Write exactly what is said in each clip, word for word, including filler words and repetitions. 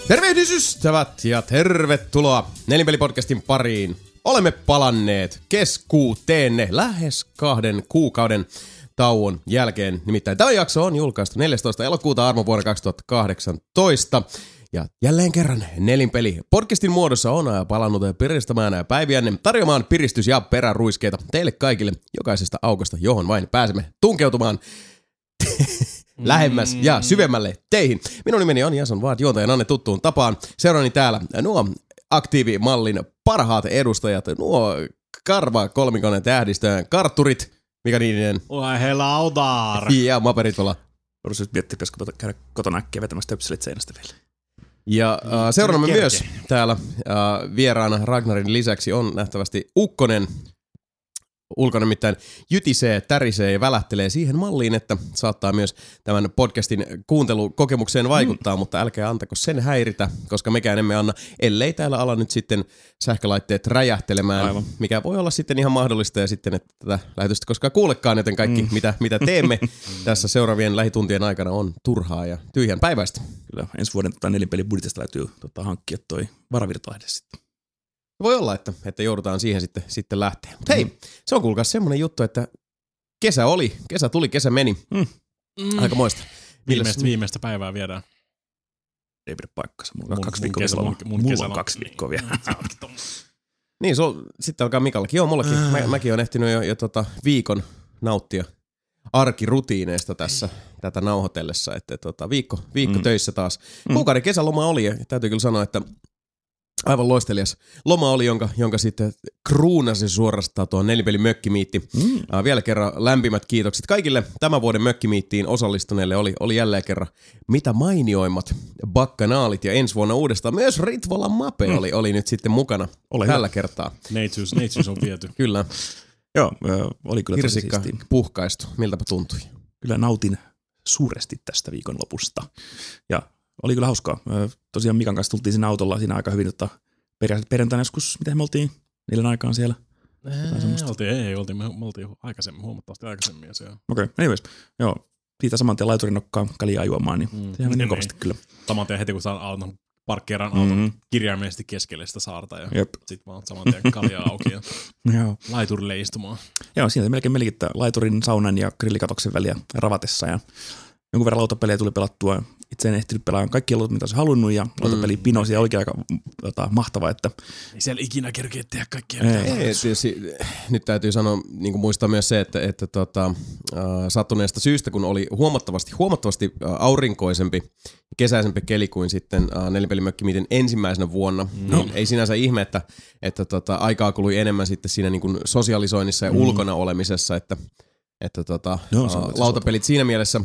Tervehdys ystävät ja tervetuloa Nelinpeli-podcastin pariin. Olemme palanneet keskuuteenne lähes kahden kuukauden tauon jälkeen. Nimittäin tämä jakso on julkaistu neljästoista elokuuta armovuonna kaksituhattakahdeksantoista. Ja jälleen kerran Nelinpeli podcastin muodossa on palannut piristämään päiviänne, tarjoamaan piristys- ja peräruiskeita teille kaikille jokaisesta aukosta, johon vain pääsemme tunkeutumaan lähemmäs ja syvemmälle teihin. Minun nimeni on Jason Vaat, juontajan Anne tuttuun tapaan. Seuraani täällä nuo aktiivimallin parhaat edustajat, nuo karva kolmikonen tähdistöön kartturit, mikä niiden? Oi helautar! Ja maperit olla. Voisi miettiä, pitäisikö käydä kotona äkkiä vetämässä töpselit seinästä vielä. Ja äh, seuraavamme myös täällä äh, vieraana Ragnarin lisäksi on nähtävästi Ukkonen. Ulkona nimittäin jytisee, tärisee ja välähtelee siihen malliin, että saattaa myös tämän podcastin kuuntelukokemukseen vaikuttaa, mm. mutta älkää antako sen häiritä, koska mekään emme anna, ellei täällä ala nyt sitten sähkölaitteet räjähtelemään, aivan, mikä voi olla sitten ihan mahdollista ja sitten, että tätä lähetystä koskaan kuulekaan, joten kaikki mm. mitä, mitä teemme tässä seuraavien lähituntien aikana on turhaa ja tyhjän päiväistä. Kyllä, ensi vuoden tota, nelinpelibudjetista täytyy tota, hankkia toi varavirtaide sitten. Voi olla, että, että joudutaan siihen sitten, sitten lähteä. Mutta hei, mm. se on kuulkaa semmoinen juttu, että kesä oli, kesä tuli, kesä meni. Mm. Aika moista. Viimeistä, viimeistä päivää viedään. Ei pidä paikkansa. Mulla on mun, kaksi mun viikkoa kesä, vielä. Mun, mun Mulla kesä on kaksi viikkoa vielä. Niin, on, sitten alkaa Mikallakin. Joo, mullakin. Mä, mäkin on ehtinyt jo, jo tota viikon nauttia arkirutiineista tässä tätä nauhoitellessa. Että tota, viikko, viikko mm. töissä taas. Mm. Kuukauden kesäloma oli ja täytyy kyllä sanoa, että aivan loistelias loma oli, jonka, jonka sitten kruunasi suorastaan tuon Nelinpelin mökkimiitti. Mm. Uh, vielä kerran lämpimät kiitokset kaikille tämän vuoden mökkimiittiin osallistuneille. Oli, oli jälleen kerran mitä mainioimmat bakkanaalit ja ensi vuonna uudestaan myös Ritvolan Mape mm. oli, oli nyt sitten mukana Ole tällä hyvä. kertaa. Neitsyys, neitsyys on viety. Kyllä. Joo, oli kyllä tosi Hirsikka siistiä. Puhkaistu. Miltäpä tuntui? Kyllä nautin suuresti tästä viikonlopusta. Ja oli kyllä hauskaa. Tosiaan Mikan kanssa tultiin siinä autolla siinä aika hyvin, että perjantaina joskus, mitä me oltiin neljän aikaan siellä? Ei, oltiin, ei, oltiin, me, me oltiin aikaisemmin, huomattavasti aikaisemmin. Okei, okay, anyways. Joo, siitä saman tien laiturin nokkaan kaljaa juomaan, niin mm. sehän meni kovasti kyllä. Saman tien heti, kun saan auton, parkkeeraan auton mm-hmm. kirjaimellisesti keskelle sitä saarta ja sitten vaan saman tien kaljaa auki ja laiturille istumaan. Joo, siinä melkein melikittää laiturin, saunan ja grillikatoksen väliä ravatessa ja jonkun verran lautapelejä tuli pelattua. Itse en ehtinyt pelaa kaikki lautat, mitä olisi halunnut, ja lautapeli mm. pinosi ja oikein aika tota, mahtavaa, että ei siellä ikinä kerkeä tehdä kaikkia. Ei, ei, tietysti, nyt täytyy sanoa, niin kuin muistaa myös se, että, että tota, äh, sattuneesta syystä, kun oli huomattavasti, huomattavasti äh, aurinkoisempi, kesäisempi keli kuin sitten äh, Nelinpelimökkimiitin ensimmäisenä vuonna, mm. niin ei sinänsä ihme, että, että tota, aikaa kului enemmän sitten siinä niin kuin sosialisoinnissa ja mm. ulkona olemisessa, että, että tota, no, äh, lautapelit siinä mielessä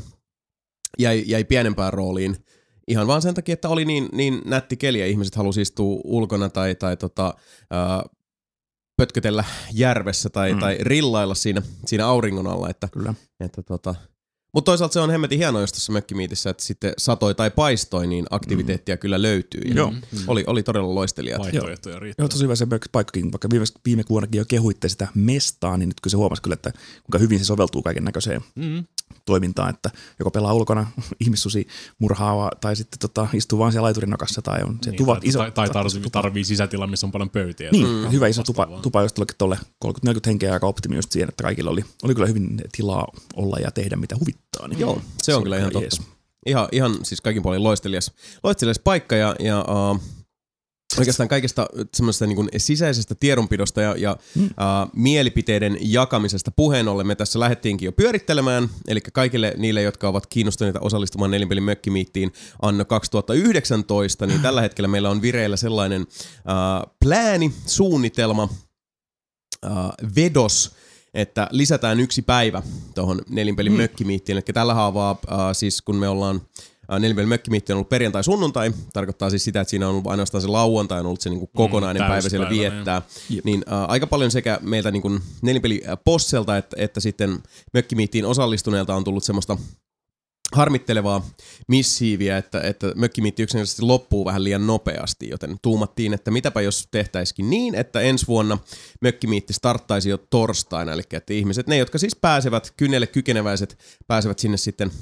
Jäi, jäi pienempään rooliin ihan vaan sen takia, että oli niin, niin nätti keli ja ihmiset halusi istua ulkona tai, tai tota, ää, pötkötellä järvessä tai, mm. tai rillailla siinä, siinä auringon alla. Että, Kyllä. Että, tota. Mutta toisaalta se on hemmetin hienoa just tässä mökkimiitissä, että sitten satoi tai paistoi, niin aktiviteettia mm. kyllä löytyy. Ja Joo. Oli, oli todella loistelijat. Vaihtoehtoja riittää. Joo, tosi hyvä se paikkakin, vaikka viime, viime vuonnakin jo kehuitte sitä mestaa, niin nyt kun se huomasi kyllä, että kuinka hyvin se soveltuu kaiken näköiseen mm. toimintaan, että joko pelaa ulkona ihmissusi murhaava tai sitten tota, istuu vaan siellä laiturin nokassa tai on se niin, tuvat tai, iso. Tai, tai tarvii, tarvii sisätila, missä on paljon pöytiä. Niin, mm. hyvä iso tupa, tupa just tuolle kolmekymmentä neljäkymmentä henkeä aika optimi just siihen, että kaikilla oli, oli kyllä hyvin tilaa olla ja tehdä mitä huvittaa. Niin joo, se, se on kyllä ihan totta. Jees. Ihan, ihan siis kaikin puolin loistelias, loistelias paikka ja, ja uh, oikeastaan kaikesta semmoisesta niin kuin sisäisestä tiedonpidosta ja, ja mm. uh, mielipiteiden jakamisesta puheen ollen me tässä lähdettiinkin jo pyörittelemään. Eli kaikille niille, jotka ovat kiinnostuneita osallistumaan Nelinpelin mökkimiittiin anno kaksituhattayhdeksäntoista, niin tällä hetkellä meillä on vireillä sellainen uh, plääni, suunnitelma, uh, vedos, että lisätään yksi päivä tuohon Nelinpelin mm. mökkimiittiin. Eli tällä haavaa äh, siis kun me ollaan, äh, Nelinpelin mökkimiitti on ollut perjantai-sunnuntai, tarkoittaa siis sitä, että siinä on ollut ainoastaan se lauantai, on ollut se niin kuin kokonainen mm, päivä siellä viettää. Niin, niin äh, aika paljon sekä meiltä niin kuin Nelinpeli-posselta, että, että sitten mökkimiittiin osallistuneelta on tullut semmoista harmittelevaa missiiviä, että, että mökkimiitti yksinkertaisesti loppuu vähän liian nopeasti, joten tuumattiin, että mitäpä jos tehtäisikin niin, että ensi vuonna mökkimiitti starttaisi jo torstaina, eli että ihmiset, ne jotka siis pääsevät, kynnelle kykeneväiset, pääsevät sinne sitten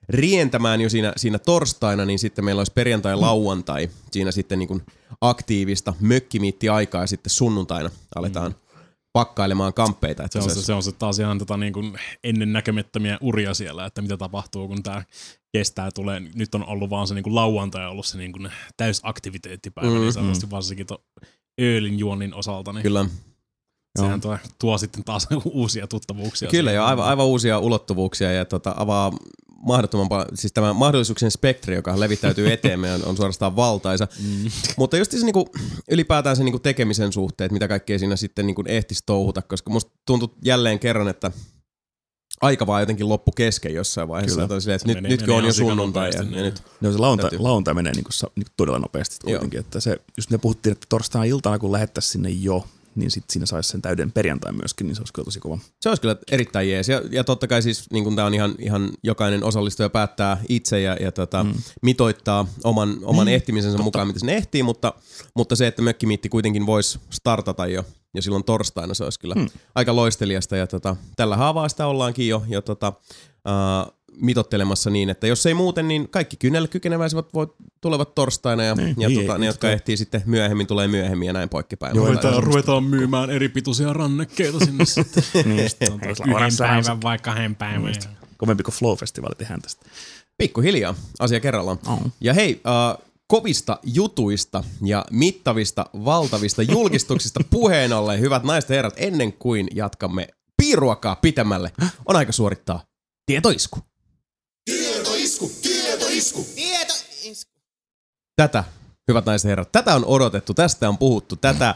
rientämään jo siinä, siinä torstaina, niin sitten meillä olisi perjantai-lauantai siinä sitten niin kuin aktiivista mökkimiittiaikaa ja sitten sunnuntaina aletaan mm. pakkailemaan kamppeita. Että se, on se, se on se taas ihan tota niin kuin ennen näkemättömiä uria siellä, että mitä tapahtuu, kun tämä kestää, tulee. Nyt on ollut vaan se niin kuin lauantai ollut se niin kuin täysaktiviteettipäivä, mm, niin sanotusti mm. varsinkin tuon öölin juonnin osalta. Niin kyllä. Sehän tuo, tuo sitten taas uusia tuttavuuksia. Kyllä, jo aivan, aivan uusia ulottuvuuksia ja tota, avaa mahdottoman paljon, siis tämä mahdollisuuksien spektri, joka levittäytyy eteemme, on, on suorastaan valtaisa. Mm. Mutta just se niinku, ylipäätään se niinku tekemisen suhteet, mitä kaikkea siinä sitten niinku ehtisi touhuta, koska musta tuntuu jälleen kerran, että aika vaan jotenkin loppu kesken jossain vaiheessa. Että silleen, että nyt, menee, nytkö menee on jo sunnuntai. Ja, ja nyt no, se launta, launta menee niinku, niinku todella nopeasti kuitenkin. Että se, just me puhuttiin, että torstaina iltana, kun lähettäisiin sinne jo, niin sitten siinä saisi sen täyden perjantai myöskin, niin se olisi kyllä tosi kova. Se olisi kyllä erittäin jees. Ja, ja totta kai siis, niin tämä on ihan, ihan jokainen osallistuja päättää itse ja, ja tota, mm. mitoittaa oman, oman mm. ehtimisensä totta. mukaan, mitä sinne ehtii, mutta, mutta se, että mökkimiitti kuitenkin voisi startata jo, jo silloin torstaina, se olisi kyllä mm. aika loisteliasta. Ja tota, tällä haavaa sitä ollaankin jo, jo tota, uh, mitottelemassa niin, että jos ei muuten, niin kaikki kynnelle kykeneväisivät voi, tulevat torstaina ja, niin, ja niin, tota, ne, jotka ehtii sitten myöhemmin, tulee myöhemmin ja näin poikkipäin. Ruvetaan, ruvetaan myymään eri pituisia rannekkeita sinne sitten. niin, yhden päivän vai kahden päivän. Kovempi kuin Flow-festivaali tehdään tästä. Pikkuhiljaa, asia kerrallaan. Oh. Ja hei, uh, kovista jutuista ja mittavista, valtavista julkistuksista puheen ollen, hyvät naiset ja herrat, ennen kuin jatkamme piiruakaa pitämälle, on aika suorittaa tietoisku. Tietoisku, tietoisku, tietoisku. Tätä, hyvät naiset ja herrat, tätä on odotettu, tästä on puhuttu, tätä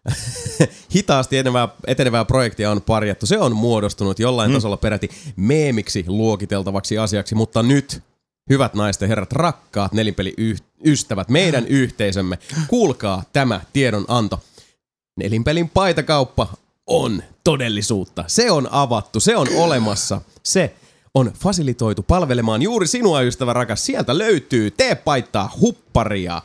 hitaasti etenevää, etenevää projektia on parjattu. Se on muodostunut jollain mm. tasolla peräti meemiksi luokiteltavaksi asiaksi, mutta nyt, hyvät naiset ja herrat, rakkaat nelinpeliystävät, meidän yhteisömme, kuulkaa tämä tiedonanto. Nelinpelin paitakauppa on todellisuutta. Se on avattu, se on olemassa, se on fasilitoitu palvelemaan juuri sinua, ystävä rakas. Sieltä löytyy teepaittaa, hupparia,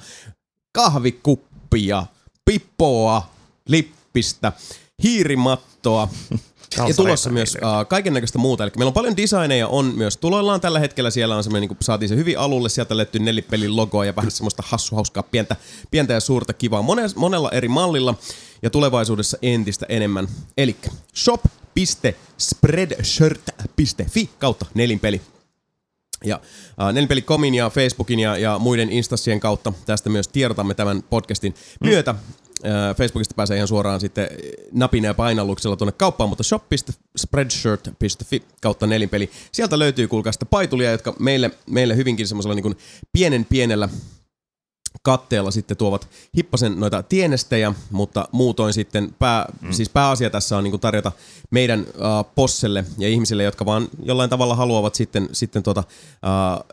kahvikuppia, pippoa, lippistä, hiirimattoa ja tulossa myös uh, kaiken näköistä muuta. Eli meillä on paljon designeja on myös tuloillaan tällä hetkellä. Siellä on semmoinen, niin kuin saatiin se hyvin alulle, sieltä löytyy nelipelin logoa ja vähän semmoista hassuhauskaa, pientä, pientä ja suurta kivaa Mone, monella eri mallilla ja tulevaisuudessa entistä enemmän. Eli shop piste spreadshirt piste fi kautta nelinpeli. Ja äh, nelinpeli piste comin ja Facebookin ja, ja muiden instansien kautta tästä myös tiedotamme tämän podcastin myötä. Äh, Facebookista pääsee ihan suoraan sitten napina ja painalluksella tuonne kauppaan, mutta shop piste spreadshirt piste fi kautta nelinpeli. Sieltä löytyy kuulkaa sitä paitulia, jotka meille, meille hyvinkin semmoisella niin kuin pienen pienellä katteella sitten tuovat hippasen noita tienestejä, mutta muutoin sitten pää, mm. siis pääasia tässä on niin kuin tarjota meidän uh, posselle ja ihmisille, jotka vaan jollain tavalla haluavat sitten, sitten tuota, uh,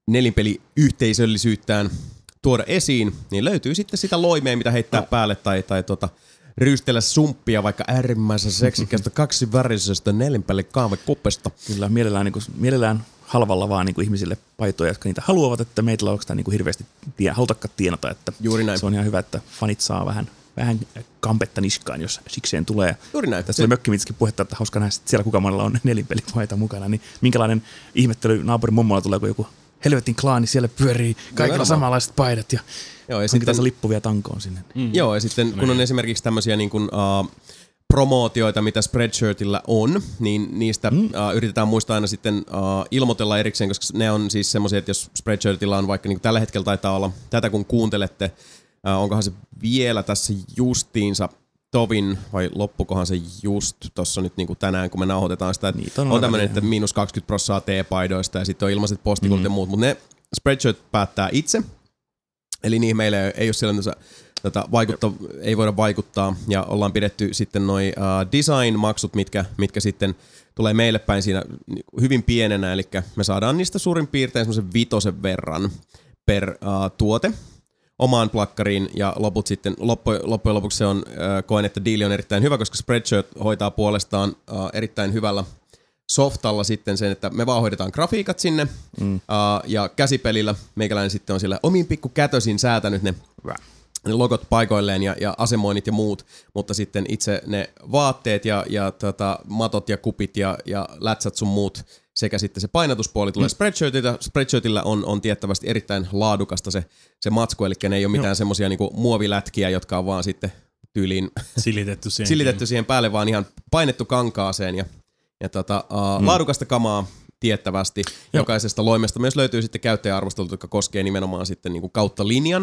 nelinpeliyhteisöllisyyttään tuoda esiin, niin löytyy sitten sitä loimea, mitä heittää no. päälle tai, tai tuota, ryystellä sumppia vaikka äärimmäisen seksikästä kaksivärisestä nelinpelikaavekuppesta. Kyllä, mielellään, niin kuin, mielellään halvalla vaan niin kuin ihmisille paitoja, jotka niitä haluavat, että meitä on oikeastaan niin kuin hirveästi tie, halutakaan tienata. Että juuri näin. Se on ihan hyvä, että fanit saa vähän, vähän kampetta niskaan, jos sikseen tulee. Juuri näin. Tässä oli mökkimiitskin puhetta, että hauska nähdä, että siellä kuka monella on nelinpelipaita mukana, niin minkälainen ihmettely naapurin mummolla tulee, kun joku helvetin klaani siellä pyörii kaikilla no, samanlaiset paidat ja, joo, ja sitten tässä lippuvia tankoon sinne. Mm. Joo, ja sitten kun on esimerkiksi tämmöisiä niin kuin, uh, promootioita, mitä Spreadshirtillä on, niin niistä mm. uh, yritetään muistaa aina sitten uh, ilmoitella erikseen, koska ne on siis semmoisia, että jos Spreadshirtillä on vaikka niin kuin tällä hetkellä taitaa olla, tätä kun kuuntelette, uh, onkohan se vielä tässä justiinsa tovin, vai loppukohan se just tuossa nyt niin kuin tänään, kun me nauhoitetaan sitä, että on, on tämmöinen, että miinus kaksikymmentä prosenttia T-paidoista ja sitten on ilmaiset postikulut mm. ja muut, mutta ne Spreadshirt päättää itse, eli niihin meillä ei ole siellä tätä vaikutta, ei voida vaikuttaa ja ollaan pidetty sitten noi uh, design-maksut, mitkä, mitkä sitten tulee meille päin siinä hyvin pienenä, eli me saadaan niistä suurin piirtein semmoisen vitosen verran per uh, tuote omaan plakkariin ja loput sitten, loppujen, loppujen lopuksi se on, äh, koen, että diili on erittäin hyvä, koska Spreadshirt hoitaa puolestaan äh, erittäin hyvällä softalla sitten sen, että me vaan hoidetaan grafiikat sinne mm. äh, ja käsipelillä meikäläinen sitten on siellä omiin pikku kätösin säätänyt ne, ne logot paikoilleen ja, ja asemoinnit ja muut, mutta sitten itse ne vaatteet ja, ja tota, matot ja kupit ja, ja lätsät sun muut sekä sitten se painatuspuoli tulee mm. Spreadshirtillä. Spreadshirtillä on, on tiettävästi erittäin laadukasta se, se matsku, eli ne ei ole mitään semmoisia niinku muovilätkiä, jotka on vaan sitten tyyliin silitetty siihen, silitetty siihen päälle, vaan ihan painettu kankaaseen ja, ja tota, uh, mm. laadukasta kamaa tiettävästi. Joo. Jokaisesta loimesta myös löytyy sitten käyttäjäarvostelut, jotka koskee nimenomaan sitten niinku kautta linjan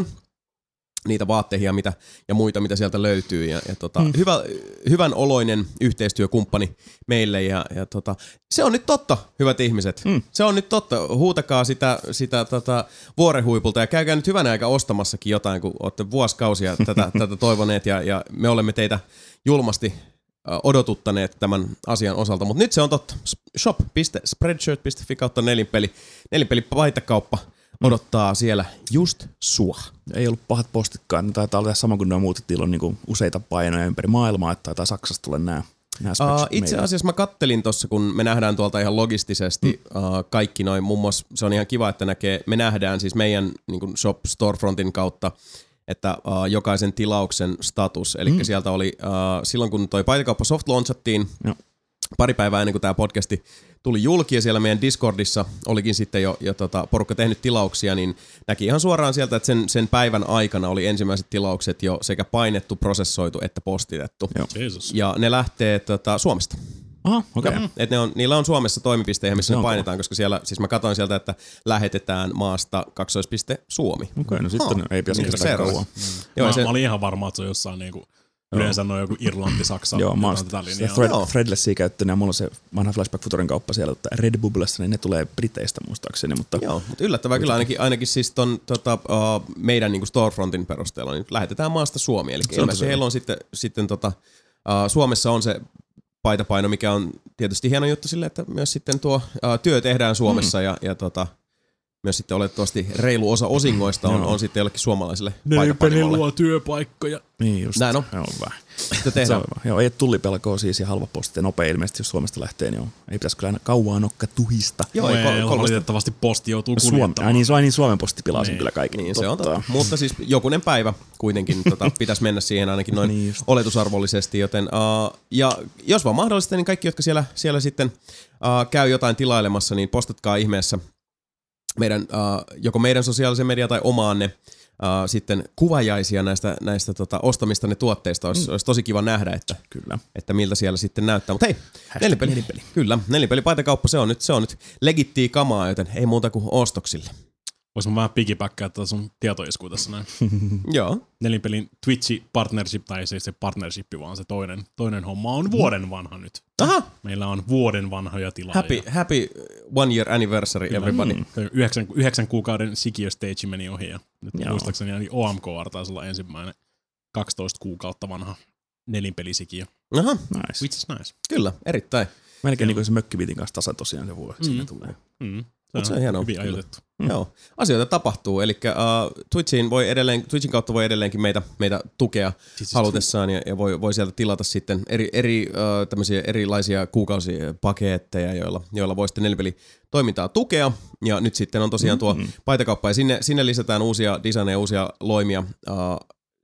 niitä vaatteita mitä, ja muita, mitä sieltä löytyy. Ja, ja tota, mm. hyvä, hyvän oloinen yhteistyökumppani meille. Ja, ja tota, se on nyt totta, hyvät ihmiset. Mm. Se on nyt totta. Huutakaa sitä, sitä tota, vuorenhuipulta ja käykää nyt hyvänä aika ostamassakin jotain, kun olette vuosikausia tätä, tätä toivoneet. Ja, ja me olemme teitä julmasti odotuttaneet tämän asian osalta. Mutta nyt se on totta. shop piste spreadshirt piste fi kautta nelinpeli. Nelinpeli paitakauppa odottaa siellä just sua. Ei ollut pahat postitkaan. Ne taitaa olla sama kuin nuo muut, että on niinku useita painoja ympäri maailmaa, että taitaa Saksasta tulla nämä. Uh, itse asiassa mä kattelin tuossa, kun me nähdään tuolta ihan logistisesti mm. uh, kaikki noin. Muun muassa se on ihan kiva, että näkee, me nähdään siis meidän niin kuin shop storefrontin kautta, että uh, jokaisen tilauksen status. Eli mm. sieltä oli uh, silloin, kun toi paitakauppa soft launchattiin, no. pari päivää ennen kuin tämä podcasti tuli julki ja siellä meidän Discordissa olikin sitten jo, jo tota, porukka tehnyt tilauksia, niin näki ihan suoraan sieltä, että sen, sen päivän aikana oli ensimmäiset tilaukset jo sekä painettu, prosessoitu että postitettu. Ja ne lähtee tota, Suomesta. Aha, okei. Okay. Et ne on, niillä on Suomessa toimipistejä, missä ne painetaan, cool. koska siellä, siis mä katsoin sieltä, että lähetetään maasta kaksoispiste Suomi. Okei, okay, no sitten oh. ei pitäisi niin kestää kauan. Mm. Joo, mä, se, mä olin ihan varma, että se on jossain niinku yleensä on joku Irlanti, Saksa. Joo, mä oon Thread, Threadlessia käyttänyt ja mulla on se vanha Flashback Futuren kauppa siellä Redbubblessa, niin ne tulee Briteistä muistaakseni. Mutta joo, mutta yllättävää kyllä ainakin, ainakin siis ton tota, uh, meidän niinku storefrontin perusteella, niin lähetetään maasta Suomi. Eli ilmeisesti heillä on sitten, sitten tota, uh, Suomessa on se paitapaino, mikä on tietysti hieno juttu sille, että myös sitten tuo uh, työ tehdään Suomessa mm. ja, ja tota, myös sitten olettavasti reilu osa osingoista on, on sitten jollekin suomalaisille paitapainimolle. Ne luo työpaikkoja. Niin just. Näin on. Joo, vähän. Se on joo, ei tullipelkoa siis ja halva posti ja nopea ilmeisesti, jos Suomesta lähtee, niin joo. Ei pitäisi kyllä kauan nokka tuhista. Joo, ei, ei kol- valitettavasti posti joutuu kuljettamaan. Ai niin, niin Suomen posti pilaa sen kyllä kaikki. Niin, se on totta. Mutta siis jokunen päivä kuitenkin tota, pitäisi mennä siihen ainakin noin niin oletusarvollisesti, joten uh, ja jos vaan mahdollista, niin kaikki, jotka siellä, siellä sitten uh, käy jotain tilailemassa, niin postatkaa ihmeessä meidän, uh, joko meidän sosiaalisen median tai omaanne uh, sitten kuvajaisia näistä, näistä tota, ostamistanne tuotteista. Olisi, mm. olisi tosi kiva nähdä, että, kyllä. että miltä siellä sitten näyttää. Mutta hei, nelipeli, nelipeli. Kyllä, nelipeli paitakauppa, se on nyt, se on nyt legittiä kamaa, joten ei muuta kuin ostoksille. Voisi mä vähän pigipäkkää tätä sun tietoiskua tässä näin. Joo. Nelinpelin Twitchi partnership, tai siis se partnership, vaan se toinen, toinen homma on vuoden vanha nyt. Aha. Meillä on vuoden vanhoja tilaajia. Happy, happy one year anniversary everybody. Mm. Yhdeksän, yhdeksän kuukauden sikiö stage meni ohi ja nyt Joo. muistaakseni ainakin O M K R taisi olla ensimmäinen kaksitoista kuukautta vanha nelinpelisikiö. Aha. Nice. Which is nice. Kyllä, erittäin. Melkein niin kuin se mökkiviitin kanssa tasan tosiaan se vuosi. Mm. Siinä tulee. Mm. Se on, se on hienoa. Hyvin ajoitettu. Mm. Joo, asioita tapahtuu. Eli uh, Twitchin, voi edelleen, Twitchin kautta voi edelleenkin meitä, meitä tukea siis halutessaan ja, ja voi, voi sieltä tilata sitten eri, eri, uh, tämmöisiä erilaisia kuukausipaketteja, joilla, joilla voi sitten nelipelitoimintaa tukea. Ja nyt sitten on tosiaan tuo mm-hmm. paitakauppa ja sinne, sinne lisätään uusia designeja, uusia loimia uh,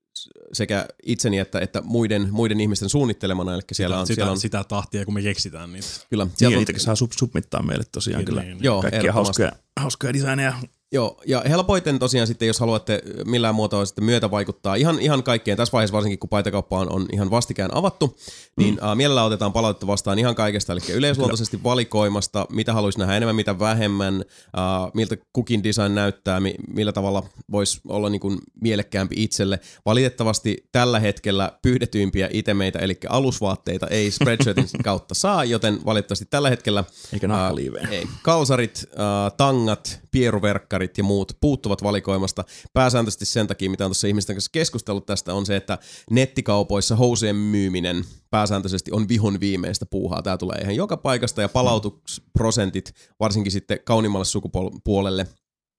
sekä itseni että, että muiden, muiden ihmisten suunnittelemana. Eli siellä on, sitä, siellä on sitä tahtia, kun me keksitään niitä. Kyllä. Niin, on, niitäkin saa sub- submittaa meille tosiaan niin, kyllä. Niin, joo, kaikkia hauskoja, hauskoja designeja. Joo, ja helpoiten tosiaan sitten, jos haluatte millään muotoa sitten myötä vaikuttaa ihan, ihan kaikkeen, tässä vaiheessa varsinkin kun paitakauppa on, on ihan vastikään avattu, niin mm. uh, mielellään otetaan palautetta vastaan ihan kaikesta, eli yleisluontoisesti Kyllä. valikoimasta, mitä haluaisi nähdä enemmän, mitä vähemmän, uh, miltä kukin design näyttää, mi- millä tavalla voisi olla niin kuin mielekkäämpi itselle. Valitettavasti tällä hetkellä pyydetyimpiä itemeitä, eli alusvaatteita ei Spreadshirtin kautta saa, joten valitettavasti tällä hetkellä Eikä nahkaliivejä. Uh, ei. Kalsarit, uh, tangat, pieruverkkarit ja muut puuttuvat valikoimasta. Pääsääntöisesti sen takia, mitä on tuossa ihmisten kanssa keskustellut tästä, on se, että nettikaupoissa housujen myyminen pääsääntöisesti on vihon viimeistä puuhaa. Tämä tulee ihan joka paikasta ja palautusprosentit, varsinkin sitten kauniimmalle sukupuolelle,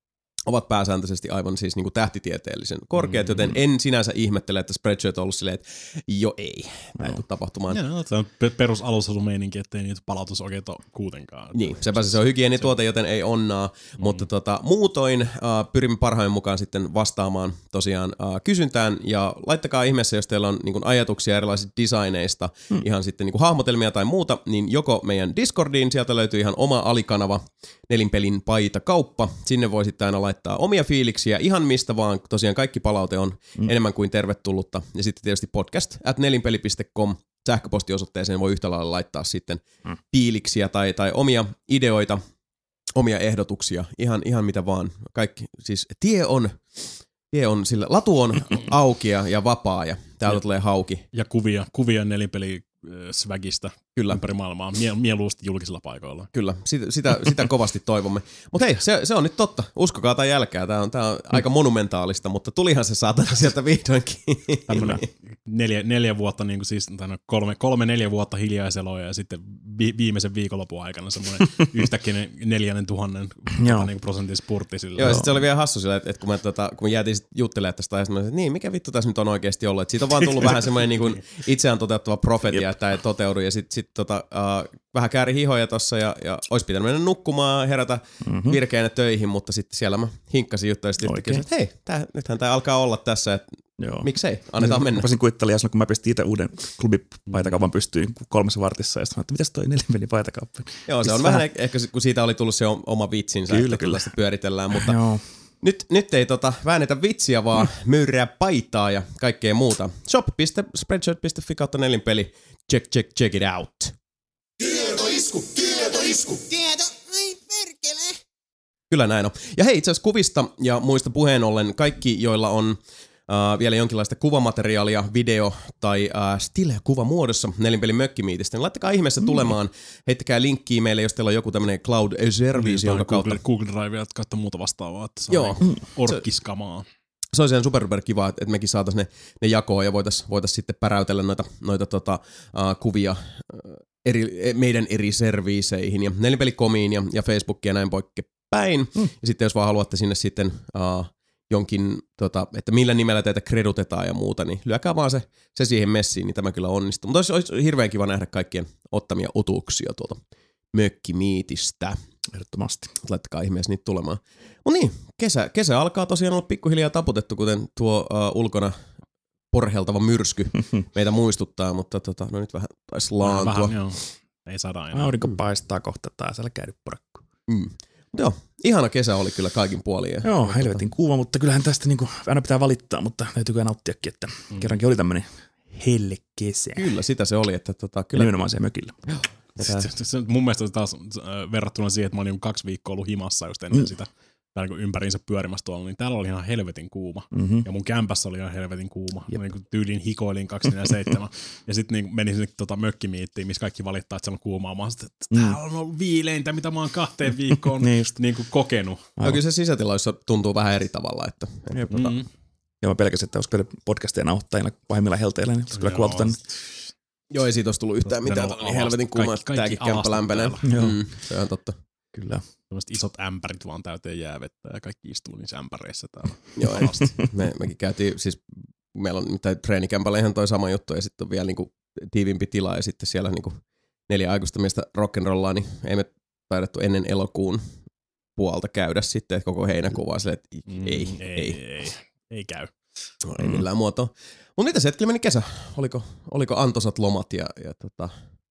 ovat pääsääntöisesti aivan siis niin kuin tähtitieteellisen korkeat, mm. joten en sinänsä ihmettele, että Spreadshirt on ollut silleen, että jo ei, näin no. tule tapahtumaan. Ja, no, se on perus alusasulumeininki, ettei niitä palautusoikeita ole kuitenkaan. Niin, sepä se, se on hygienituote, joten ei onnaa, mm. mutta tota, muutoin äh, pyrimme parhaimman mukaan sitten vastaamaan tosiaan äh, kysyntään, ja laittakaa ihmeessä, jos teillä on niin kuin ajatuksia erilaisista designeista, mm. ihan sitten niin kuin hahmotelmia tai muuta, niin joko meidän Discordiin, sieltä löytyy ihan oma alikanava, Nelinpelin paita kauppa, sinne voi sitten aina laittaa omia fiiliksiä, ihan mistä vaan, tosiaan kaikki palaute on mm. enemmän kuin tervetullutta, ja sitten tietysti podcast at nelinpeli piste com sähköpostiosoitteeseen voi yhtä lailla laittaa sitten mm. fiiliksiä tai, tai omia ideoita, omia ehdotuksia, ihan, ihan mitä vaan, kaikki, siis tie on, tie on sillä, latu on auki ja vapaa, ja täältä ja, tulee hauki. Ja kuvia, kuvia Nelinpeli swagista Kyllä. ympäri maailmaa, Mie- mieluusti julkisilla paikoilla. Kyllä, sitä, sitä, sitä kovasti toivomme. Mutta hei, se, se on nyt totta. Uskokaa tai jälkää. Tämä on, tää on aika monumentaalista, mutta tulihan se saatana sieltä vihdoinkin. Tämmöinen neljä, neljä vuotta, niin kuin siis, kolme, kolme neljä vuotta hiljaiseloja ja sitten vi, viimeisen viikonlopun aikana semmoinen yhtäkkiä neljännen tuhannen niin prosentin spurtti. Sillä. Joo, ja sitten se oli vielä hassu sillä, että, että kun, me, tota, kun me jäätiin juttelemaan tästä ajasta, että niin, mikä vittu tässä nyt on oikeasti ollut. Että siitä on vaan tullut vähän semmoinen niin kuin itseään toteuttava profetia, että tämä ei toteudu. Ja sitten sit, tota, uh, vähän kääri hihoja tossa ja, ja olisi pitänyt mennä nukkumaan, herätä mm-hmm. virkeänä töihin, mutta sitten siellä mä hinkkasin juttuja ja sitten kysyin, että hei, tää, nythän tämä alkaa olla tässä, että miksei, annetaan mennä. Mä kuittelin kun mä pistin itse uuden klubipaitakaupan pystyyn kolmessa vartissa ja sitten mä että mitäs toi Nelinpeli paitakauppa? Joo, se on vähän ehkä, kun siitä oli tullut se oma vitsinsä, kyllä, että kyllä. tästä pyöritellään, mutta nyt, nyt ei tota väännetä vitsiä, vaan mm. myyrää paitaa ja kaikkea muuta. shop piste spreadshirt piste fi kautta nelinpeli. Check, check, check it out. Tietoisku, tietoisku. Tieto, ai perkele. Kyllä näin on. Ja hei, itse asiassa kuvista ja muista puheen ollen, kaikki, joilla on uh, vielä jonkinlaista kuvamateriaalia, video tai uh, stille-kuva muodossa Nelinpelin mökkimiitistä, niin laittakaa ihmeessä mm. tulemaan. Heittäkää linkkiä meille, jos teillä on joku tämmöinen cloud service, jonka kautta... Google, Google Drive ja kautta muuta vastaavaa, että saa niin orkkiskamaa. Se olisi ihan super, super kiva, että mekin saataisiin ne, ne jakoon ja voitaisiin voitais sitten päräytellä noita, noita tota, uh, kuvia uh, eri, meidän eri serviiseihin ja nelinpelikomiin ja, ja Facebookiin ja näin poikkepäin. Mm. Ja sitten jos vaan haluatte sinne sitten uh, jonkin, tota, että millä nimellä teitä kredutetaan ja muuta, niin lyökää vaan se, se siihen messiin, niin tämä kyllä onnistuu. Mutta olisi, olisi hirveän kiva nähdä kaikkien ottamia otuksia tuolta mökkimiitistä. Ehdottomasti. Laittakaa ihmeessä niitä tulemaan. Mutta niin, kesä, kesä alkaa tosiaan olla pikkuhiljaa taputettu, kuten tuo uh, ulkona porheltava myrsky meitä muistuttaa, mutta tota, no nyt vähän taisi laantua. Vähän, joo. Ei saada aina. Aurinko paistaa kohta taas, älkää nyt porakko. Mm. Joo, ihana kesä oli kyllä kaikin puolin. Joo, helvetin kuuma, mutta kyllähän tästä niinku aina pitää valittaa, mutta täytyykö nauttiakin, että mm. kerrankin oli tämmöinen helle kesä. Kyllä, sitä se oli. Että tota, kyllä. Nimenomaan se mökillä. Joo. Se, se, se, mun mielestä taas äh, verrattuna siihen, että mä olin kaksi viikkoa ollut himassa just ennen mm. sitä, tai niin ympäriinsä pyörimässä tuolla, niin täällä oli ihan helvetin kuuma. Mm-hmm. Ja mun kämpässä oli ihan helvetin kuuma. Mä niin tyyliin hikoilin kaksikymmentäseitsemän. Ja sitten niin menin sinne tota mökkimiittiin, missä kaikki valittaa, että se on kuumaa. Mä oon sitten, että täällä on ollut viileintä, mitä mä oon kahteen viikkoon niin niin kuin kokenut. No, kyllä se sisätiloissa tuntuu vähän eri tavalla. Että, että tota... mm. Ja mä pelkäsin, että olisiko podcastia nauhoittajilla pahimmilla helteillä, niin olisi kyllä kuoltu tänne. Joo, ei siitä olisi tullut yhtään mitään. Tämä oli helvetin kuuma, että tämäkin kämppä lämpenee. Mm, se on totta. Kyllä. Sellaiset isot ämpärit vaan täyteen jäävettä ja kaikki istuu niissä ämpäreissä täällä. Joo, me, mekin käytiin, siis meillä on treenikämpällä ihan toi sama juttu ja sitten on vielä niinku tiivimpi tila ja sitten siellä niinku neljä aikuista miestä rock'n'rollaa, niin ei me taidettu ennen elokuun puolta käydä sitten, että koko heinäkuun vaan silleen, että mm, ei, ei, ei, ei, ei käy. No, ei millään muotoa. Mutta mitä se hetkellä meni kesä? Oliko, oliko antosat lomat ja, ja tota,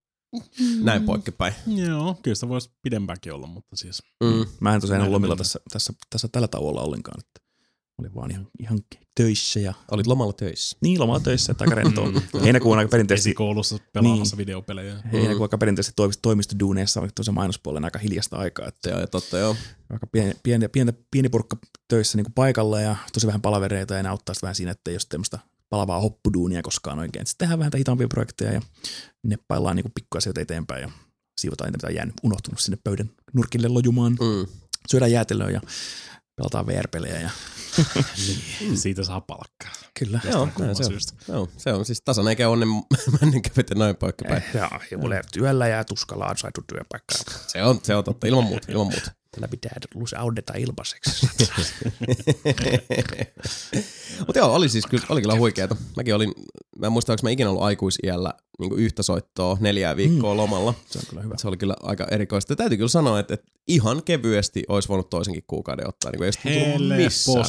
näin poikkipäin? Joo, kyllä sitä voisi pidempäänkin olla, mutta siis... Mm. Mä en tosiaan ollut lomilla tässä, tässä, tässä tällä tauolla ollenkaan. Että olin vaan ihan, ihan töissä. Ja... Olit lomalla töissä? Niin, lomalla töissä, että aika rentoa. Heinäkuun aika perinteisesti... Esikoulussa pelaamassa niin. videopelejä. Heinäkuun aika perinteisesti toimistoduuneissa oli tuossa mainospuolella aika hiljasta aikaa. Että joo, ja totta joo. Aika pieni, pieni, pieni, pieni porukka töissä niin kuin paikalla ja tosi vähän palavereita ja ne auttaa vähän siinä, että ei ole tämmöistä palavaa hoppuduunia koskaan oikein. Sitten tehdään vähän hitaampia projekteja ja neppaillaan niin pikkuasioita eteenpäin ja siivotaan niitä, mitä on jäänyt unohtunut sinne pöydän nurkille lojumaan. Mm. Syödään jäätelöä ja pelataan V R-pelejä. Ja niin, siitä saa palkkaa. Kyllä. Joo, se, on, joo, se on siis tasan eikä onnen männynkävet ja noin poikkapäin. Eh, joo, ja mulle työllä ja tuskalla ansaitu työpaikkaa. Se on, se on totta, ilman muuta, ilman muuta. Tällä pitää lusaudeta ilmaiseksi. Mutta joo, oli siis kyllä, oli kyllä huikeeta. Mäkin olin, mä en muista, onko mä ikinä ollut aikuisiällä niin yhtä soittoa neljää viikkoa mm. lomalla. Se on kyllä hyvä. Se oli kyllä aika erikoista. Ja täytyy kyllä sanoa, että, että ihan kevyesti olisi voinut toisenkin kuukauden ottaa. Niin kuin ei tullut missään.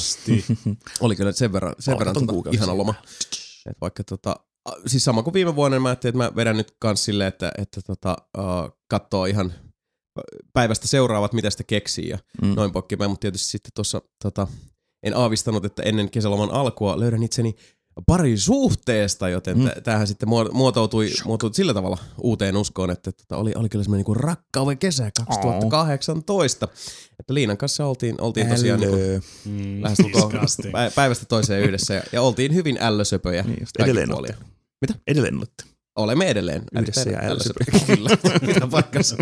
Oli kyllä sen verran, sen verran tota, ihana loma. Et vaikka tota, siis sama kuin viime vuonna, mä ajattelin, että mä vedän nyt kans silleen, että, että tota, uh, katsoo ihan päivästä seuraavat, mitä sitä keksii ja mm. noin poikkein. Mutta tietysti sitten tuossa tota, en aavistanut, että ennen kesäloman alkua löydän itseni parisuhteesta, joten mm. tämähän sitten muotoutui, muotoutui sillä tavalla uuteen uskoon, että tota, oli, oli kyllä semmoinen niinku rakkauden kesä kaksituhattakahdeksantoista. Oh. Että Liinan kanssa oltiin, oltiin tosiaan niinku mm, lähestulkoon päivästä toiseen yhdessä ja, ja oltiin hyvin ällösöpöjä. Niin, edelleen olette. Mitä? Edelleen olette. Olemme edelleen. Yhdessä ja ällösöpöjä. Kyllä, mitä paikkansa.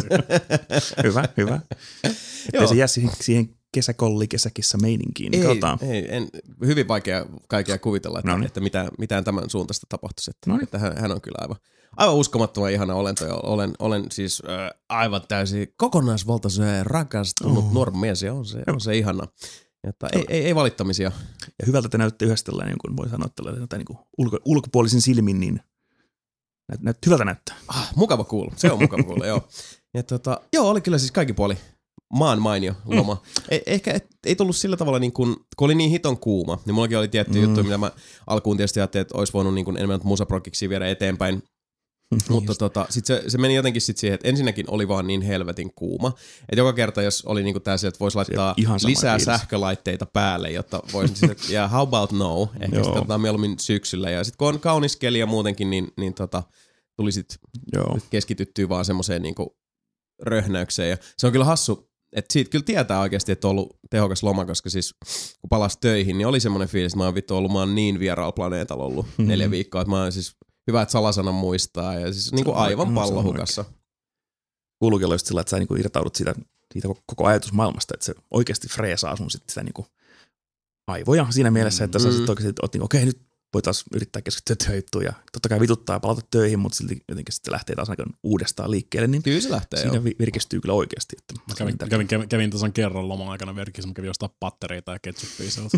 Hyvä, hyvä. Ettei se jää siihen, siihen kesäkolli, kesäkissa meininkiin. Niin ei, ei en, hyvin vaikea kaikkea kuvitella, että, että mitään, mitään tämän suuntaista tapahtuisi. Että, että hän, hän on kyllä aivan, aivan uskomattoman ihana olento. Ja olen, olen siis äh, aivan täysin kokonaisvaltaisen rakastunut oh. nuori mies ja on se, on se ihana. Että ei, ei, ei valittamisia. Ja hyvältä te näytte yhdessä tällainen, niin kuin voi sanoa, tällainen niin ulko, ulkopuolisin silmin, niin näyt, näyt, hyvältä näyttää. Ah, mukava kuulla. Se on mukava kuulla, joo. Ja tota, joo, oli kyllä siis kaikki puoli maan mainio loma. Mm. Eh, ehkä et, ei tullut sillä tavalla, niin kun, kun oli niin hiton kuuma, niin mullakin oli tietty mm. juttu, mitä mä alkuun tietysti ajattelin, että olisi voinut niin kun enemmän musaprokkiksi viedä eteenpäin. Mutta tota, sit se, se meni jotenkin sit siihen, että ensinnäkin oli vaan niin helvetin kuuma. Että joka kerta, jos oli niinku tää se, että voisi laittaa lisää fiilis. sähkölaitteita päälle, jotta voisi, ja yeah, how about no? Ehkä sitä otetaan mieluummin syksyllä. Ja sit kun on kaunis keli ja muutenkin, niin, niin tota, tuli sit keskityttyä vaan semmoiseen niinku röhnäykseen. Ja se on kyllä hassu, että siitä kyllä tietää oikeasti, että on ollut tehokas loma, koska siis kun palasi töihin, niin oli semmoinen fiilis, että mä oon vittu ollut, mä oon niin vieraalla planeetalla ollut mm-hmm. neljä viikkoa, että mä oon siis hyvä, että salasanan muistaa ja siis niinku aivan pallohukassa. Kuuluukin olla just sillä, että sä niinku irtaudut siitä, siitä koko ajatusmaailmasta, että se oikeasti freesaa sun sit sitä niinku aivoja siinä mielessä, että sä mm. sit oikeasti oot niinku, okei okay, nyt voi taas yrittää keskittyä työjuttuun ja totta kai vituttaa ja palata töihin, mutta silti jotenkin sitten lähtee taas uudestaan liikkeelle, niin kyllä se lähtee, siinä joo. virkistyy kyllä oikeasti. Että mä kävin, kävin, kävin, kävin tasan kerran loman aikana verkissä, mä kävin ostaa pattereita ja ketsuppia sieltä.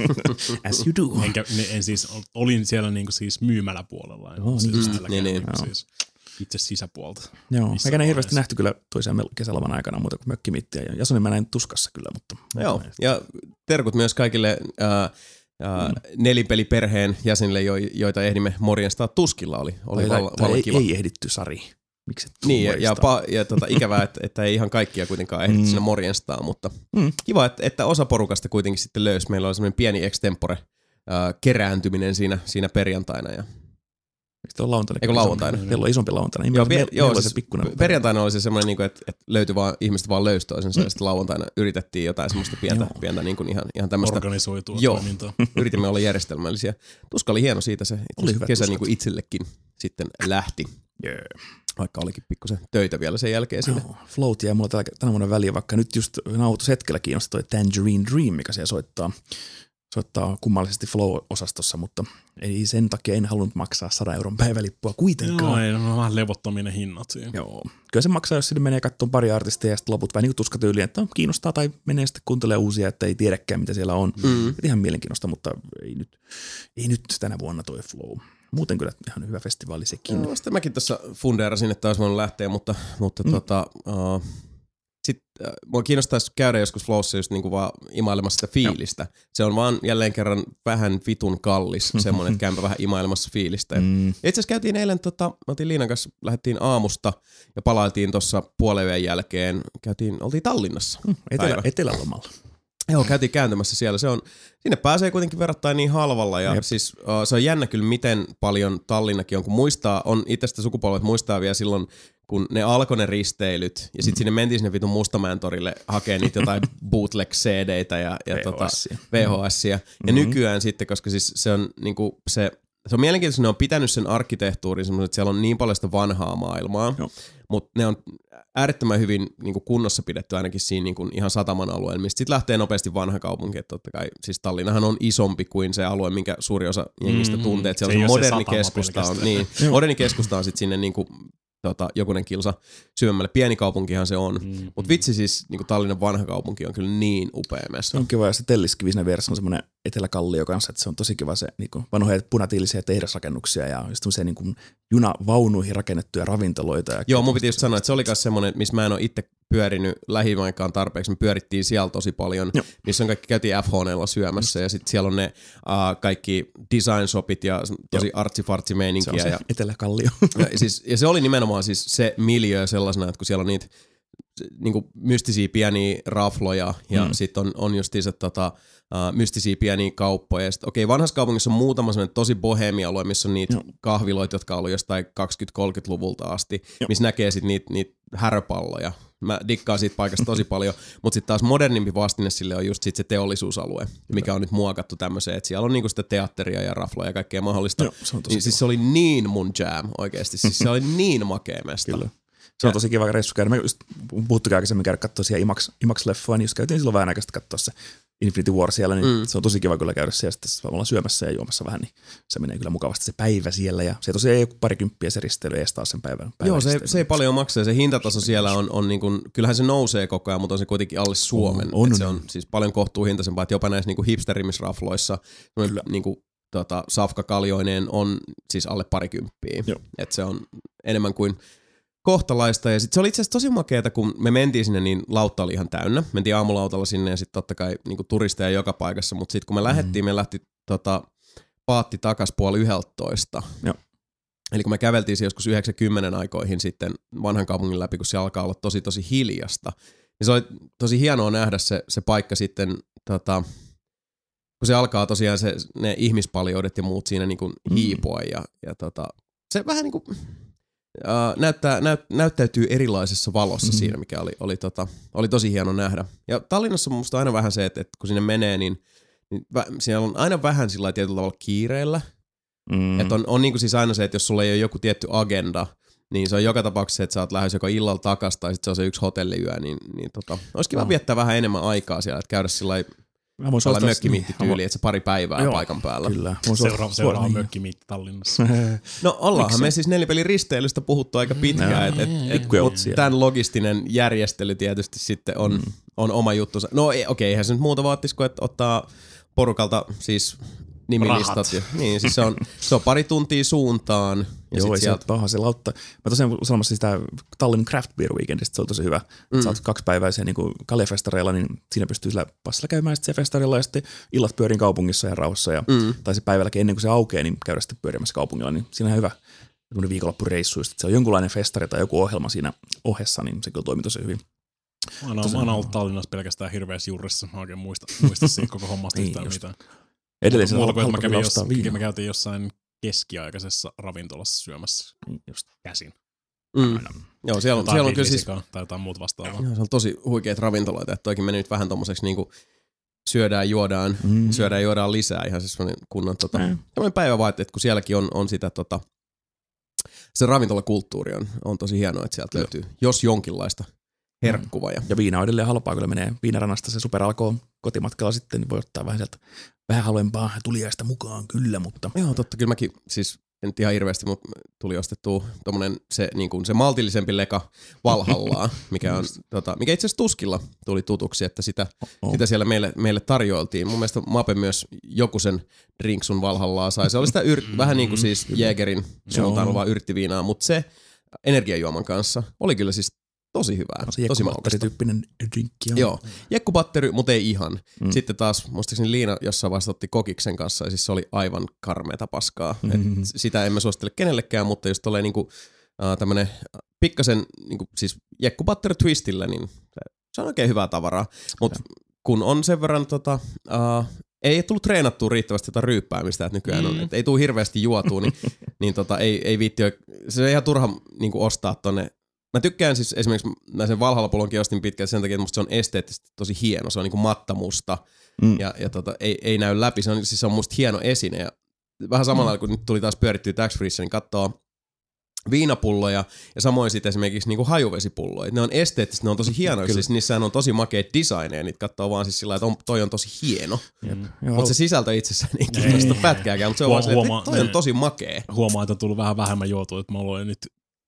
As you do. En, en siis, olin siellä niinku siis myymäläpuolella. En oh, siis niin, niin, niin. Siis itse sisäpuolta. Joo, meikä ei hirveästi nähty kyllä toiseen kesäloman aikana muuta kuin mökkimittiä. Ja Jasonin mä näin tuskassa kyllä, mutta... Joo, ja terkut myös kaikille... Äh, Uh, nelipeliperheen jäsenille, joita ehdimme morjenstaa tuskilla, oli, oli tai, val, tai ei, kiva. Ei ehditty, Sari. Miksi et niin, ja, ja, pa, ja tota, ikävää, että, että ei ihan kaikkia kuitenkaan ehditty mm. sinne morjenstaa, mutta mm. kiva, että, että osa porukasta kuitenkin sitten löysi. Meillä oli semmoinen pieni extempore uh, kerääntyminen siinä, siinä perjantaina. Ja eikö se ole lauantaina? Eikö lauantaina? Meillä on isompi lauantaina. Joo, me, joo siis perjantaina oli se semmoinen, että, että löytyi vaan, ihmiset vaan löysi toisensa, mm. ja sitten lauantaina yritettiin jotain semmoista pientä, pientä niin kuin ihan, ihan tämmöistä. Organisoitua joo, toimintaa. Yritimme olla järjestelmällisiä. Tuska oli hieno siitä, se kesä niin kuin itsellekin sitten lähti. Yeah. Vaikka olikin pikkusen töitä vielä sen jälkeen sinne. No, float jäi mulla tänä vuonna väliin, vaikka nyt just nauhoitushetkellä kiinnostaa toi Tangerine Dream, mikä siellä soittaa. Soittaa kummallisesti Flow-osastossa, mutta ei sen takia en halunnut maksaa sadan euron päivälippua kuitenkaan. Joo, ei, no vähän levottominen hinnat siihen. Joo. Kyllä se maksaa, jos sinne menee katsomaan pari artistia ja sitten loput vähän niin kuin tuskatyyliin, että kiinnostaa tai menee sitten kuuntelee uusia, että ei tiedäkään mitä siellä on. Mm. Ihan mielenkiinnosta, mutta ei nyt, ei nyt tänä vuonna toi Flow. Muuten kyllä ihan hyvä festivaali sekin. No, sitten mäkin tuossa fundeerasin, että olisi voinut lähteä, mutta, mutta mm. tota... Uh... Sitten äh, mua kiinnostaisi käydä joskus Flowssa just niinku vaan imailemassa sitä fiilistä. Joo. Se on vaan jälleen kerran vähän vitun kallis, semmoinen, että käympä vähän imailemassa fiilistä. Mm. Ja itse asiassa käytiin eilen, tota, mä otin Liinan kanssa, lähdettiin aamusta ja palailtiin tuossa puolen yön jälkeen. Käytiin, oltiin Tallinnassa. Mm, etelä, etelälomalla. Joo, käytiin kääntämässä siellä. Se on, sinne pääsee kuitenkin verrattain niin halvalla ja Jep. siis uh, se on jännä kyllä miten paljon Tallinnakin on, kun muistaa, on itsestä sukupolvet muistaa vielä silloin, kun ne alkoi ne risteilyt ja sitten mm. sinne mentiin sinne vitun Mustamäen torille hakemaan niitä jotain bootleg-C D:itä ja, ja V H S-ia. Tota, V H S-ia. Mm-hmm. Ja nykyään sitten, koska siis se on niinku se, se on mielenkiintoista, ne on pitänyt sen arkkitehtuurin semmoisen, että siellä on niin paljon sitä vanhaa maailmaa, mutta ne on äärettömän hyvin niin kuin kunnossa pidetty ainakin siinä niin kuin ihan sataman alueella, mistä sitten lähtee nopeasti vanha kaupunki. Että totta kai, siis Tallinnahan on isompi kuin se alue, minkä suuri osa jengistä mm-hmm. tuntee. Että siellä se on se moderni keskusta on, niin, moderni keskusta on sitten sinne niin kuin tota, jokunen kilsa syvemmälle. Pieni kaupunkihan se on. Mm-hmm. Mutta vitsi siis niin Tallinnan vanha kaupunki on kyllä niin upea mesta. Se on kiva ja se Telliskivi siinä vieressä on semmoinen eteläkallio kanssa, että se on tosi kiva se niin vanhoja punatiilisiä tehdasrakennuksia ja semmoisia niin junavaunuihin rakennettuja ravintoloita. Ja joo, mun piti just sanoa, että se oli myös semmoinen, missä mä en ole itse pyörinyt lähimainkaan tarpeeksi. Me pyörittiin siellä tosi paljon, Joo. missä on kaikki, käytiin F H&Lla syömässä mm. ja sitten siellä on ne uh, kaikki design shopit ja tosi artsifartsi meininkiä. Se on se ja, eteläkallio. ja, siis, ja se oli nimenomaan siis se miljöö sellaisena, että kun siellä on niitä niinku mystisiä pieniä rafloja ja mm. sitten on, on justiinsa tota, uh, mystisiä pieniä kauppoja. Sit, okei, vanhassa kaupungissa on muutama sellainen tosi bohemia-alue, missä on niitä Joo. kahviloita, jotka on ollut jostain kaksikymmentä-kolmekymmentäluvulta asti, Joo. missä näkee sitten niitä niit häröpalloja. Mä dikkaan siitä paikasta tosi paljon, mutta sitten taas modernimpi vastine sille on just sit se teollisuusalue, mikä on nyt muokattu tämmöiseen, että siellä on niinku sitä teatteria ja rafloja ja kaikkea mahdollista. Joo, se on tosi niin, siis se oli niin mun jam oikeasti, siis se oli niin makea mesta. Kyllä. Se on tosi kiva reissu käydä. Me just puhuttukin aikaisemmin käydä katsoa siellä IMAX, IMAX-leffoa, niin jos käytiin silloin vähän aikaa katsoa se Infinity War siellä, niin mm. se on tosi kiva kyllä käydä siellä. Sitten ollaan syömässä ja juomassa vähän, niin se menee kyllä mukavasti se päivä siellä. Ja se tosiaan ei joku parikymppiä se risteily ees taas sen päivän. päivän Joo, se, se ei paljon maksaa. Se hintataso siellä on, on niin kuin, kyllähän se nousee koko ajan, mutta on se kuitenkin alle Suomen. On, on, se on on siis paljon kohtuuhintaisempaa, että jopa näissä niin kuin hipsterimmisrafloissa niin kuin, tota, safkakaljoineen on siis alle parikymppiä. Että se on enemmän kuin kohtalaista. Ja sit se oli itse asiassa tosi makeeta, kun me mentiin sinne, niin lautta oli ihan täynnä. Mentiin aamulautalla sinne ja sitten totta kai niin turisteja joka paikassa. Mutta sitten kun me lähdettiin, mm. me lähti tota, paatti takas puoli yhdeltoista. Joo. Eli kun me käveltiin siellä joskus yhdeksänkymmentä aikoihin sitten vanhan kaupungin läpi, kun se alkaa olla tosi tosi hiljasta. Ja se oli tosi hienoa nähdä se, se paikka sitten, tota, kun se alkaa tosiaan se, ne ihmispaljoudet ja muut siinä niin kuin hiipua. Mm. Ja, ja tota, se vähän niin kuin Uh, näyttää, näyt, näyttäytyy erilaisessa valossa mm-hmm. siinä, mikä oli, oli, tota, oli tosi hieno nähdä. Ja Tallinnassa on musta aina vähän se, että, että kun sinne menee, niin, niin vä, siellä on aina vähän sillä tietyllä tavalla kiireellä. Mm-hmm. Että on, on niin kuin siis aina se, että jos sulla ei ole joku tietty agenda, niin se on joka tapauksessa, että sä oot lähes joko illalla takas tai sitten se on se yksi hotelliyö, niin, niin tota, olisi kiva no. viettää vähän enemmän aikaa siellä, että käydä sillä lailla mökkimiitti-tyyli, että se pari päivää Joo, paikan päällä. Kyllä. Seuraava seura on mökkimiitti Tallinnassa. No ollaanhan me siis nelipelin risteilystä puhuttu aika pitkään, että et, et, et, tämän logistinen järjestely tietysti sitten on, mm. on oma juttunsa. No okei, okay, eihän se nyt muuta vaatisi kuin, että ottaa porukalta siis nimilistat. Ja, niin, siis se on, se on pari tuntia suuntaan. Ja Joo, ei sieltä... se paha se lautta. Mä tosiaan sanomassa sitä Tallinnan Craft Beer Weekendistä, se oli tosi hyvä. Mm. Sä oot kaksipäiväisiä niin kaljafestareilla, niin siinä pystyy sillä passilla käymään sitten festarilla ja sitten illat pyörin kaupungissa ja rauhassa. Ja, mm. Tai se päivälläkin ennen kuin se aukeaa, niin käydä sitten pyörimässä kaupungilla, niin siinä on hyvä viikonloppureissu. Sitten se on jonkunlainen festari tai joku ohjelma siinä ohessa, niin se kyllä toimii tosi hyvin. Mä oon ollut Tallinnassa pelkästään hirveässä jurrissa. Mä oikein muista, muista siitä koko hommasta yhtään niin mitään. Edelleen muuta kuin, että mä, kävin jos, me käytiin jossain keskiaikaisessa ravintolassa syömässä just käsin. Mm. Joo, siellä on, siellä on kyllä siis... Tai jotain muut vastaavaa. Joo, se on tosi huikeat ravintoloita, että toikin meni nyt vähän tommoseksi niinku syödään, juodaan, mm. syödään, juodaan lisää. Ihan siis semmoinen kunnon tota, mm. päivävaate, että kun sielläkin on, on sitä tota, se ravintolakulttuuri on, on tosi hienoa, että sieltä löytyy, jos jonkinlaista herkkuva. Ja, ja viina on edelleen halpaa, kyllä menee Viinarannasta se Super Alko kotimatkalla sitten, niin voi ottaa vähän sieltä vähän halvempaa tuliaista mukaan, kyllä, mutta... Joo, totta, kyllä mäkin siis en ihan hirveästi, mutta tuli ostettua tommonen se, niin kuin se maltillisempi leka Valhallaa, mikä on, tota, mikä itse asiassa Tuskilla tuli tutuksi, että sitä, oh. sitä siellä meille, meille tarjoiltiin. Mun mielestä Mape myös joku sen drinksun Valhallaa sai. Se oli sitä yr, vähän niin kuin siis Jägerin suuntaan olevaa yrttiviinaa, mutta se energiajuoman kanssa oli kyllä siis tosi hyvää. No se jekkubatterityyppinen drinkki. Joo, jekkubatteri, mutta ei ihan. Mm. Sitten taas, muistaakseni Liina jossain vaiheessa otti kokiksen kanssa, ja siis se oli aivan karmeata paskaa. Mm-hmm. Sitä emme suosittele kenellekään, mutta jos tulee niinku, uh, tämmönen pikkasen niinku, siis jekkubatteri twistillä, niin se, se on oikein hyvää tavaraa. Mutta kun on sen verran tota... Uh, ei tullut treenattua riittävästi jotain ryyppäämistä, että nykyään on, että ei tule hirveästi juotua, niin, niin tota, ei, ei viitti, se on ihan turha niin kuin ostaa tonne. Mä tykkään siis esimerkiksi, mä sen Valhalla-pullonkin ostin pitkään sen takia, että musta se on esteettisesti tosi hieno, se on niin kuin mattamusta mm. ja, ja tota, ei, ei näy läpi, se on, siis se on musta hieno esine ja vähän samalla mm. kun nyt tuli taas pyörittyä Tax Freessa, niin katsoo viinapulloja ja samoin sitten esimerkiksi niinku hajuvesipulloja. Ne on esteettisesti, ne on tosi hienoja, siis niissähän on tosi makeat designeja, niitä katsoo vaan siis sillä että on, toi on tosi hieno. Mm. Mutta se sisältö itsessään ei kiinnosta pätkääkään, mutta se on Huoma, vaan silleen, että toi on tosi makea. Huomaa, että on tullut vähän vähemmän juotua, että mä olen nyt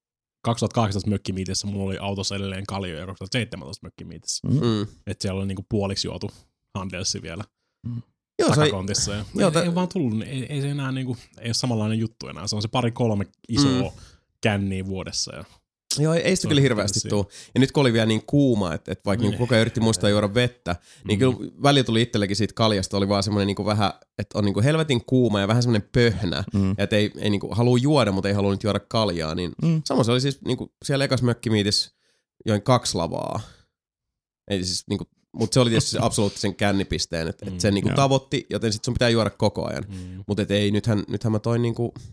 kaksituhattakahdeksantoista mökkimiitissä mulla oli autossa edelleen Kaljo ja kaksituhattaseitsemäntoista mökkimiitissä. Mm. Että siellä oli niinku puoliksi juotu Handelsi vielä Mm. Joo, takakontissa. Ja joo, ei, ta- ei vaan tullut, ei, ei se enää niinku, ei ole samanlainen juttu enää. Se on se pari kolme isoa mm. känniä vuodessa. Ja Joo, ei sitä kyllä hirveästi tule. Ja nyt kun oli vielä niin kuuma, että, että vaikka niin koko ajan yritti muistaa juoda vettä, niin kyllä välillä tuli itsellekin siitä kaljasta, oli vaan semmoinen niin vähän, että on niin kuin helvetin kuuma ja vähän semmoinen pöhnä, mm. että ei, ei niin kuin halua juoda, mutta ei halua nyt juoda kaljaa. Niin mm. samoin se oli siis niin kuin siellä ekas mökkimiitissä join kaksi lavaa. Ei siis niin kuin, mutta se oli tietysti se absoluuttisen kännipisteen, että, että sen niin kuin tavoitti, joten sit sun pitää juoda koko ajan. Mm. Mutta ei, nythän, nythän mä toin niin kuin,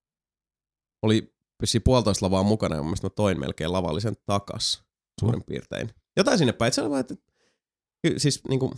oli pysyy puolitoista lavaa mukana ja mun mielestä mä toin melkein lavallisen takas suurin piirtein. Jotain sinne päin. Se oli vaan, että siis niinku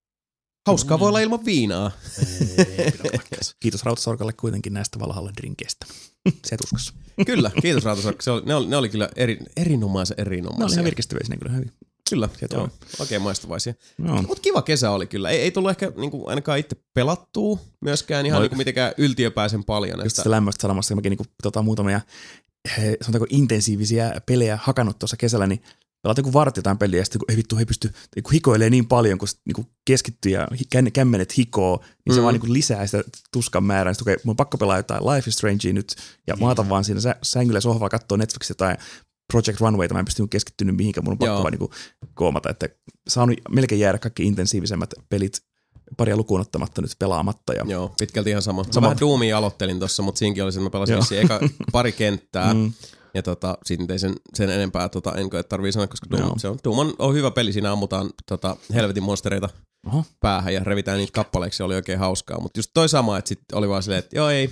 hauskaa voi olla ilman viinaa. Ei, kiitos Rautasorkalle kuitenkin näistä Valhallan drinkeistä. Setuskassa. Kyllä, kiitos Rautasorkalle. Ne oli, ne oli kyllä eri, erinomaisen erinomaisia. Ne oli ihan virkistäviä sinne kyllä hyvin. Kyllä, joo, oikein maistavaisia. No. Mutta kiva kesä oli kyllä. Ei, ei tullut ehkä niinku, ainakaan itse pelattua myöskään ihan no, niinku, mitenkään yltiöpäisen paljon. Just sitä lämmöstä sanomassa, mäkin niinku, tota, muutamia sanotaanko intensiivisiä pelejä hakannut tuossa kesällä, niin pelaat joku vartti jotain peliä ja sitten kun ei vittu, ei pysty, kun hikoilee niin paljon, kun niinku keskittyy ja kämmenet hikoo, niin mm. se vaan niinku lisää sitä tuskan määrää. Sitten okay, mun on pakko pelaa jotain Life is Strangea nyt ja maata vaan siinä sängyllä sohvalla katsoa Netflixia tai Project Runwayta, mä en pystynyt keskittynyt mihinkään, mun on pakko vaan niinku koomata, että saanut melkein jäädä kaikki intensiivisemmät pelit paria lukuun ottamatta nyt pelaamatta. Ja joo, pitkälti ihan sama. Mä vähän Doomia aloittelin tossa, mutta siinäkin oli se, että mä pelasin vissiin eka pari kenttää, mm. ja tota, siitä ei sen, sen enempää tota, en koe tarvii sanoa, koska Doom, se on, Doom on, on hyvä peli, siinä ammutaan tota, helvetin monstereita Oho. päähän ja revitään niitä kappaleiksi, se oli oikein hauskaa, mutta just toi sama, että sit oli vaan silleen, että joo ei,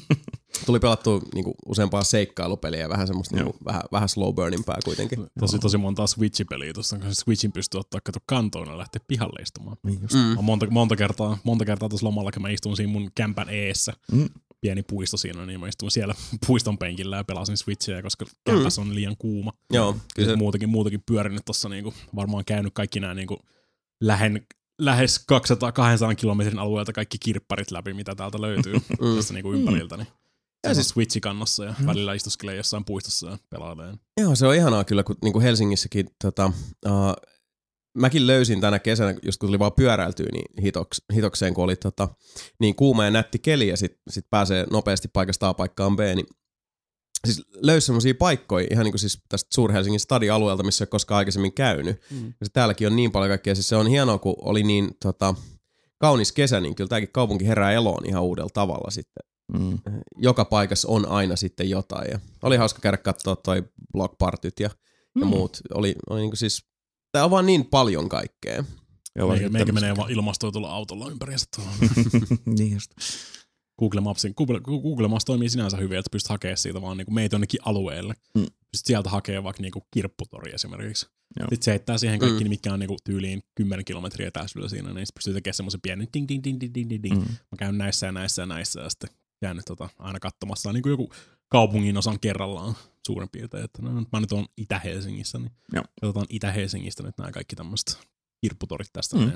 tuli pelattua niinku useampaa seikkailupeliä ja vähän semmoista niinku, vähän, vähän slow burnimpää kuitenkin. Tosi tosi montaa Switch-peliä tuossa, kun Switchin pystyy ottaa kato kantoon ja lähteä pihalle istumaan. Niin just. Mm. Monta, monta kertaa, monta kertaa tuossa lomalla, kun mä istun siinä mun kämpän eessä, mm. pieni puisto siinä, niin mä istun siellä puiston penkillä ja pelasin Switchia, koska kämpäs on liian kuuma. Joo, kyllä se muutakin, muutakin pyörinyt tuossa, niinku, varmaan käynyt kaikki nämä niinku, lähen lähes kaksisataa kaksisataa kilometrin alueelta kaikki kirpparit läpi, mitä täältä löytyy mm. tässä niinku ympäriltä. Niin ja siis Switchi kannassa ja mm. välillä istuskelee jossain puistossa ja pelailee. Joo, se on ihanaa kyllä, kun niinku Helsingissäkin tota, uh, mäkin löysin tänä kesänä, just kun tuli vaan pyöräiltyä niin hitoks, hitokseen, kun oli tota, niin kuuma ja nätti keli ja sit, sit pääsee nopeasti paikasta A paikkaan B, niin siis löysi semmosia paikkoja ihan niinku siis tästä Suur-Helsingin stadialueelta, missä ei ole koskaan aikaisemmin käynyt. Mm. Ja se täälläkin on niin paljon kaikkea. Siis se on hienoa, kun oli niin tota, kaunis kesä, niin kyllä tämäkin kaupunki herää eloon ihan uudella tavalla sitten. Mm. Joka paikassa on aina sitten jotain. Ja oli hauska käydä katsoa toi Block Partyt ja, mm. ja muut. Oli, oli niinku siis, tää on vaan niin paljon kaikkea. Meikä, meikä menee vaan ilmastoitulla autolla ympäriinsä tuolla. Niin just. Google Mapsin, Google, Google Maps toimii sinänsä hyvin, että pystyt hakemaan siitä vaan niinku meitä jonnekin alueelle. Mm. Pystyt sieltä hakemaan vaikka niinku kirpputori esimerkiksi. Joo. Sitten se heittää siihen kaikki, mm. mitkä on niinku tyyliin kymmenen kilometriä etäisyydellä siinä, niin sitten pystyy tekemään semmoisen pienen ding ding ding ding ding ding ding. Mm. Mä käyn näissä ja näissä ja näissä ja sitten jäänyt tota, aina katsomassa niin kuin joku kaupungin osan kerrallaan suurin piirtein. Että no, mä nyt oon Itä-Helsingissä, niin Joo. katsotaan Itä-Helsingistä nyt nämä kaikki tämmöiset kirpputorit tästä. Mm.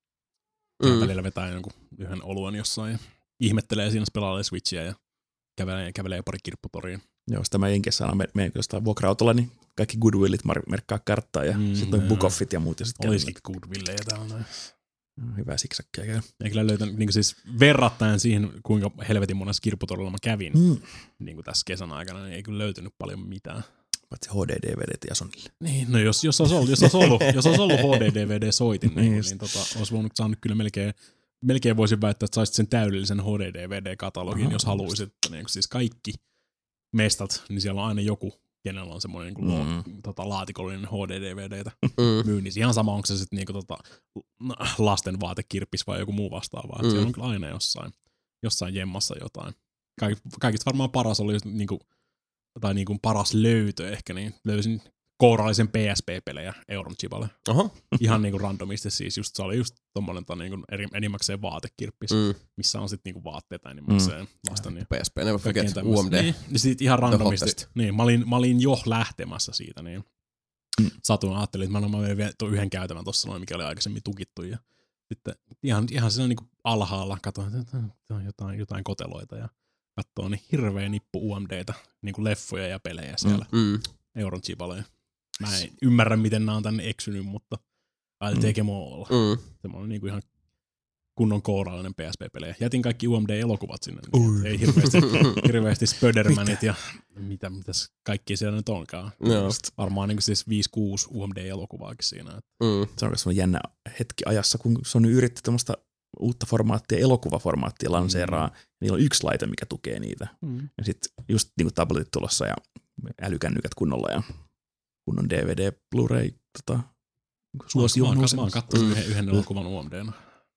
Mm. Välillä vetää jonkun yhden oluen jossain ja ihmettelee siinä, pelailee Switchiä ja kävelee, kävelee pari kirpputoriin. Joo, sitä mä Jenkeissä aina menen jostain vuokra-autolla, niin kaikki Goodwillit merkkaa karttaa ja mm, sitten noin Bookoffit ja muut. Ja sit olisikin Goodwillejä täällä. Hyvä siksakkia käy. Ei kyllä löytänyt, niin siis verrattain siihen, kuinka helvetin monessa kirpputorilla mä kävin mm. niin tässä kesän aikana, niin ei kyllä löytynyt paljon mitään. Paitsi H D D V D ja Sonille. Niin, no jos, jos, olisi ollut, jos, olisi ollut, jos olisi ollut H D D V D-soitin, niin, niin, niin tota, olisi voinut saanut kyllä melkein, melkein voisin väittää, että saisit sen täydellisen H D D V D-katalogin, Aha, jos haluaisit. Niin, siis kaikki mestat, niin siellä on aina joku, kenellä on semmoinen niin kuin mm. tota, laatikollinen H D D V D:tä mm. myynnissä. Ihan sama, onko se sitten niin tota, lasten vaatekirppis vai joku muu vastaava. Mm. Siellä on kyllä aina jossain, jossain jemmassa jotain. Kaik, kaikista varmaan paras oli, niin kuin, tai niin kuin paras löytö ehkä, niin löysin kourallisen P S P-pelejä Euron Chivalle. Oho. Ihan niinku randomisti siis, just se oli just tommonen niinku eri, enimmäkseen vaatekirppis, mm. missä on sit niinku vaatteita enimmäkseen mm. lasten. Niin P S P, never forget, U M D. Niin, niin sit ihan randomisti, niin mä olin, mä olin jo lähtemässä siitä, niin mm. satuin ajattelin, että mä, mä menin vielä yhden käytävän tossa noin, mikä oli aikaisemmin tukittu, ja sitten ihan, ihan siinä niinku alhaalla katsoin, että on jotain, jotain koteloita, ja katsoo, niin hirveä nippu U M D:tä, niin kuin leffoja ja pelejä siellä. Mm. Euron chipaleja. Mä en ymmärrä, miten nämä on tänne eksynyt, mutta I'll take them all. Mm. Semmoinen niin kuin ihan kunnon koodallinen P S P-pelejä. Jätin kaikki U M D-elokuvat sinne. Niin ei hirveästi, hirveästi Spödermanit ja mitä mitäs kaikki siellä nyt onkaan. No. Varmaan niin kuin siis viisi kuusi U M D-elokuvaakin siinä. Mm. Se on myös jännä hetki ajassa, kun Sony yritti tämmöistä uutta formaattia, elokuvaformaattia lanseeraa. Mm. Niillä on yksi laite, mikä tukee niitä. Mm. Ja sitten just niin kuin tabletit tulossa ja älykännykät kunnolla ja kunnon D V D, Blu-ray, tota, suosio on nousemassa. Mä oon kattonut yhden, yhden elokuvan U M D:nä.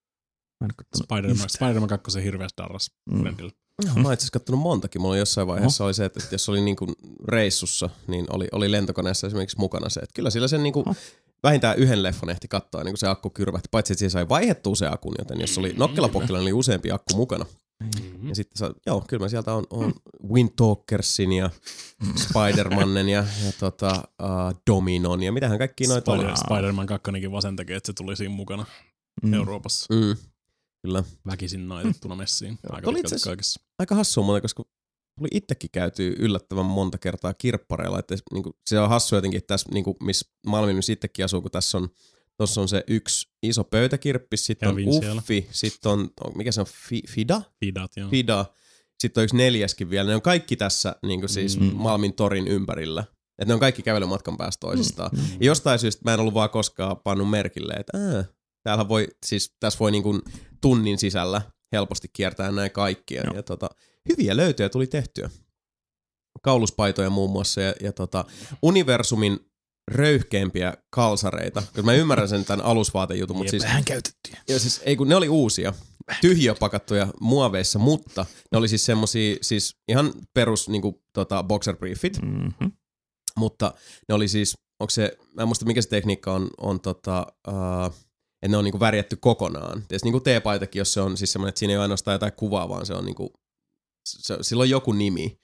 Spider-Man, Spider-Man kaksi hirveästi darras mm. Brandilla. No, mä oon itse asiassa kattonut montakin. Mulla jossain vaiheessa oh. oli se, että jos oli niinku reissussa, niin oli, oli lentokoneessa esimerkiksi mukana se, että kyllä sillä sen niinku oh. vähintään yhden leffon ehti katsoa, niin kuin se akku kyrvähti. Paitsi, että siihen sai vaihdettua se akun, joten jos oli nokkelapokkilla, niin oli useampi akku mukana. Mm-hmm. Ja sitten sa, joo, kyllä mä sieltä on, on Wind Talkersin ja Spider-Mannen ja, ja tota, uh, Dominon ja mitähän kaikki noita Spider- oli. Spider-Man kakkonenkin vaan sen takia, että se tuli siinä mukana mm. Euroopassa. Mm. Kyllä. Väkisin naitettuna messiin. Aika oli itse kaikessa aika hassua muuten, koska tuli itsekin käytyy yllättävän monta kertaa kirppareilla. Että, niin kuin, se on hassu jotenkin tässä, niin kuin, missä Malmin itsekin asuu, kun tässä on, tossa on se yksi iso pöytäkirppis, sitten on Uffi, sitten on, mikä se on, Fi, Fida? Fidat, joo. Fida. Sitten on yksi neljäskin vielä. Ne on kaikki tässä niin kuin siis mm. Malmin torin ympärillä. Että ne on kaikki kävelymatkan päästä toisistaan. Mm. Ja jostain syystä mä en ollut vaan koskaan pannut merkille, että ää, täällä voi, siis tässä voi niin kuin tunnin sisällä helposti kiertää näin kaikkia. Ja tota, hyviä löytöjä tuli tehtyä. Kauluspaitoja muun muassa ja, ja tota, universumin röyhkeimpiä kalsareita. Koska mä ymmärrän sen tämän alusvaatejutun, mutta siis, vähän käytettyjä. Ja siis ei kun ne oli uusia, tyhjiö pakattuja muoveissa, mutta ne oli siis semmosia, siis ihan perus niinku tota boxer briefit. Mm-hmm. Mutta ne oli siis, onko se, mä en muista mikä se tekniikka on, on tota, uh, että ne on niinku värjätty kokonaan. Tietysti niinku T-paitakin, jos se on siis semmoinen, että siinä ei ole ainoastaan jotain kuvaa, vaan se on niinku, se, sillä on joku nimi.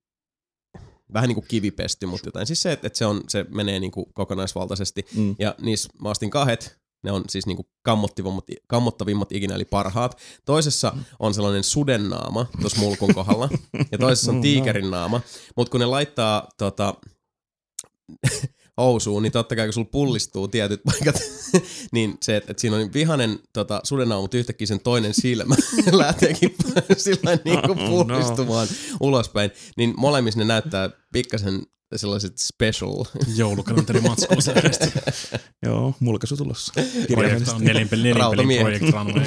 Vähän niinku kivipesty, mutta jotain. Siis se, että et se, on, se menee niinku kokonaisvaltaisesti. Mm. Ja niissä mä ostin kahdet, ne on siis niinku kammottavimmat, kammottavimmat ikinä, eli parhaat. Toisessa mm. on sellainen sudennaama tuossa mulkun kohdalla, ja toisessa on tiikerin naama. Mutta kun ne laittaa tota, housuun, niin totta kai kun sulla pullistuu tietyt paikat, niin se, että et siinä on vihanen tota, sudennaama, mutta yhtäkkiä sen toinen silmä lähteekin sillä niinku pullistumaan no. ulospäin, niin molemmissa ne näyttää pikkasen sellaiset special. Joulukalenteri-matsku selkeästi. Joo, mulkaisu tulossa. Projekta on nelinpelin Project Runway.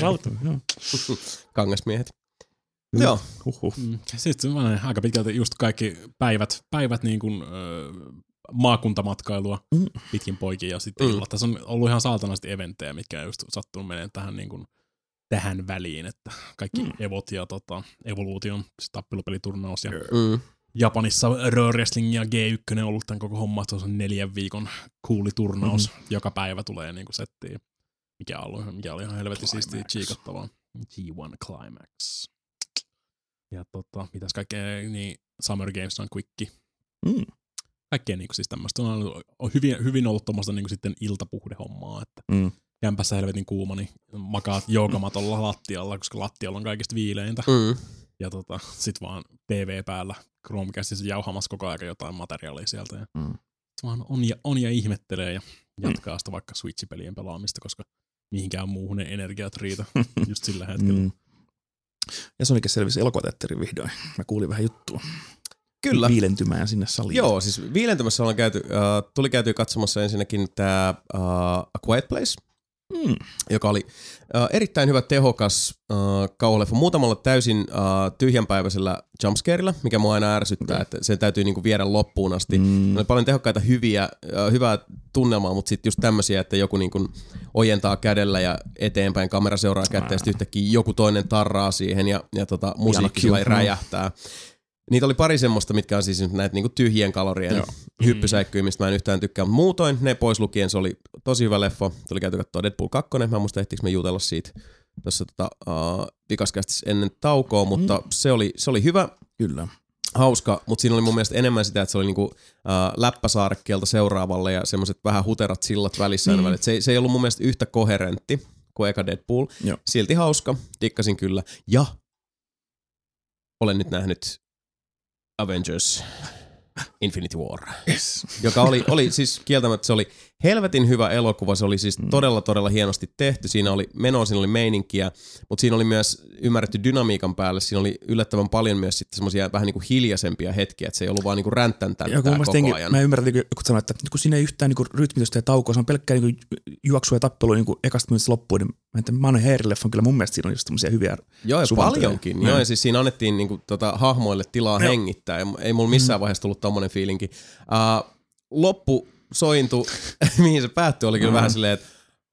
Kangasmiehet. Mm. Joo. Uhuh. Mm. Sitten aika pitkälti just kaikki päivät, päivät niin kuin, ö, maakuntamatkailua mm. pitkin poikin ja sitten mm. illat. Tässä on ollut ihan saatanasti eventtejä, mitkä on just sattunut menemään tähän, niin kuin, tähän väliin, että kaikki mm. Evot ja tota, Evolution, siis tappelupeliturnaus ja mm. Japanissa Pro Wrestling ja G yksi on ollut tämän koko homma, se on neljän viikon kuuliturnaus, mm-hmm. joka päivä tulee niin kuin settiin, mikä oli, mikä oli ihan helvetin siistiä chiikattavaa. G yksi Climax. Ja tota, mitäs kaikkea, niin Summer Games on Quicki. Mm. Kaikkea niin kuin siis tämmöistä. On, on hyvin, hyvin ollut tommoista niin kuin sitten iltapuhdehommaa, että mm. kämpässä helvetin kuuma, niin makaat joogamatolla lattialla, koska lattialla on kaikista viileintä. Mm. Ja tota, sit vaan T V päällä Chromecastissa jauhamassa koko ajan jotain materiaalia sieltä. Ja mm. vaan on ja, on ja ihmettelee ja jatkaa mm. sitä vaikka Switch-pelien pelaamista, koska mihinkään muuhun ne energiat riitä just sillä hetkellä. Mm. Ja Sonicin selvisi elokuvateatteri vihdoin. Mä kuulin vähän juttua. Kyllä. Viilentymään sinne saliin. Joo, siis viilentymässä ollaan käyty, uh, tuli käyty katsomassa ensinnäkin tää uh, A Quiet Place, mm. joka oli uh, erittäin hyvä, tehokas uh, kauhuleffa. Muutamalla täysin uh, tyhjänpäiväisellä jumpscarella, mikä mua aina ärsyttää, okay. että se täytyy niinku viedä loppuun asti. Mm. Oli paljon tehokkaita, hyviä, uh, hyvää tunnelmaa, mutta sitten just tämmöisiä, että joku niinku ojentaa kädellä ja eteenpäin, kamera seuraa kättä ja sitten yhtäkkiä joku toinen tarraa siihen ja, ja tota, musiikki sillä räjähtää. Niitä oli pari semmoista, mitkä on siis näitä niinku tyhjien kalorien Joo. hyppysäikkyjä, mistä mä en yhtään tykkää. Mutta muutoin ne pois lukien se oli tosi hyvä leffa. Tuli käyty katsoa Deadpool kaksi. Mä en muista ehtiinkö me jutella siitä tuossa tota, uh, vikaskästissä ennen taukoa, mutta mm. se, oli, se oli hyvä. Kyllä. Hauska, mutta siinä oli mun mielestä enemmän sitä, että se oli niinku uh, läppäsaarekkeelta seuraavalle ja semmoiset vähän huterat sillat välissä mm. aina väliin. Se, se ei ollut mun mielestä yhtä koherentti kuin eka Deadpool. Joo. Silti hauska, tikkasin kyllä. Ja olen nyt nähnyt Avengers Infinity War, Yes. joka oli, oli siis kieltämättä, se oli helvetin hyvä elokuva, se oli siis mm. todella todella hienosti tehty, siinä oli menoa, siinä oli meininkiä, mutta siinä oli myös ymmärretty dynamiikan päälle, siinä oli yllättävän paljon myös sitten semmoisia vähän niin kuin hiljaisempia hetkiä, että se ei ollut vaan niin kuin ränttäntäntää koko tenkin, ajan. Mä ymmärrän, että joku sanoi, että kun siinä ei yhtään niin rytmitystä ja taukoa, se on pelkkää niin juoksua ja tappelua niin ekasta minuutista loppuun, niin mä en Manu Heerileffan kyllä mun mielestä siinä on just semmoisia hyviä Joo, ja suvantoja. paljonkin. Joo, ja siis siinä annettiin niinku tota, hahmoille tilaa Joo. hengittää. Ja ei mulla missään vaiheessa tullut tommonen fiilinki. Uh, loppu sointu, mihin se päättyi, oli kyllä mm. vähän silleen, että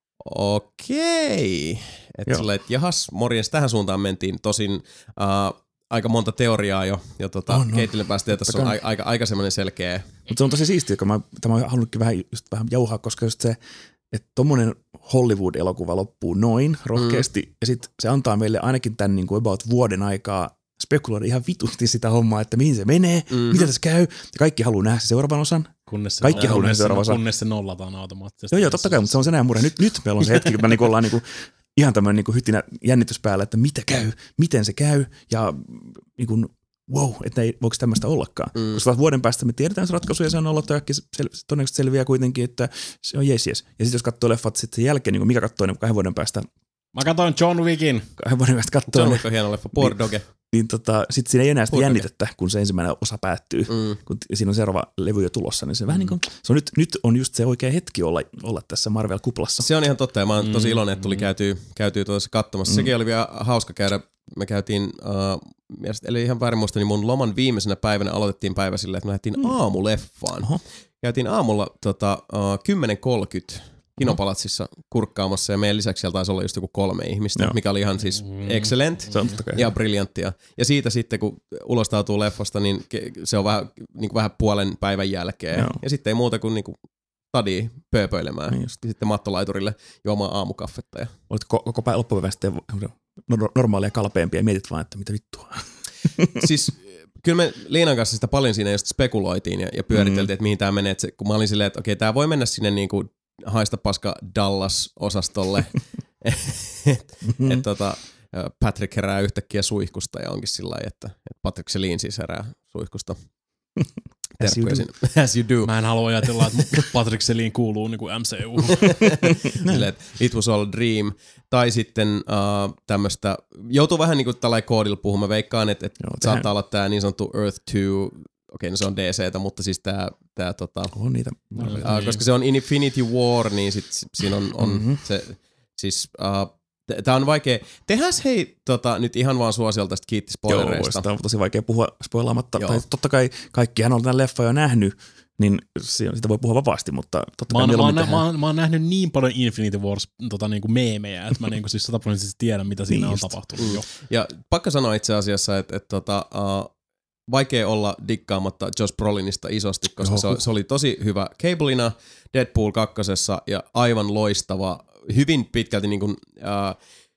okei. Että silleen, että jahas, morjens, tähän suuntaan mentiin. Tosin uh, aika monta teoriaa jo, jo tota, oh, no. Keitille päästiin, tässä on aika, aika, aika semmoinen selkeä. Mutta se on tosi siistiä, kun mä, mä oon halunnutkin vähän, just vähän jauhaa, koska just se, että tommonen Hollywood-elokuva loppuu noin rohkeasti, mm. ja sitten se antaa meille ainakin tämän niin kuin about vuoden aikaa spekuloida ihan vitusti sitä hommaa, että mihin se menee, mm-hmm. mitä tässä käy, ja kaikki haluaa nähdä se seuraavan osan. Kunnes se, kaikki haluaa nähdä seuraavan osan. Kunnes se nollataan automaattisesti. Joo, joo, totta kai, mutta se on se näin murhe. Nyt, nyt meillä on se hetki, kun me niinku ollaan niinku ihan tämmöinen niinku hytinä jännitys päällä, että mitä käy, miten se käy, ja niinku, wow, että ei voiko tämmöistä ollakaan. Mm. Koska vuoden päästä me tiedetään se ratkaisu, ja se on ollut sel- todennäköisesti selviää kuitenkin, että se on jes, jes. Ja sitten jos katsoo leffat sitten sen jälkeen, niin kuin mikä katsoo niin kahden vuoden päästä. Mä katsoin John Wickin. Kahden vuoden päästä katsoo. John Wick on hieno leffa, Poor Doge. Niin, niin tota, sitten siinä ei enää sitä jännitettä, kun se ensimmäinen osa päättyy. Mm. Kun siinä on seuraava levy jo tulossa, niin se mm. vähän niin kuin, se on nyt, nyt on just se oikea hetki olla, olla tässä Marvel-kuplassa. Se on ihan totta, ja mä oon tosi iloinen, että tuli käytyy, käytyy tuossa katsomassa. Mm. Sekin oli vielä hauska käydä. Me käytiin, uh, eli ihan väärin muista, niin mun loman viimeisenä päivänä aloitettiin päivä silleen, että me lähdettiin mm. aamuleffaan. Oho. Käytiin aamulla tota, uh, kymmenen kolmekymmentä Kinopalatsissa kurkkaamassa, ja meidän lisäksi siellä taisi olla just joku kolme ihmistä, Joo. mikä oli ihan siis excellent ja briljanttia. Ja siitä sitten, kun ulostautuu leffasta, niin se on vähän, niin kuin vähän puolen päivän jälkeen. Joo. Ja sitten ei muuta kuin, niin kuin tadii pööpöilemään. Niin sitten mattolaiturille juomaan aamukaffetta. Ja olitko koko päivän loppupäivän sitten normaalia kalpeampia ja mietit vaan, että mitä vittua? Siis kyllä me Liinan kanssa sitä paljon siinä just spekuloitiin ja, ja pyöriteltiin, mm. että mihin tämä menee. Se, kun mä olin silleen, että okei, tämä voi mennä sinne niinku haista paska Dallas-osastolle. että et, tota, Patrick herää yhtäkkiä suihkusta ja onkin sillä lailla, että, että Patrick Selin siis herää suihkusta. As you, As you do. Mä en halua ajatella, että Patrick Selin kuuluu niin kuin M C U. It was all a dream. Tai sitten uh, tämmöistä, joutuu vähän niin kuin tällainen koodilla puhumaan. Veikkaan, että et saattaa olla tämä niin sanottu Earth two, okei, okay, no se on D C:tä, mutta siis tämä, tää, tota, on niitä. Uh, niin. Koska se on Infinity War, niin sit siinä on, on mm-hmm. se, siis uh, Tämä on vaikea. Tehäs hei tota, nyt ihan vaan suosiolta tästä kiitti spoilereista. Joo, tämä on tosi vaikea puhua spoilaamatta. Tai totta kai kaikkihan on tämän leffan jo nähnyt, niin sitä voi puhua vapaasti, mutta totta kai mä oon, mä, oon, mä, oon, mä oon nähnyt niin paljon Infinity Wars tota, niinku meemejä, että mä niinku siis sataprosenttisesti tiedän, mitä siinä niin on tapahtunut mm. jo. Ja pakko sanoa itse asiassa, että et, tota, uh, vaikea olla dikkaamatta Josh Brolinista isosti, koska se, se oli tosi hyvä Cableina Deadpool kakkosessa ja aivan loistava, hyvin pitkälti niin kuin, uh,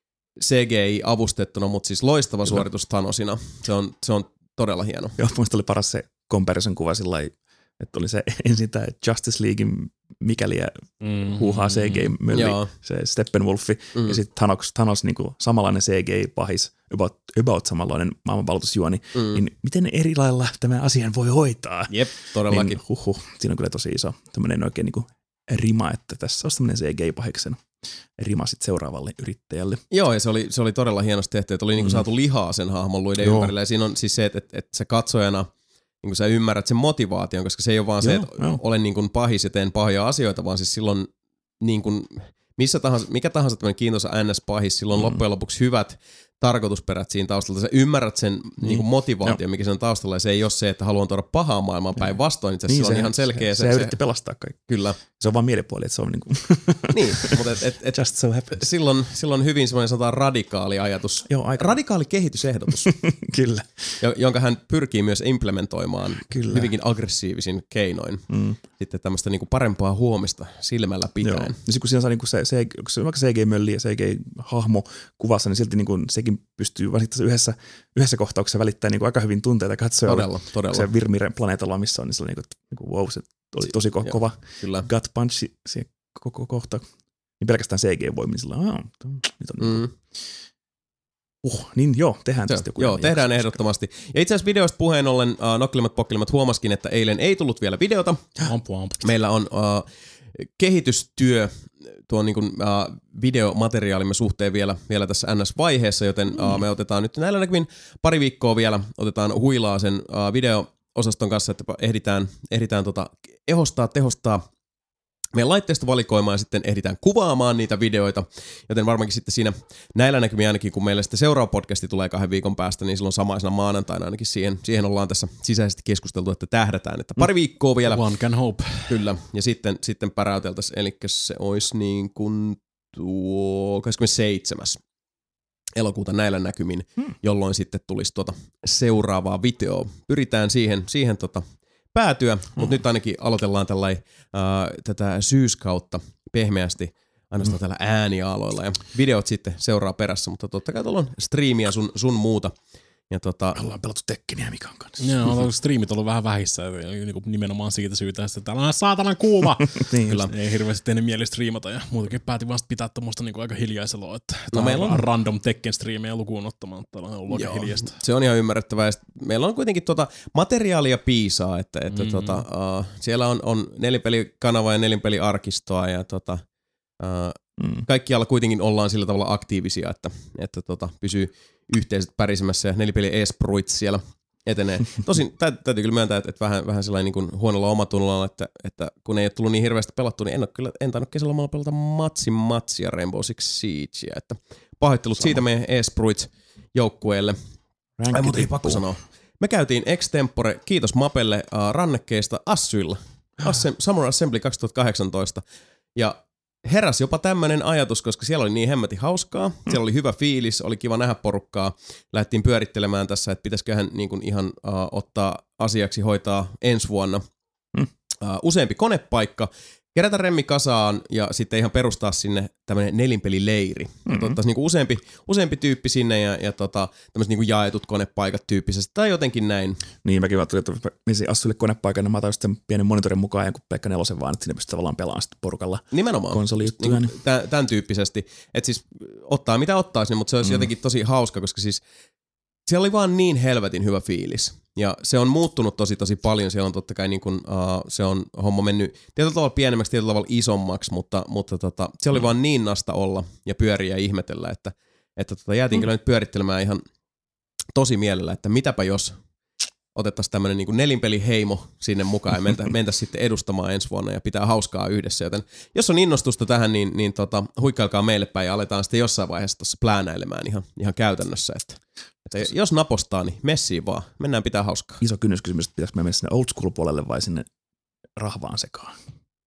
C G I-avustettuna, mutta siis loistava Kyllä. suoritus Thanosina. Se on, se on todella hieno. Joo, mielestäni oli paras se comparison kuva sillä lailla, että oli se ensin tämä Justice Leaguein mikäli ja mm, huuhaa C G I-mölli, mm, se Steppenwolfi, mm. ja sitten Thanos, Thanos niin kuin samanlainen C G I-pahis, about, about samanlainen maailmanvalloitusjuoni, mm. niin miten eri lailla tämän asian voi hoitaa? Jep, todellakin. Niin, huhhuh, siinä on kyllä tosi iso tämmöinen oikein niin kuin rima, että tässä olisi tämmöinen C G I-pahiksen rima sitten seuraavalle yrittäjälle. Joo, ja se oli, se oli todella hienosti tehty, että oli mm. niinku saatu lihaa sen hahmon luiden Joo. ympärille, ja siinä on siis se, että, että, että sä katsojana niin kuin sä ymmärrät sen motivaation, koska se ei ole vaan Joo, se, että jo. olen niin kuin pahis ja teen pahoja asioita, vaan siis silloin niin kuin missä tahansa, mikä tahansa tämmöinen kiintoisa N S-pahis, silloin mm. loppujen lopuksi hyvät tarkoitusperät siinä taustalla. Sä ymmärrät sen mm. niin kuin motivaation, mikä sen taustalla, ja se ei ole se, että haluan tuoda pahaa maailmaan päin vastoin. Itse niin, se on ihan selkeä. Se, se, se, se yritti pelastaa kaikki. Kyllä. Se on vaan mielipuoli, että se on niin kuin niin, mutta et, et, et, just so happens. Silloin, silloin hyvin semmoinen sanotaan radikaali ajatus. Joo, aika. Radikaali kehitysehdotus. Kyllä. Jonka hän pyrkii myös implementoimaan Kyllä. hyvinkin aggressiivisin keinoin. Mm. Sitten tämmöistä niinku parempaa huomista silmällä pitäen. Joo. Ja sitten kun siinä saa niinku se, se, se, vaikka C G-mölli ja C G-hahmo kuvassa, niin silti niinku sekin pystyy vaan yhdessä, yhdessä kohtauksessa välittää niinku aika hyvin tunteita katsojalle. Todella, todella. Se Virmiren planeetalla, missä on, niin se on niinku, niinku wow, se oli tosi ko- kova Kyllä. gut punch se koko kohta. Niin pelkästään C G-voimin sillä on, nyt on mm. Uh, niin joo, tehdään tästä joku. Joo, tehdään jakso, ehdottomasti. Ja itse asiassa videoista puheen ollen uh, Nokkelimat Pokkelimat huomaskin, että eilen ei tullut vielä videota. Ampu, ampu. Meillä on uh, kehitystyö tuon niin kuin, uh, videomateriaalimme suhteen vielä, vielä tässä N S-vaiheessa, joten uh, me otetaan nyt näillä näkymin pari viikkoa vielä, otetaan huilaa sen uh, video-osaston kanssa, että ehditään, ehditään tota, ehostaa, tehostaa meidän laitteistovalikoimaan ja sitten ehditään kuvaamaan niitä videoita, joten varmaankin sitten siinä näillä näkymin ainakin, kun meille sitten seuraava podcasti tulee kahden viikon päästä, niin silloin samaisena maanantaina ainakin siihen, siihen ollaan tässä sisäisesti keskusteltu, että tähdätään, että pari viikkoa vielä. One can hope. Kyllä, ja sitten, sitten päräyteltäisiin, eli se olisi niin kuin tuo kahdeskymmenesseitsemäs elokuuta näillä näkymin, hmm. jolloin sitten tulisi tuota seuraavaa videoa. Pyritään siihen, siihen tota päätyä, mutta mm-hmm. nyt ainakin aloitellaan tällainen äh, tätä syyskautta pehmeästi ainoastaan mm-hmm. tällä äänialoilla ja videot sitten seuraa perässä, mutta totta kai tuolla on striimiä sun, sun muuta. Ja tota... ollaan pelattu Tekkeniä Mikan kanssa. Joo, on striimit ollut vähän vähissä, nimenomaan siitä syytä, että täällä on saatanan kuuma. Niin, kyllä. Ei hirveästi tehnyt mieli striimata ja muutenkin päätin vasta pitää tuommoista niinku aika hiljaisella, että no meillä on random Tekken-striimejä lukuun ottamaan, että täällä on ollut aika hiljaista. Se on ihan ymmärrettävää. Meillä on kuitenkin tuota materiaalia piisaa, että, että mm-hmm. tota, uh, siellä on, on nelinpelikanavaa ja nelinpeliarkistoa ja tota, uh, mm. kaikkialla kuitenkin ollaan sillä tavalla aktiivisia, että, että tota, pysyy yhteiset pärisemässä ja nelipeli espruit siellä etenee. Tosin täytyy kyllä myöntää, että, että vähän, vähän sellainen niin kuin huonolla omatunnolla, että, että kun ei ole tullut niin hirveästi pelattua, niin en ole kyllä, en tainnut kesälomalla pelata matsin matsia Rainbow Six Siegea, että pahoittelut Sama. siitä meidän espruit joukkueelle. Ai, mutta ei pakko sanoa. Me käytiin extempore, kiitos Mapelle, uh, rannekkeista Assyilla. Assem- Summer Assembly kaksituhattakahdeksantoista. Ja heräsi jopa tämmönen ajatus, koska siellä oli niin hemmetin hauskaa. Siellä oli hyvä fiilis, oli kiva nähdä porukkaa. Lähdettiin pyörittelemään tässä, että pitäisiköhän niin kuin ihan uh, ottaa asiaksi hoitaa ensi vuonna uh, useampi konepaikka, kerätä remmi kasaan ja sitten ihan perustaa sinne tämmönen nelinpelileiri. Mm-hmm. Ottaisiin niinku useampi, useampi tyyppi sinne ja, ja tota, tämmöiset niinku jaetut konepaikat tyyppisesti tai jotenkin näin. Niin, mäkin vaan tulin, että menisin Assuille konepaikan ja mä otan sitten pienen monitorin mukaan ja kun Pekka Nelosen vaan, että sinne pystyy tavallaan pelaamaan sitten porukalla konsolijuttuja. Niin, tämän, tämän tyyppisesti. Että siis ottaa mitä ottaisi, mutta se olisi mm. jotenkin tosi hauska, koska siis siellä oli vaan niin helvetin hyvä fiilis. Ja se on muuttunut tosi tosi paljon. Siellä on totta kai niin kuin, uh, se on homma mennyt tietyllä tavalla pienemmäksi, tietyllä tavalla isommaksi, mutta, mutta tota, se oli mm. vaan niin nasta olla ja pyöriä ja ihmetellä, että, että tota, jäätiin mm. kyllä nyt pyörittelemään ihan tosi mielellä, että mitäpä jos otettaisiin tämmöinen niin kuin nelinpeliheimo sinne mukaan ja mentä, mentäisiin sitten edustamaan ensi vuonna ja pitää hauskaa yhdessä. Joten jos on innostusta tähän, niin, niin tota, huikkailkaa meille päin ja aletaan sitten jossain vaiheessa tuossa pläänäilemään ihan, ihan käytännössä, että Että jos napostaa, niin messiin vaan. Mennään pitää hauskaa. Iso kynnyskysymys, että pitäisikö me mennä sinne old school puolelle vai sinne rahvaan sekaan?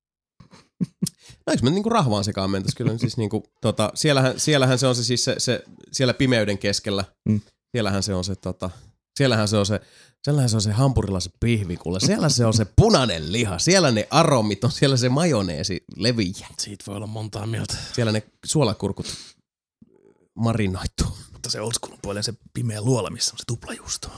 No eikö me niinku rahvaan sekaan mentäisi kyllä? Siis niinku, tota, siellähän, siellähän se on se, siis se, se siellä pimeyden keskellä. Mm. Siellähän se on se, tota, siellähän se on se, siellähän se on se hampurilaiset pihvikulle. Siellä se on se punainen liha. Siellä ne aromit on, siellä se majoneesi leviää. Siitä voi olla montaa mieltä. Siellä ne suolakurkut marinoituu. Mutta se old school puolella se pimeä luola, missä on se tuplajuusto.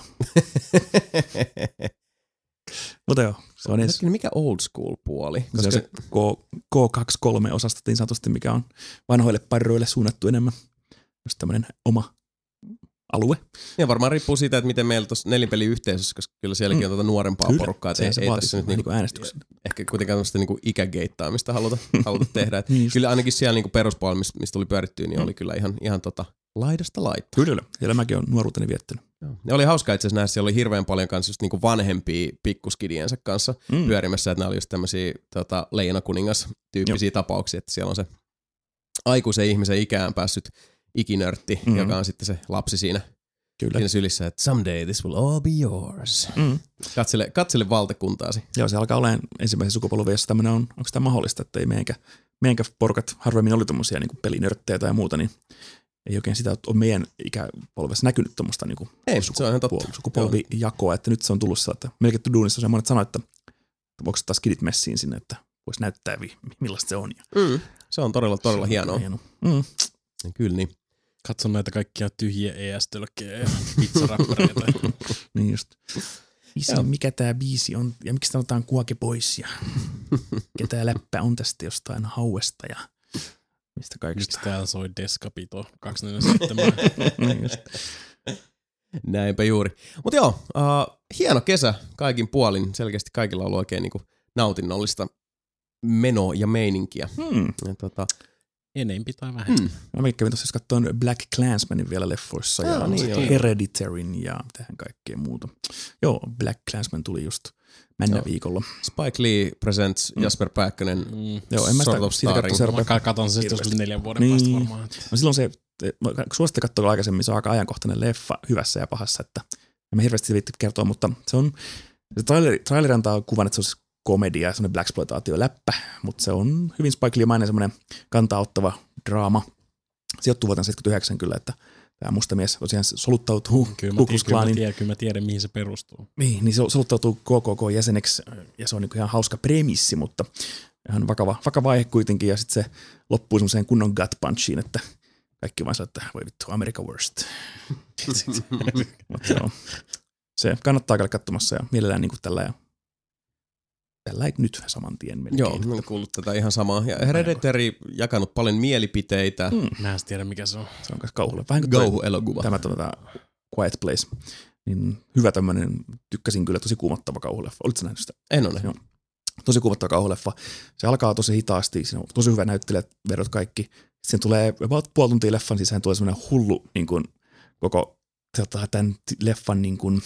Mutta joo, se on edes... Mikä old school puoli? Koska... Se on se K kaksikymmentäkolme osasto niin sanotusti, mikä on vanhoille parroille suunnattu enemmän. Just tämmöinen oma alue. Ja varmaan riippuu siitä, että miten meillä tuossa nelinpeliyhteisössä, koska kyllä sielläkin on tuota nuorempaa kyllä, porukkaa. Ei, ei tässä nyt niinku, ehkä kuitenkaan tämmöistä niinku ikägeittaamista haluta, haluta tehdä. Niin kyllä ainakin siellä niinku peruspuolella, mistä, mistä tuli pyörittyä, niin mm. oli kyllä ihan, ihan tota laidasta laittaa. Kyllä, siellä mäkin olen nuoruuteni viettänyt. Joo. Ja oli hauska itse asiassa nähdä, siellä oli hirveän paljon kanssa just niinku vanhempia pikkuskidiensä kanssa mm. pyörimässä, että nämä oli just tämmöisiä tota, Leijona-kuningas-tyyppisiä tapauksia, että siellä on se aikuisen ihmisen ikään päässyt ikinörtti, mm-hmm. joka on sitten se lapsi siinä, siinä sylissä, että someday this will all be yours. Mm. Katsele, katsele valtakuntaasi. Joo, se alkaa olemaan ensimmäisen sukupolven, jossa tämmöinen on, onko tämä mahdollista, että ei meidänkä, meidänkä porukat harvemmin oli tommosia niin pelinörttejä tai muuta, niin ei oikein sitä ole meidän ikäpolvessa näkynyt tommoista niin ei, suku, se on ihan totta. sukupolvijakoa, että nyt se on tullut sillä, että melkein duunissa on monet sanoa, että voiko taas kidit messiin sinne, että voisi näyttää, millaista se on. Mm. Se on todella, todella se hienoa. hienoa. Mm. Kyllä niin. Katson näitä kaikkia tyhjiä E S-tölkkejä ja pizzaräppäreitä. Niin just. Isi, mikä tää biisi on ja miksi sanotaan kuoke pois ja ketä läppä on tästä jostain hauesta ja mistä kaikista. Miksi täällä soi Descapito kaksisataaneljäkymmentäseitsemän? Näinpä juuri. Mutta joo, uh, hieno kesä kaikin puolin. Selkeästi kaikilla on ollut oikein niinku nautinnollista menoa ja meininkiä. Hmm. Ja, tota, Enempi tai vähemmän. hmm. Mä kävin tuossa jos katsoin Black Klansmanin vielä leffoissa Aa, ja niin sitten joo. Hereditaryn ja tähän kaikkea muuta. Joo, Black Klansman tuli just mennä Joo. viikolla. Spike Lee presents Mm. Jasper Pääkkönen. Mm. Joo, en mä sitä Sort of siitä katso starring. se Mä katon se joskus neljän vuoden Niin. päästä varmaan. No silloin se, suositte katsoa aikaisemmin, se on aika ajankohtainen leffa hyvässä ja pahassa, että en mä hirveästi viitti kertoa, mutta se on, se traileri, traileri antaa kuvan, että se olisi komedia ja semmoinen blaxploitaatio-läppä, mutta se on hyvin Spike Lee-mainen semmoinen kantaa ottava draama. Sijoittuu vuoteen seitsemänkymmentäyhdeksän kyllä, että tämä musta mies tosiaan soluttautuu Kyllä mä, Ku tiedän, Klux kyllä, mä Klanin. tiedän, kyllä mä tiedän, mihin se perustuu. Niin, niin se soluttautuu K K K-jäseneksi ja se on niin ihan hauska premissi, mutta ihan vakava, vakava aihe kuitenkin ja sitten se loppuu semmoiseen kunnon gut punchiin, että kaikki vaan sanoo, että voi vittu, America worst. Mutta se, on, se kannattaa käydä katsomassa ja mielellään niin kuin tällä ja tällä ei nyt saman tien melkein. Joo, mä oon kuullut tätä ihan samaa. Ja Hereditary jakanut paljon mielipiteitä. Mm. Mä en tiedä, mikä se on. Se on myös kauhulle. Vähän kuin toi- Kauhuelokuva. Tämä tuota, Quiet Place. Niin hyvä tämmöinen, tykkäsin kyllä, tosi kuumottava kauhuleffa. Olitko nähnyt sitä? En ole. Joo. Tosi kuumottava kauhuleffa. Se alkaa tosi hitaasti, siinä on tosi hyvä näyttelijät, verot kaikki. Sitten tulee about puoli tuntia leffan sisään, tulee semmoinen hullu niin kuin, koko tota, tämän leffan, niin kuin,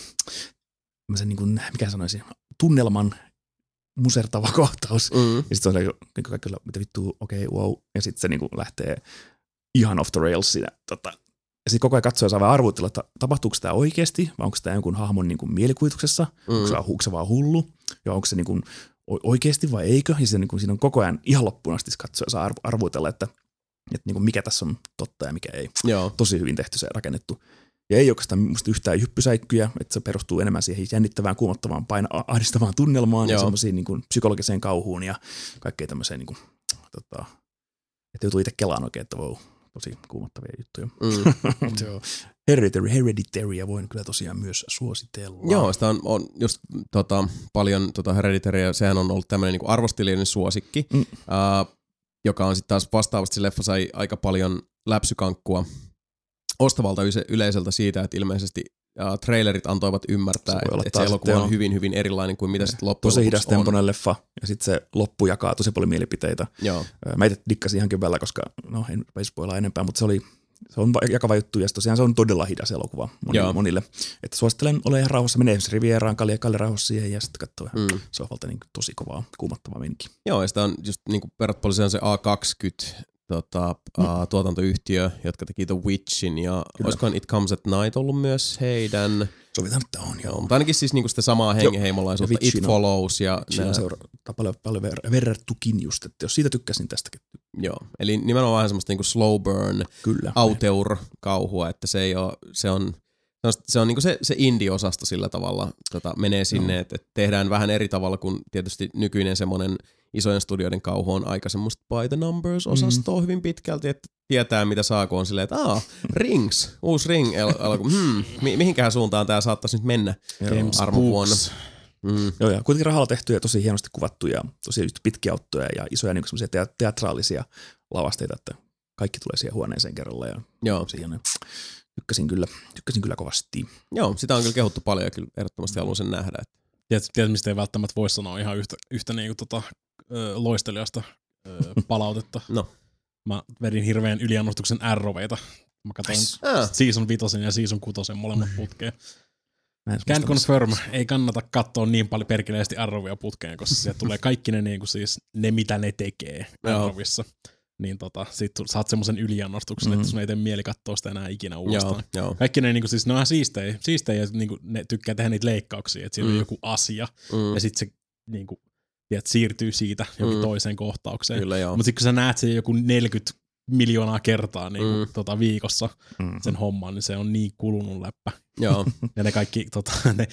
niin kuin, mikä sanoisin, tunnelman musertava kohtaus. Mm. Ja sitten se on niin kaikki, mitä vittua, okei, okay, wow. Ja sitten se niin kuin lähtee ihan off the rails siinä. Tota. Ja sitten koko ajan katsoja saa vähän arvuutella, että tapahtuuko tämä oikeasti, vai onko tämä jonkun hahmon niin kuin mielikuvituksessa, Mm. onko se, onko se vaan hullu, ja onko se niin kuin oikeasti vai eikö. Ja se, niin kuin, siinä on koko ajan ihan loppuun asti katsoja saa arvuutella, että, että niin kuin mikä tässä on totta ja mikä ei. Joo. Tosi hyvin tehty se rakennettu. Ja ei oikeastaan musta yhtään hyppysäikkyjä, että se perustuu enemmän siihen jännittävään, kuumottavaan, paina, ahdistavaan tunnelmaan Joo. ja semmoisiin niin kuin psykologiseen kauhuun ja kaikkeen tämmöiseen, niin kuin, tota, että joutuu itse kelaan oikein, että wow, tosi kuumottavia juttuja. Mm. Se on Hereditary, Hereditary ja voin kyllä tosiaan myös suositella. Joo, sitä on, on just tota, paljon tota Hereditary, sehän on ollut tämmöinen niinku arvostelijoiden suosikki, Mm. uh, joka on sitten taas vastaavasti se leffa sai aika paljon läpsykankkua ostavalta yleiseltä siitä, että ilmeisesti uh, trailerit antoivat ymmärtää, Se voi olla että, että se taas elokuva sitten on on- hyvin, hyvin erilainen kuin mitä sitten loppujen tosi lopuksi hidas on. tempoinen leffa ja sitten se loppu jakaa tosi paljon mielipiteitä. Joo. Mä itse dikkasin ihan keväällä, koska no en spoilaa enempää, mutta se oli se on jakava juttu ja tosiaan se on todella hidas elokuva monille. Joo. monille. Että suosittelen ole ihan rauhassa, menee esimerkiksi Rivieraan, Kalle ja Kalle rauhassa siihen ja sitten katsoo vähän Mm. sohvalta niin tosi kovaa, kuumottavaa meininki. Joo, ja sitä on just niinku verrattu se A kaksikymmentä tota, mm. uh, tuotantoyhtiö, jotka teki The Witchin, ja Kyllä. olisikohan It Comes at Night ollut myös heidän, Sovitaan, että on joo, joo. mutta ainakin siis niinku sitä samaa hengenheimolaisuutta, Ja It Witchin on- Follows, ja Siinä on seura- paljon, paljon ver- verrattukin just, että jos siitä tykkäsin tästäkin. joo, eli nimenomaan vähän semmoista niinku slow burn, Kyllä. auteur-kauhua, että se ei ole, se on, se on, se on niinku se, se indie-osasto sillä tavalla tota, menee sinne, että, että tehdään vähän eri tavalla kuin tietysti nykyinen semmoinen isojen studioiden kauhu on aika semmoista by the numbers-osastoa mm. hyvin pitkälti, että tietää mitä saa, kun on silleen, että aah, Rings, uusi Ring, el- el- hmm, mi- mihinkähän suuntaan tää saattaisi nyt mennä Games armovuonna. Books. Mm. Joo, ja kuitenkin rahalla tehty ja tosi hienosti kuvattu ja tosi just pitkiä auttoja ja isoja niin semmoisia te- teatraalisia lavasteita, että kaikki tulee siihen huoneeseen kerralla ja Joo. siihen tykkäsin kyllä, tykkäsin kyllä kovasti. Joo, sitä on kyllä kehuttu paljon ja kyllä ehdottomasti haluan sen nähdä. Että. Tiedät, tiedät, mistä ei välttämättä voi sanoa ihan yhtä, yhtä niinku tota, ö, loistelijasta ö, palautetta. No. Mä vedin hirveän yliannostuksen R-oveita. Mä katsoin Ah. season vitosen ja season kutosen molemmat putkeen. Mä en Can muista, confirm, ei kannata katsoa niin paljon perkeleesti R-ovia putkeen, koska sieltä tulee kaikki ne, niinku siis, ne mitä ne tekee Joo. R-ovissa. Niin tota, sit saat semmosen yliannostuksen, Mm. että sun ei tee mieli katsoa sitä enää ikinä uudestaan. Joo, joo. Kaikki ne, niinku, siis, ne on ihan siistejä, siistejä ja niinku, ne tykkää tehdä niitä leikkauksia, että siinä Mm. on joku asia Mm. ja sitten se niinku, tiedät, siirtyy siitä johonkin Mm. toiseen kohtaukseen. Kyllä joo. Mutta sitten kun sä näet sen joku neljäkymmentä miljoonaa kertaa niin Mm. tota, viikossa Mm. sen homman, niin se on niin kulunut läppä. Joo. Ja ne kaikki tota, ne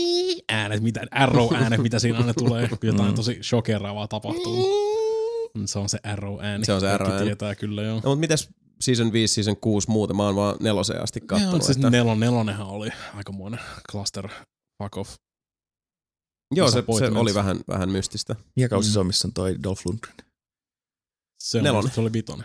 äänet, mitä, arrow-äänet, mitä siinä aina tulee, kun jotain Mm. tosi shokeraavaa tapahtuu. Se on se arrow-ääni. Se on se Kaikki arrow-ääni. tietää kyllä, joo. No, mutta mites season viisi, season kuusi muuten? Mä oon vaan neloseen asti Joo, kattonut. siis että... nelon, nelonenhan oli aikamoinen cluster fuck off. Joo, se, se disappointment. oli vähän, vähän mystistä. Mikä kausi Mm. se on, missä on toi Dolph Lundgren? Se, Nelonen. on, se oli vitonen.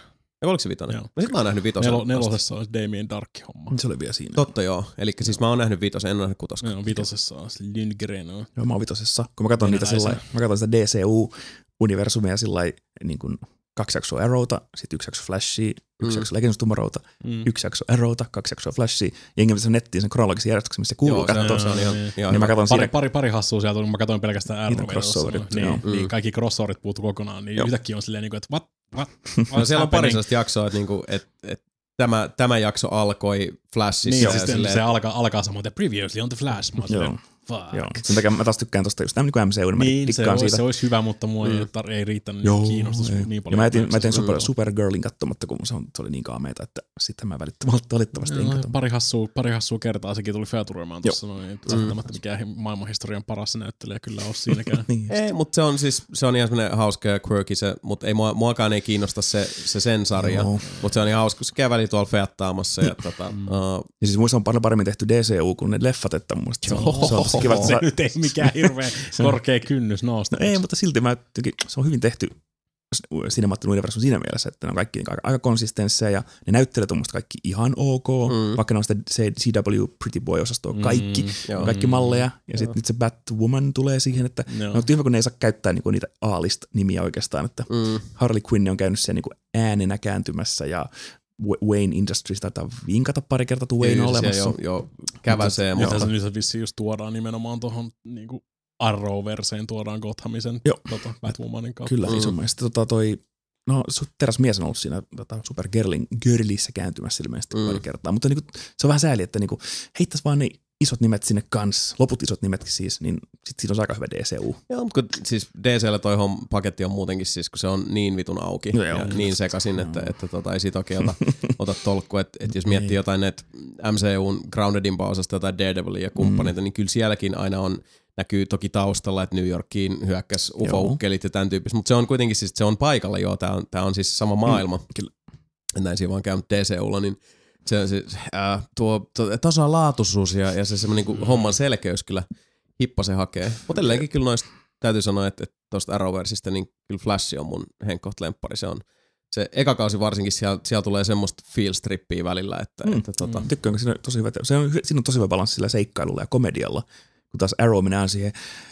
Ja oliko se vitonen? Joo. No sit mä oon nähnyt vitosen. Nel- nelosessa on Damien Dark-homma. Se oli vielä siinä. Totta joo. Elikkä siis mä oon nähnyt vitosen, en ole nähnyt kutoska. Joo, vitosessa on Lindgren. On. Joo, mä oon vitosessa. Kun mä katson niitä sillai, mä katson sitä D C U-universumia sillai niin kuin kaksi jaksoa Arrowta, sitten yksi jakso Flashia, yksi mm. jakso Legends of Tomorrowta, mm. yksi jakso Arrowta, kaksi jaksoa Flashia. Jengi se nettiin sen kronologisen järjestyksen, missä kuuluu katsoa. Se on ihan, ihan niin mä katson pari, siinä. pari, pari hassua sieltä, kun mä katsoin pelkästään Arrowta. crossoverit, niin, joo. niin, Mm. kaikki crossoverit puuttu kokonaan, niin Joo. yhtäkkiä on silleen, että what? What? No, siellä on pari sellaista jaksoa, että, niinku, että, että tämä, tämä jakso alkoi Flashissa. Niin, ja siis silleen, se alkaa, alkaa samoin, että previously on the Flash. Mä oon silleen, fuck. Joo. Sen takia mä taas tykkään tosta just niin M C U, niin mä Niin, se, dikkaan olisi, siitä. se olisi hyvä, mutta mua Mm. ei, tar- ei riittänyt Joo, kiinnostus ei. niin paljon. Ja mä etin, mä etin super, Mm. Supergirlin katsomatta, kun se, on, se oli niin kaameita, että sitten mä välittömästi valittavasti en No, katso. pari, hassua, pari hassua kertaa sekin tuli featuroimaan tuossa noin, että välttämättä mikään maailmanhistorian paras näyttelijä kyllä ole siinäkään. Niin, ei, mutta se on siis se on ihan semmoinen hauska ja quirky se, mutta ei mua, muakaan ei kiinnosta se, se sen sarja, Joo. mutta se on ihan hauska, kun se käy väliin tuolla feattaamassa ja tota, uh, ja siis muista on paljon paremmin tehty D C U kuin ne leffat, että mun mielestä se on, se on tosi kiva, että Se sa- nyt ei mikään hirveän korkea kynnys nousta. No ei, mutta silti mä tykin, se on hyvin tehty Cinematic Universe siinä mielessä, että ne on kaikki aika, aika konsistensseja ja ne näyttelijät on musta kaikki ihan ok, mm. vaikka ne on sitä C W Pretty Boy-osastoa kaikki, joo. kaikki malleja ja sitten nyt se Batwoman tulee siihen, että Joo. no tyhmä kun ne ei saa käyttää niinku niitä A-list-nimiä oikeastaan, että mm, Harley Quinn on käynyt siellä niinku äänenä kääntymässä ja Wayne Industries taitaa vinkata pari kertaa, että Wayne on kyllä olemassa. jo, jo käväsee, Mutta mutta se nyt vissiin just tuodaan nimenomaan tuohon niinku Arrow-verseen tuodaan Gothamisen Joo. tota, Batwomanin kautta. Kyllä, Mm. iso mielestä. Tota toi, no teräsmies on ollut siinä tota, Supergirlin Girlissä kääntymässä ilmeisesti Mm. pari kertaa, mutta niinku, se on vähän sääli, että niinku, heittäisi vaan ne isot nimet sinne kans, loput isot nimetkin siis, niin sit siinä on aika hyvä D C U. joo, mutta kun siis D C:llä toi hom, paketti on muutenkin siis, kun se on niin vitun auki No ja joo. niin sekasin, että, että tota, ei siitä oikein ota, ota tolkkua. Että et jos miettii Niin. jotain näitä M C U:n Groundedimpaa osasta, jotain Daredevilia ja kumppaneita, mm. niin kyllä sielläkin aina on, näkyy toki taustalla, että New Yorkiin hyökkäs U F O-ukkelit ja tämän tyyppistä, mutta se on kuitenkin siis, se on paikalla, joo, tää on, tää on siis sama maailma. Mm, kyllä. Näin siinä vaan käynyt D C U:lla, niin se on siis, äh, tuo, tuo tasalaatuisuus ja, ja se semmoinen niin homman selkeys kyllä hippasen hakee. Mutta edelleenkin kyllä noista täytyy sanoa, että, että tuosta Arrowversista niin kyllä Flash on mun henkkoht lemppari. Se on se eka kausi varsinkin, siellä, siellä tulee semmoista feel-strippiä välillä, että, Mm. että tota, Mm. Tykkään, kun siinä on tosi hyvä, se on, siinä on tosi hyvä balanssi sillä seikkailulla ja komedialla. Kun taas Arrow menee siihen,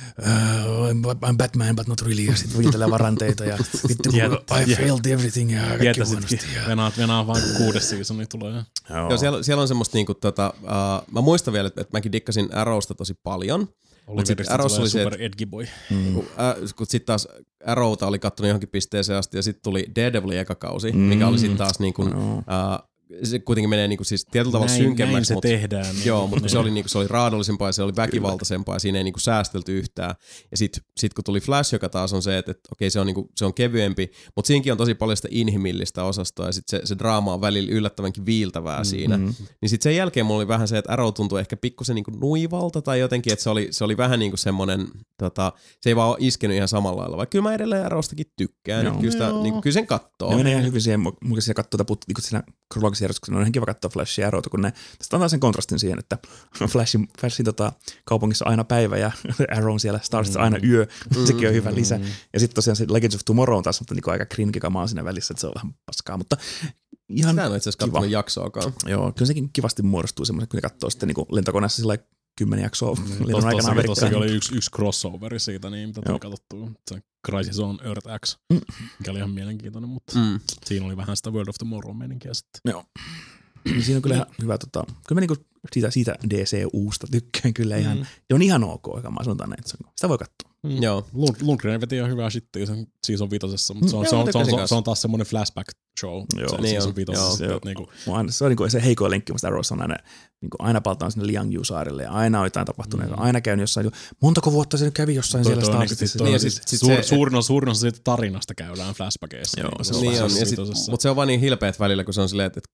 uh, I'm Batman, but not really, ja sitten viitelee varanteita, ja vittu, I failed everything, ja kaikki Tietäisit, huonosti. Ja... venaa, venaa vaan kuudes seasoni tulee. joo, siellä, siellä on semmoista niinku tota, uh, mä muistan vielä, että, että mäkin dikkasin Arrowsta tosi paljon. Oliverista Arrows tulee oli se, super edgy boy. Mm. Kun, äh, kun sitten taas Arrowta oli kattonut johonkin pisteeseen asti ja sitten tuli Daredevilin eka kausi, mm. mikä oli sitten taas niin kuin, No. äh, se kuitenkin menee niin kuin siis tietyllä tavalla Näin, synkemmäksi. näin se mutta, tehdään. Niin, joo, mutta se oli, niin kuin, se oli raadollisempaa ja se oli väkivaltaisempaa ja siinä ei niin kuin säästelty yhtään. Ja sitten sit kun tuli Flash, joka taas on se, että, että okei se on, niin kuin, se on kevyempi, mutta siinäkin on tosi paljon sitä inhimillistä osastoa ja sitten se, se draama on välillä yllättävänkin viiltävää mm. siinä. Mm. Niin sitten sen jälkeen mulla oli vähän se, että Arrow tuntui ehkä pikkusen niin kuin nuivalta tai jotenkin, että se oli, se oli vähän niin kuin semmoinen, tota, se ei vaan ole iskenyt ihan samalla lailla. Vaikka kyllä mä edelleen Arrowstakin tykkään, että kyllä, sitä, niin kuin, kyllä sen kattoo. Ne menee ihan hyvin siihen, mun siellä katsoo tätä niin siinä kronologisessa järjestyksessä, on ihan kiva katsoa Flashia ja Arrowta, kun ne, tästä antaa sen kontrastin siihen, että Flashin, Flashin tota, kaupungissa on aina päivä ja Arrow siellä Starsissa mm. aina yö, mm. sekin on hyvä lisä. Ja sitten tosiaan se Legends of Tomorrow on taas mutta niin aika krinkikamaa siinä välissä, että se on vähän paskaa, mutta ihan Sitä en ole itse asiassa katsonut jaksoakaan. Joo, kyllä sekin kivasti muodostuu semmoinen, kun ne katsoo sitten niin koneessa sillä kymmenen jaksoa Mm, lennon aikana Amerikkaan. Tossakin oli yksi, yksi crossoveri siitä, niin mitä tuli katsottua. Se Crisis on Earth X, Mm. mikä oli ihan mielenkiintoinen, mutta Mm. siinä oli vähän sitä World of Tomorrow-meininkiä sitten. Joo. Niin siinä on kyllä ihan hyvä, tota, kyllä mä niinku siitä, siitä D C U:sta tykkään kyllä ihan, mm. ja on ihan ok, joka mä sanotaan näin, että se on, sitä voi katsoa. Mm. Joo. Lund- Lundgren veti ihan hyvää shittiä sen season vitosessa, mutta se on, Mm. se, on, Joo, se, on, se, on, tykkäsin se on taas semmoinen flashback show. Joo, se, niin season on. vitosessa. Joo. Että niinku, Aina, se on niinku se heikoin lenkki, mutta Arrows on aina, niinku aina palataan sinne Liangyu-saarille ja aina on jotain tapahtunut, mm. aina käynyt jossain, montako vuotta se kävi jossain toi, siellä toi, Starsissa. toi, Niin, ja siis sit- sit suur, se- suurin, osa, suurin osa siitä tarinasta käydään flashbackeissa. Joo, niin, se on Niin vähän on, ja sit, mutta se on vaan niin hilpeät välillä, kun se on silleen, että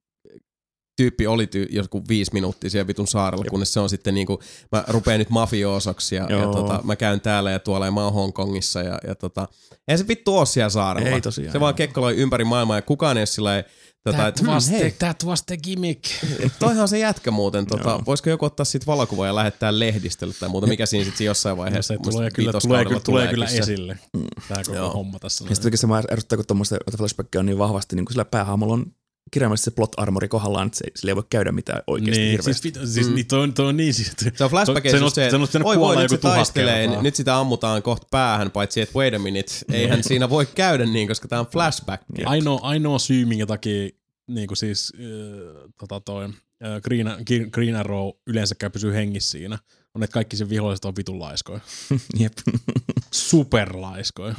tyyppi oli ty- joku viisi minuuttia siellä vitun saarella, Jop. kunnes se on sitten niinku, mä rupean nyt mafioosaksi ja, ja tota, mä käyn täällä ja tuolla ja mä oon Hongkongissa ja, ja tota, ei se vittu oo siellä saarella. Ei tosiaan, se vaan joo. kekkoloi ympäri maailmaa ja kukaan ei ole sillä Tota, that, et, was mm, the, hei, that was the gimmick. toihan se jätkä muuten. Tota, voisiko joku ottaa siitä valokuva ja lähettää lehdistölle tai muuta, mikä siinä sitten jossain vaiheessa no se tulee kyllä, tulee, kyllä, tulee kyllä esille, mm. tämä koko Joo. homma tässä. Ja sitten se mä erottaa, kun tuommoista flashbackia on niin vahvasti, niin kuin sillä päähahmolla on kirjaimellisesti se plot armori kohdallaan, että se, sillä ei voi käydä mitään oikeasti niin, hirveästi. Siis, siis mm. niin toi, on, toi on niin siis... Se on flashbackissa just se, että oi voi, nyt se taistelee, kertaa. nyt sitä ammutaan kohta päähän, paitsi että wait a minute, eihän siinä voi käydä niin, koska tää on flashback. Ainoa, ainoa syy, minkä takia niin kuin siis äh, tota toi, äh, Green, Green Arrow yleensäkään pysyy hengissä siinä, on, että kaikki sen viholliset on vitun laiskoja. Jep. Superlaiskoja.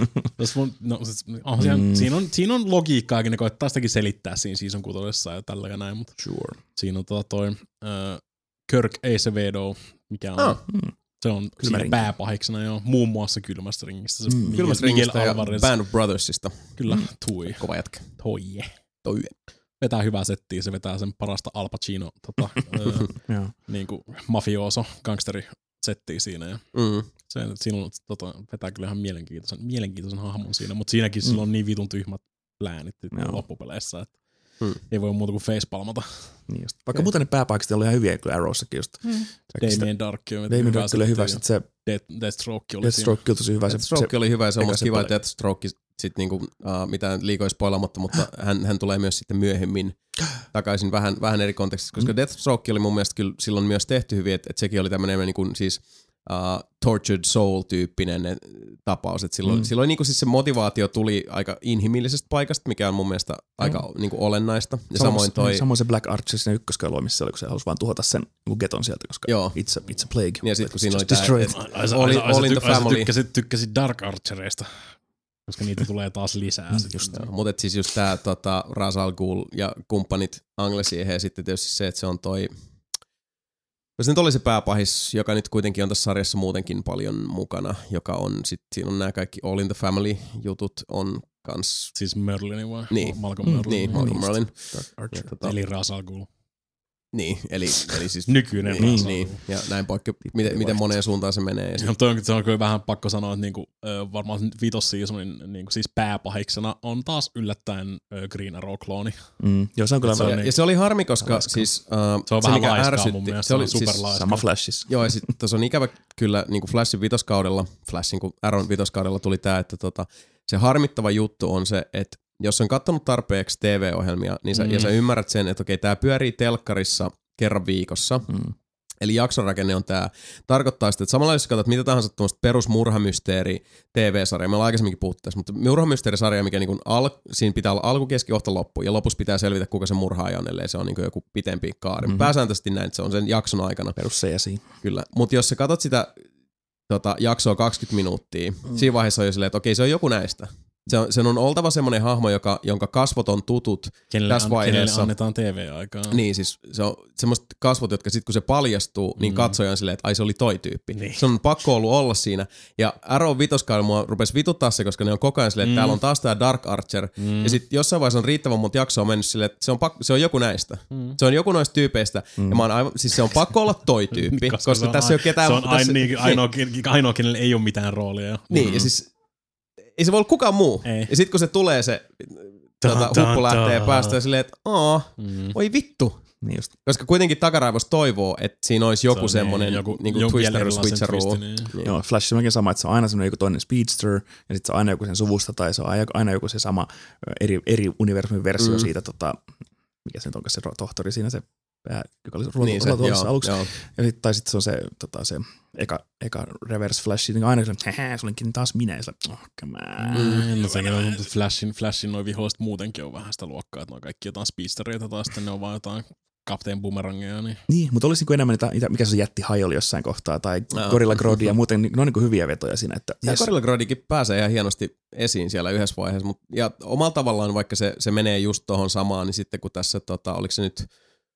no, oh, siinä, mm. siinä, on, siinä on logiikkaa, ne koettaa sitäkin selittää siinä season kuutosessa ja tällä ja näin, mutta sure. Siinä on tota toi äh, Kirk Acevedo, mikä on, oh. se on siinä rinki. Pääpahiksena jo, muun muassa Kylmästä ringistä. Se mm. Kylmästä ringistä ja Band of Brothersista. Kyllä, mm. tui. Kova jätkä. Toije. Toije. Vetää hyvää settiä, se vetää sen parasta Al Pacino tota, öö, niinku mafioso gangsteri settiä siinä ja mm. se, silloin tota, vetää kyllä ihan mielenkiintoisen, mielenkiintoisen hahmon siinä, mutta siinäkin mm. sillä on niin vitun tyhmät pläänit loppupeleissä, että mm. ei voi muuta kuin facepalmata. Niin just. Vaikka muuten ne pääpaikset oli ihan hyviä kyllä Arrowssakin just. Mm. Damien Dark on Damien Dark oli hyvä, sit se Deathstroke oli Deathstroke oli tosi hyvä. Deathstroke oli hyvä ja se on kiva, että Deathstroke sit niinku, uh, mitään liikoja spoilaamatta, mutta hän, hän tulee myös sitten myöhemmin takaisin vähän, vähän eri kontekstissa, koska mm. Deathstroke oli mun mielestä kyllä silloin myös tehty hyvin, että, että sekin oli tämmöinen niinku, siis uh, tortured soul-tyyppinen tapaus, että silloin, mm. silloin niinku, siis se motivaatio tuli aika inhimillisestä paikasta, mikä on mun mielestä mm. aika niinku, olennaista. Ja samoin, samoin, toi, samoin se Black Archer siinä ykköskaudella, missä se oli, kun se halusi vaan tuhota sen niinku, geton sieltä, koska joo. It's, a, it's a plague. Ja sitten kun siinä oli tämä, all, all in the family. Tykkäsit, tykkäsit Dark Archereista. Koska niitä tulee taas lisää. Mm, mutta siis just tää tota, Ra's al Ghul ja kumppanit Anglesiehen ja sitten tietysti se, että se on toi... Se nyt oli se pääpahis, joka nyt kuitenkin on tässä sarjassa muutenkin paljon mukana, joka on sitten, siinä on nämä kaikki All in the Family jutut on kans... Siis Merlin vai? Niin. Malcolm Merlin. Niin, Malcolm Merlin. Tota, eli Ra's al Ghul. Niin, eli, eli siis... Nykyinen niin, niin, ja näin poikki, miten, miten moneen suuntaan se menee. Ja no, toi on, se on kyllä vähän pakko sanoa, että niinku, varmaan vitos-seasonin niinku, siis pääpahiksena on taas yllättäen Green Arrow-klooni. Mm. Joo, se on kyllä... Se on, ja, niin, ja se oli harmi, koska siis... Uh, se on se, vähän laiskaa mun mielestä, se oli super siis sama Flashissa. Joo, ja sitten tuossa on ikävä kyllä niin kuin Flashin vitoskaudella, Flashin kuin Arrown vitoskaudella tuli tää, että tota, se harmittava juttu on se, että jos on katsonut tarpeeksi T V-ohjelmia, niin sä, mm. ja sä ymmärrät sen, että okei, tää pyörii telkkarissa kerran viikossa. Mm. Eli jaksorakenne on tää. Tarkoittaa sitä, että samalla jos katsot mitä tahansa tuommoista perusmurhamysteeri T V-sarjaa, me ollaan aikaisemminkin puhuttu tässä, mutta murhamysteerisarja, mikä niin al, siinä pitää olla alku, keski, kohta, loppu, ja lopussa pitää selvitä, kuka se murhaaja on, ellei se on niin joku pitempi kaari. Mm-hmm. Pääsääntöisesti näin, että se on sen jakson aikana. Perus se ja siinä. Kyllä, mutta jos sä katsot sitä tota, jaksoa kaksikymmentä minuuttia, mm. siinä vaiheessa on jo silleen, että okei, se on joku näistä. Se on, sen on oltava semmoinen hahmo, joka, jonka kasvot on tutut kenelle tässä vaiheessa. Kenelle annetaan T V-aikaa. Niin, siis se on semmoiset kasvot, jotka sitten kun se paljastuu, niin mm. katsoja on silleen, että ai se oli toi tyyppi. Niin. Se on pakko ollut olla siinä. Ja Arrow vitoskaudella mua rupesi vituttaa se, koska ne on koko ajan silleen, että mm. täällä on taas tää Dark Archer. Mm. Ja sitten jossain vaiheessa on riittävän monta jaksoa mennyt silleen, että se on, pakko, se on joku näistä. Mm. Se on joku noista tyypeistä. Mm. Ja mä oon aivan, siis se on pakko olla toi tyyppi, koska, koska tässä ei ole ketään... Se on tässä, niin, ainoa, ainoa, kenelle ei ole mitään roolia. Niin, mm. ja siis... Ei se voi olla kukaan muu. Ei. Ja sit kun se tulee se tuota, huppu lähtee päästä silleen, että aah, mm. oi vittu. Niin just. Koska kuitenkin takaraivossa toivoo, että siinä olisi joku se semmoinen niin, niinku twister switcheroo. Niin. Niin. Joo, Flash on sama, että se on aina semmoinen joku toinen speedster, ja sitten se on aina joku sen suvusta, tai se on aina joku se sama eri, eri universumin versio mm. siitä, tota, mikä se nyt onkaan se tohtori siinä, se pää, joka oli ruotu, niin se, joo, aluksi. Joo. Ja sit, tai sitten se on se, tota, se eka, eka reverse Flash, niin aina se hehe, sulinkin taas minä, ja se oh, come on. Mm, no sekin on, Flashin, Flashin noin viholliset muutenkin on vähän sitä luokkaa, että ne on kaikki jotain speedstereita, tai sitten ne on vaan jotain Captain Boomerangia. Niin, niin mutta olisi enemmän niitä, mikä se jätti Hai oli jossain kohtaa, tai no. Gorilla Grodd ja muuten, ne on niin hyviä vetoja siinä. Että ja yes. Gorilla Groddikin pääsee ihan hienosti esiin siellä yhdessä vaiheessa, mutta ja omalla tavallaan, vaikka se, se menee just tohon samaan, niin sitten kun tässä, tota, oliko se nyt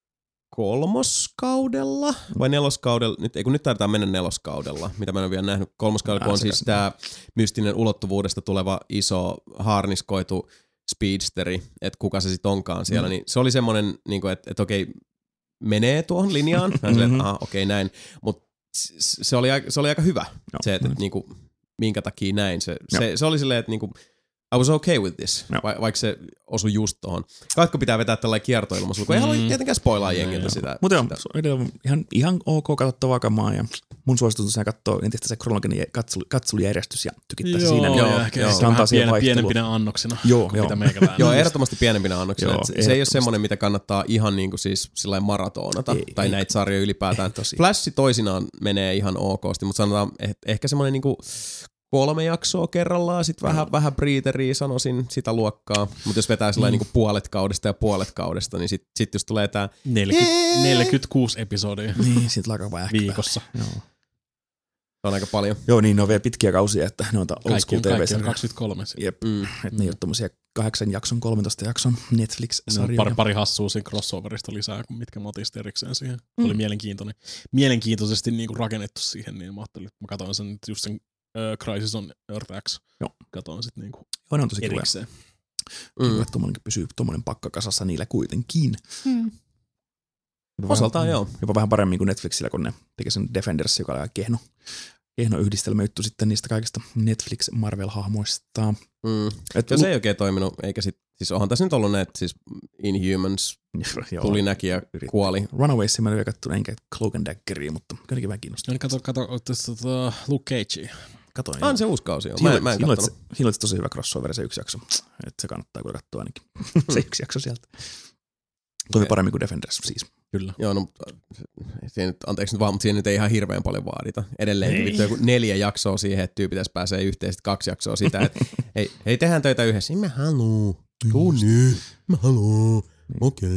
kolmoskaudella vai neloskaudella, nyt, ei kun nyt taidetaan mennä neloskaudella, mitä mä en ole vielä nähnyt. Kolmoskaudella, kun on siis tää mystinen ulottuvuudesta tuleva iso haarniskoitu speedsteri, että kuka se sitten onkaan siellä, mm. niin se oli semmoinen, niin että, että okei, menee tuohon linjaan, mm-hmm. silleen, että aha, okei näin, mutta se oli, se oli aika hyvä, no. se, että, että niin kuin, minkä takia näin. Se, se, se oli silleen, että niin kuin, I was okay with this, No. Va- vaikka se osui just tohon. Kaikko pitää vetää tällainen kiertoilmaisu, kun ei halua tietenkään spoilaa jengiltä joo. sitä. Mutta joo, sitä. se on edelleen ihan, ihan ok katsottavaa kamaa ja mun suositus on se katsoa entistä se kronologinen katselu, katselujärjestys ja tykittää se Joo, siinä. joo, Niin ja ehkä joo. se Se on antaa vähän siihen pienen, vaihtelua. pienempinä annoksina Joo, kuin joo. mitä meikäläinen. Joo, ehdottomasti pienempinä annoksina. Joo, Et se ei ole ehdottomasti. semmoinen, mitä kannattaa ihan niinku siis sillain maratonata, Ei, tai ei. näitä sarjoja ylipäätään. Tosi. Flash toisinaan menee ihan okosti, mutta sanotaan eh- ehkä semmoinen niinku kolme jaksoa kerrallaan, sit vähän, vähän breatheria sanoisin sitä luokkaa. Mutta jos vetää sellainen Mm. niinku puolet kaudesta ja puolet kaudesta, niin sit, sit jos tulee tää neljäkymmentä, neljäkymmentäkuusi episodia Niin, siitä alkaa vähän äkkiä viikossa. päälle. Joo. se on aika paljon. Joo, niin ne on vielä pitkiä kausia, että ne on ta- old Kaikki school on, kaikki on T V-sarja. kaksikymmentäkolme. Jep, Mm. että ne ei ole tommosia kahdeksan jakson, kolmetoista jakson No, Netflix-sarjoja. pari, pari hassua siinä crossoverista lisää, mitkä mä otin sitten erikseen siihen. Se Mm. oli mielenkiintoinen. Mielenkiintoisesti niin kuin rakennettu siihen, niin mä ajattelin, että mä katsoin sen just sen uh, Crisis on Earth X. Joo. Katoin sitten niin kuin Joo, ne on tosi kiva. erikseen. Kiva, Mm. että tommonen pysyy tommonen pakka kasassa niillä kuitenkin. Mm. Jopa Osaltaan vähän, joo. Jopa vähän paremmin kuin Netflixillä, kun ne teki sen Defenders, joka oli aika kehno, kehno yhdistelmä juttu sitten niistä kaikista Netflix-Marvel-hahmoista. Mm. Et, Joo, se ei oikein toiminut, eikä sit, siis onhan tässä nyt ollut näitä siis Inhumans, joo, tuli näki ja yritti. kuoli. Runawaysia mä en ole vielä kattonut, enkä Cloak and Daggeria, mutta kuitenkin vähän kiinnostaa. No niin, kato, kato, kato tota, Luke Cagea. Katoin. Ah, se uusi kausi on. Siinä Mä, oli- mä en siinä oli kattonut. se- siinä oli tosi hyvä crossover se yksi jakso. Että se kannattaa kyllä katsoa ainakin. se yksi jakso sieltä. Toimi Okei. paremmin kuin Defenders siis. Kyllä. Joo, no, mutta siinä nyt, anteeksi nyt vaan, mutta siinä nyt ei ihan hirveän paljon vaadita. Edelleen Ei. vittu joku neljä jaksoa siihen, että tyyppi tässä pääsee yhteen, sit kaksi jaksoa sitä, että hei, hei, tehdään töitä yhdessä. Mä haluu. Tuu nyt. Mä haluu. Okei.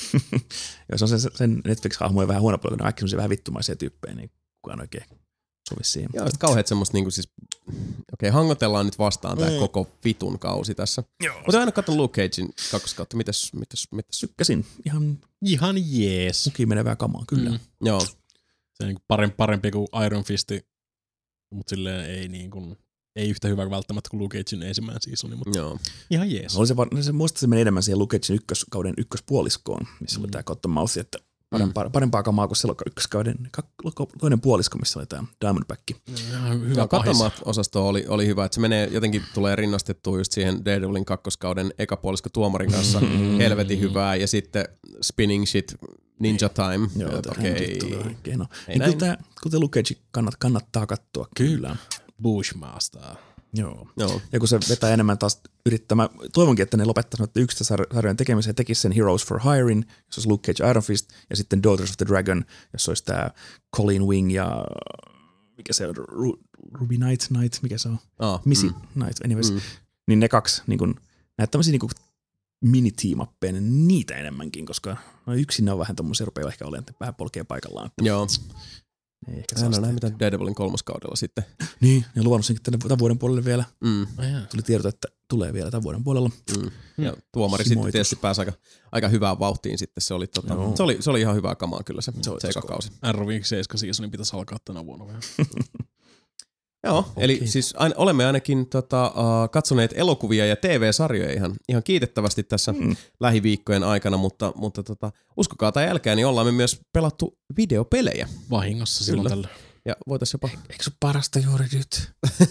Ja se on sen, sen Netflix-hahmojen vähän huono puolella, kun ne on äkki semmoisia vähän vittumaisia tyyppejä, niin kukaan oikein sovi siihen. Joo, sit kauheat semmoista niinku siis, okei, okay, hangotellaan nyt vastaan tää Mm. koko vitun kausi tässä. Joo. Mutta aina katson Luke Cagein kakkoskautta. Mitäs, mitäs, mitäs? Tykkäsin. Ihan Ihan jees. mukiin menevää kamaa, kyllä. Mm. Joo. Se on niin parempi, parempi kuin Iron Fisti, mutta silleen ei niin kuin, ei yhtä hyvä välttämättä kuin Luke Cagein ensimmäinen seasoni, mutta Joo. ihan jees. Oli se, var- se muista se meni enemmän siihen Luke Cagein ykköskauden ykköspuoliskoon, missä Mm. oli tää Cottonmouth, että parempaa, parempaa kamaa kuin silloin ykköskauden kak- toinen puolisko, missä oli tää Diamondback. Ihan hyvä Joo, pahis. Katomat-osasto oli, oli hyvä, että se menee, jotenkin tulee rinnastettua just siihen Daredevilin kakkoskauden ekapuolisko tuomarin kanssa. Mm. Helvetin hyvää. Ja sitten Spinning Shit Ninja Time. Joo, Et okei. okei. Okay. Kehno. Ei Niin näin. kyllä tää, kuten Luke Cage kannat, kannattaa katsoa. Kyllä. Bushmaster. Joo. Joo. Ja kun se vetää enemmän taas yrittämään, toivonkin, että ne lopettaisivat yksistä sar- sarjojen tekemisen ja tekisi sen Heroes for Hiring, jossa olisi Luke Cage Iron Fist, ja sitten Daughters of the Dragon, jossa olisi tää Colleen Wing ja mikä se on, Ru- Ruby Knight, Knight, mikä se on? Ah, Missy mm. Knight, anyways. Mm. Niin ne kaksi, niin kun, näitä tämmöisiä niin mini-team-appeja, niin niitä enemmänkin, koska no yksin ne on vähän tommosia, rupeaa ehkä olemaan, että vähän polkee paikallaan. Joo. Ne ei ehkä Hän saa on sitä. näin mitä Daredevilin kolmoskaudella sitten. Niin, ne on luvannut senkin tänne tämän vuoden puolelle vielä. Mm. Tuli tieto, että tulee vielä tämän vuoden puolella. Mm. Ja tuomari sitten Himoitus. tietysti pääsi aika, aika hyvään vauhtiin sitten. Se oli, tota, Joo. se oli, se oli ihan hyvää kamaa kyllä se, Se oli se eka tosi kausi. R V seitsemän seasonin pitäisi alkaa tänä vuonna vähän. Joo, Okei. eli siis ain, olemme ainakin tota, uh, katsoneet elokuvia ja T V-sarjoja ihan, ihan kiitettävästi tässä Mm. lähiviikkojen aikana, mutta, mutta tota, uskokaa tai älkää, niin ollaan me myös pelattu videopelejä. Vahingossa silloin Kyllä. tällä. Ja voitaisiin jopa... Eikö se ole parasta juuri nyt?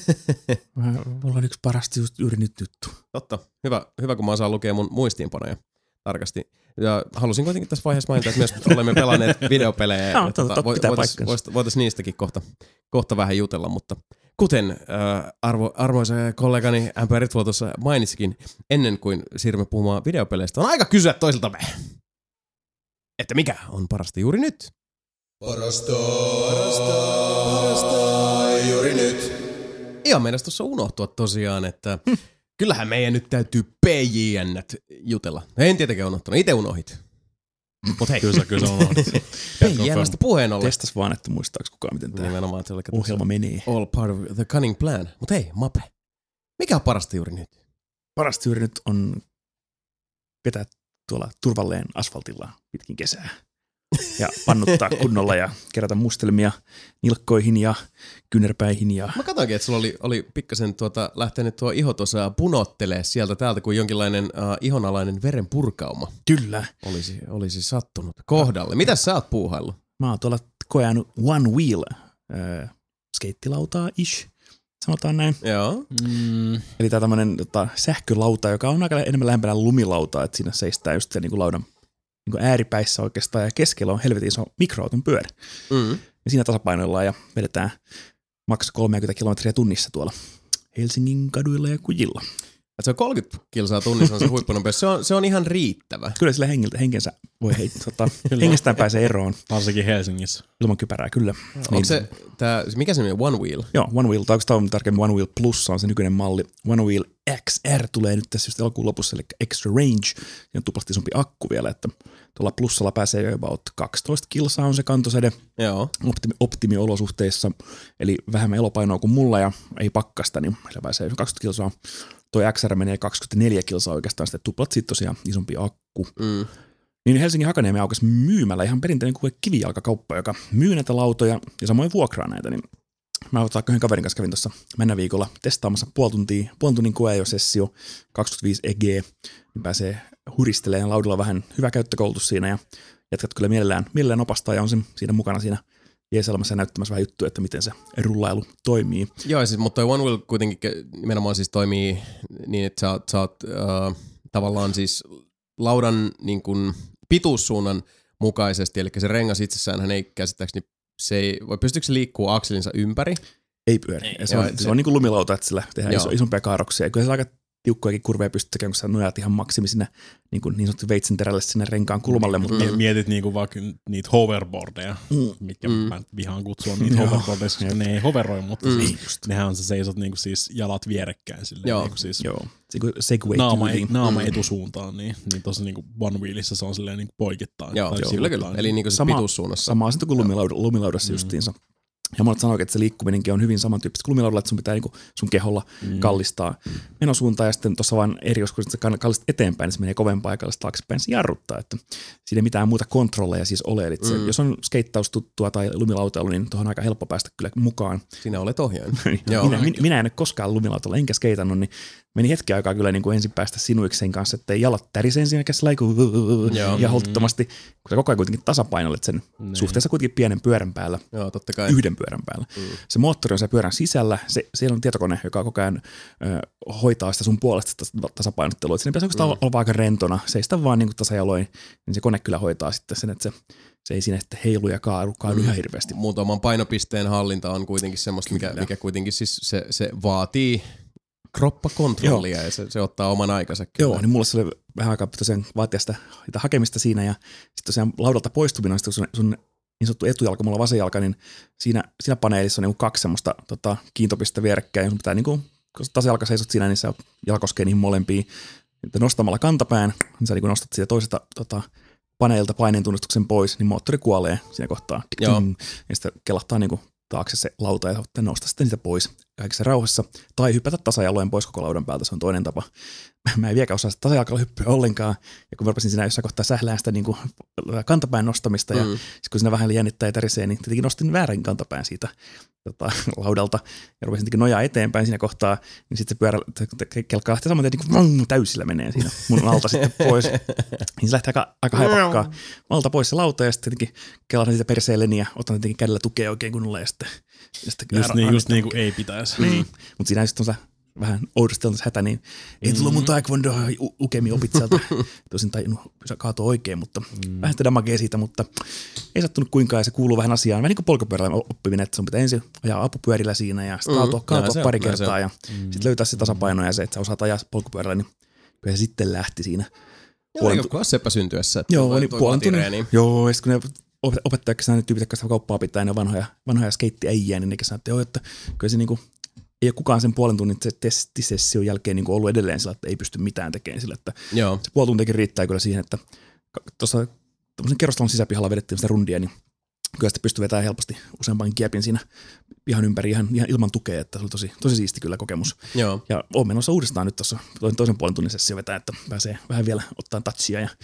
Mulla on yksi parasta just juuri nyt juttu. Totta, hyvä, hyvä kun mä osaan lukea mun muistiinpanoja tarkasti. Ja halusin kuitenkin tässä vaiheessa mainita, että myös olemme pelanneet videopelejä. Joo, ja, totta, vo- pitää voitais- paikkansa. voitais- Voitaisiin niistäkin kohta, kohta vähän jutella, mutta kuten äh, arvo, arvoisa kollegani M P Ritvo tuossa mainitsikin, ennen kuin siirrymme puhumaan videopeleistä, on aika kysyä toisiltamme, että mikä on parasta juuri nyt? Parasta, parasta, parasta juuri nyt. Ihan meinas tuossa unohtua tosiaan, että kyllähän meidän nyt täytyy P J N jutella. En tietenkään unohtanut, itse unohit. Mut hei, Kyllä sä, kyllä sä unohdit. P J N:stä puheen ollen. Testas vaan, että muistaaks kukaan, miten tämä Nimenomaan, että se oli ohjelma menee. all part of the cunning plan. Mut hei, Mape, mikä on parasta juuri nyt? Parasta juuri nyt on vetää tuolla turvalleen asfaltilla pitkin kesää. Ja pannuttaa kunnolla ja kerätä mustelmia nilkkoihin ja kyynärpäihin. Ja... Mä katsoinkin, että sulla oli, oli pikkasen tuota, lähtenyt tuo iho tuossa punottelee sieltä täältä, kun jonkinlainen uh, ihonalainen verenpurkauma Kyllä. olisi, olisi sattunut kohdalle. Mitäs sä oot puuhaillut? Mä oon tuolla koeannut One Wheel äh, skeittilautaa ish. sanotaan näin. Joo. Mm. Eli tämä tämmöinen tota, sähkölauta, joka on aika enemmän lähempänä lumilautaa, että siinä seistää just se niin kuin laudan niin kuin ääripäissä oikeastaan, ja keskellä on helvetin iso mikroauton pyörä. Mm. Ja siinä tasapainoillaan ja vedetään maks kolmekymmentä kilometriä tunnissa tuolla Helsingin kaduilla ja kujilla. Et se on kolmekymmentä kilsaa tunnissa on se huippunopeus. Se on, se on ihan riittävä. Kyllä sillä hengiltä, henkensä voi heittää, tota, hengestään pääsee eroon. Varsinkin Helsingissä. Ilman kypärää, kyllä. Onko Niin, se, tää, mikä se nimi on? One Wheel? Joo, One Wheel, tai oikeastaan tarkemmin One Wheel Plus on se nykyinen malli. One Wheel X R tulee nyt tässä just elokuun lopussa, eli Extra Range. Siinä on tuplasti isompi akku vielä, että tuolla plussalla pääsee jo about kaksitoista kilsaa on se kantosede. Joo. Optimi, optimiolosuhteissa, eli vähemmän elopainoa kuin mulla ja ei pakkasta, niin meillä pääsee kaksikymmentä kilsaa. Toi X R menee kaksikymmentäneljä kilsaa oikeastaan, sitten tuplat sitten tosiaan isompi akku. Mm. Niin Helsingin Hakaniemen aukesi myymällä ihan perinteinen kuin kivijalkakauppa, joka myy näitä lautoja ja samoin vuokraa näitä. Niin mä otan yhden kaverin kanssa kävin tuossa mennä viikolla testaamassa puoli tuntia, puoli tunnin koeajosessio, kaksikymmentäviisi E G, niin pääsee huristelemaan laudalla vähän hyvä käyttökoulutus siinä ja jatkat kyllä mielellään, mielellään opastaa ja on sen siinä mukana siinä jeesalemassa ja näyttämässä vähän juttuja, että miten se rullailu toimii. Joo, siis, mutta toi One Wheel kuitenkin nimenomaan siis toimii niin, että sä oot, sä oot äh, tavallaan siis laudan niin kuin pituussuunnan mukaisesti, eli se rengas itsessään hän ei käsittääkseni, se ei, vai pystyykö se liikkuu akselinsa ympäri? Ei pyöri. Ei, se, on, joo, se, se on niin kuin lumilauta, että sillä tehdään iso, Joo. isompia kaaroksia. Kyllä se aika tiukkojakin kurveja pystyy tekemään, kun sä nojaat ihan maksimi sinne niin, kuin niin sanottu veitsen terälle sinne renkaan kulmalle. Mutta Mm. Mietit niinku vaikka niitä hoverboardeja, Mm. mitkä Mm. mä vihaan kutsua niitä Joo. hoverboardeja, koska ne ei hoveroi, mutta Mm. siis, nehän on se seisot niinku siis jalat vierekkäin silleen, Joo. niinku siis joo, se kuin segway naama, tyyliin. naama Mm. etusuuntaan, niin, niin tuossa niinku One Wheelissä se on silleen niinku poikittain. Joo, tai kyllä sivuttain. kyllä. Eli niin kuin se Sama- pituussuunnassa. Sama asia kuin lumilaud- lumilaudassa Mm. justiinsa. Ja monet sanoo, että se liikkuminenkin on hyvin samantyyppistä kuin lumilaudalla, että sun pitää niinku sun keholla Mm. kallistaa menosuuntaan ja sitten tuossa vaan eri jos kun sä kallistat eteenpäin, niin se menee kovempaa ja kallistat taaksepäin, se jarruttaa, että siinä ei mitään muuta kontrolleja siis ole. Eli se, Mm. jos on skeittaus tuttua tai lumilautailu, niin tuohon on aika helppo päästä kyllä mukaan. Sinä olet ohjaaja. Joo. minä, minä, minä en ole koskaan lumilautalla enkä skeitannut, niin meni hetki aikaa kyllä niin kuin ensin päästä sinuikseen kanssa, ettei jalat tärise ensinnäkään sillä Joo. ja holtittomasti, kun sä koko ajan kuitenkin tasapainoilet sen Niin. suhteessa kuitenkin pienen pyörän päällä, Joo, totta kai. yhden pyörän päällä. Mm. Se moottori on se pyörän sisällä, se, siellä on tietokone, joka koko ajan ö, hoitaa sitä sun puolesta sitä tasapainottelua. Siinä pitäisi oikeastaan Mm. olla, olla aika rentona, seistä vaan niin kuin tasajaloin, niin se kone kyllä hoitaa sitten sen, että se, se ei siinä sitten heilu ja kaadu, kaadu Mm. ihan hirveästi. Muutaman painopisteen hallinta on kuitenkin semmoista, mikä, Kyllä. mikä kuitenkin siis se, se vaatii kroppakontrollia ja se, se ottaa oman aikansa kyllä. Joo, niin mulla se oli vähän aikaa tosiaan vaatia sitä, sitä hakemista siinä ja sitten tosiaan laudalta poistuminen on sitten sun, sun niin sanottu etujalka, mulla on vasen jalka, niin siinä, siinä paneelissa on niin kaksi semmoista tota, kiintopistettä vierekkäin ja sun pitää niin kuin, kun tasajalka seisot siinä, niin se jalka koskee niihin molempiin. Sitten nostamalla kantapään, niin sä niin nostat siitä toisesta tota, paneelilta paineen tunnistuksen pois, niin moottori kuolee siinä kohtaa. Joo. Ja sitten kelahtaa niin kuin taakse se lauta ja nostaa sitten sitä pois kaikessa rauhassa. Tai hypätä tasajaloin pois koko laudan päältä, se on toinen tapa. Mä en vieläkään osaa sitä tasajalkalla hyppyä ollenkaan. Ja kun mä rupesin siinä jossain kohtaa sählään sitä niin kuin kantapään nostamista ja Mm. sit kun siinä vähän jännittää ja tärisee, niin tietenkin nostin väärän kantapään siitä tota, laudalta ja rupesin tietenkin nojaa eteenpäin siinä kohtaa, niin sitten se pyörä kelkkaa lähtee saman tien niin kuin täysillä menee siinä mun alta sitten pois. Niin se lähtee aika, aika haipakkaa alta pois se lauta ja sitten tietenkin kelaan siitä perseelleni ja otan tietenkin kädellä tukea oikein kunnolla ja sitten, ja sitten Just niin, just niin kuin ei pitäisi. niin. Mutta siinä sitten on se vähän oudosti on hätä, niin ei tullut mun taekwondo ukemi opit sieltä. Tosin tajunnut kaatua oikein, mutta mm. vähän sitä damagea siitä, mutta ei sattunut kuinkaan ja se kuuluu vähän asiaan. Vähän niin kuin polkupyörällä oppiminen, että sun pitää ensin ajaa apupyörillä siinä ja sitten kaatua, Mm, kaatua näin pari se on, näin kertaa se ja Mm. sitten löytää se tasapaino ja se, että sä osaat ajaa polkupyörällä, niin kyllä se sitten lähti siinä. Joo, Puolen ei ole seppä syntyessä. Joo, Toi- niin toi puolen vaatii tunnin. reeniä. Joo, ja sitten kun ne opettajat, ne tyypit, jotka sitä kauppaa pitää, ne on vanhoja, vanhoja skeittiäjiä, niin nekin sanoo, että joo, että kyllä se niinku, ei ole kukaan sen puolen tunnin testisession jälkeen niinku ollut edelleen sillä, että ei pysty mitään tekemään sillä, että Joo. se puoli tuntiakin riittää kyllä siihen, että tuossa tuommoisen kerrostalon sisäpihalla vedettiin sitä rundia, niin kyllä sitä pystyy vetämään helposti useampan kiepin siinä pihan ympäri ihan, ihan ilman tukea, että se oli tosi, tosi siisti kyllä kokemus. Joo. Ja olen menossa uudestaan nyt tuossa toisen puolen tunnin sessio vetää, että pääsee vähän vielä ottaa touchia ja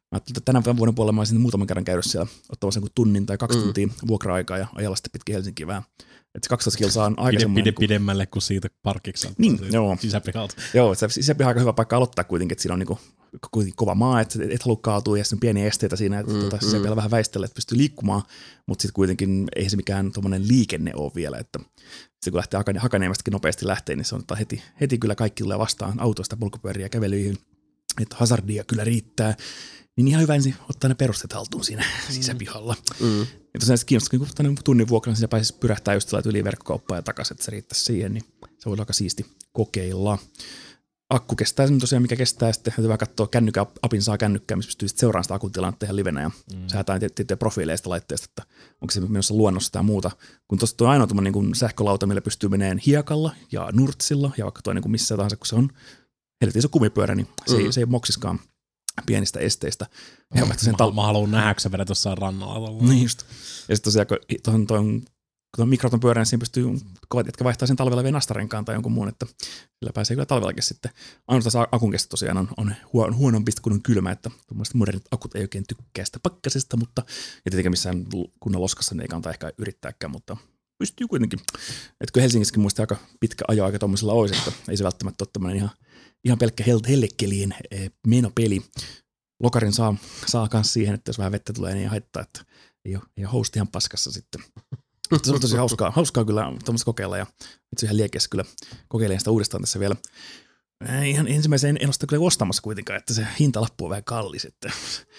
Mä ajattelin, että tänä vuoden puolella mä olisin muutaman kerran käydä siellä ottamassa joku tunnin tai kaksi mm. tuntia vuokra-aikaa ja ajalla sitten pitkin Helsinkiin vähän. Että se kaksitoista kilsaa on aika Pide, semmoinen... pide pidemmälle kuin siitä parkiksi. Niin, joo. Sisäpihalta. Joo, se sisäpiha on aika hyvä paikka aloittaa kuitenkin, että siinä on niinku kuitenkin kova maa, että et halua kaatua ja sitten on pieniä esteitä siinä, että mm, tuota, mm. sisäpihalla vähän väistellä, että pystyy liikkumaan, mutta sitten kuitenkin ei se mikään tuommoinen liikenne ole vielä, että sitten kun lähtee Hakaniemestäkin nopeasti lähtee, niin se on heti, heti kyllä kaikki tulee vastaan autoista, polkupyöriä ja kävelyihin, että hazardia kyllä riittää. Niin ihan hyvä ensin ottaa ne perusteet haltuun siinä mm. sisäpihalla. Mm. Ja tosiaan se kiinnostaa, kun tunnin vuokralla, niin siinä pääsisi pyrähtää just yli verkkokauppaa ja takaisin, että se riittäisi siihen, niin se voi olla aika siisti kokeilla. Akku kestää sen tosiaan, mikä kestää, sitten hyvä katsoa kännykkä, apin saa kännykkää, missä pystyy sitten seuraamaan sitä akun tilannetta ihan livenä ja mm. säätää tiettyjä profiileista laitteesta, että onko se menossa luonnossa tai muuta. Kun tuossa on ainoa tuommoinen niin sähkölauta, millä pystyy menemään hiekalla ja nurtsilla ja vaikka tuo niin missä tahansa, kun se on helvetin iso kumipyörä, niin se, mm. ei, se ei moksiskaan pienistä esteistä. Ja mä, sen tal- mä haluan nähdä, kun sä vedät jossain rannalla. Niin just. Ja sitten tosiaan, kun tuon, tuon, tuon mikroton pyörän, niin siinä pystyy kovat jätkä vaihtaa sen talvella vielä nastarenkaan tai jonkun muun, että sillä pääsee kyllä talvellakin sitten. Ainoastaan akun kesto tosiaan on, on huono, huonompi, kun on kylmä, että tuommoiset modernit akut ei oikein tykkää sitä pakkasesta, mutta ja tietenkin missään kunnan loskassa niin ei kannata ehkä yrittääkään, mutta pystyy kuitenkin. Että kun Helsingissäkin muista aika pitkä ajoaika tuommoisella olisi, että ei se välttämättä ole tämmöinen ihan Ihan pelkkä hellekelien menopeli. Lokarin saa, saa myös siihen, että jos vähän vettä tulee, niin ei haittaa, että ei ole, ei ole host ihan paskassa sitten. Mutta se on tosi hauskaa, hauskaa kyllä tuommoista kokeilla ja itse ihan liekeessä kyllä kokeilen sitä uudestaan tässä vielä. Ihan ensimmäisen en ole sitä kyllä ostamassa kuitenkaan, että se hintalappu on vähän kallis, että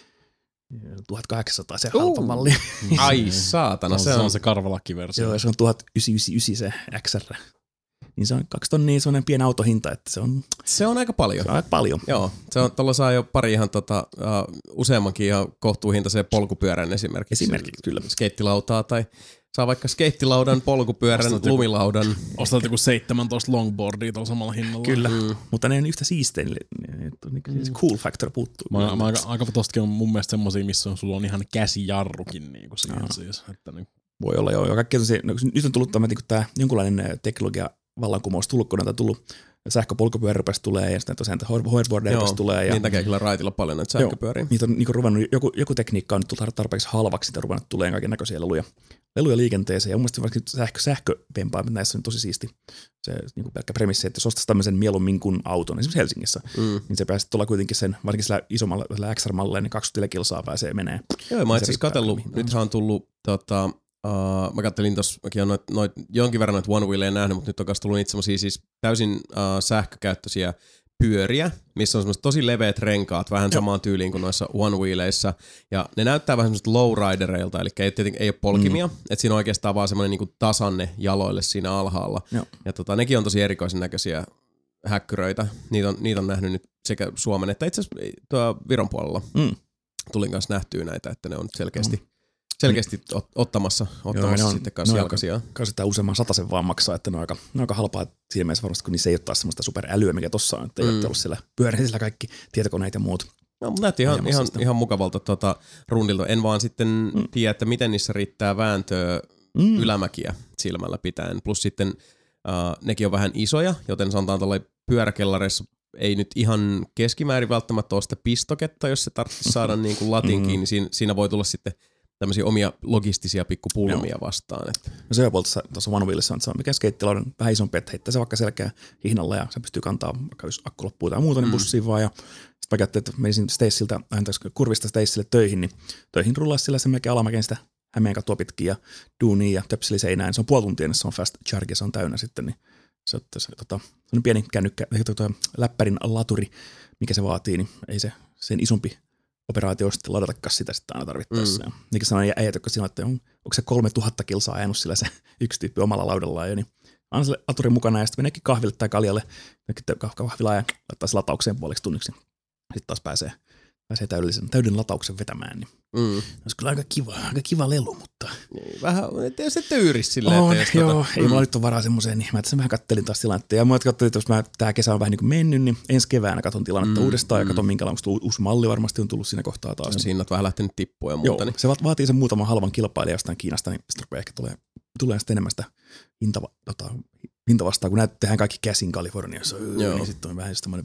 tuhatkahdeksansataa se halpa malli. Ai saatana, se on se, on se karvalakkiversio. Joo, se on tuhatyhdeksänsataayhdeksänkymmentäyhdeksän se X R. Niin se on kaksi tonnia sellainen pieni autohinta, että se on... Se on aika paljon. Se on aika paljon. Joo, se on, tuolla saa jo pari ihan tota, uh, useammankin ihan kohtuuhintaisen polkupyörän esimerkiksi. Esimerkiksi, kyllä. Skeittilautaa tai saa vaikka skeittilaudan, polkupyörän, ostat lumilaudan. Joku, ostat joku seitsemäntoista longboardia tuolla samalla hinnalla. Kyllä, mm. mutta ne on yhtä siistejä, niin se cool factor puuttuu. Mä, mä aika, aika tostakin on mun mielestä semmosia, missä on, sulla on ihan käsijarrukin niin kuin siihen siis. Että niin. Voi olla joo. Kaikki tosi, no, nyt on tullut tämä, niin tämä jonkunlainen teknologia vallankumous tullut, kun näitä on tullut sähköpolkupyörä rupesi tulee ja sitten tosiaan hoverboardeja rupesi tulee. Ja niin takia kyllä raitilla paljon näitä sähköpyöriä. Joo, niitä on niin ruvennut, joku, joku tekniikka on nyt tullut tarpeeksi halvaksi, sitä on ruvennut tulemaan kaiken näköisiä leluja, leluja liikenteeseen. Ja mun mielestä vaikka sähkö, sähkövempaa, mutta näissä on tosi siisti se niin kuin pelkkä premissi, että jos ostaisi tämmöisen mieluummin kuin auton, esimerkiksi Helsingissä, mm. niin se pääsee tulla kuitenkin sen, varsinkin sillä isommalla sillä X R-mallilla, niin kaksikymmentä kilsaa pääsee menee. Joo, mä oon itse asiassa katsellut, nythän on tullut tota, Uh, mä kattelin tuossa, mäkin noit, noit, jonkin verran noita One Wheelia nähnyt, mutta nyt on myös tullut niitä semmosia siis täysin uh, sähkökäyttöisiä pyöriä, missä on semmoiset tosi leveät renkaat, vähän samaan tyyliin kuin noissa One Wheeleissa. Ja ne näyttää vähän semmoista lowridereilta, eli ei, tietenkin, ei ole polkimia, mm. että siinä on oikeastaan vaan semmoinen niinku tasanne jaloille siinä alhaalla. Joo. Ja tota, nekin on tosi erikoisen näköisiä häkkyröitä. Niitä on, niitä on nähnyt nyt sekä Suomen että itse asiassa tuo Viron puolella. Mm. Tulin kanssa nähtyä näitä, että ne on selkeästi mm. Selkeästi ot, ottamassa, ottamassa Joo, sitten kanssa jalkaisia. Kanssa sitä useamman satasen vaan maksaa, että ne on aika, ne on aika halpaa siinä mielessä varmasti, kun niissä ei ole taas semmoista superälyä, mikä tossa on, että ei mm. ole ollut siellä pyöräisillä kaikki tietokoneet ja muut. No, mutta näytti ihan, ihan, ihan mukavalta tuota rundilta. En vaan sitten mm. tiedä, että miten niissä riittää vääntöä mm. ylämäkiä silmällä pitäen. Plus sitten uh, nekin on vähän isoja, joten sanotaan tuolla pyöräkellareissa ei nyt ihan keskimäärin välttämättä ole sitä pistoketta, jos se tarvitsisi saada niin kuin latin kiinni. Siinä, siinä voi tulla sitten tämmöisiä omia logistisia pikkupulmia vastaan. Että. No se puolta tuossa One Wheelissa on, että se on mikä skeittilauden vähän isompi, että heittää se vaikka selkeä hihnalla ja se pystyy kantaa, vaikka jos akku loppuu tai muuta, niin bussiin vaan. Ja sitten mä käytin, että menisin Staceilta, kurvista Stacelle töihin, niin töihin rullasi sillä se melkein alamäkeen sitä Hämeen katua pitkin ja duuniin ja töpseli seinään. Se on puoli tuntia, niin se on fast charge ja se on täynnä sitten, niin se on, se, tota, se on pieni kännykkä, tota, läppärin laturi, mikä se vaatii, niin ei se sen isompi operaatio sitten ladatakaan sitä sitten aina tarvittaessa. Mm. Niin kuin sanoin äijät, jotka siinä että on, onko se kolmetuhatta kilsaa ajanut sillä se yksi tyyppi omalla laudallaan jo, niin aina sille laturin mukana ja sitten meneekin kahville tai kaljalle, kahvilaa ja laittaa se lataukseen puoliksi tunniksi. Sitten taas pääsee, pääsee täydellisen, täyden latauksen vetämään. Niin. Mm. Olisi kyllä aika kiva, aika kiva lelu, mutta... Vähän, ettei se tyyris silleen. On, joo, tota... ei mm. mulla nyt ole varaa semmoiseen, niin mä tässä vähän kattelin taas tilannetta. Ja mä katselin, että jos mä, tää kesä on vähän niin kuin mennyt, niin ensi keväänä katson tilannetta mm. uudestaan ja katson minkälainen uusi malli varmasti on tullut siinä kohtaa taas. Ja siinä on vähän lähtenyt tippua ja muuta. Joo, niin. Se vaatii sen muutaman halvan kilpailijan jostain Kiinasta, niin sitten ehkä tulee, tulee sitten enemmän sitä hinta, tota, hinta vastaan, kun näet tehdään kaikki käsin Kaliforniassa. Joo. Niin sitten on vähän semmoinen vielä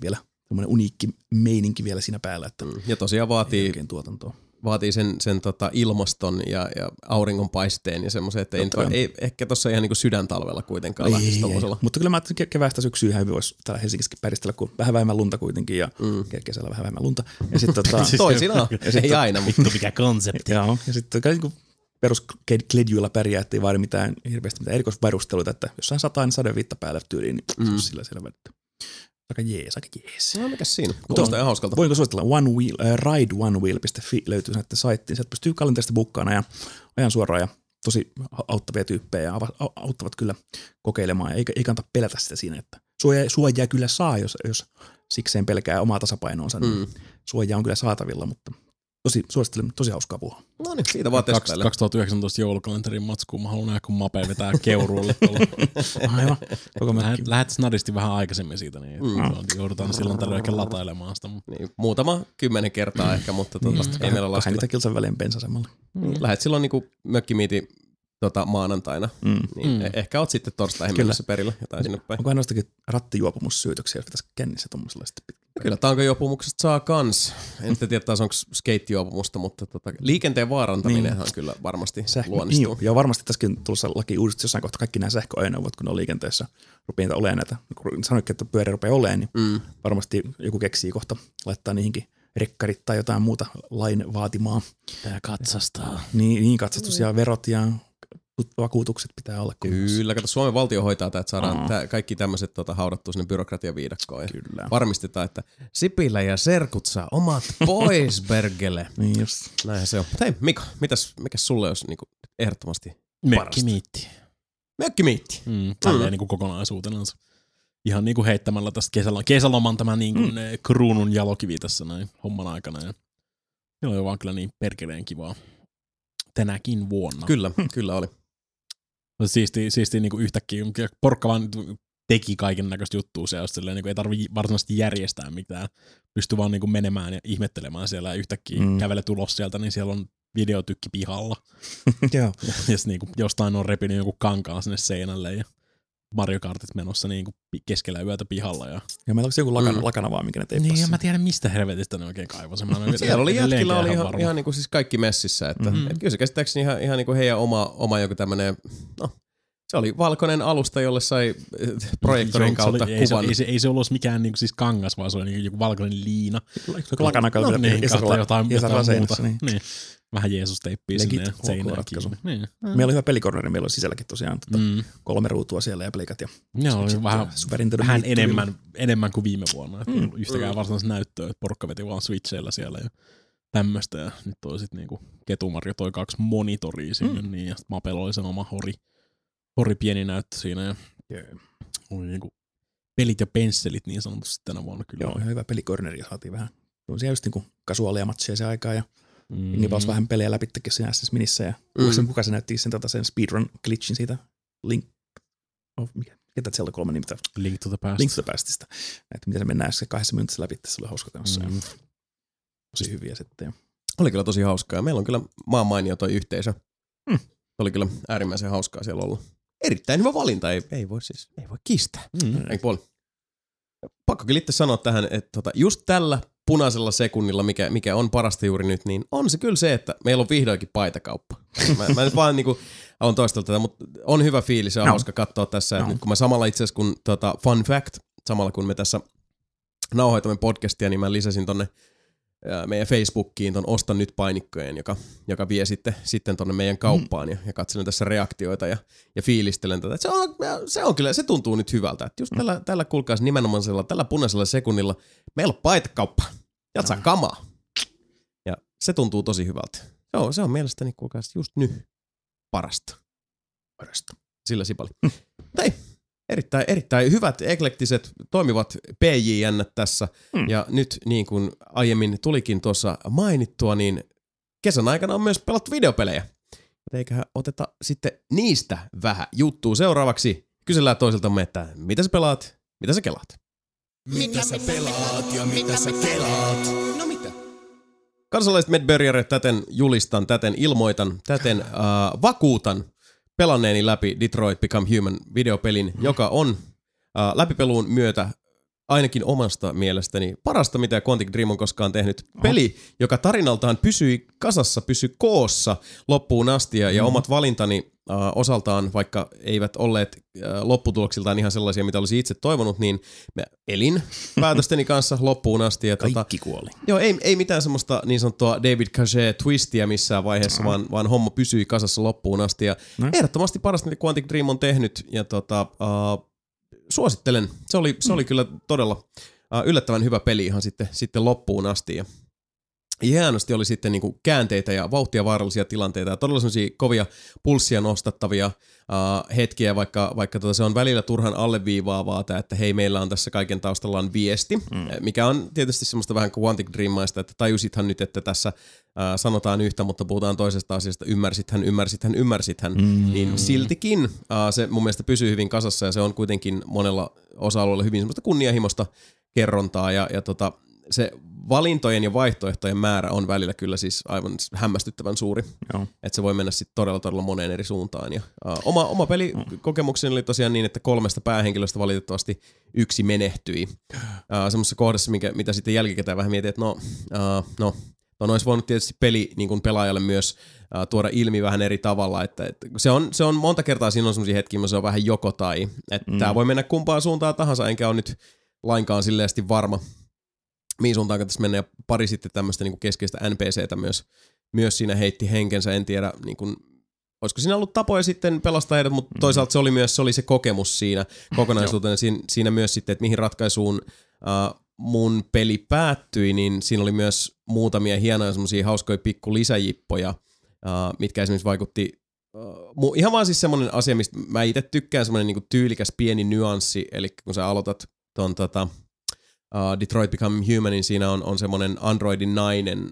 semmoinen uniikki meininki vielä siinä päällä, että ja tosiaan vaatii, tuotantoa. vaatii sen, sen tota ilmaston ja, ja auringonpaisteen ja semmoisen, että ei, ei ehkä tuossa ihan niinku sydäntalvella kuitenkaan lähtisi tommosella. Mutta kyllä mä ajattelin, että keväästä syksyyn ihan hyvin voisi täällä Helsingissäkin päristellä, kun vähän vähemmän lunta kuitenkin ja mm. kesällä vähän vähemmän lunta. Ja sit, tota, toisinaan, ei aina. Vittu mikä konsepti. Joo, ja sitten niin peruskledjuilla pärjää, ettei vaadi mitään hirveästi mitään erikoisvarusteluita, että jossain sataa, niin sadeviitta päällä tyyliin, niin mm. sillä siellä välittyy. Aika jees, aika jees. No mikäs siinä? Kuulostaa ihan hauskalta. Voinko suositella one wheel, äh, ride one wheel piste fi löytyy näiden saittiin. Sieltä pystyy kalenterista bukkaana ja ajan suoraan ja tosi auttavia tyyppejä ja auttavat kyllä kokeilemaan. Eikä ei kannata pelätä sitä siinä, että suojaa, suojaa kyllä saa, jos, jos sikseen pelkää omaa tasapainoonsa, niin mm. suojaa on kyllä saatavilla, mutta tosi suosittelen, tosi hauskaa puhua. No niin, siitä vaan testaille. kaksituhattayhdeksäntoista joulukalenterin matskuun mä haluan nähdä, kun Mape vetää keuruulle tuolla. Aivan. Lähet, lähet snadisti vähän aikaisemmin siitä, niin mm. joudutaan silloin tällöin ehkä latailemaan sitä. Niin, muutama kymmenen kertaa ehkä, mutta tuota, mm. ei meillä lasketa. Kahden kilsan välein bensasemalla. Mm. Lähet silloin niinku mökkimiiti tota, maanantaina, mm. niin mm. ehkä oot sitten torstaihin mennessä perillä jotain sinne päin. Onkohan nostakin rattijuopumussyytöksiä, jos pitäisi kännissä tuommoisella sitten? Kyllä tankojuopumuksesta saa kans. En tiedä taas onko skeittijuopumusta, mutta tota, liikenteen vaarantaminenhan niin. Kyllä varmasti Sähkö, luonnistuu. Niin, ja varmasti tässäkin tulossa lakiuudistus jossain kohtaa kaikki nämä sähköajoneuvot, kun ne on liikenteessä, rupeaa niitä olemaan näitä. Kun sanoikin, että pyörä rupeaa olemaan, niin mm. varmasti joku keksii kohta laittaa niihinkin rekkarit tai jotain muuta lain vaatimaa. Tää katsastaa. Niin, niin katsastus ja verot ja vakuutukset pitää olla kunnossa. Kyllä, kato Suomen valtio hoitaa tämä, että saadaan mm. tää, kaikki tämmöiset tota, haudattua sinne byrokratiaviidakkoon. Ja Kyllä. varmistetaan, että Sipilä ja serkut saa omat pois, bergele. Niin just. Näinhän se on. Hei Mika, mitäs, mikäs sulle olisi niinku ehdottomasti Mökkimiitti. Mökkimiitti. Mm, tälleen mm. niinku kokonaisuutena. Ihan niinku heittämällä tästä kesäloma, kesäloman tämä niinku mm. kruunun jalokivi tässä näin homman aikana. Ja se oli vaan kyllä niin perkeleen kivaa. Tänäkin vuonna. Kyllä, kyllä oli. Siistiä, siistiä niin kuin yhtäkkiä. Porkka vaan teki kaiken näköistä juttua siellä, silleen, niin kuin ei tarvitse varsinaisesti järjestää mitään. Pystyi vaan niin kuin menemään ja ihmettelemään siellä ja yhtäkkiä mm. kävele tulos sieltä, niin siellä on videotykki pihalla. Joo. ja ja niin kuin jostain on repinyt joku kankaan sinne seinälle ja Mario Kartit menossa niin kuin keskellä yötä pihalla. Ja, ja meillä onko se joku lakana, mm. lakana vaan, mikä ne teippasi? Niin, ja mä tiedän mistä helvetistä ne oikein kaivoi. Siellä oli jätkillä oli ihan, ihan niin kuin siis kaikki messissä. Että, mm. et kyllä se käsittääkseni ihan, ihan niin kuin heidän oma, oma joku tämmöinen, no se oli valkoinen alusta, jolle sai projektorin no, kautta oli, kuvan. Ei se, ei, se, ei se ollut mikään niin kuin siis kangas, vaan se oli niin kuin joku valkoinen liina. Lakana kautta no, niin, kautta jotain, jotain muuta. Niin. Niin. Vähän Jeesus-teippiä sinne seinään kiinni. Niin. Mm. Meillä oli hyvä pelikorneri, meillä oli sisälläkin tosiaan tota, mm. kolme ruutua siellä ja plikat. Ja joo, oli vähän, vähän enemmän, enemmän kuin viime vuonna. Et mm. Yhtäkään mm. varsinaisesti näyttöä, että porukka veti vaan switcheillä siellä ja tämmöistä. Ja nyt toi sit niinku Ketumarjo toi kaksi monitoria sinne, mm. niin, ja sit Mapel oli sen oma hori, hori pieni näyttö siinä. Ja yeah. oli niinku pelit ja pensselit niin sanotusti tänä vuonna kyllä. Joo, ihan hyvä pelikorneri saatiin vähän. Siellä just niinku kasuaalia matseja se aikaa ja Mm. Niin pelasi vähän pelejä läpittekin siinä S S Minissä ja mm. kuka se näytti sen, tota, sen speedrun glitchin siitä Link, oh, mikä, mikä Zelda kolme nimeltä? Link to the Past. Link to the Pastista. Että miten se mennään se kahdessa minuutissa läpi, se oli hauska kanssa. Mm. Tosi hyviä sitten. Oli kyllä tosi hauskaa. Meillä on kyllä maan mainio toi yhteisö. Mm. Oli kyllä äärimmäisen hauskaa siellä ollut. Erittäin hyvä valinta, ei, ei voi siis, ei voi kiistää. Mm. Ei puoli. Pakko kyllä itse sanoa tähän, että tota, just tällä punaisella sekunnilla, mikä, mikä on parasta juuri nyt, niin on se kyllä se, että meillä on vihdoinkin paitakauppa. Mä, mä nyt vaan niinku haluan toistella tätä, mutta on hyvä fiilis, se on no. hauska katsoa tässä. No. Nyt kun mä samalla itse asiassa, kun tota, fun fact, samalla kun me tässä nauhoitamme podcastia, niin mä lisäsin tonne ää, meidän Facebookiin ton Osta nyt -painikkojen, joka, joka vie sitten, sitten tonne meidän kauppaan mm. ja, ja katselen tässä reaktioita ja, ja fiilistelen tätä. Se on, se on kyllä, se tuntuu nyt hyvältä. Että just mm. tällä, tällä kuulkaas nimenomaisella, tällä punaisella sekunnilla meillä on paitakauppa. Jatsaa no. kamaa. Ja se tuntuu tosi hyvältä. Se on, se on mielestäni kuulkaas just nyt parasta. Parasta. Sillä sipali. Mm. Hei, erittäin, erittäin hyvät, eklektiset, toimivat P J N tässä. Mm. Ja nyt niin kuin aiemmin tulikin tuossa mainittua, niin kesän aikana on myös pelattu videopelejä. Eiköhän oteta sitten niistä vähän juttua seuraavaksi. Kysellään toisiltamme, että mitä sä pelaat, mitä sä kelaat. Mitä sä pelaat ja mitä sä kelaat? No mitä? Kansalaiset Medburger, täten julistan, täten ilmoitan, täten äh, vakuutan pelanneeni läpi Detroit Become Human videopelin, joka on äh, läpipeluun myötä ainakin omasta mielestäni parasta, mitä Quantic Dream on koskaan tehnyt. Peli, joka tarinaltaan pysyi kasassa, pysyi koossa loppuun asti ja, mm. ja omat valintani äh, osaltaan, vaikka eivät olleet äh, lopputuloksiltaan ihan sellaisia, mitä olisi itse toivonut, niin mä elin päätösteni kanssa loppuun asti. Ja Kaikki tota, kuoli. Joo, ei, ei mitään semmoista niin sanottua David Cage-twistiä missään vaiheessa, mm. vaan, vaan homma pysyi kasassa loppuun asti. Ja mm. ehdottomasti parasta, mitä Quantic Dream on tehnyt. Ja tota... Äh, Suosittelen. Se oli, se oli mm. kyllä todella uh, yllättävän hyvä peli ihan sitten, sitten loppuun asti. Ja hienosti oli sitten niinku käänteitä ja vauhtia vaarallisia tilanteita ja todella sellaisia kovia pulssia nostattavia uh, hetkiä, vaikka, vaikka tota se on välillä turhan alleviivaavaa, että hei, meillä on tässä kaiken taustalla on viesti, mm. mikä on tietysti semmoista vähän kuin Quantic Dream-maista, että tajusithan nyt, että tässä uh, sanotaan yhtä, mutta puhutaan toisesta asiasta, ymmärsithän, ymmärsithän, ymmärsithän, mm. niin siltikin uh, se mun mielestä pysyy hyvin kasassa ja se on kuitenkin monella osa-alueella hyvin semmoista kunnianhimoista kerrontaa ja, ja tota, se valintojen ja vaihtoehtojen määrä on välillä kyllä siis aivan hämmästyttävän suuri. Että se voi mennä sitten todella todella moneen eri suuntaan. Ja, uh, oma, oma pelikokemukseni oli tosiaan niin, että kolmesta päähenkilöstä valitettavasti yksi menehtyi. Uh, semmoisessa kohdassa, minkä, mitä sitten jälkikäteen vähän mietin, että no, uh, no on olisi voinut tietysti peli niin kuin pelaajalle myös uh, tuoda ilmi vähän eri tavalla. Että, että se, on, se on monta kertaa, siinä on semmoisia hetkiä, missä se on vähän joko tai. Että mm. tämä voi mennä kumpaan suuntaan tahansa, enkä ole nyt lainkaan silleesti varma, mihin suuntaan tässä mennä, ja pari sitten tämmöistä niin kuin keskeistä N P C:tä myös, myös siinä heitti henkensä, en tiedä, niin kuin, olisiko siinä ollut tapoja sitten pelastaa heidät, mutta toisaalta se oli myös se, oli se kokemus siinä kokonaisuutena, siinä, siinä myös sitten, että mihin ratkaisuun uh, mun peli päättyi, niin siinä oli myös muutamia hienoja semmoisia hauskoja pikku lisäjippoja, uh, mitkä esimerkiksi vaikutti, uh, ihan vaan siis semmoinen asia, mistä mä itse tykkään, semmoinen niin kuin tyylikäs pieni nyanssi, eli kun sä aloitat ton tota, Uh, Detroit Become Humanin, siinä on, on semmoinen androidin nainen,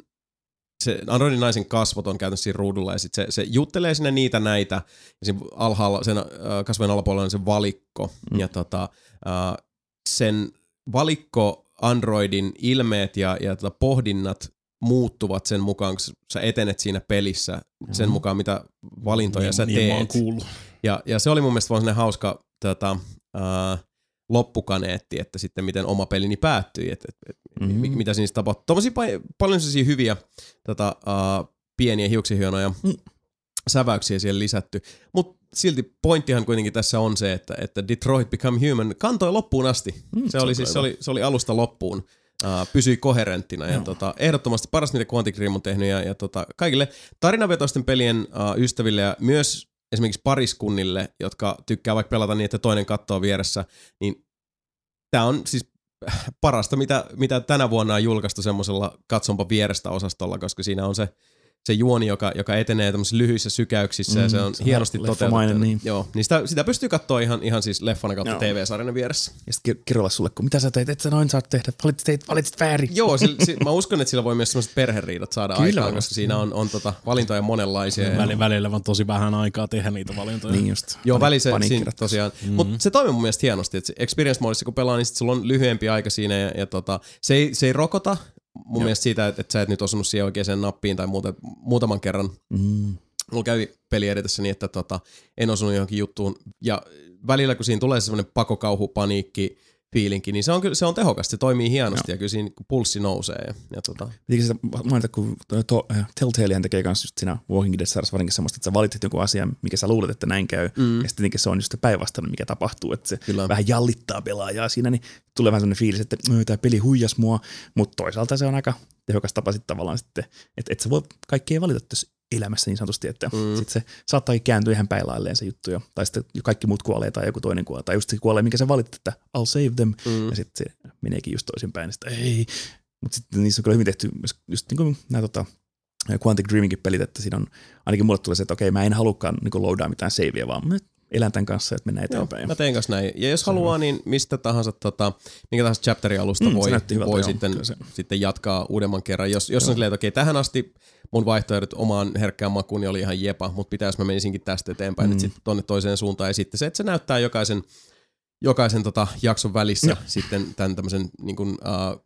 se androidin naisen kasvot on käytännössä siinä ruudulla ja sit se, se juttelee sinne niitä näitä ja siinä alhaalla, sen uh, kasvojen alapuolella on se valikko mm. ja tota, uh, sen valikko androidin ilmeet ja, ja tota pohdinnat muuttuvat sen mukaan, kun sä etenet siinä pelissä, mm. sen mukaan mitä valintoja niin, sä teet. Niin ja, ja se oli mun mielestä vaan sellainen hauska tota, uh, loppukaneetti, että sitten miten oma pelini päättyi, että et, et, mm-hmm. mitä siinä tapahtui. Tuommoisia pa- paljon sellaisia hyviä tota, uh, pieniä hiuksihienoja mm. säväyksiä siellä lisätty, mutta silti pointtihan kuitenkin tässä on se, että, että Detroit Become Human kantoi loppuun asti. Mm, se, oli siis, se, oli, se oli alusta loppuun. Uh, pysyi koherenttina ja tota, ehdottomasti paras, mitä Quantic Dream on tehnyt ja, ja tota, kaikille tarinavetoisten pelien uh, ystäville ja myös esimerkiksi pariskunnille, jotka tykkää vaikka pelata niin, että toinen katsoo vieressä, niin tämä on siis parasta, mitä, mitä tänä vuonna on julkaistu semmoisella katsonpa vierestä osastolla, koska siinä on se, se juoni, joka, joka etenee tämmöisissä lyhyissä sykäyksissä mm, ja se on se hienosti toteutettu. Niin. Joo, niin sitä, sitä pystyy katsoa ihan, ihan siis leffana kautta T V-sarjana vieressä. Ja sitten kirjoilla sulle, kun mitä sä teit, et sä noin saa tehdä, valitsit, valitsit väärin. Joo, si, si, mä uskon, että sillä voi myös semmoiset perheriidat saada Kyllä aikaan, koska siinä on, on tota valintoja monenlaisia. Ja välillä, välillä vaan tosi vähän aikaa tehdä niitä valintoja. Niin just. Joo, välissä siinä tosiaan. Mm-hmm. Mutta se toimii mun mielestä hienosti, että experience-moodissa kun pelaa, niin sit sulla on lyhyempi aika siinä ja, ja tota, se, ei, se ei rokota mun Joo. mielestä siitä, että, että sä et nyt osunut siihen oikeaan nappiin tai muuta, muutaman kerran. Mm. Mulla kävi peli edetessä niin, että tota, en osunut johonkin juttuun. Ja välillä, kun siinä tulee se semmoinen pakokauhu, paniikki, fiilinki, niin se on, se on tehokasta, se toimii hienosti Joo. ja kyllä siinä pulssi nousee. Ja, ja tota. Pitikö sitä mainita, kun to, äh, Telltalehän tekee myös just siinä Walking Dead-sarjassa varsinkin semmoista, että sä valitset jonkun asian, mikä sä luulet, että näin käy, mm. ja sitten se on just päinvastainen, mikä tapahtuu, että se kyllä vähän jallittaa pelaajaa siinä, niin tulee vähän semmoinen fiilis, että tämä peli huijas mua, mutta toisaalta se on aika tehokas tapa sitten tavallaan sitten, että et sä voi kaikki ei valita tässä elämässä niin sanotusti, että mm. sitten se saattaa kääntyä ihan päilailleen se juttu jo, tai sitten kaikki muut kuolee tai joku toinen kuolee, tai just se kuolee, mikä sä valitat, että I'll save them, mm. ja sitten se meneekin just toisinpäin, ja sitten ei, mutta sitten niissä on kyllä hyvin tehty, just niin kuin nämä tota, Quantic Dreaminkin pelit, että siinä on, ainakin mulle tulee se, että okei, mä en halukkaan niin loadaa mitään saveia, vaan mä elän tämän kanssa, että mennään eteenpäin. Joo, mä teen kanssa näin. Ja jos se haluaa, niin mistä tahansa, tota, minkä tahansa chapterin alusta mm, voi, voi sitten, sitten jatkaa uudemman kerran. Jos, jos on silleen, että okei, tähän asti mun vaihtoehdot omaan herkkään makuun oli ihan jepa, mutta pitäisi mä menisinkin tästä eteenpäin, mm. että sitten tonne toiseen suuntaan. Ja sitten se, että se näyttää jokaisen, jokaisen tota jakson välissä no. sitten tämän tämmöisen niin kuin, uh,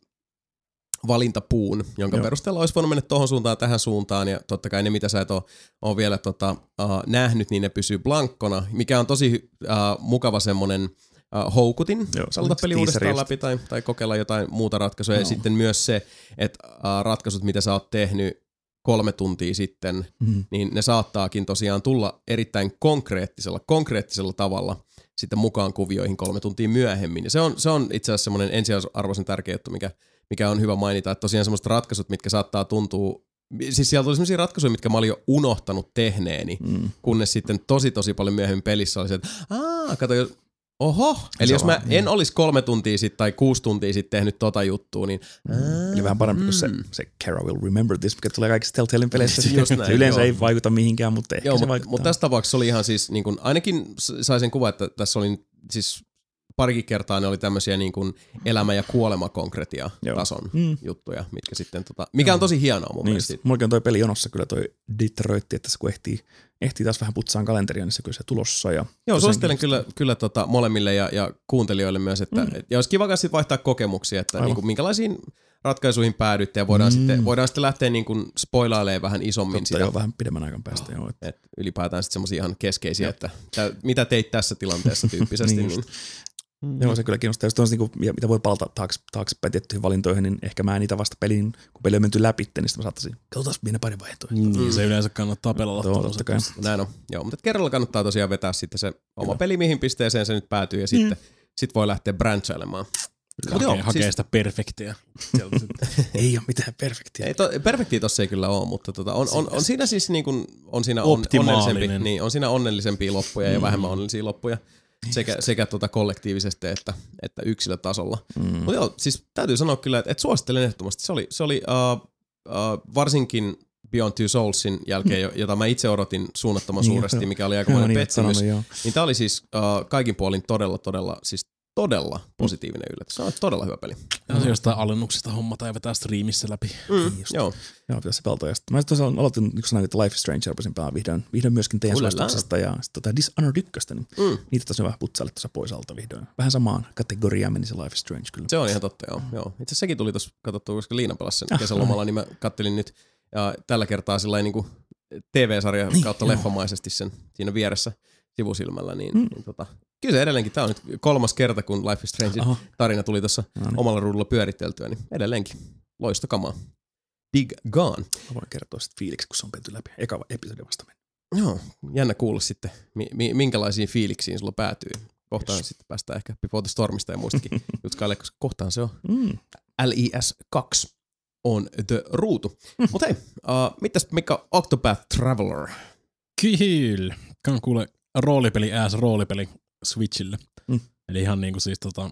valintapuun, jonka Joo. perusteella olisi voinut mennä tohon suuntaan tähän suuntaan, ja totta kai ne, mitä sä et ole, ole vielä tota, uh, nähnyt, niin ne pysyy blankkona, mikä on tosi uh, mukava semmoinen uh, houkutin Joo, pelata peli uudestaan teaseri läpi tai, tai kokeilla jotain muuta ratkaisua. No. Ja sitten myös se, että uh, ratkaisut, mitä sä oot tehnyt kolme tuntia sitten, mm. niin ne saattaakin tosiaan tulla erittäin konkreettisella, konkreettisella tavalla sitten mukaan kuvioihin kolme tuntia myöhemmin. Ja se on, se on itse asiassa semmoinen ensiarvoisen tärkeä juttu, mikä, mikä on hyvä mainita, että tosiaan semmoiset ratkaisut, mitkä saattaa tuntua, siis sieltä oli semmoisia ratkaisuja, mitkä mä olin jo unohtanut tehneeni, mm. kunnes sitten tosi tosi paljon myöhemmin pelissä oli se, että aah, kato, jos, oho, eli jos mä en olisi kolme tuntia sitten tai kuusi tuntia sitten tehnyt tota juttua, niin mm. Eli vähän parempi kuin se, se Kara will remember this, mikä tulee kaikissa Telltalein peleissä. Just näin, se yleensä joo. ei vaikuta mihinkään, mutta ehkä joo, se mut, vaikuttaa. Mutta tässä tapauksessa oli ihan siis, niin kun, ainakin sai sen kuvan, että tässä oli siis parikin kertaa ne oli tämmöisiä niin kuin elämä- ja kuolema-konkretia tason mm. juttuja, mitkä sitten, tota, mikä on tosi hienoa mun niin, mielestä. Mullakin on toi peli jonossa kyllä toi Detroit, että se kun ehtii, ehtii taas vähän putsaan kalenteria, niin se kyllä se tulossa. Ja joo, suosittelen kyllä, kyllä tota molemmille ja, ja kuuntelijoille myös, että mm. et, ja olisi kiva sitten vaihtaa kokemuksia, että niin kuin, minkälaisiin ratkaisuihin päädytte ja voidaan, mm. sitten, voidaan sitten lähteä niin kuin spoilailemaan vähän isommin Totta, sitä. Joo, vähän pidemmän aikan päästä. Joo, et, et ylipäätään sitten semmoisia ihan keskeisiä, että tä, mitä teit tässä tilanteessa tyyppisesti. niin, niin. Mm. Joo, se kyllä kiinnostaa. Jos on, niin kuin, mitä voi palata taakse, taaksepäin tiettyihin valintoihin, niin ehkä mä niitä vasta pelin, kun peli on menty läpi, niin sitten mä saattaisin, katsotaan minä pari vaihtoehtoja. Mm. Mm. Se yleensä kannattaa pelata. Joo, totta kai. Näin on. Joo, mutta kerralla kannattaa tosiaan vetää sitten se oma peli, mihin pisteeseen se nyt päätyy, ja mm. sitten sit voi lähteä branchailemaan. Hakee, joo, hakee siis sitä perfektiä. Ei ole mitään perfektiä. Ei to, perfektiä tossa ei kyllä ole, mutta tota, on, on, on siinä siis niin kuin, on siinä on, onnellisempi, niin, on siinä onnellisempia loppuja mm. ja vähemmän onnellisia loppuja. Sekä, sekä tuota kollektiivisesti että, että yksilötasolla. Mm. Mutta joo, siis täytyy sanoa kyllä, että, että suosittelen ehdottomasti. Se oli, se oli uh, uh, varsinkin Beyond Two Soulsin jälkeen, jota mä itse odotin suunnattoman suuresti, mikä oli aikamoinen pettymys. Niin, niin tää oli siis uh, kaikin puolin todella, todella, siis todella positiivinen yllätys. Se on todella hyvä peli. Ja se jostain alennuksista hommata ja vetää striimissä läpi. Mm, niin joo. Joo, pitäisi se pelata. Mä tosiaan aloitin, kun sanoin, että Life is Strange, rupesin pelaamaan vihdoin, vihdoin myöskin teidän suosituksesta ja sitten tota Dishonored yksi, niin mm. niitä tosiaan vähän putsaille tuossa pois alta vihdoin. Vähän samaan kategoriaan meni se Life is Strange kyllä. Se on ihan totta, joo. joo. Itse asiassa sekin tuli tuossa katsottua, koska Liina pelasi sen kesälomalla, niin mä kattelin nyt ja tällä kertaa sellainen niin kuin T V-sarja niin, kautta joo. leffamaisesti sen siinä vieressä sivusilmällä, niin, mm. niin tota, kyllä se edelleenkin, tää on nyt kolmas kerta, kun Life is Strange tarina tuli tuossa no niin. omalla ruudulla pyöriteltyä, niin edelleenkin loistokamaa. Dig Gone. Mä voin kertoa sitten fiiliksi, kun se on penty läpi. Eka episodi vasta meni. Joo, jännä kuulla sitten, mi- minkälaisiin fiiliksiin sulla päätyy. Kohtaan yes. sitten päästään ehkä Before the Stormista ja muistakin jutskaille, koska kohtaan se on mm. L I S kaksi on the ruutu. Mm. Mutta hei, uh, mitäs Mikka Octopath Traveler? Kyllä. Kann kuule roolipeli, ääs roolipeli Switchille. Mm. Eli ihan niinku siis tota,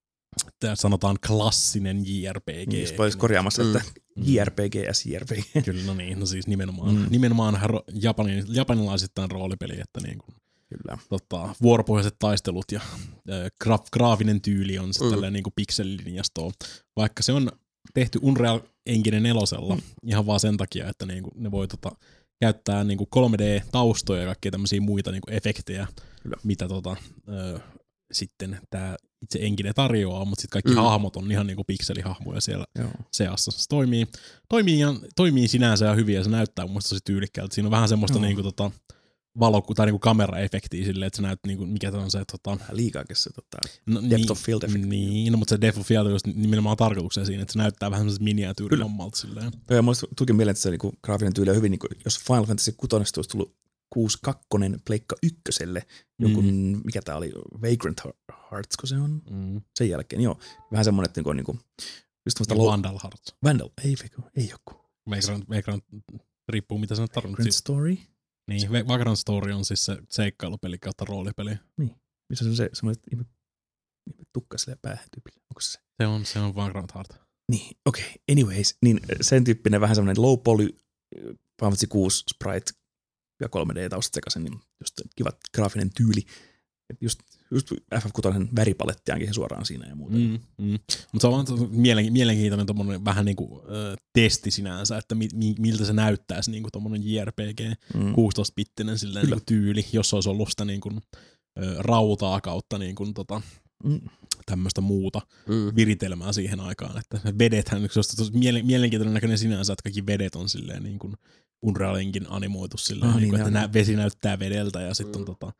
sanotaan klassinen J R P G. Jos voisi korjaamassa, mm. että J R P G, S J R P G. Kyllä, no niin, no siis nimenomaan, mm. nimenomaan ro, japani, japanilaisittain roolipeli, että niinku, kyllä. Tota, vuoropohjaiset taistelut ja äh, graf, graafinen tyyli on sitten mm. tälleen niinku pikselilinjastoa. Vaikka se on tehty Unreal Engine nelosella mm. ihan vaan sen takia, että niinku ne voi tota, käyttää niinku kolme D-taustoja ja kaikkia tämmöisiä muita niinku efektejä, kyllä. mitä tota, ö, sitten tämä itse Engine tarjoaa, mutta sitten kaikki mm. hahmot on ihan niinku pikselihahmoja siellä Joo. seassa. Se toimii, toimii, ja, toimii sinänsä ja hyvin ja se näyttää mun mielestä tosi tyylikkäältä. Siinä on vähän semmoista niinku tota, valo- tai niinku kameraefektiä silleen, että se näyttää, niinku, mikä on se... Tota, liikaakin se tota, no, depth niin, of field effect. Niin, no, mutta se depth of field on just nimenomaan tarkoituksena siinä, että se näyttää vähän semmoiset miniatyyrinommalta silleen. Ja muista tulikin mieleen, että se niinku, graafinen tyyli on hyvin, niinku, jos Final Fantasy kuusi olisi tullut kuusi kaksi Pleikka ykköselle, joku, mm. mikä tää oli, Vagrant Hearts, kun se on mm. sen jälkeen, joo. Vähän semmoinen, että niinku, niinku just low... Vandal Hearts. Vandal, ei, ei joku. Vagrant, Vagrant riippuu mitä se on tarvinnut. Vagrant Story? Niin, Vagrant Story on siis se seikkailupeli kautta roolipeli. Niin, missä se on se semmoinen ihme, ihme tukka sille päähän tyypille, onko se se? Se on, se on Vagrant Heart. Niin, okei, okay. Anyways, niin sen tyyppinen vähän semmoinen low poly, Final Fantasy kuusi sprite ja kolme D-taustat sekaisin, niin just kiva graafinen tyyli. Just, just F F kuusi väripalettiaankin suoraan siinä ja muuta. Mm, mm. Mutta se on vaan mielen, mielenkiintoinen tommonen vähän niinku ö, testi sinänsä, että mi, mi, miltä se näyttäisi niinku tommonen J R P G mm. kuusitoista-bittinen silleen niinku tyyli, jos olisi ollut sitä niinku, ö, rautaa kautta niinku tota, mm. tämmöistä muuta mm. viritelmää siihen aikaan. Että vedethän, se on mielen, mielenkiintoinen näköinen sinänsä, että kaikki vedet on silleen niin kuin Unreal Engine animoitu silleen, oh, niin, niin, että nä- vesi näyttää vedeltä ja sitten mm. on tota,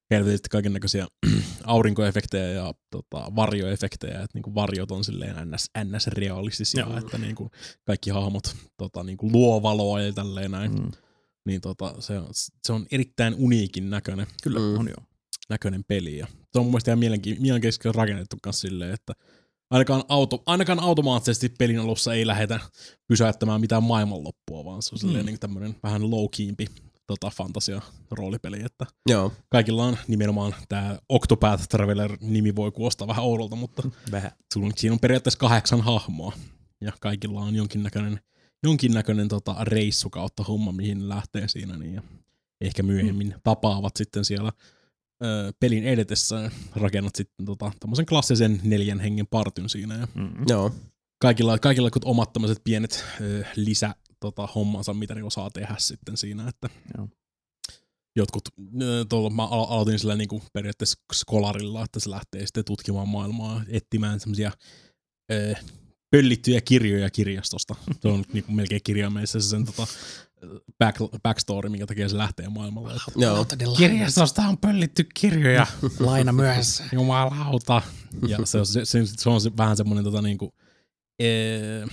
helvetisti kaiken näköisiä aurinkoefektejä ja tota, varjoefektejä, että niinku varjot on silleen ns, ns realistisia, mm. että niinku kaikki hahmot tota, niinku luo valoa ja tälleen näin. Mm. Niin tota, se, on, se on erittäin uniikin näköinen. Kyllä mm. on joo. Näköinen peli. Ja se on mun mielestä ihan mielenki- mielenkiintoisesti rakennettu kanssa silleen, että ainakaan, auto, ainakaan automaattisesti pelin alussa ei lähdetä pysäyttämään mitään maailmanloppua, vaan se on silleen mm. niin tämmönen vähän low-keempi tota, fantasia-roolipeli, että Joo. kaikilla on nimenomaan tää Octopath Traveler-nimi voi kuulostaa vähän oudolta, mutta vähän. Siinä on periaatteessa kahdeksan hahmoa ja kaikilla on jonkinnäköinen, jonkinnäköinen tota, reissu kautta homma, mihin lähtee siinä niin, ja ehkä myöhemmin mm. tapaavat sitten siellä ö, pelin edetessä rakennat sitten tota, tämmöisen klassisen neljän hengen partyn siinä ja mm. Joo. Kaikilla, kaikilla on omat tämmöiset pienet ö, lisä tota, hommansa, mitä ne osaa tehdä sitten siinä, että Joo. jotkut, tuolla mä aloitin sillä niinku periaatteessa skolarilla, että se lähtee sitten tutkimaan maailmaa, etsimään semmoisia ö, pöllittyjä kirjoja kirjastosta. Se on niinku melkein kirjaimellisesti se sen tota, back, backstory, minkä takia se lähtee maailmalle. Joo. Kirjastosta on pöllitty kirjoja. Laina myös. Jumalauta. Ja se on, se, se, se on se, vähän semmoinen tota, niinku, ee,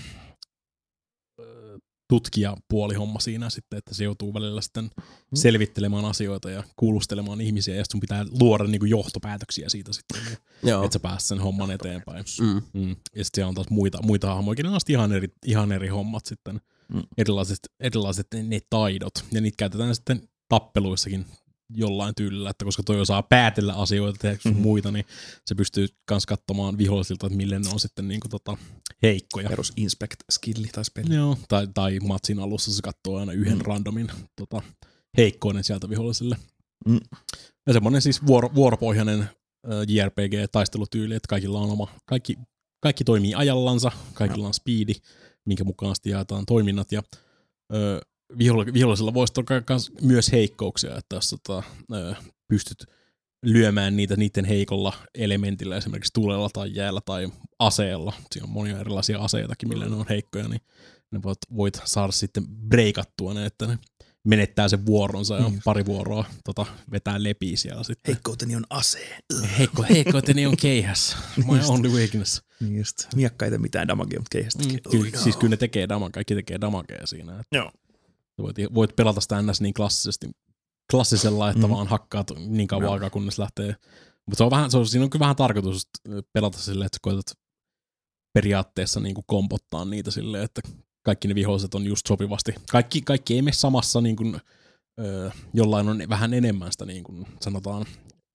tutkijapuolihomma siinä sitten, että se joutuu välillä sitten selvittelemään asioita ja kuulustelemaan ihmisiä, ja sun pitää luoda niinku johtopäätöksiä siitä sitten, että sä pääset sen homman eteenpäin. Mm. Mm. Ja sitten siellä on taas muita, muita hahmoja, ne on ihan eri, ihan eri hommat sitten, mm. erilaiset, erilaiset ne taidot, ja niitä käytetään sitten tappeluissakin jollain tyylillä, että koska toi osaa päätellä asioita, tehdä mm-hmm. muita, niin se pystyy kans katsomaan vihollisilta, että millä ne on sitten niinku tota heikkoja. Perus inspect-skilli tai spelli. Joo, tai, tai matsin alussa se katsoo aina yhden mm. randomin tota, heikkoinen sieltä viholliselle. Mm. Ja semmoinen siis vuoro, vuoropohjainen äh, J R P G-taistelutyyli, että kaikilla on oma, kaikki, kaikki toimii ajallansa, kaikilla on speedi, minkä mukaan sitten jaetaan toiminnat, ja äh, vihollisella voisi myös heikkouksia, että jos tota, pystyt lyömään niitä niiden heikolla elementillä, esimerkiksi tulella tai jäällä tai aseella. Siinä on monia erilaisia aseitakin, millä ne on heikkoja, niin ne voit, voit saada sitten breikattua ne, että ne menettää sen vuoronsa ja mm. pari vuoroa tota, vetää lepiä siellä sitten. Heikkouteni on aseen. Heikko, heikkouteni on keihäs. My only weakness. Niin just. Miakka ei tee mitään damagea, mutta keihästäkin. Mm, kyllä, oh, siis no. kyllä ne tekee damagea, kaikki tekee damagea siinä. Että joo. Voit, voit pelata sitä ns. Niin klassisesti, klassisella, että mm. vaan hakkaat niin kauan no. aikaa, kunnes lähtee. Mutta se on vähän, se on, siinä on kyllä vähän tarkoitus pelata silleen, että koetat periaatteessa niin kuin kompottaa niitä silleen, että kaikki ne viholliset on just sopivasti. Kaikki, kaikki ei mene samassa, niin kuin, ö, jollain on vähän enemmän sitä, niin kuin sanotaan,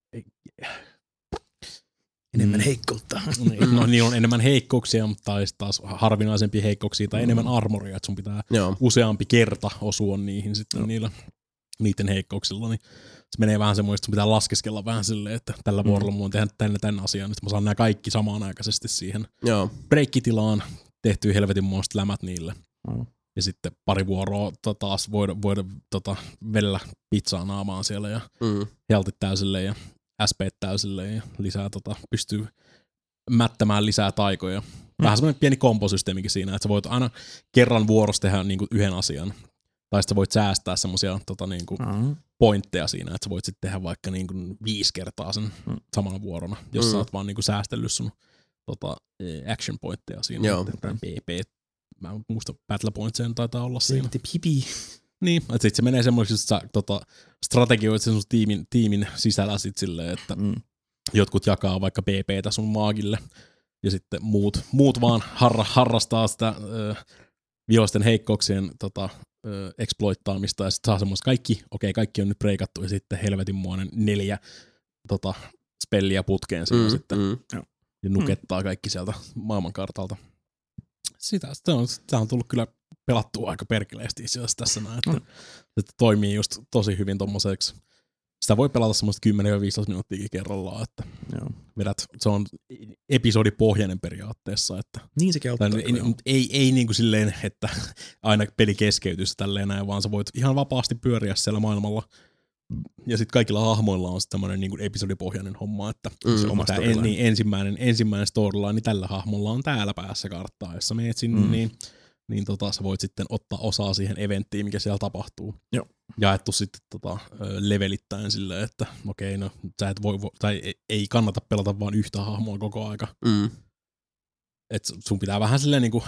enemmän heikkoutta. No niin on enemmän heikkouksia, mutta taas harvinaisempia heikkouksia tai mm. enemmän armoria, että sun pitää Joo. useampi kerta osua niihin sitten niillä, niiden heikkouksilla, niin se menee vähän semmoista, että sun pitää laskeskella vähän silleen, että tällä mm. vuorolla mä voin tehdä tänne tämän asian, että mä saan nämä kaikki samanaikaisesti siihen Joo. breikkitilaan, tehtyä helvetin muista lämät niille. Mm. Ja sitten pari vuoroa taas voida, voida tota, vedellä pizzaa naamaan siellä ja mm. heltit täysille ja S P täysille ja lisää tota, pystyy mättämään lisää taikoja. Vähän mm. semmoinen pieni komposysteemikin siinä, että sä voit aina kerran vuorossa tehdä niinku yhden asian. Tai sitten sä voit säästää semmoisia tota, niinku mm. pointteja siinä, että sä voit sitten tehdä vaikka niinku viisi kertaa sen mm. samana vuorona, jos mm. sä oot vaan niinku säästellyt sun tota, action pointteja siinä. Joo. B P, mä en muista, battle pointseen taitaa olla siinä. Pipi. Niin, että sitten se menee semmoiseksi, että sä tota, strategioit sen sun tiimin, tiimin sisällä sit silleen, että mm. jotkut jakaa vaikka B P:tä sun maagille, ja sitten muut, muut vaan harra, harrastaa sitä ö, vihollisten heikkouksien tota, ö, exploittaamista, ja sitten saa semmoista kaikki, okei, okay, kaikki on nyt breikattu, ja sitten helvetinmoinen neljä tota, spelliä putkeen siinä mm, sitten, mm. ja nukettaa mm. kaikki sieltä maailmankartalta. Sitä, sitä on, sitä on tullut kyllä pelattua aika perkeleesti itse asiassa tässä näin, että, mm. että toimii just tosi hyvin tommoseksi. Sitä voi pelata semmoista kymmenen viisitoista minuuttia kerrallaan, että Joo. vedät, se on episodipohjainen periaatteessa. Että, niin sekin auttaa. Ei, ei, ei, ei niin kuin silleen, että aina peli keskeytyisi tälleen näin, vaan sä voit ihan vapaasti pyöriä siellä maailmalla. Ja sitten kaikilla hahmoilla on tämmöinen niin kuin episodipohjainen homma, että mm, se oma en, niin ensimmäinen, ensimmäinen storyline niin tällä hahmolla on täällä päässä karttaa, jos sä meet sinne, mm. niin niin tota, sä voit sitten ottaa osaa siihen eventtiin, mikä siellä tapahtuu. Joo. jaettu sitten tota, levelittäin silleen, että okei, no sä et voi, tai ei kannata pelata vaan yhtä hahmoa koko aika. Mm. Et sun pitää vähän silleen niinku,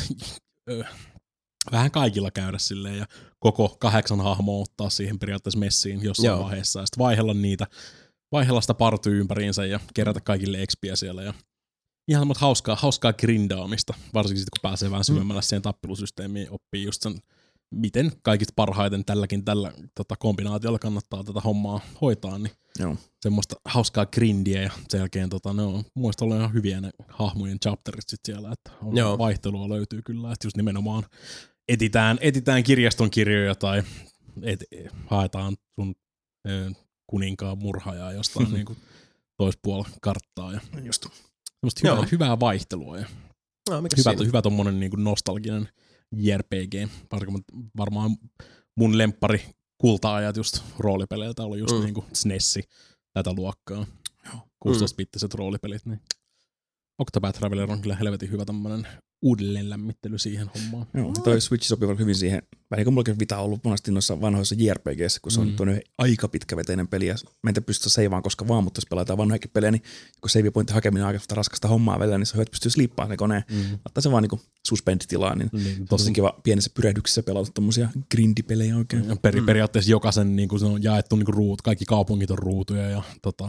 vähän kaikilla käydä silleen ja koko kahdeksan hahmoa ottaa siihen periaatteessa messiin jossain Joo. vaiheessa ja sitten vaihella niitä, vaihella sitä partyy ympäriinsä ja kerätä kaikille expiä siellä ja ihan semmoista hauskaa, hauskaa grindaamista, varsinkin sitten kun pääsee vähän syvemmällä siihen tappelusysteemiin, oppii just sen, miten kaikista parhaiten tälläkin tällä tota, kombinaatiolla kannattaa tätä hommaa hoitaa, niin Joo. semmoista hauskaa grindiä ja sen jälkeen tota, ne on muista olla ihan hyviä ne hahmojen chapterit sit siellä, että on Joo. vaihtelua löytyy kyllä, että just nimenomaan etitään, etitään kirjaston kirjoja tai et, haetaan sun ö, kuninkaan murhaajaa jostain niinku toispuolella karttaa ja Just. semmoista hyvää, hyvää vaihtelua ja No, hyvä, hyvä tommonen niinku nostalginen J R P G. Varmaan mun lemppari kulta-ajat just roolipeleiltä oli just mm. niinku S N E S, tätä luokkaa. kuusitoista-bittiset mm. roolipelit. Niin. Octopath Traveler on kyllä helvetin hyvä tämmönen uudelleen lämmittely siihen hommaan. Joo, toi Switch sopii hyvin siihen. Vähän kun mullakin Vita on ollut monesti noissa vanhoissa J R P G:issä, kun se on mm. tuonne aika pitkäveteinen peli ja mä en pystyä seivaan koska vaan, mutta jos pelataan vanhojakin pelejä, niin kun save pointin hakeminen on aika raskasta hommaa välillä, niin se hyvä, että pystyy sliippaamaan se koneen. Mm. Ottaa se vaan niinku suspend-tilaan, niin, niin tosi kiva pienessä pyrehdyksessä pelata tommosia grindipelejä oikein. Ja peri- periaatteessa jokaisen niinku, se on jaettu niinku ruut, kaikki kaupungit on ruutuja ja tota,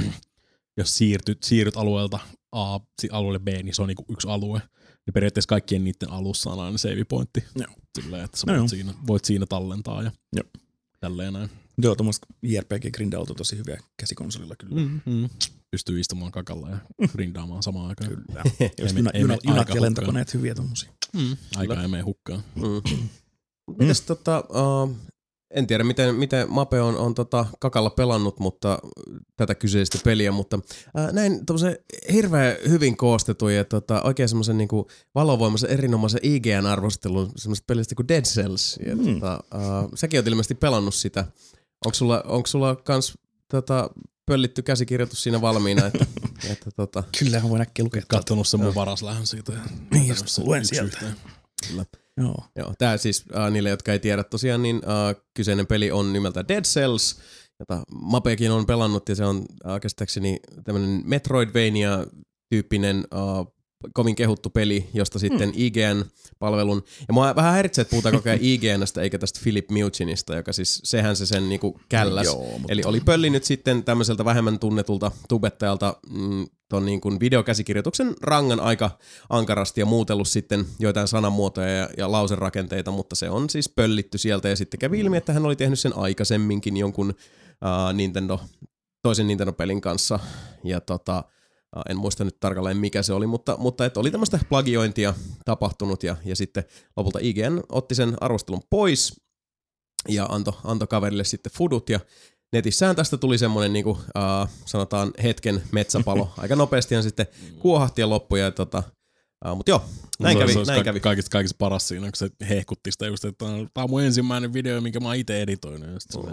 jos siirtyt, siirryt alueelta A alueelle B, niin se on niinku yksi alue. Niin periaatteessa kaikkien niiden alussa on aina save pointti. Joo. Silleen, että sä voit, no siinä, voit siinä tallentaa ja Joo. tälleen näin. Joo, tuommoista J R P G-grindaulut on tosi hyviä käsikonsolilla kyllä. Mm-hmm. Pystyy istumaan kakalla ja grindaamaan samaan aikaan. Kyllä. Jos juna, juna, junat ja lentokoneet hyviä tommosia. Mm. Aika ei mene hukkaan. Mm. Mites tota... Uh... En tiedä, miten, miten Mape on, on tota kakalla pelannut mutta tätä kyseistä peliä, mutta ää, näin tommosen hirveän hyvin koostetun ja tota, oikein semmoisen niinku valovoimaisen erinomaisen I G N-arvostelun semmoisesta pelistä kuin Dead Cells. Ja, mm. tota, ää, säkin oot ilmeisesti pelannut sitä. Onko sulla, onko sulla kans tota, pöllitty käsikirjoitus siinä valmiina? Että, että, tota... Kyllä, voin äkkiä lukea. Kattonut sen mun varaslähön siitä. Niin, just luen sieltä. Kyllä. Joo. Joo, tää siis äh, niille, jotka ei tiedä tosiaan, niin äh, kyseinen peli on nimeltä Dead Cells, jota Mapekin on pelannut ja se on äh, käsittääkseni tämmönen Metroidvania-tyyppinen äh, kovin kehuttu peli, josta sitten hmm. I G N-palvelun, ja mua vähän häiritsee, että puhutaan koko ajan I G N:stä eikä tästä Philip Mucinista, joka siis, sehän se sen niinku källäs. No, joo, mutta... Eli oli pöllinyt sitten tämmöiseltä vähemmän tunnetulta tubettajalta mm, ton niin kuin videokäsikirjoituksen rangan aika ankarasti ja muutellut sitten joitain sanamuotoja ja, ja lauserakenteita, mutta se on siis pöllitty sieltä ja sitten kävi ilmi, että hän oli tehnyt sen aikaisemminkin jonkun uh, Nintendo, toisen Nintendo-pelin kanssa ja tota, uh, en muista nyt tarkalleen mikä se oli, mutta, mutta et oli tämmöistä plagiointia tapahtunut ja, ja sitten lopulta I G N otti sen arvostelun pois ja antoi anto kaverille sitten fudut ja netissään tästä tuli semmoinen niinku, uh, sanotaan hetken metsäpalo. Aika nopeastihan sitten kuohahti ja loppui. Ja, tota, uh, mut joo, näin se, kävi. Se näin ka- kävi. Kaikista, kaikista paras siinä, kun se hehkutti sitä just, että tämä on mun ensimmäinen video, minkä mä oon ite editoinut.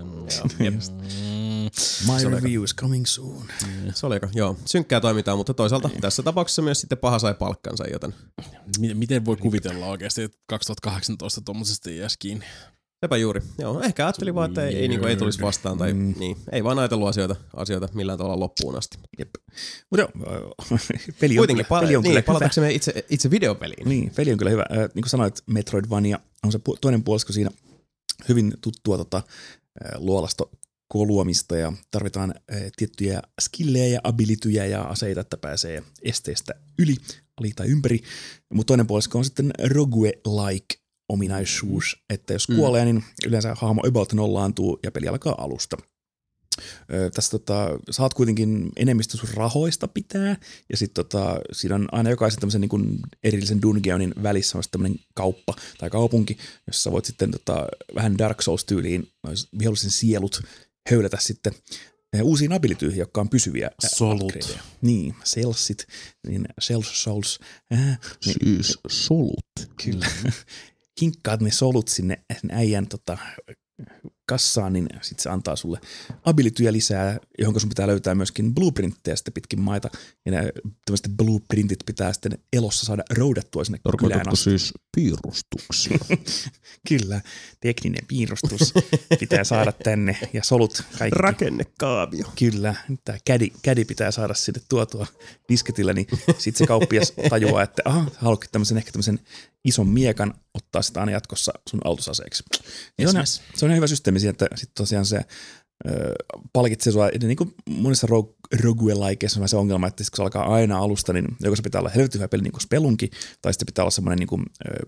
My review is coming soon. Se oli aika, joo, synkkää toimintaa, mutta toisaalta tässä tapauksessa myös sitten paha sai palkkansa, joten... Miten voi kuvitella oikeasti, että kaksituhattakahdeksantoista tommosesta ei jäisi kiinni? Sepä juuri. Joo, ehkä ajattelin vaan, että ei, ei, niin ei tulisi vastaan tai mm. niin. Ei vaan ajatellut asioita, asioita millään tavalla loppuun asti. Jep. Mutta joo, peli on Kuitenkin, kyllä, peli on niin, kyllä palataksemme itse, itse videopeliin. Niin, peli on kyllä hyvä. Äh, niin kuin sanoit, Metroidvania on se toinen puolisko siinä hyvin tuttua tota, äh, luolastokoluamista ja tarvitaan äh, tiettyjä skillejä ja abilityjä ja aseita, että pääsee esteestä yli, ali tai ympäri. Mutta toinen puolisko on sitten rogue-like ominaisuus, että jos kuolee, mm. niin yleensä hahmo about nollaantuu ja peli alkaa alusta. Öö, tässä tota, saat kuitenkin enemmistö sun rahoista pitää, ja sitten tota, siinä on aina jokaisen tämmöisen niin kuin erillisen dungeonin välissä on tämmöinen kauppa tai kaupunki, jossa voit sitten tota, vähän Dark Souls-tyyliin vihollisen sielut höylätä sitten uusiin abilityihin, jotka on pysyviä. Solut. Upgradeja. Niin, selsit, niin Cells Souls. Äh, niin, siis solut. Kyllä. Hinkkaat ne solut sinne äijän tota, kassaan, niin sitten se antaa sulle abilityjä lisää, johon sun pitää löytää myöskin blueprintteja sitten pitkin maita. Ja ne tämmöiset blueprintit pitää sitten elossa saada roudattua sinne kylään asti. siis piirustuksia? Kyllä, tekninen piirustus pitää saada tänne ja solut kaikki. Rakennekaavio. Kyllä, tämä kädi, kädi pitää saada sinne tuotua disketillä, niin sitten se kauppias tajuaa, että aha, haluatko tämmöisen, ehkä tämmöisen ison miekan ottaa sitä aina jatkossa sun autosaseeksi. Se on, se on ihan hyvä systeemi siihen, että sitten tosiaan se ö, palkitsee sua, niin kuin monissa roguelikeissa on se ongelma, että kun se alkaa aina alusta, niin joko se pitää olla helvetin hyvä peli niin kuin Spelunki, tai sitten pitää olla semmoinen niin kuin,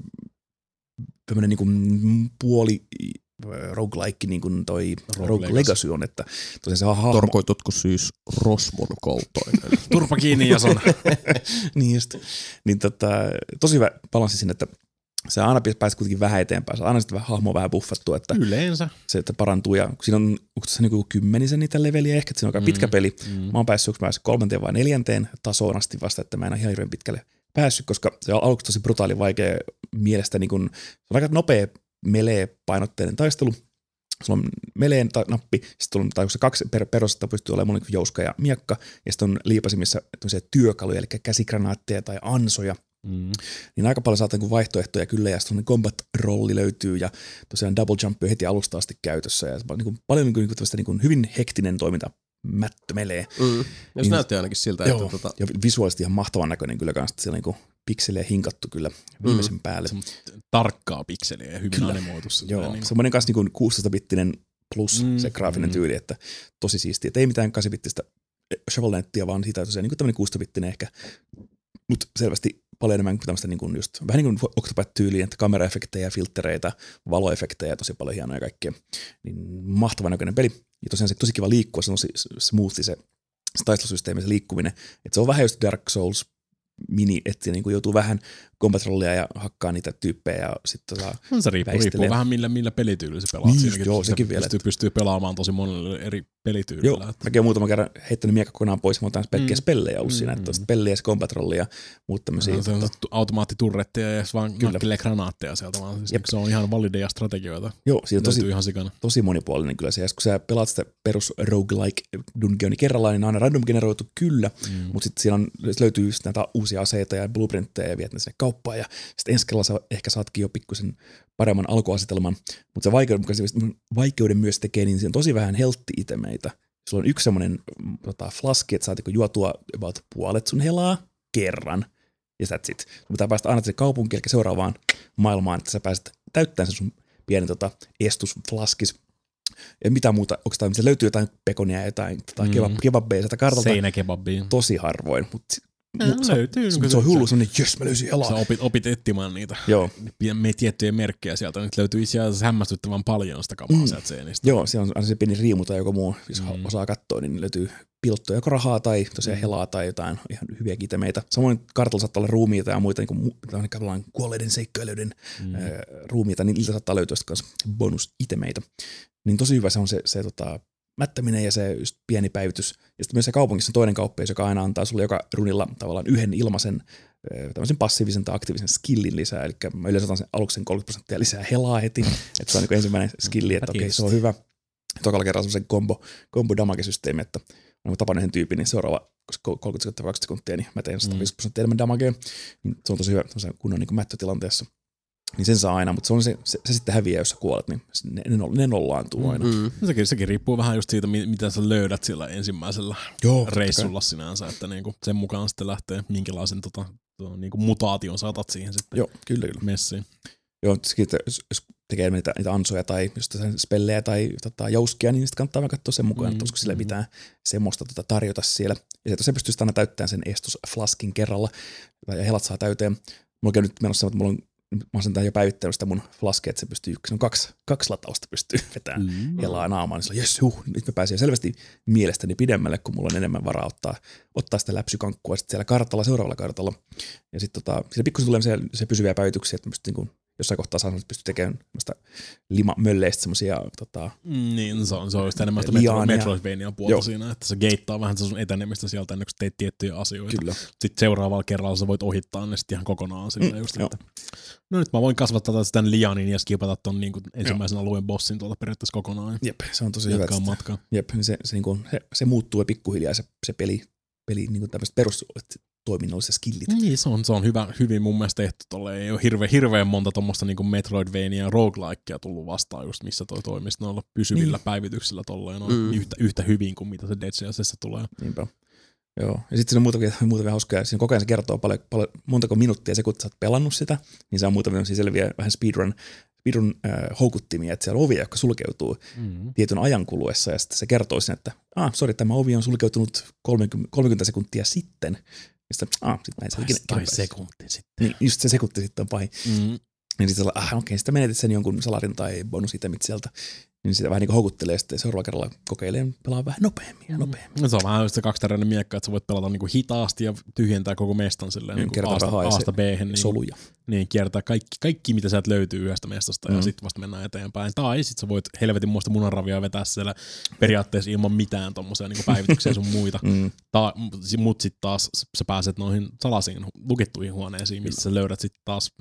ö, niin kuin puoli roguelike, niin kuin toi Rogue Legacy on, että tosiaan se hahmo... Tarkoitatko siis Rosmon kaltainen? Turpa kiinni, jos on. Niin just. Niin tota, tosi hyvä balanssi sinne, että se aina pääsee kuitenkin vähän eteenpäin. Se aina sitten hahmo vähän buffattua, että yleensä se että parantuu. Ja siinä on, onko tässä niin kymmenisen niitä leveliä ehkä, että siinä on aika pitkä peli. Mm. Mä oon päässyt, onko päässyt kolmanteen vai neljänteen tasoon asti vasta, että mä en ole ihan hirveän pitkälle päässyt, koska se on aluksi tosi brutaali vaikea mielestä. Niin kun, se on aika nopea melee-painotteinen taistelu. Sulla on meleen ta- nappi, sitten on, tai se kaksi per- perusetta pystyy olemaan niin jouska ja miekka, ja sitten on liipasimissa työkaluja, eli käsikranaatteja tai ansoja. Mm. Niin aika paljon saat niin vaihtoehtoja kyllä, ja sitten combat-rolli löytyy, ja tosiaan double jump heti alusta asti käytössä, ja niin kuin, paljon niin kuin, niin kuin hyvin hektinen toiminta, mättö melee. Mm. Jos niin, näytti ainakin siltä, joo, että... Tota... Ja visuaalisesti ihan mahtavan näköinen kyllä kanssa, että siellä on niin pikseliä hinkattu kyllä viimeisen mm. päälle. Tarkkaa pikseliä ja hyvin kyllä animoitu. Joo, niin semmoinen kanssa niin kuusitoista-bittinen plus mm. se graafinen mm. tyyli, että tosi siistiä. Että ei mitään kahdeksan-bittistä Shovel Knightia, vaan siitä tosiaan niin tämmöinen kuusitoista-bittinen ehkä, mutta selvästi paljon enemmän kuin tämmöistä niin kuin just, vähän niin kuin Octopath-tyyliä, että kameraefektejä, filtreitä, valoefektejä, tosi paljon hienoja ja kaikkea. Niin mahtavan näköinen peli. Ja tosiaan se tosi kiva liikkua, se on smoothi se, se taistelusysteemi, se liikkuminen. Että se on vähän just Dark Souls mini, että niin joutuu vähän combat-rollia ja hakkaa niitä tyyppejä ja sitten tota se riippuu, riippuu vähän millä, millä pelityylillä se pelaat. Niin just, joo, sekin vielä. Pystyy, pystyy pelaamaan tosi monelle eri pelityylillä. Joo, että... mäkin olen muutaman kerran heittänyt miekka kokonaan pois, mutta on pelkkiä mm. spellejä ollut mm, siinä, että mm. pelejä ja combat-rollia ja muut tämmöisiä. No, se on automaattiturretteja ja vaan nakkelee granaatteja sieltä, vaan siis se on ihan valideja strategioita. Joo, siinä on tosi, ihan sikana. Tosi monipuolinen kyllä se, ja kun sä pelaat sitä perus roguelike dungeoni kerrallaan, niin ne on aina random generoitu kyllä, mm. mutta sitten siinä on, löytyy just näitä uusia aseita ja blueprintteja ja viet ne sinne kauppaan ja sitten ensi kerralla sä ehkä saatkin jo pikkusen paremman alkuasetelman, mutta se vaikeuden, vaikeuden myös tekee, niin siinä on tosi vähän health-itemeitä. Sulla on yksi semmoinen tota, flaski, että saat juotua about puolet sun helaa kerran, ja that's it. Sun pitää päästä aina se kaupunki, eli seuraavaan maailmaan, että sä pääset täyttämään sen sun pienen tota, estusflaskis. Ja mitä muuta, onko tämä, se löytyy jotain pekonia, jotain tota, mm. kebab, kebabbeja sieltä kartalta. Seinäkebabia. Tosi harvoin, mutta No, se, löytyy. Se, se on hullu sellainen, jes mä löysin helaa. Sä opit, opit etsimään niitä Joo. Me tiettyjä merkkejä sieltä. Nyt löytyy itse asiassa hämmästyttävän paljon sitä kamaa mm. sieltä seinistä. Joo, siellä on aina se pieni riimu tai joku muu, jos mm. osaa katsoa, niin löytyy pilttoja, joko rahaa tai tosiaan mm. helaa tai jotain ihan hyviä kitemeitä. Samoin kartalla saattaa olla ruumiita ja muita, niin kuin kuolleiden seikkailijoiden mm. äh, ruumiita, niin niiltä saattaa löytyä myös bonus-itemeitä. Niin tosi hyvä se on se, se tota, mättäminen ja se just pieni päivitys. Ja sitten myös se kaupungissa on toinen kauppias, joka aina antaa sulle joka runilla tavallaan yhden ilmaisen tämmöisen passiivisen tai aktiivisen skillin lisää. Eli mä yleensä otan sen aluksen kolmekymmentä prosenttia lisää helaa heti, että se on niin ensimmäinen skilli, että okei, okay, se on hyvä. Tokalla kerralla semmoisen kombo, kombo damage-systeemi, että mä tapan yhden tyypin, niin seuraava kolmekymmentä sekuntia kaksikymmentä sekuntia, niin mä teen sata viisikymmentä prosenttia enemmän damagea. Se on tosi hyvä kunnon niin mättötilanteessa. Niin sen saa aina, mutta se, on se, se, se sitten häviää, jos sä kuolet, niin ne, ne, ne nollaantuu aina. Mm-hmm. Sekin, sekin riippuu vähän just siitä, mitä sä löydät sillä ensimmäisellä Joo, reissulla sinänsä, että niinku sen mukaan sitten lähtee, minkälaisen tota, niinku mutaation saatat siihen sitten Joo, kyllä, kyllä. messiin. Joo, jos tekee niitä, niitä ansoja tai just spellejä tai tota, jouskia, niin sitten kannattaa vähän katsoa sen mukaan, mm-hmm. että olisiko sille mitään semmoista tota, tarjota siellä. Ja se pystyy aina täyttämään sen estusflaskin kerralla, ja helat saa täyteen. Mulla on nyt menossa, että mulla on mä oon sen jo päivittänyt sitä mun flaskia, että se pystyy yksin, on kaksi, kaksi latausta pystyy vetämään mm. helaa naamaan, niin se on jes, huh, nyt mä pääsen selvästi mielestäni pidemmälle, kun mulla on enemmän varaa ottaa, ottaa sitä läpsykankkua sitten siellä kartalla, seuraavalla kartalla. Ja sitten tota, siellä pikkusen tulee se, se pysyviä päivityksiä, että mä pystyn niin jossain kohtaa sanoa, että pystyy tekemään limamölleistä semmoisia tota, niin, se on, se on just enemmän sitä liaania. Metroidvania puolta Joo. siinä, että se geittaa vähän sun etenemistä sieltä ennen kuin teet tiettyjä asioita. Kyllä. Sitten seuraavalla kerralla sä voit ohittaa ne sitten ihan kokonaan sillä mm, just, että no nyt mä voin kasvattaa tämän lianin ja skipata ton niin kuin ensimmäisen Joo. alueen bossin tuolta periaatteessa kokonaan. Jep, se on tosi hyvä. Matkaa. Jep, se, se, niin kuin, se, se muuttuu pikkuhiljaa se, se peli, peli niin kuin tämmöiset perustoiminnalliset skillit. Niin, se on, se on hyvä, hyvin mun mielestä tehty tolle. Ei ole hirveän, hirveän monta tuommoista niin Metroidvania ja roguelikea tullut vastaan just missä toi toimisi noilla pysyvillä niin. päivityksillä tolleen mm. yhtä, yhtä hyvin kuin mitä se Dead Cellsissa tulee. Niinpä. Joo, ja sitten se on muutamia, muutamia hauskoja. Siinä koko ajan se kertoo paljon, paljon montako minuuttia se, kun sä oot pelannut sitä, niin se on muutamia selviä vähän speedrun, speedrun äh, houkuttimia, että siellä on ovia, jotka sulkeutuu mm-hmm. tietyn ajan kuluessa, ja sitten se kertoo sinne, että ah, sori, tämä ovi on sulkeutunut kolmekymmentä, kolmekymmentä sekuntia sitten. Ja sitten, ah, sit mä en tai, tai sekunti sitten. Niin, just se sekunti sitten on pahin. Mm-hmm. Niin sitten ah, okei, okay, sitten menetit sen jonkun salarin tai bonusitemit sieltä. Niin sitä vähän niin kuin houkuttelee sitten seuraavalla kerralla kokeilee pelaa vähän nopeammin ja nopeammin. No se on vähän se kaksiteräinen miekka, että sä voit pelata niin kuin hitaasti ja tyhjentää koko mestan silleen niin kuin Aasta, Aasta B-hen. Niin, soluja. Niin, kiertää kaikki, kaikki mitä sieltä löytyy yhdestä mestasta mm. ja sitten vasta mennään eteenpäin. Tai sit sä voit helvetin muista munanravia vetää siellä periaatteessa ilman mitään tommosia niin kuin päivityksiä sun muita. Mm. Ta- mut sit taas sä pääset noihin salaisiin lukittuihin huoneisiin, missä sä löydät sit taas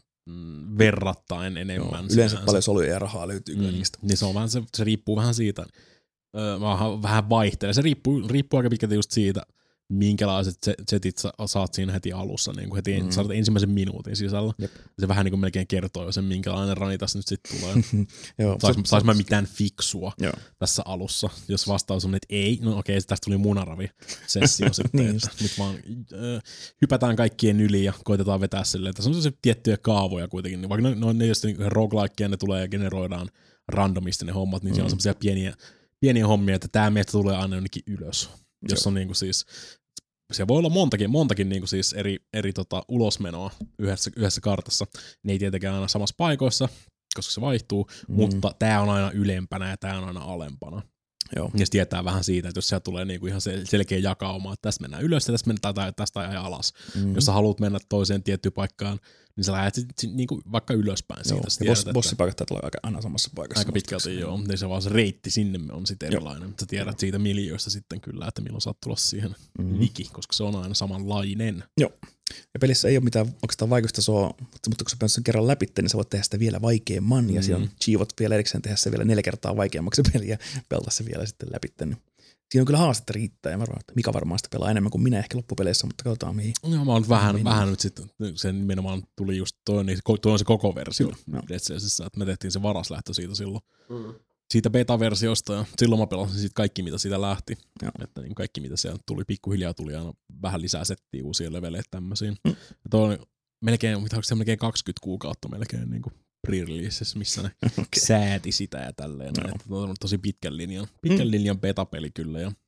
verrattain enemmän. No, yleensä paljon soluja ja rahaa löytyy mm. niistä. Niin se, on vähän, se, se riippuu vähän siitä, öö, vähän, vähän vaihtelee. Se riippuu, riippuu aika pitkälti just siitä, minkälaiset setit sä saat siinä heti alussa, niin kuin heti mm. saat ensimmäisen minuutin sisällä. Jep. Se vähän niin kuin melkein kertoo jo sen, minkälainen rani tässä nyt sitten tulee. sais, sais mä mitään fiksua Joo. tässä alussa, jos vastaus on, että ei, no okei, tästä tuli munaravi-sessio sitten, niin että nyt vaan äh, hypätään kaikkien yli ja koitetaan vetää silleen, että se on se tiettyjä kaavoja kuitenkin, niin vaikka ne, ne, ne jos niin roguelikeja, ne tulee ja generoidaan randomisti ne hommat, niin mm. siellä on semmoisia pieniä, pieniä hommia, että tämä meistä tulee aina jonnekin ylös. Jos on niinku siis, se voi olla montakin, montakin niinku siis eri, eri tota ulosmenoa yhdessä, yhdessä kartassa. Ne ei tietenkään aina samassa paikoissa, koska se vaihtuu, mm. mutta tää on aina ylempänä ja tää on aina alempana. Joo. Ja se tietää vähän siitä, että jos siellä tulee niinku ihan selkeä jakauma, että tästä mennään ylös ja tästä mennään tai tästä ajaa alas. Mm. Jos sä haluat mennä toiseen tiettyyn paikkaan, niin sä lähdet niinku vaikka ylöspäin siitä. Joo, ja bossipaikat tulee aina samassa paikassa. Aika pitkälti joo, niin se vaan se reitti sinne on sitten erilainen. Sä tiedät joo. siitä miljöistä sitten kyllä, että milloin sä oot tulossa siihen mm-hmm. liki, koska se on aina samanlainen. Joo. Ja pelissä ei ole mitään oikeastaan vaikutusta sua, mutta kun sä pääset sen kerran läpi, niin sä voit tehdä sitä vielä vaikeamman, mm-hmm. ja siellä on chiivot vielä erikseen tehdä se vielä neljä kertaa vaikeammaksi peliä ja pelata se vielä sitten läpi. Siinä on kyllä haastetta riittää, ja varmaan, että Mika varmaan sitä pelaa enemmän kuin minä ehkä loppupeleissä, mutta katsotaan mihin. No mä oon vähän, vähän nyt sitten, sen nimenomaan tuli just toi, niin toi on se koko versio no. Dead Cellsissä, että me tehtiin se varaslähtö siitä silloin. Mm. Siitä beta-versiosta, ja silloin mä pelasin sit kaikki, mitä siitä lähti. Joo. Että niin kaikki, mitä siellä tuli, pikkuhiljaa tuli aina vähän lisää settiä, uusia leveleitä tämmöisiin. Mm. Ja toi on melkein, mitä onko se melkein kaksikymmentä kuukautta melkein niin kuin pre-releases, missä ne okay. sääti sitä ja tälleen. No. Että on tosi pitkän linjan, pitkän mm. linjan beta-peli kyllä. Ja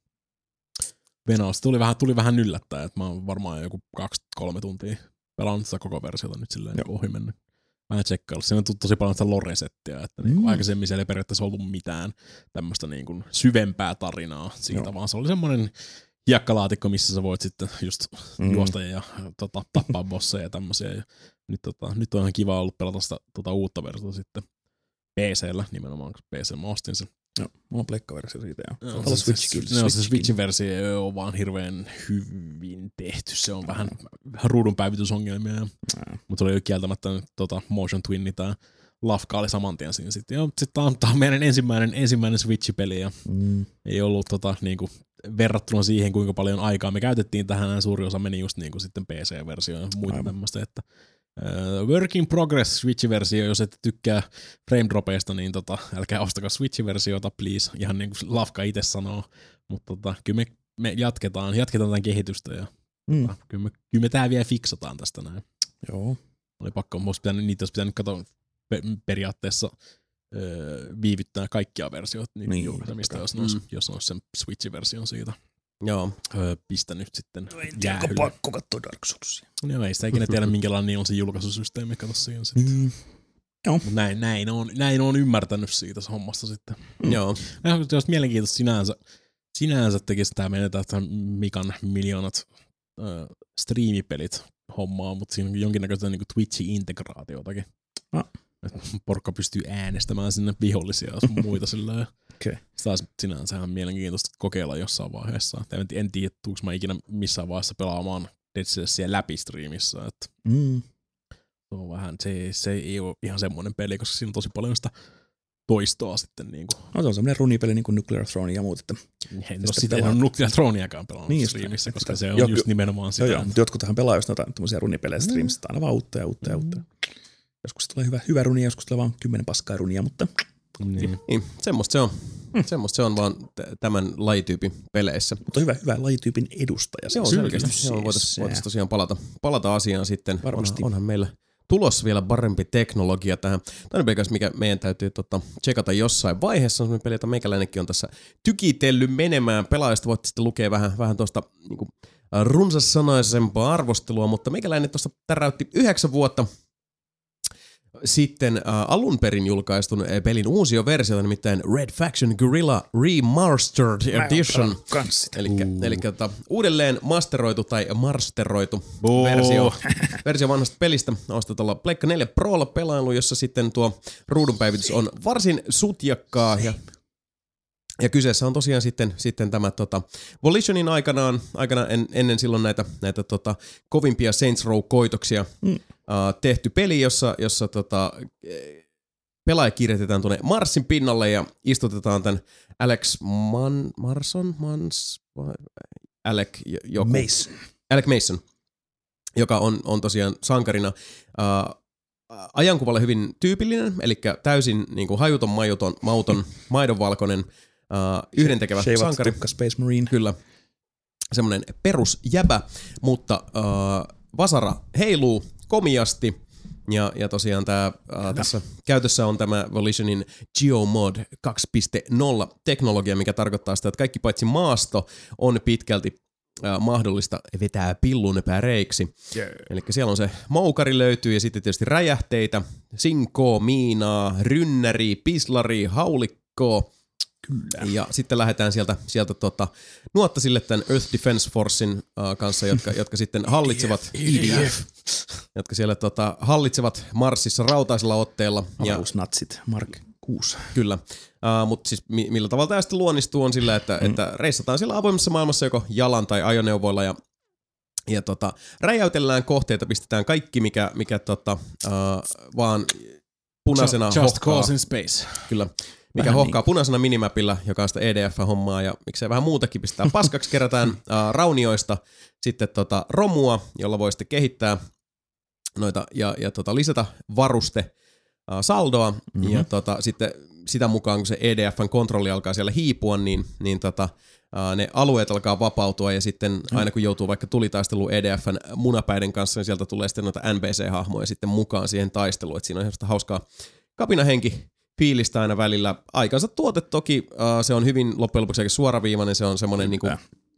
Venaus tuli vähän, tuli vähän yllättäen, että mä oon varmaan joku kaksi kolme tuntia pelannut sitä koko versiota nyt silleen niin ohi mennyt. Mä en tsekkaillut. Siinä on tullut tosi paljon sitä lore-settiä, että mm. niin aikaisemmin siellä ei periaatteessa ollut mitään tämmöistä niin syvempää tarinaa siitä, Joo. vaan se oli semmoinen hiekkalaatikko, missä sä voit sitten just mm. juosta ja tota, tappaa bosseja ja tämmöisiä. Ja nyt, tota, nyt on ihan kiva ollut pelata sitä tota, uutta versiota sitten P C:llä nimenomaan, koska P C mä ostin sen. Joo, mulla on pleikkaversio siitä. Joo. No, se, Switch, se, no, se Switchin versio ei ole vaan hirveän hyvin tehty. Se on vähän, vähän ruudun päivitysongelmia. Ja, mutta se oli kieltämättä tota, Motion Twin, tää lafka oli saman tien siinä sitten. Sitten on, tää on meidän ensimmäinen, ensimmäinen Switch-peli ja mm. ei ollut tota, niinku, verrattuna siihen, kuinka paljon aikaa me käytettiin tähän, ja suuri osa meni just niinku sitten P C-versioon ja muita tämmöistä, että Uh, work in progress Switch-versio, jos et tykkää frame dropeista, niin tota, älkää ostakaa Switch-versiota, please, ihan niin kuin Lafka itse sanoo, mutta tota, kyllä me, me jatketaan, jatketaan tämän kehitystä ja mm. tota, kyllä, me, kyllä me tää vielä fiksataan tästä näin. Joo. Oli pakko, olisi pitänyt, niitä olisi pitänyt katsoa periaatteessa öö, viivyttää kaikkia versioita niin, niin julkaisemista, jos ne olisi, mm. jos ne olisi sen Switch-version siitä. Joo. Öö, pistänyt sitten jäähylle. Onko pakko katsoa Dark Soulsia? Joo, ei sitä ikinä tiedä, minkälainen niin on se julkaisusysteemi, kato siinä sitten. Mm. Joo. Mut näin, näin, on, näin on ymmärtänyt siitä se hommasta sitten. Mm. Joo. Ja jos mielenkiintoista sinänsä, sinänsä tekisi tämä menetään Mikan miljoonat äh, striimipelit hommaa, mutta siinä on jonkinnäköistä niin Twitchin integraatiotakin. No. Porukka pystyy äänestämään sinne vihollisia ja muita sillä. Okay. Taas sinänsä ihan mielenkiintoista kokeilla jossain vaiheessa. En, en tiedä, tuuks mä ikinä missään vaiheessa pelaamaan Dead Cellsia läpi striimissä. Että Mm. se on vähän, se, se ei ole ihan semmoinen peli, koska siinä on tosi paljon sitä toistoa sitten. Niin kuin. No se on semmoinen runipeli niin kuin Nuclear Throne ja muut. Että en ole sitä ihan Nuclear Throneiakaan pelannut niin striimissä, koska se on jo, just nimenomaan sitä. Joo, joo, mutta jotkuthan pelaa just noita tämmöisiä runipelejä striimissä, aina vaan uutta ja uutta ja uutta. Mm. Joskus tulee hyvä, hyvä runia, joskus tulee vaan kymmenen paskaa runia, mutta niin. Niin, semmoista se on. Mm. Semmosta se on vaan t- tämän lajityypin peleissä. Mutta hyvä, hyvä lajityypin edustaja. Joo, selkeästi. Joo, voitaisiin voitais tosiaan palata, palata asiaan sitten. Varmasti. Onhan, onhan meillä tulossa vielä parempi teknologia tähän. Toinen peli, mikä meidän täytyy tota, tsekata jossain vaiheessa, on semmoinen peli, jota meikäläinenkin on tässä tykitellyt menemään. Pelaajasta voitte sitten lukea vähän, vähän tuosta niinku, runsassanaisempaa arvostelua, mutta meikäläinen tuossa täräytti yhdeksän vuotta sitten äh, alun perin julkaistun äh, pelin uusia versiota, nimittäin Red Faction Guerrilla Remastered Edition. Eli tota, uudelleen masteroitu tai masteroitu versio, versio vanhasta pelistä. Ostaa tuolla Pleikka neljä Prolla pelailu, jossa sitten tuo ruudunpäivitys on varsin sutjakkaa. Ja, ja kyseessä on tosiaan sitten, sitten tämä tota, Volitionin aikanaan, aikana en, ennen silloin näitä, näitä tota, kovimpia Saints Row-koitoksia mm. uh, tehty peli, jossa, jossa tota, pelaaja kirjoitetaan tuonne Marsin pinnalle ja istutetaan tämän Alex Man, Marson, Mans, Alec, joku, Mason. Alec Mason, joka on, on tosiaan sankarina uh, ajankuvalle hyvin tyypillinen, eli täysin niin kuin hajuton, majuton, mauton, maidonvalkoinen, Uh, yhdentekevä sankari. Space Marine. Kyllä. Semmoinen perusjäbä, mutta uh, vasara heiluu komiasti. Ja, ja tosiaan tää, uh, tässä käytössä on tämä Volitionin Geomod kaksi piste nolla teknologia, mikä tarkoittaa sitä, että kaikki paitsi maasto on pitkälti uh, mahdollista vetää pillun päreiksi. Yeah. Eli siellä on se moukari löytyy ja sitten tietysti räjähteitä, sinkoa, miinaa, rynnäri, pislari, haulikkoa. Kyllä. Ja sitten lähdetään sieltä, sieltä tota, nuottasille tämän Earth Defense Forcein uh, kanssa, jotka, jotka sitten hallitsevat E D F, jotka siellä tota, hallitsevat Marsissa rautaisella otteella. Avaruusnatsit, Mark kuusi. Kyllä, uh, mutta siis mi- millä tavalla tämä sitten luonnistuu on sillä, että, mm. että reissataan siellä avoimessa maailmassa joko jalan tai ajoneuvoilla ja, ja tota, räjäytellään kohteita, pistetään kaikki, mikä, mikä tota, uh, vaan punaisena Just hohkaa. Cause in Space. Kyllä. Mikä vähän hohkaa niin punaisena minimapilla, joka on sitä E D F-hommaa ja miksei vähän muutakin pistää paskaksi. Kerätään uh, raunioista sitten tota romua, jolla voi sitten kehittää noita ja, ja tota lisätä varuste uh, saldoa. Mm-hmm. Ja tota, sitten sitä mukaan, kun se E D F:n kontrolli alkaa siellä hiipua, niin, niin tota, uh, ne alueet alkaa vapautua ja sitten mm. aina kun joutuu vaikka tulitaisteluun E D F:n munapäiden kanssa, niin sieltä tulee sitten noita N P C-hahmoja sitten mukaan siihen taisteluun. Et siinä on ihan hauskaa kapinahenki fiilistä aina välillä. Aikansa tuote toki, uh, se on hyvin loppujen lopuksi aika suoraviivainen, se on semmoinen niinku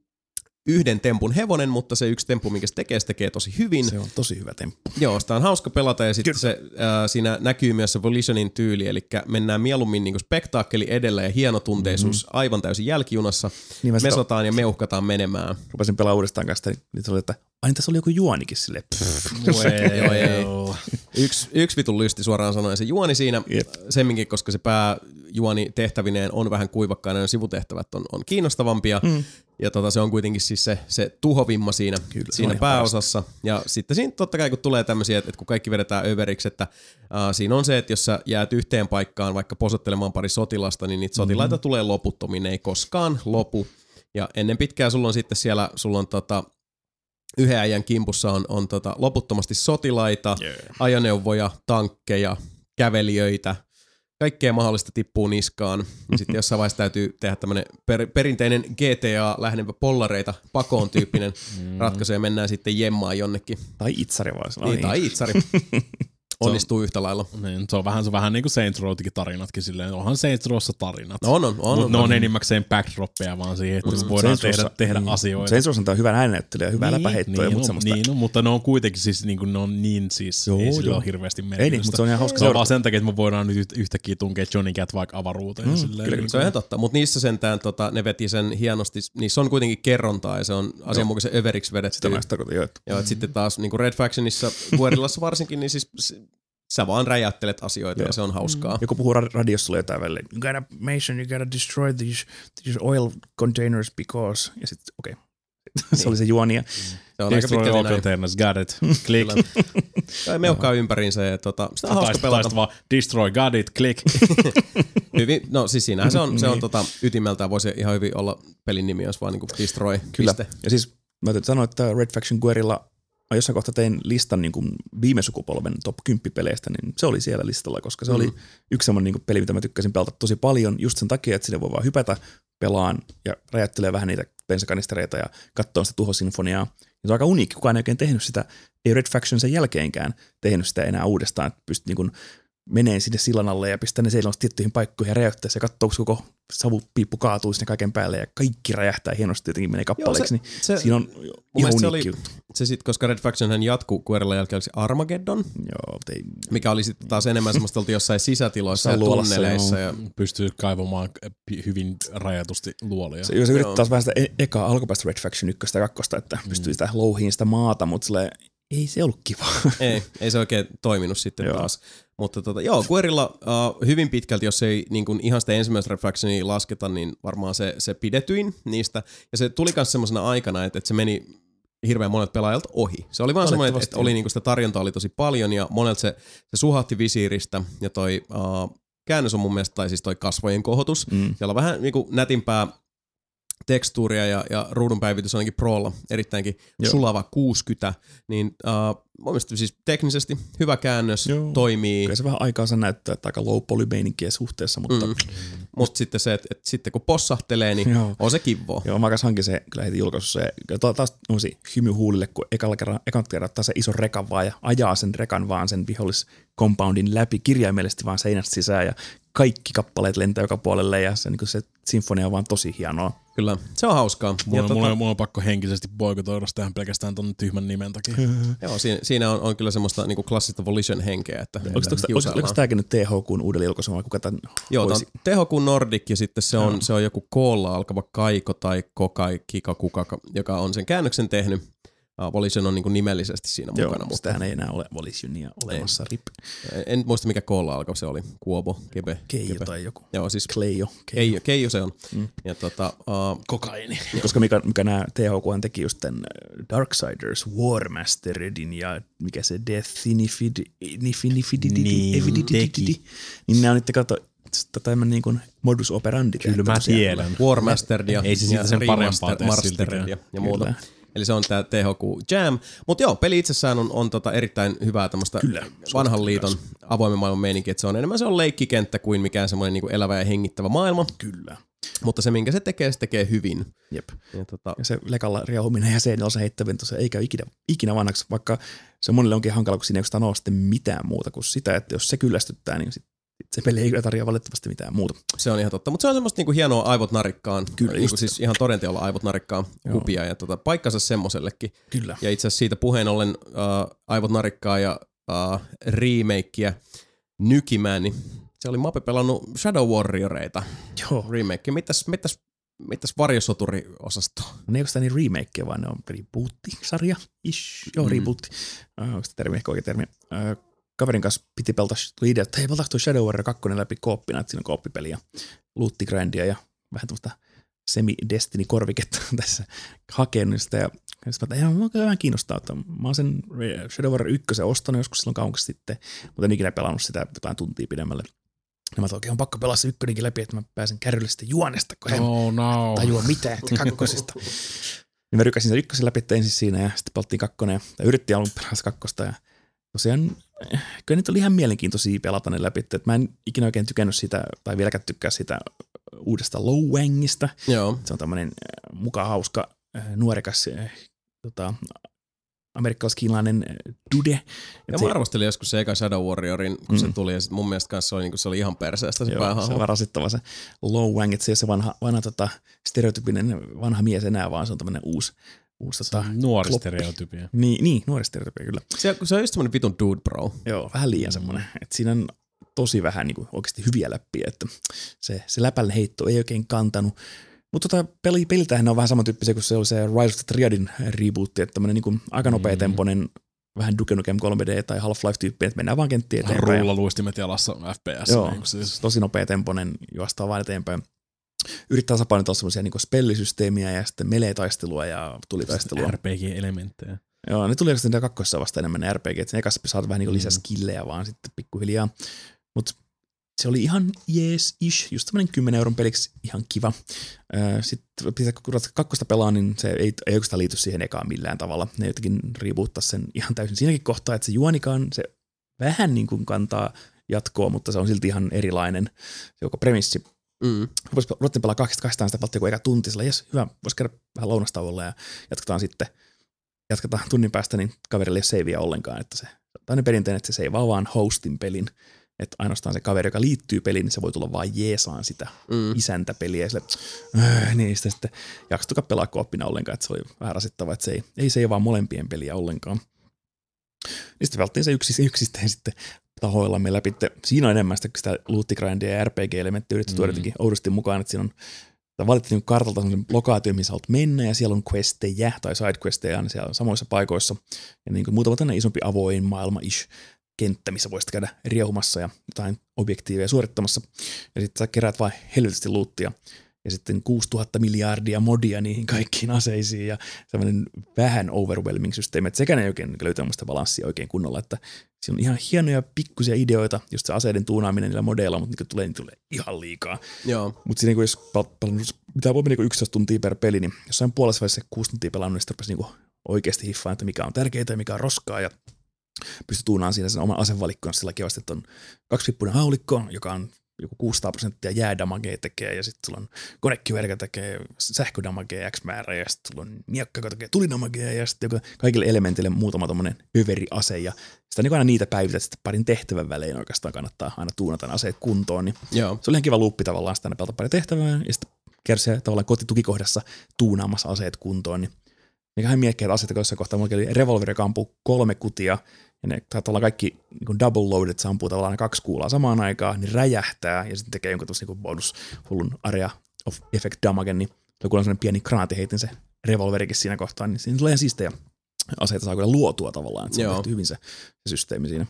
yhden tempun hevonen, mutta se yksi temppu, minkä se tekee, se tekee tosi hyvin. Se on tosi hyvä temppu. Joo, sitä on hauska pelata ja sitten se, uh, siinä näkyy myös se Volitionin tyyli, eli mennään mieluummin niinku spektaakkeli edellä ja hienotunteisuus mm-hmm. aivan täysin jälkijunassa. Niin mesotaan ja meuhkataan menemään. Rupasin pelaa uudestaan kanssa, niin oli, että aina tässä oli joku juonikin silleen. Joo, ei. Yksi, yksi vitun lysti suoraan sanoen se juoni siinä, yep. semminkin, koska se pääjuoni tehtävineen on vähän kuivakkainen ja sivutehtävät on, on kiinnostavampia. Mm. Ja tota, se on kuitenkin siis se, se tuhovimma siinä, Kyllä, siinä pääosassa. Parasta. Ja sitten siinä totta kai kun tulee tämmöisiä, että, että kun kaikki vedetään överiksi, että äh, siinä on se, että jos sä jäät yhteen paikkaan vaikka posottelemaan pari sotilasta, niin niitä sotilaita mm. tulee loputtomiin, ne ei koskaan lopu. Ja ennen pitkää sulla on sitten siellä, sulla on tota, yhden äijän kimpussa on, on tota, loputtomasti sotilaita, yeah. ajoneuvoja, tankkeja, kävelijöitä, kaikkea mahdollista tippuu niskaan. Ja sitten jossain vaiheessa täytyy tehdä tämmönen per, perinteinen G T A-lähdevä pollareita pakoon tyyppinen ratkaisu ja mennään sitten jemmaan jonnekin. Tai itsari vai niin, tai itsari. Onnistuu on, yhtä lailla. Niin, se on vähän, se on vähän niin kuin Saints Rowtikin tarinatkin silleen. Onhan Saints Rowssa tarinat. No on, on. on, Mutta on ne on on. enimmäkseen backdroppeja vaan siihen, että mm, voidaan tehdä, tehdä mm, asioita. Saints Row on hyvä äänenäyttelijä ja hyvää niin, läpäheittoa. Niin, mutta, semmoista... niin no, mutta ne on kuitenkin siis, niin kuin ne on niin siis, joo, ei sillä ole hirveästi merkitystä. Ei niin, mutta se on ihan hauska. Se on vaan sen takia, että me voidaan nyt yhtäkkiä tunkea Johnny Cat vaikka avaruuteen. Mm, silleen, kyllä, niin se on ihan totta. Mutta niissä sentään tota, ne veti sen hienosti, niissä on kuitenkin kerrontaa ja se on asianmukaisen överiksi vedetty. Sitä mä tarkoitan jo. Joo, että sitten taas niin kuin Red Factionissa, Guerrillassa varsinkin, niin siis sä vaan räjäyttelet asioita Joo. ja se on hauskaa. Joku puhuu radiossa sulle jotain välillä. You gotta, Mason, you gotta destroy these, these oil containers because... Ja sitten, okei. Okay. Se oli se juoni. Mm. Se on destroy aika all containers, got it. Click. Kai meuhkaa ympäriinsä ja tota, sitä on hauska pelata. Vaan destroy, got it, click. Hyvin, no siis siinähän se on, se on tota, ytimeltään voisi ihan hyvin olla pelin nimi, jos vaan niinku destroy, Kyllä. piste. Ja siis mä täytyy sanoa, että Red Faction Guerrilla, mä jossain kohta tein listan niin kuin viime sukupolven top kymmenen peleistä, niin se oli siellä listalla, koska se mm. oli yksi semmoinen niin peli, mitä mä tykkäsin pelata tosi paljon, just sen takia, että sinne voi vaan hypätä, pelaan ja räjättelee vähän niitä bensakanistereita ja katsoo sitä tuhosinfoniaa. Ja se on aika uniikki, kukaan ei oikein tehnyt sitä, ei Red Faction sen jälkeenkään tehnyt sitä enää uudestaan, että pystyt niin kuin menee sinne sillan alle ja pistää ne seilaus tiettyihin paikkoihin ja räjäyttää se ja katsoo, kun koko savupiippu kaatuu sinne kaiken päälle ja kaikki räjähtää hienosti jotenkin menee kappaleiksi, niin se, siinä on ihan uniikki juttu. Se sitten, koska Red Factionhän jatkuu Guerrillan jälkeen, oli se Armageddon, Joo, ei, mikä oli sitten taas enemmän semmoista, oltiin jossain sisätiloissa ja tunneleissa. Ja pystyy kaivamaan hyvin rajatusti luolia. Se, se yrittää taas vähän sitä e- ekaa alkuperäistä Red Faction ykköstä ja kakkosta, että mm. pystyy sitä louhiin sitä maata, mutta silleen, ei se ollut kiva. Ei, ei se oikein toiminut sitten joo. taas. Mutta tota, joo, Guerrilla uh, hyvin pitkälti, jos ei niin kuin ihan sitä ensimmäistä Red Factionia lasketa, niin varmaan se, se pidetyin niistä. Ja se tuli myös semmoisena aikana, että, että se meni hirveän monet pelaajilta ohi. Se oli vaan semmoinen, että, että oli, niin kuin sitä tarjontaa oli tosi paljon ja monelta se, se suhahti visiiristä ja toi uh, käännös on mun mielestä, tai siis toi kasvojen kohotus. Mm. Siellä on vähän niin kuin nätimpää tekstuuria ja, ja ruudun päivitys ainakin Prolla erittäinkin Joo. sulava kuusikymmentä, niin uh, mun mielestä siis teknisesti hyvä käännös, Joo. toimii. Kyllä se vähän aikaansa näyttää, että aika low polymeininkiä suhteessa, mutta... Mm. Mutta sitten se, että, että sitten kun possahtelee, niin Joo. on se kivoa. Joo, mä kanssa hankin se kyllä heti julkaisussa. Ja taas nousi hymy huulille, kun ekalla kerran, ekan kerran ottaa se ison rekan vaan ja ajaa sen rekan vaan sen viholliscompoundin läpi kirjaimellisesti vaan seinästä sisään ja kaikki kappaleet lentää joka puolelle ja se, niin se sinfonia on vaan tosi hienoa. Kyllä, se on hauskaa. Mulla, tota... mulla, on, mulla on pakko henkisesti boikotoida tähän pelkästään ton tyhmän nimen takia. Joo, siinä, siinä on, on kyllä semmoista niinku klassista Volition-henkeä. Että onko tämäkin nyt T H Q:n uudelleen julkaisu vai kuka tämän Joo, voisi? T H Q Nordic ja sitten se on, se on joku koolla alkava Kaiko tai Kokai, Kika, Kuka, joka on sen käännöksen tehnyt. Uh, Volition on niinku nimellisesti siinä Joo, mukana. Joo, sitähän ei enää ole Volitionia olemassa. Rip. En muista mikä koolla alkava se oli. Kuobo, Kebe. Keijo Kebe. tai joku. Joo, siis Kleijo. Keijo, Keijo se on. Mm. Ja tota, uh, Kokaini. Koska mikä, mikä nämä T H Q teki just tämän Darksiders Warmasteredin ja mikä se Death Infinity, niin nämä on nyt kato tämmöinen niin kuin modus operandi. Kyllä mä tiedän. Warmastered ja, ei se siitä sen parempaa tee siltikään. Ja, ja muuta. Eli se on tää T H Q Jam. Mutta joo, peli itsessään on, on tota erittäin hyvää tämmöistä vanhan liiton avoimen maailman meininki, että se on enemmän se on leikkikenttä kuin mikään semmoinen niinku elävä ja hengittävä maailma. Kyllä. Mutta se, minkä se tekee, se tekee hyvin. Jep. Ja, tota... ja se lekalla riahuminen ja se on se heittävin tuossa, eikä ikinä, ikinä vanhaksi, vaikka se monille onkin hankala, kun siinä ei ole sitten mitään muuta kuin sitä, että jos se kyllästyttää, niin sit se peli ei kyllä tarjoa valitettavasti mitään muuta. Se on ihan totta, mutta se on semmoista niinku hienoa aivot narikkaan. Kyllä, niinku siis ihan todenteolla aivot narikkaan hupia ja tota, paikkansa semmoisellekin. Kyllä. Ja itse asiassa siitä puheen ollen uh, aivot narikkaa ja uh, remakeä nykimään, niin se oli Mape pelannut Shadow Warrioreita. Joo. Remake. Mitäs, mitäs, mitäs varjosoturi-osasto? Ne ei ole sitä niin remakeä, vaan ne on rebootti-sarja. Ish. Joo, mm. rebootti. Uh, onko sitä termi, ehkä oikein termi? Uh, kaverin kanssa piti pelata, tuli idea, että hei, pelataanko tuo Shadow Warrior kaksi läpi kooppina, että siinä on kooppipeli ja lootigrindia ja vähän tuosta semi-Destiny-korviketta tässä hakenut sitä. Ja sitten mä ajattelin, että vähän kiinnostaa, että mä oon sen Shadow Warrior yksi ostanut joskus silloin kauanko sitten, mutta en ikinä pelannut sitä jotain tuntia pidemmälle. Ja mä oikein on pakko pelaa se ykkönenkin läpi, että mä pääsen kärrylle sitten juonesta, kun en oh, no. tajua mitään kakkosista. Niin mä rykäsin sen ykkösen läpi ensin siinä ja sitten pelattiin kakkonen ja yritettiin alun pelaa kakkosta ja tosiaan, kyllä niitä oli ihan mielenkiintoisia pelata ne läpi, että mä en ikinä oikein tykännyt sitä, tai vieläkään tykkää sitä uudesta Low Wangista. Joo. Se on tämmöinen mukaan hauska, nuorekas, tota, amerikkalaiskiinalainen dude. Ja se, mä arvostelin joskus se eka Shadow Warriorin, kun mm. se tuli, ja sit mun mielestä kanssa se oli, niin se oli ihan perseestä se päähahmo. Se on rasittava se Low Wang, että se ei ole se vanha, vanha tota, stereotypinen vanha mies enää, vaan se on tämmöinen uusi, Uusi, tota, nuori kloppi. stereotypia. Niin, niin, nuori stereotypia, kyllä. Se, se on just semmoinen vitun dude bro. Joo, vähän liian semmoinen. Että siinä on tosi vähän niin kuin, oikeasti hyviä läppiä, että se, se läpälle heitto ei oikein kantanut. Mutta tota, peli, peliltähän on vähän samantyyppisiä kuin se oli se Rise of the Triadin rebootti, että tämmöinen niin aika nopeatempoinen vähän Duke Nukem kolme D tai Half-Life-tyyppiä, että mennään vaan kenttiin eteenpäin. Rullaluistimet jalassa F P S. Joo, niin siis. tosi nopea temponen, juostaa vaan eteenpäin. Yrittää tasapainotella semmoisia niin spellisysteemiä ja sitten melee-taistelua ja tulitaistelua. R P G-elementtejä. Joo, ne tuli oikeastaan kakkoissa vasta enemmän ne R P G, että ekassa saat vähän niin lisää skillejä vaan sitten pikkuhiljaa. Mutta se oli ihan jees-ish, just tämmöinen kymmenen euron peliksi ihan kiva. Sitten pitää kakkosta pelaa, niin se ei, ei oikeastaan liity siihen ekaan millään tavalla. Ne jotenkin reboottaa sen ihan täysin siinäkin kohtaa, että se juonikaan, se vähän niin kuin kantaa jatkoa, mutta se on silti ihan erilainen se joko premissi. Mm. Ruvettiin pelaa kahdesta kahdestaan sitä pelatti joku eka tunti, sillä jes, hyvä, voisi käydä vähän lounastauolla ja jatketaan sitten. Jatketaan tunnin päästä, niin kaverille ei ole savea ollenkaan, että se on ne perinteinen, että se seivaa vaan hostin pelin. Että ainoastaan se kaveri, joka liittyy peliin, niin se voi tulla vaan jeesaan sitä mm. isäntäpeliä. Ja sille, äh, niin sitä sitten jaksotukaan pelaa kooppina ollenkaan, että se oli vähän rasittava, että se ei, ei seivaa molempien peliä ollenkaan. Niin sitten välttiin se yksi, yksisteen sitten tahoillamme läpi. Siinä on enemmän sitä, sitä loot-grindia ja R P G-elementtiä yritetty tuoda jotenkin oudosti mukaan, että siinä on valittiin kartalta sellaisen lokaatio, missä haluat mennä, ja siellä on questejä tai sidequesteja, niin siellä on samoissa paikoissa. Ja niin kuin muutama tämmöinen isompi avoin maailma-ish kenttä, missä voisit käydä riehumassa ja jotain objektiiveja suorittamassa. Ja sitten sä keräät vain helvetisti luuttia. Ja sitten kuusituhatta miljardia modia niihin kaikkiin aseisiin ja sellainen vähän overwhelming systeemi, että sekään ei oikein löytää musta balanssia oikein kunnolla, että siinä on ihan hienoja pikkuisia ideoita, just se aseiden tuunaaminen niillä modeilla, mutta niitä tulee, niitä tulee ihan liikaa. Mutta siinä jos pelannut, mitä voi mennä yksitoista tuntia per peli, niin jossain puolessa vaiheessa kuusi tuntia pelannut, niin sitten rupesi niinku oikeasti hiffaan, että mikä on tärkeää ja mikä on roskaa ja pystyi tuunaan siinä sen oman asevalikkoon sillä kivasti, että on kaksipippuinen haulikko, joka on joku kuusisataa prosenttia jäädamagea tekee, ja sitten sulla on konekiväri, joka tekee sähködamagea X määrä, ja sitten sulla on miekka, joka tekee tulinamagea, ja sitten kaikille elementille muutama tommonen överi-ase, ja sitä niin aina niitä päivitä, että sitten parin tehtävän välein oikeastaan kannattaa aina tuunata aseet kuntoon, niin Joo. se oli ihan kiva luuppi tavallaan sitä aina pelata pari tehtävää, ja sitten kärsii tavallaan kotitukikohdassa tuunaamassa aseet kuntoon, niin mikähän miekkeet aseita, jossain kohtaa mulla oli revolveri, joka ampuu kolme kutia, ja ne tavallaan kaikki niin double loaded, se ampuu tavallaan kaksi kuulaa samaan aikaan, niin räjähtää, ja sitten tekee jonkun tuossa niin bonus hullun area of effect damage, niin kun on sellainen pieni granaatti heitin se revolverikin siinä kohtaa, niin siinä tulee ihan siistejä aseita saa kyllä luotua tavallaan, että se on tehty hyvin se, se systeemi siinä.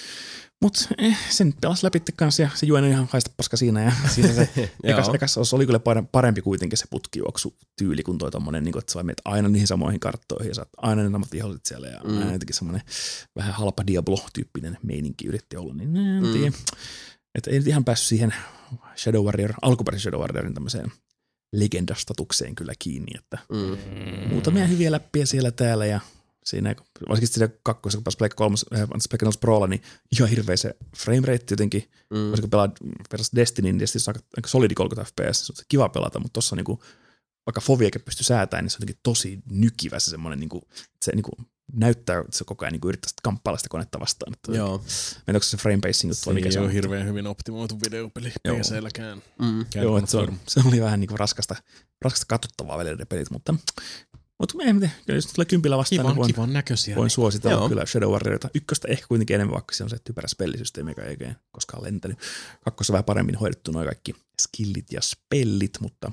Mutta eh, sen pelasi läpi kanssa ja se juoni ihan haista paska siinä ja siinä se ekas, ekas osa oli kyllä parempi kuitenkin se putkijuoksu tyyli kuin toi tommonen, niin että sä menet aina niihin samoihin karttoihin ja sä oot aina ne samat viholliset siellä ja mm. aina jotenkin semmoinen vähän halpa Diablo-tyyppinen meininki yritti olla, niin en tiedä. Mm. Että ei nyt ihan päässyt siihen Shadow Warrior, alkuperäisen Shadow Warriorin tämmöiseen legendastatukseen kyllä kiinni, että mm. muutamia hyviä läppiä siellä täällä ja siinä, varsinkin siinä kakkossa, kun pääsi Pleikka kolmas, Pleikka nelos Prolla, niin ihan hirveä se frame rate jotenkin, mm. varsinkin kun pelaa verrattuna Destinyin, niin Destiny on aika solidi kolmekymmentä F P S, se on kiva pelata, mutta tossa niinku, vaikka Fovi eikä pysty säätämään, niin se on jotenkin tosi nykivä se semmoinen, niinku, se niinku, näyttää, että se koko ajan niinku, yrittää kamppailla sitä konetta vastaan. Että joo. Meneekö se frame pacing? Se ei ole hirveän hyvin optimoitu videopeli P C:lläkään. Mm. Joo, että se, on, se oli vähän niinku raskasta, raskasta katsottavaa välillä ne pelit, mutta Mutta ei mitään, kyllä jos tulee kympillä vastaan, kivan, niin voin, kivan näköisiä, voin niin. suositella Joo. kyllä Shadow Warriorita. Ykköstä ehkä kuitenkin enemmän, vaikka se on se typerä spellisysteemi, joka ei oikein koskaan lentänyt. Kakkossa vähän paremmin hoidettu nuo kaikki skillit ja spellit, mutta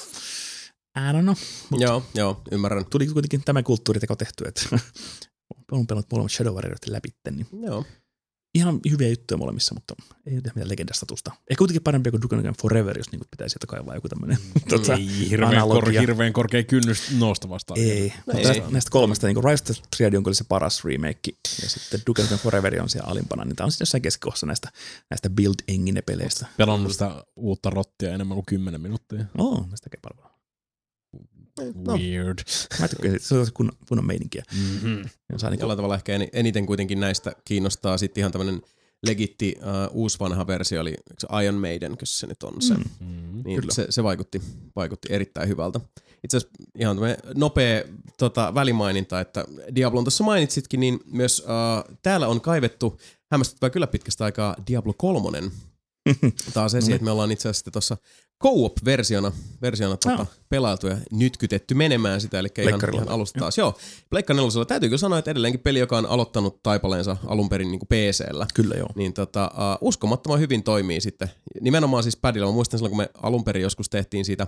I don't know. Mut joo, joo, ymmärrän. Tuli kuitenkin tämä kulttuuriteko tehty, että olen pelannut molemmat Shadow Warriorit läpi, niin Joo. ihan hyviä juttuja molemmissa, mutta ei ole mitään legendastatusta. Ehkä kuitenkin parempia kuin Duke Nukem Forever, jos niin pitää sieltä kaivaa joku tämmöinen tota, ei, hirveän, kor, hirveän korkea kynnys nousta vastaan. Ei, no, mutta ei. Näistä kolmesta niin Rise of the Triadion oli se paras remake, ja sitten Duke Nukem Forever on siellä alimpana, niin tämä on sitten jossain keskikohdassa näistä, näistä build-engine-peleistä. Pelannut sitä uutta rottia enemmän kuin kymmenen minuuttia. Oo, oh, sitä palvelua. Weird. No. Mä tykkään siitä, se on kunnon, kunnon meininkiä. Mm-hmm. Niin jollain tavalla ehkä eniten kuitenkin näistä kiinnostaa sitten ihan tämmönen legitti uh, uusi vanha versio, eli Iron Maiden, kun se nyt on se. Mm-hmm. Niin se, se vaikutti, vaikutti erittäin hyvältä. Itse asiassa ihan tämmöinen nopea tota, välimaininta, että Diablon tuossa mainitsitkin, niin myös uh, täällä on kaivettu hämmästyttävää kyllä pitkästä aikaa Diablo kolmonen. Taas esiin, että me ollaan itse asiassa tuossa co-op-versiona versiona tota, no. pelailtu ja nytkytetty menemään sitä, eli ihan, ihan alusta taas. Joo, Pleikka nelosella täytyy kyllä sanoa, että edelleenkin peli, joka on aloittanut taipaleensa alun perin niin kuin P C:llä. Kyllä joo. Niin tota, uh, uskomattoman hyvin toimii sitten. Nimenomaan siis padilla. Mä muistan silloin, kun me alun perin joskus tehtiin siitä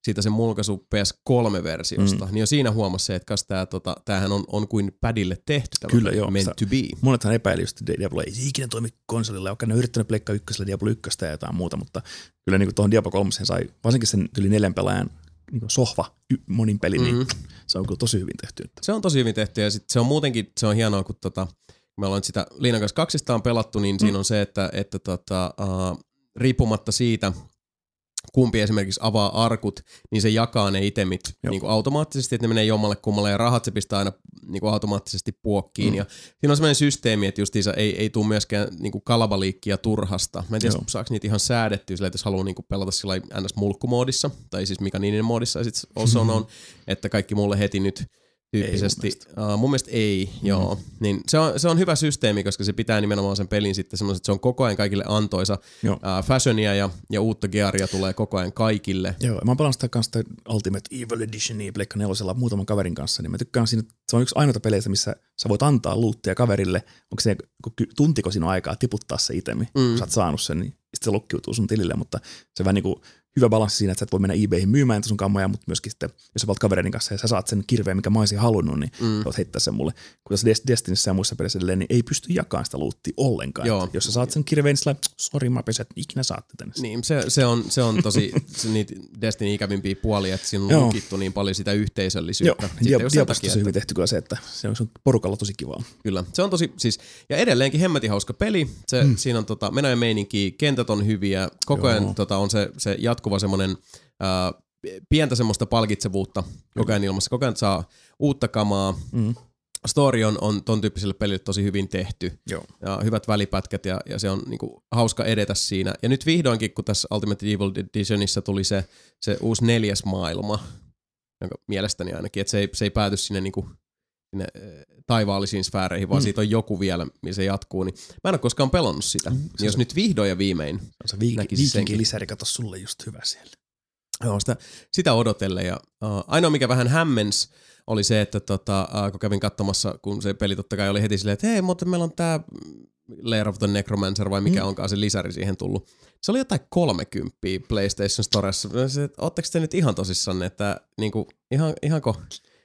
siitä sen mulkaisu P S kolme -versiosta, mm. niin jo siinä huomasi se, että kas tää, tota, tämähän on, on kuin padille tehty, tämä Kyllä, joo, meant sitä, to be. Monethan epäili just, että Diablo ei ikinä toimi konsolilla, vaikka ne on yrittänyt Pleikka ykkösellä, Diablo ykköstä ja jotain muuta, mutta kyllä niin tuohon Diablo kolme sai, varsinkin sen yli neljän pelaajan niin sohva monin peli, mm-hmm. niin se on kyllä tosi hyvin tehty. Se on tosi hyvin tehty ja sit se on muutenkin, se on hienoa, kun tota, me ollaan sitä Liinan kanssa kaksistaan pelattu, niin mm. siinä on se, että, että tota, uh, riippumatta siitä, kumpi esimerkiksi avaa arkut, niin se jakaa ne itemit niin kuin automaattisesti, että ne menee jommalle kummalle ja rahat se pistää aina niin kuin automaattisesti puokkiin. Mm. Ja siinä on sellainen systeemi, että justiinsa ei, ei tule myöskään niin kuin kalabaliikkia turhasta. Mä en tiedä, saako niitä ihan säädettyä sillä, että jos haluaa niin kuin pelata sillä N S-mulkkumoodissa, tai siis Mika Niininen moodissa, ja sitten also on, että kaikki mulle heti nyt tyyppisesti. Ei, mun, mielestä. Uh, mun mielestä ei, mm. joo. Niin se, on, se on hyvä systeemi, koska se pitää nimenomaan sen pelin sitten semmoisen, että se on koko ajan kaikille antoisa. Uh, fashionia ja, ja uutta gearia tulee koko ajan kaikille. Joo, mä oon pelannut sitä kanssa Ultimate Evil Editionia Pleikka nelosella muutaman kaverin kanssa, niin mä tykkään siinä, että se on yksi ainoita peleistä, missä sä voit antaa loottia kaverille, onko se tuntiko sinun aikaa tiputtaa se itemi, mm. kun sä oot saanut sen, niin sitten se lukkiutuu sun tilille, mutta se vähän niin kuin hyvä balanssi siinä, että sä et voi mennä eBayhin myymään sun kammoja, mutta myöskin sitten, jos sä olet kavereiden kanssa ja sä saat sen kirveen, mikä mä olisin halunnut, niin mm. voit heittää sen mulle. Kun tässä Destinissä ja muissa peleissä edelleen, niin ei pysty jakamaan sitä loottia ollenkaan. Jos sä saat sen kirveen, niin sillä sori mä pesät, ikinä saatte tänne. Niin, se, se, on, se on tosi se niitä Destiny ikävimpiä puolia, että siinä on Joo. lukittu niin paljon sitä yhteisöllisyyttä. Joo, Diablosta on hyvin tehty kyllä se, että se on porukalla tosi kivaa. Kyllä, se on tosi, siis, ja edelleenkin hemmetin hauska peli. Se, mm. Siinä on tota, menoja meininkiä, kentät on hyviä, koko ajan tota, on se, se jatkuva semmoinen Uh, pientä semmoista palkitsevuutta koko ajan ilmassa. Koko ajan saa uutta kamaa. Mm. Story on, on ton tyyppiselle pelille tosi hyvin tehty. Joo. Ja hyvät välipätkät ja, ja se on niinku hauska edetä siinä. Ja nyt vihdoinkin, kun tässä Ultimate Evil Editionissa tuli se, se uusi neljäs maailma, jonka mielestäni ainakin, että se ei, se ei pääty sinne, niinku, sinne taivaallisiin sfääreihin, vaan mm. siitä on joku vielä, missä se jatkuu. Niin mä en ole koskaan pelannut sitä. Mm, niin jos se, nyt vihdoin ja viimein se näkisi senkin. Viikinkin lisäri, kato sulle just hyvä siellä. Joo, sitä, sitä odotellen. Ja, uh, ainoa, mikä vähän hämmens, oli se, että tota, uh, kun kävin katsomassa, kun se peli totta kai oli heti silleen, että hei, mutta meillä on tää Lair of the Necromancer, vai mikä mm. onkaan se lisäri siihen tullut. Se oli jotain kolmekymppiä PlayStation Storessa. Ootteko te nyt ihan tosissanne, että niinku, ihan, ihanko...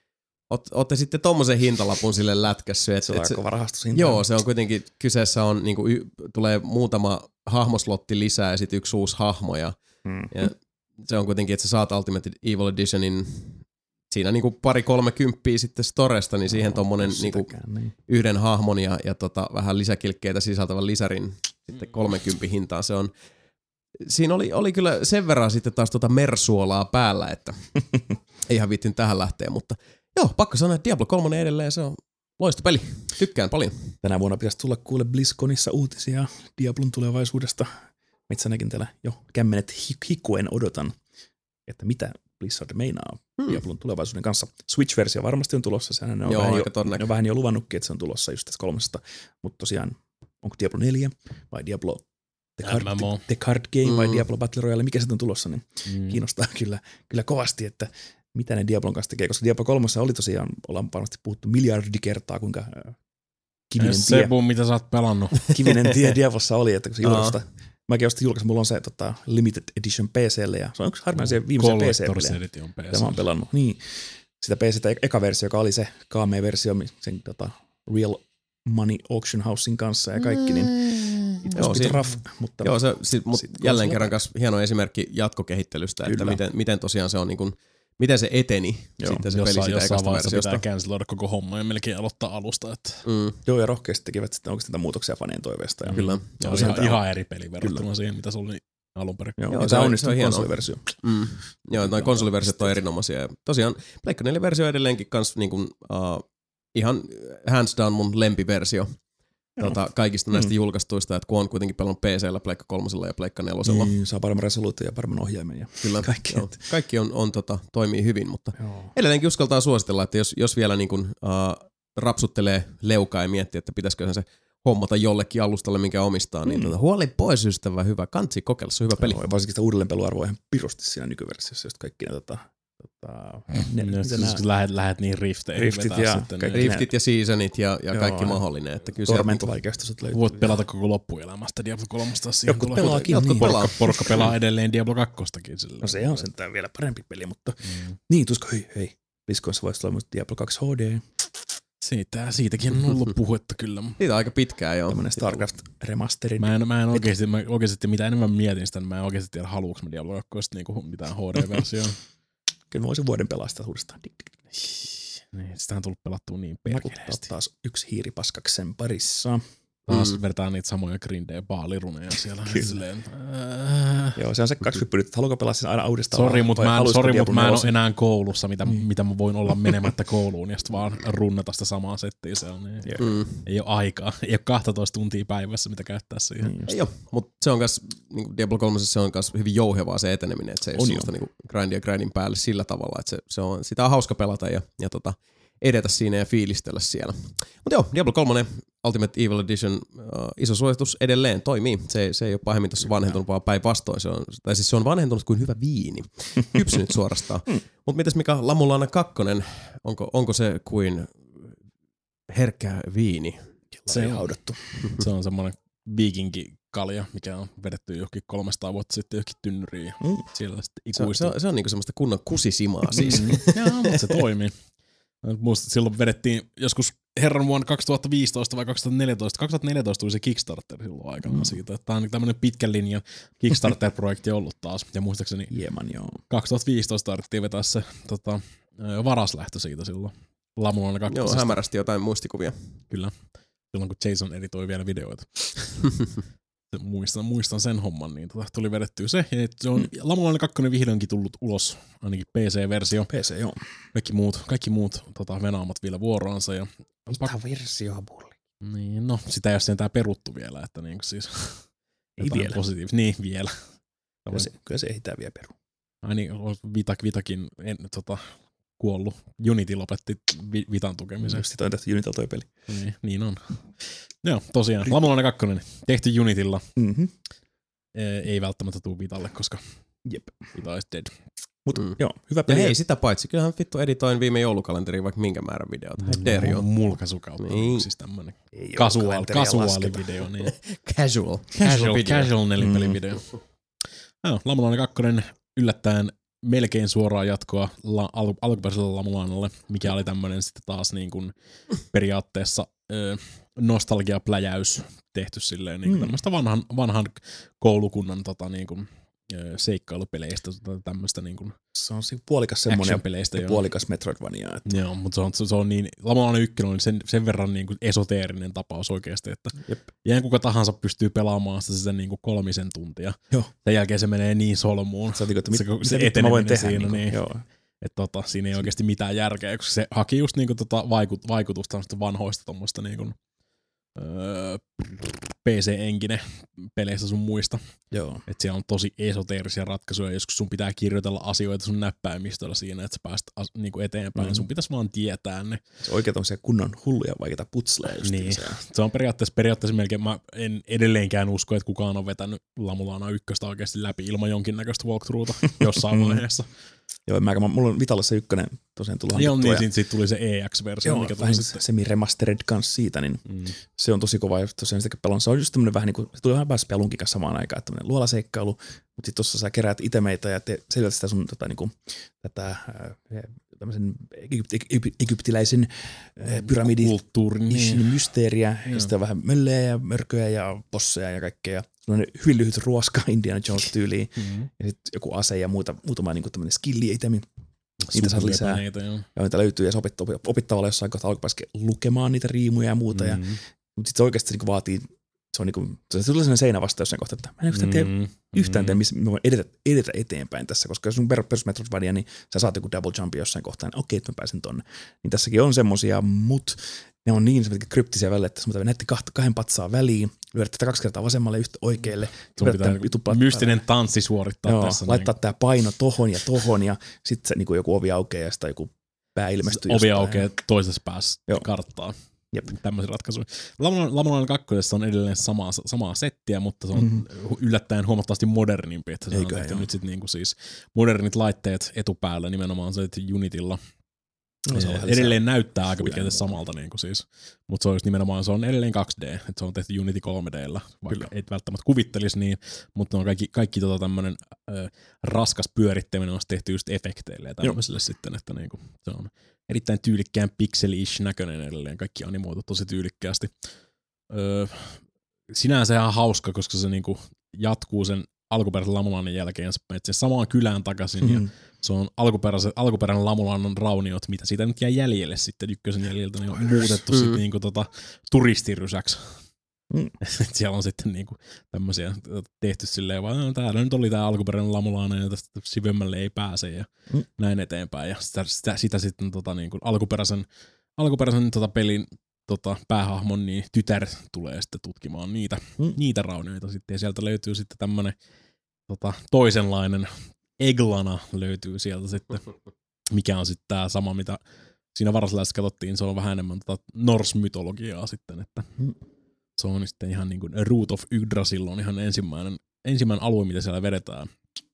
Ootte sitten tommosen hintalapun sille lätkässy. Se on aika kova rahastushinta. Joo, se on kuitenkin, kyseessä on, niinku, y, tulee muutama hahmoslotti lisää ja sitten yksi uusi hahmo. Ja, mm. ja se on kuitenkin, että sä saat Ultimate Evil Editionin siinä niinku pari kolmekymppiä sitten Storesta, niin siihen no, tommonen niinku niin. yhden hahmon ja, ja tota, vähän lisäkilkkeitä sisältävän lisärin sitten kolmekymppiä hintaan. Se on, siinä oli, oli kyllä sen verran sitten taas tota mersuolaa päällä, että ei ihan viittin tähän lähteä, mutta joo, pakko sanoa, että Diablo kolme edelleen, se on loistopeli. Tykkään paljon. Tänä vuonna pitäisi tulla kuule BlizzConissa uutisia Diablon tulevaisuudesta. Metsänäkin täällä jo kämmenet hikuen odotan, että mitä Blizzard meinaa hmm. Diablon tulevaisuuden kanssa. Switch-versio varmasti on tulossa, sehän ne on, Joo, vähän, jo, ne on vähän jo luvannutkin, että se on tulossa just tässä kolmesta. Mutta tosiaan, onko Diablo neljä vai Diablo The Card, the, the card Game mm. vai Diablo Battle Royale, mikä se on tulossa, niin mm. kiinnostaa kyllä, kyllä kovasti, että mitä ne Diablon kanssa tekee, koska Diablo kolme oli tosiaan, ollaan varmasti puhuttu miljardi kertaa, kuinka äh, kivinen tie. Sebu, mitä sä oot pelannut. Kivinen tie Diablossa oli, että kun se julkaista, mäkin ostin julkaista, mulla on se tota, Limited Edition P C:lle, ja se on yksi harvinaisia viimeisiä P C-pelejä, mitä mä oon pelannut. Niin, sitä P C:tä eka versio, joka oli se K M-versio, sen tota, Real Money Auction Housein kanssa ja kaikki, niin it was bit rough, mutta joo, se, sit, mut sit jälleen kerran kanssa hieno esimerkki jatkokehittelystä, Kyllä. että miten, miten tosiaan se on niin kuin, miten se eteni Joo, sitten se jossain, peli sitä ekasta versiosta. Pitää canceloida koko homma ja melkein aloittaa alusta. Että. Mm. Joo, ja rohkeasti tekevät sitten onko sitä muutoksia fanien toiveesta. Ja Kyllä. Se on ihan, ihan eri peli verrattuna siihen, mitä sulla oli alun perin. Joo, Joo, tämä on onnistunut konsoliversio. Mm. Joo, noin konsoliversiot on erinomaisia. Ja tosiaan Pleikka neljä versio edelleenkin kanssa niin kuin, uh, ihan hands down mun lempiversio. Tota, kaikista näistä mm. julkaistuista, että kun on kuitenkin pelannut P C:llä, Pleikka kolmosella ja Pleikka nelosella. Niin, saa paremman resoluutio ja paremman ohjaimen ja Kyllä, kaikki. Joo, kaikki on, on, tota, toimii hyvin, mutta joo. edelleenkin uskaltaa suositella, että jos, jos vielä niin kun, uh, rapsuttelee leukaa ja miettii, että pitäisikö se hommata jollekin alustalle, minkä omistaa, mm. niin tota, huoli pois ystävä, hyvä, kantsi kokeilla, se on hyvä peli. Joo, ja varsinkin sitä uudelleenpeluarvoa ihan pirusti siinä nykyversiossa, just kaikki ne tota, tota, ne, ne, lähet, lähet niin rifteihin Riftit vetää ja sitten. kaikki Niin. Riftit ja seasonit ja, ja Joo, kaikki ja mahdollinen. Että kyllä sieltä niinku- Torment-vaikeustasot löytyy. Voit pelata koko loppuelämästä Diablo kolme siihen. Jotkut tulee. pelaakin Jotkut niin. pelaa. Porukka, porukka pelaa edelleen Diablo kakkostakin. Silleen. No se on sentään vielä parempi peli, mutta Mm. niin, tuska, hei, hei. BlizzConissa voisi olla myös Diablo kaksi H D, Siitä, siitäkin on ollut puhetta kyllä. Siitä aika pitkään joo. tämmönen StarCraft remasteri. Mä en, mä en oikeesti, mä oikeesti, mitä enemmän mietin sitä, niin mä en oikeesti tiedä, haluuks mä Diablo kaksi niinku mitään H D-versioon. Kyllä mä voisin vuoden pelaa sitä uudestaan. Niin, sitä on tullut pelattua niin Nakuttaa perkeleesti. taas yksi hiiripaskaksen parissa. Taas Mm. vertaa niitä samoja grindejä baaliruneja siellä. Kyllä. Silleen, äh, Joo, se on se kaksi hyppynyt, että haluatko pelaa sen aina uudestaan? Sori, mutta mä, en- haluaisiko sorry, Diablo mut mä en ole nelosen? enää koulussa, mitä, Niin. mitä mä voin olla menemättä kouluun ja sitten vaan runnata sitä samaa settiä. Se on, niin. Joo. Mm. Ei ole aikaa. Ei ole kaksitoista tuntia päivässä, mitä käyttää siihen. Niin just. Ei oo, mutta se on kas, niinku Diablo kolme se on kas hyvin jouhevaa se eteneminen, että se ei ole On semmoista niinku grindia grindin päälle sillä tavalla, että se, se on, sitä on hauska pelata ja, ja tota, edetä siinä ja fiilistellä siellä. Mutta joo, Diablo kolme Ultimate Evil Edition, uh, iso suositus edelleen toimii. Se, se ei ole pahemmin tuossa vanhentunut, vaan päinvastoin. Se on, tai siis se on vanhentunut kuin hyvä viini. Kypsynyt suorastaan. Mutta mitäs Mika, Lamulana kakkonen, onko, onko se kuin herkkä viini? Se on haudattu. Se on semmoinen viikinkikalja, mikä on vedetty johonkin kolmesataa vuotta sitten johonkin tynnyriin. Mm. Siellä sitten Se, on- ikuista. se, on, se on niinku semmoista kunnon kusisimaa siis. Joo, mutta se toimii. Muistan, silloin vedettiin joskus herran vuonna kaksituhattaviisitoista vai kaksituhattaneljätoista. kaksituhattaneljätoista tuli se Kickstarter silloin aikanaan mm. siitä. Että tämä on tämmöinen pitkän linjan Kickstarter-projekti ollut taas. Ja muistaakseni Hieman joo. kaksituhattaviisitoista tarvittiin vetää se tota, ö, varaslähtö siitä silloin. Lamulana Joo, kakkosesta. hämärästi jotain muistikuvia. Kyllä. Silloin kun Jason editoi vielä videoita. muistan, muistan sen homman, niin tota, tuli vedettyä se. Ja se on Lamulainen kakkonen vihdoinkin tullut ulos, ainakin P C-versio. P C, joo. Kaikki muut, kaikki muut tota, venaamat vielä vuoroansa. Ja, Mitä versio bulli? niin, no, sitä ei ole sentään peruttu vielä, että niinku siis Ei jotain vielä. positiivista. Niin, vielä. Kyllä se, kyllä se ehditään vielä peru. Ai niin, Vitak, Vitakin en, tota, kuollut. Unity lopetti vi, Vitan tukemisen. Just sitä on tehty Unityllä toi peli. Niin, niin on. Joo, tosiaan. Lamulainen kakkonen, tehty Unitylla. Mm-hmm. Ei välttämättä tuu Vitalle, koska Jep. Vita is dead. Mutta Mm. joo, hyvä Ja peli. hei, sitä paitsi, kyllähän vittu editoin viime joulukalenteriin vaikka minkä määrän videota. Hei, Deri on. Mulkaisukautta. Niin. Siis tämmönen Ei oo casual, kalenteria casual lasketa. video. Niin. Casual. Casual, video. casual nelipelivideo. Mm. Joo, Lamulainen kakkonen yllättäen melkein suoraa jatkoa la, al, alkuperäiselle Lamulainalle, mikä oli tämmönen sitten taas niin kuin periaatteessa ö, nostalgiapläjäys tehty silleen niin kuin Mm. tämmöistä vanhan, vanhan koulukunnan tota, niin kuin, ö, seikkailupeleistä, tota, tämmöistä niin kuin Se on se puolikas semmonen ja, action-peleistä. ja joo. puolikas Metroidvania. Että Joo, mutta se on, se on niin, Lamulainen ykkönen oli sen, sen verran niin kuin esoteerinen tapaus oikeasti, että Jep. ihan kuka tahansa pystyy pelaamaan sitä sen niin kuin kolmisen tuntia. Joo. Sen jälkeen se menee niin solmuun. se on niinku, että mit, Se- se, se mitä vittu mä voin eteneminen tehdä. siinä, Niin, niin. Joo. Että tota, siinä ei oikeasti mitään järkeä, koska se haki just niinku tota vaikut, vaikutusta vanhoista tommoista niinku, öö, P C-enkine peleistä sun muista. Joo. Että siellä on tosi esoteerisia ratkaisuja. Joskus sun pitää kirjoitella asioita sun näppäimistöllä siinä, että sä pääst as, niinku eteenpäin. Mhm. Mm. Sun pitäisi vaan tietää ne. Se oikein tommosia kunnon hulluja vaikeita putsleja just Niin. se. Se on periaatteessa, periaatteessa melkein, mä en edelleenkään usko, että kukaan on vetänyt Lamulana ykköstä oikeasti läpi ilman jonkinnäköistä walkthroughta jossain vaiheessa. Joo, mä, mä, mulla on Vitalla se ykkönen tosiaan tullut Joo, hankittua. niin siitä, siitä tuli se E X-versio, Joo, mikä tuli vähän sitten. semi-remastered kanssa siitä, niin Mm. se on tosi kova. Ja tosiaan sitä pelon, se on just tämmönen vähän niin kuin, se tuli vähän päässä pelunkin kanssa samaan aikaan, että tämmönen luolaseikkailu, mutta sitten tuossa sä keräät itemeitä ja te, selvät sitä sun tota, niin kuin, tätä ää, tämmöisen egypti, egypti, egyptiläisen ää, pyramidi Kulttuurin, niin. niin. mysteeriä, ja Joo. sitten on vähän möllejä ja mörköjä ja bosseja ja kaikkea. Ja sellainen hyvin lyhyt ruoska Indiana Jones-tyyliin, Mm. ja sitten joku ase ja muuta, muutama niin kuin tämmöinen skilli-itemi. Niitä saat lisää. Niitä, joo. Ja niitä löytyy ja se opit, opit tavallaan jossain kohtaa alkupäässäkin lukemaan niitä riimuja ja muuta. Mm. Ja, Mm. mutta sitten se oikeasti niinku vaatii, se on niinku, se tulee sellainen seinä vasta jossain kohtaa, että mä en yhtään, tee, Mm. yhtään Mm. tee, missä mä voin edetä, edetä eteenpäin tässä, koska jos sun per- perus Metroidvania, niin sä saat joku double jumpi jossain kohtaa, niin okei, että mä pääsen tonne. Niin tässäkin on semmosia, mut ne on niin semmoisia kryptisiä välillä, että sun pitää näytti kahden patsaa väliin, lyödä tätä kaksi kertaa vasemmalle yhtä oikealle. Sun pitää mystinen tanssi suorittaa Joo, tässä. laittaa tää paino tohon ja tohon ja sitten se niinku joku ovi aukeaa ja sitä joku pää ilmestyy Ovi jostain. aukeaa toisessa päässä Joo. karttaa. Jep. Tämmöisiä ratkaisuja. Lamulainen kakkosessa on edelleen samaa, samaa settiä, mutta se on mm-hmm. yllättäen huomattavasti modernimpi, että se Eikö, on tehty joo. nyt sit niinku siis modernit laitteet etupäällä nimenomaan se, että Unitilla. No, se edelleen näyttää aika pitkälti samalta, niinku siis, mutta se on nimenomaan se on edelleen kaksi D, että se on tehty Unity kolme D:llä, vaikka Kyllä. et välttämättä kuvittelisi niin, mutta on kaikki, kaikki tota tämmönen ö, raskas pyörittäminen on tehty just efekteille ja tämmöiselle sitten, että niinku, se on erittäin tyylikkään pixel-ish näköinen edelleen, kaikki animoitu tosi tyylikkäästi. Öö, sinänsä ihan hauska, koska se niinku jatkuu sen alkuperäisen Lamulainen jälkeen, sä menet sen samaan kylään takaisin, mm-hmm. ja se on alkuperäinen, alkuperäinen Lamulainen rauniot, mitä siitä nyt jää jäljelle sitten ykkösen jäljiltä, niin on muutettu mm-hmm. sitten niinku tota turistirysäksi. Mm. Siellä on sitten niinku tämmöisiä tehty silleen, vaan täällä nyt oli tää alkuperäinen Lamulainen ja tästä syvemmälle ei pääse ja mm. näin eteenpäin. Ja sitä, sitä, sitä sitten tota niinku alkuperäisen, alkuperäisen tota pelin tota päähahmon niin tytär tulee sitten tutkimaan niitä, mm. niitä raunioita sitten. Ja sieltä löytyy sitten tämmönen tota, toisenlainen Eglana löytyy sieltä sitten, mikä on sitten tää sama, mitä siinä varasläisessä katsottiin. Se on vähän enemmän tota Norse-mytologiaa sitten, että mm. se on sitten ihan niin kuin Root of Yggdrasil on ihan ensimmäinen, ensimmäinen alue, mitä siellä vedetään.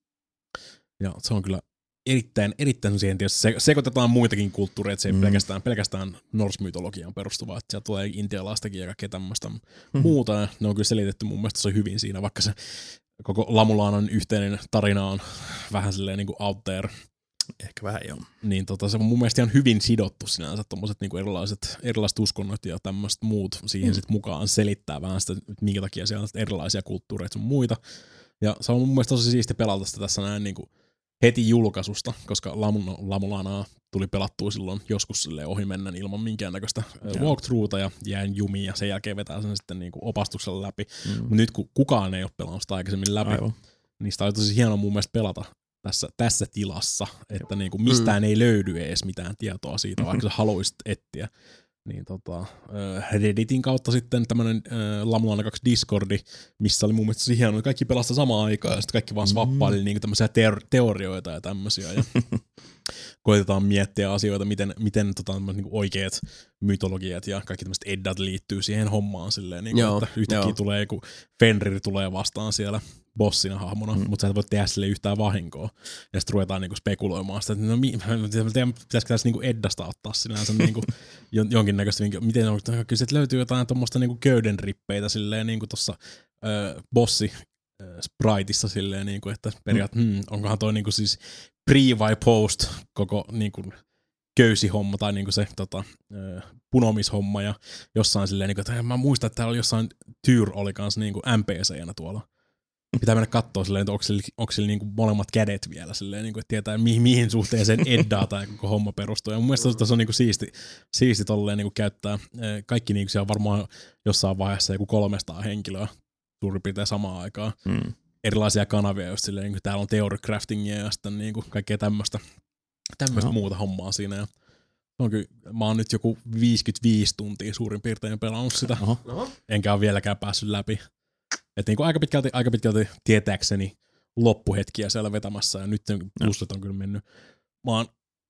Ja se on kyllä erittäin, erittäin siihen tietysti se, sekoitetaan muitakin kulttuureita, se ei mm. pelkästään, pelkästään Norse-mytologiaan perustuvaa, että siellä tulee intialaistakin ja kaikkea tämmöistä mm. muuta. Ja ne on kyllä selitetty mun mielestä se hyvin siinä, vaikka se koko Lamulaanan yhteinen tarina on vähän silleen niin kuin out there. Ehkä vähän joo. Niin tota, se on mun mielestä ihan hyvin sidottu sinänsä tommoset niinku erilaiset, erilaiset uskonnot ja tämmöiset muut siihen mm. sit mukaan selittää vähän sitä, minkä takia siellä on erilaisia kulttuureita sun muita. Ja se on mun mielestä tosi siisti pelata sitä tässä näin niinku heti julkaisusta, koska Lamulanaa tuli pelattua silloin joskus silleen ohi mennä ilman minkäännäköistä walkthroughta ja jäin jumiin ja sen jälkeen vetää sen sitten niinku opastuksella läpi. Mm. Mut nyt kun kukaan ei ole pelannut sitä aikaisemmin läpi, Aivan. niin sitä oli tosi hienoa mun mielestä pelata tässä, tässä tilassa, että niinku mistään mm. ei löydy edes mitään tietoa siitä, mm-hmm. vaikka sä haluisit etsiä. Niin tota, Redditin kautta sitten tämmönen äh, Lamulainen kaksi Discordi, missä oli mun mielestä tosi hienoa, kaikki pelasta samaan aikaan ja sitten kaikki vaan swappaili mm. niinku tämmöisiä teor- teorioita ja tämmöisiä. Ja koitetaan miettiä asioita, miten, miten tota, niinku oikeat mytologiat ja kaikki tämmöiset eddat liittyy siihen hommaan silleen, niinku, joo, että yhtäkkiä joo. tulee joku Fenrir tulee vastaan siellä bossina hahmona, mm. mutta sä et voi tehdä sille yhtään vahinkoa. Ja sitten ruvetaan niinku spekuloimaan sitä, että no, pitäisikö tässä niinku Eddasta ottaa sinänsä niinku jonkinnäköistä, miten on, kyllä sieltä löytyy jotain tuommoista niinku köydenrippeitä silleen niinku tuossa äh, bossi äh, spriteissa silleen, niinku, että periaatteessa, mm. hmm, onkohan toi niinku siis pre vai post koko niinku köysihomma tai niinku se tota, äh, punomishomma ja jossain silleen, niinku, että mä muistan, että täällä oli jossain Tyr oli kanssa niinku N P C-nä tuolla. Pitää mennä katsoa silleen, että onko sillä, onko sillä niinku molemmat kädet vielä silleen, niinku, että tietää mihin, mihin suhteeseen Eddaa tai koko homma perustuu. Ja mun mielestä se on niinku siisti, siisti tolleen niinku käyttää. Kaikki niinku siellä varmaan jossain vaiheessa joku kolmesataa henkilöä suurin piirtein samaan aikaan. Mm. Erilaisia kanavia just silleen, niinku täällä on theory craftingia ja sitten niinku kaikkea tämmöistä tämmöistä no. muuta hommaa siinä. Ja on kyllä, mä oon nyt joku viisikymmentäviisi tuntia suurin piirtein pelannut sitä. Oho. Enkä ole vieläkään päässyt läpi. Että niinku aika pitkälti, aika pitkälti tietääkseni loppuhetkiä siellä vetämässä ja nyt plusset on kyllä mennyt. Mä oon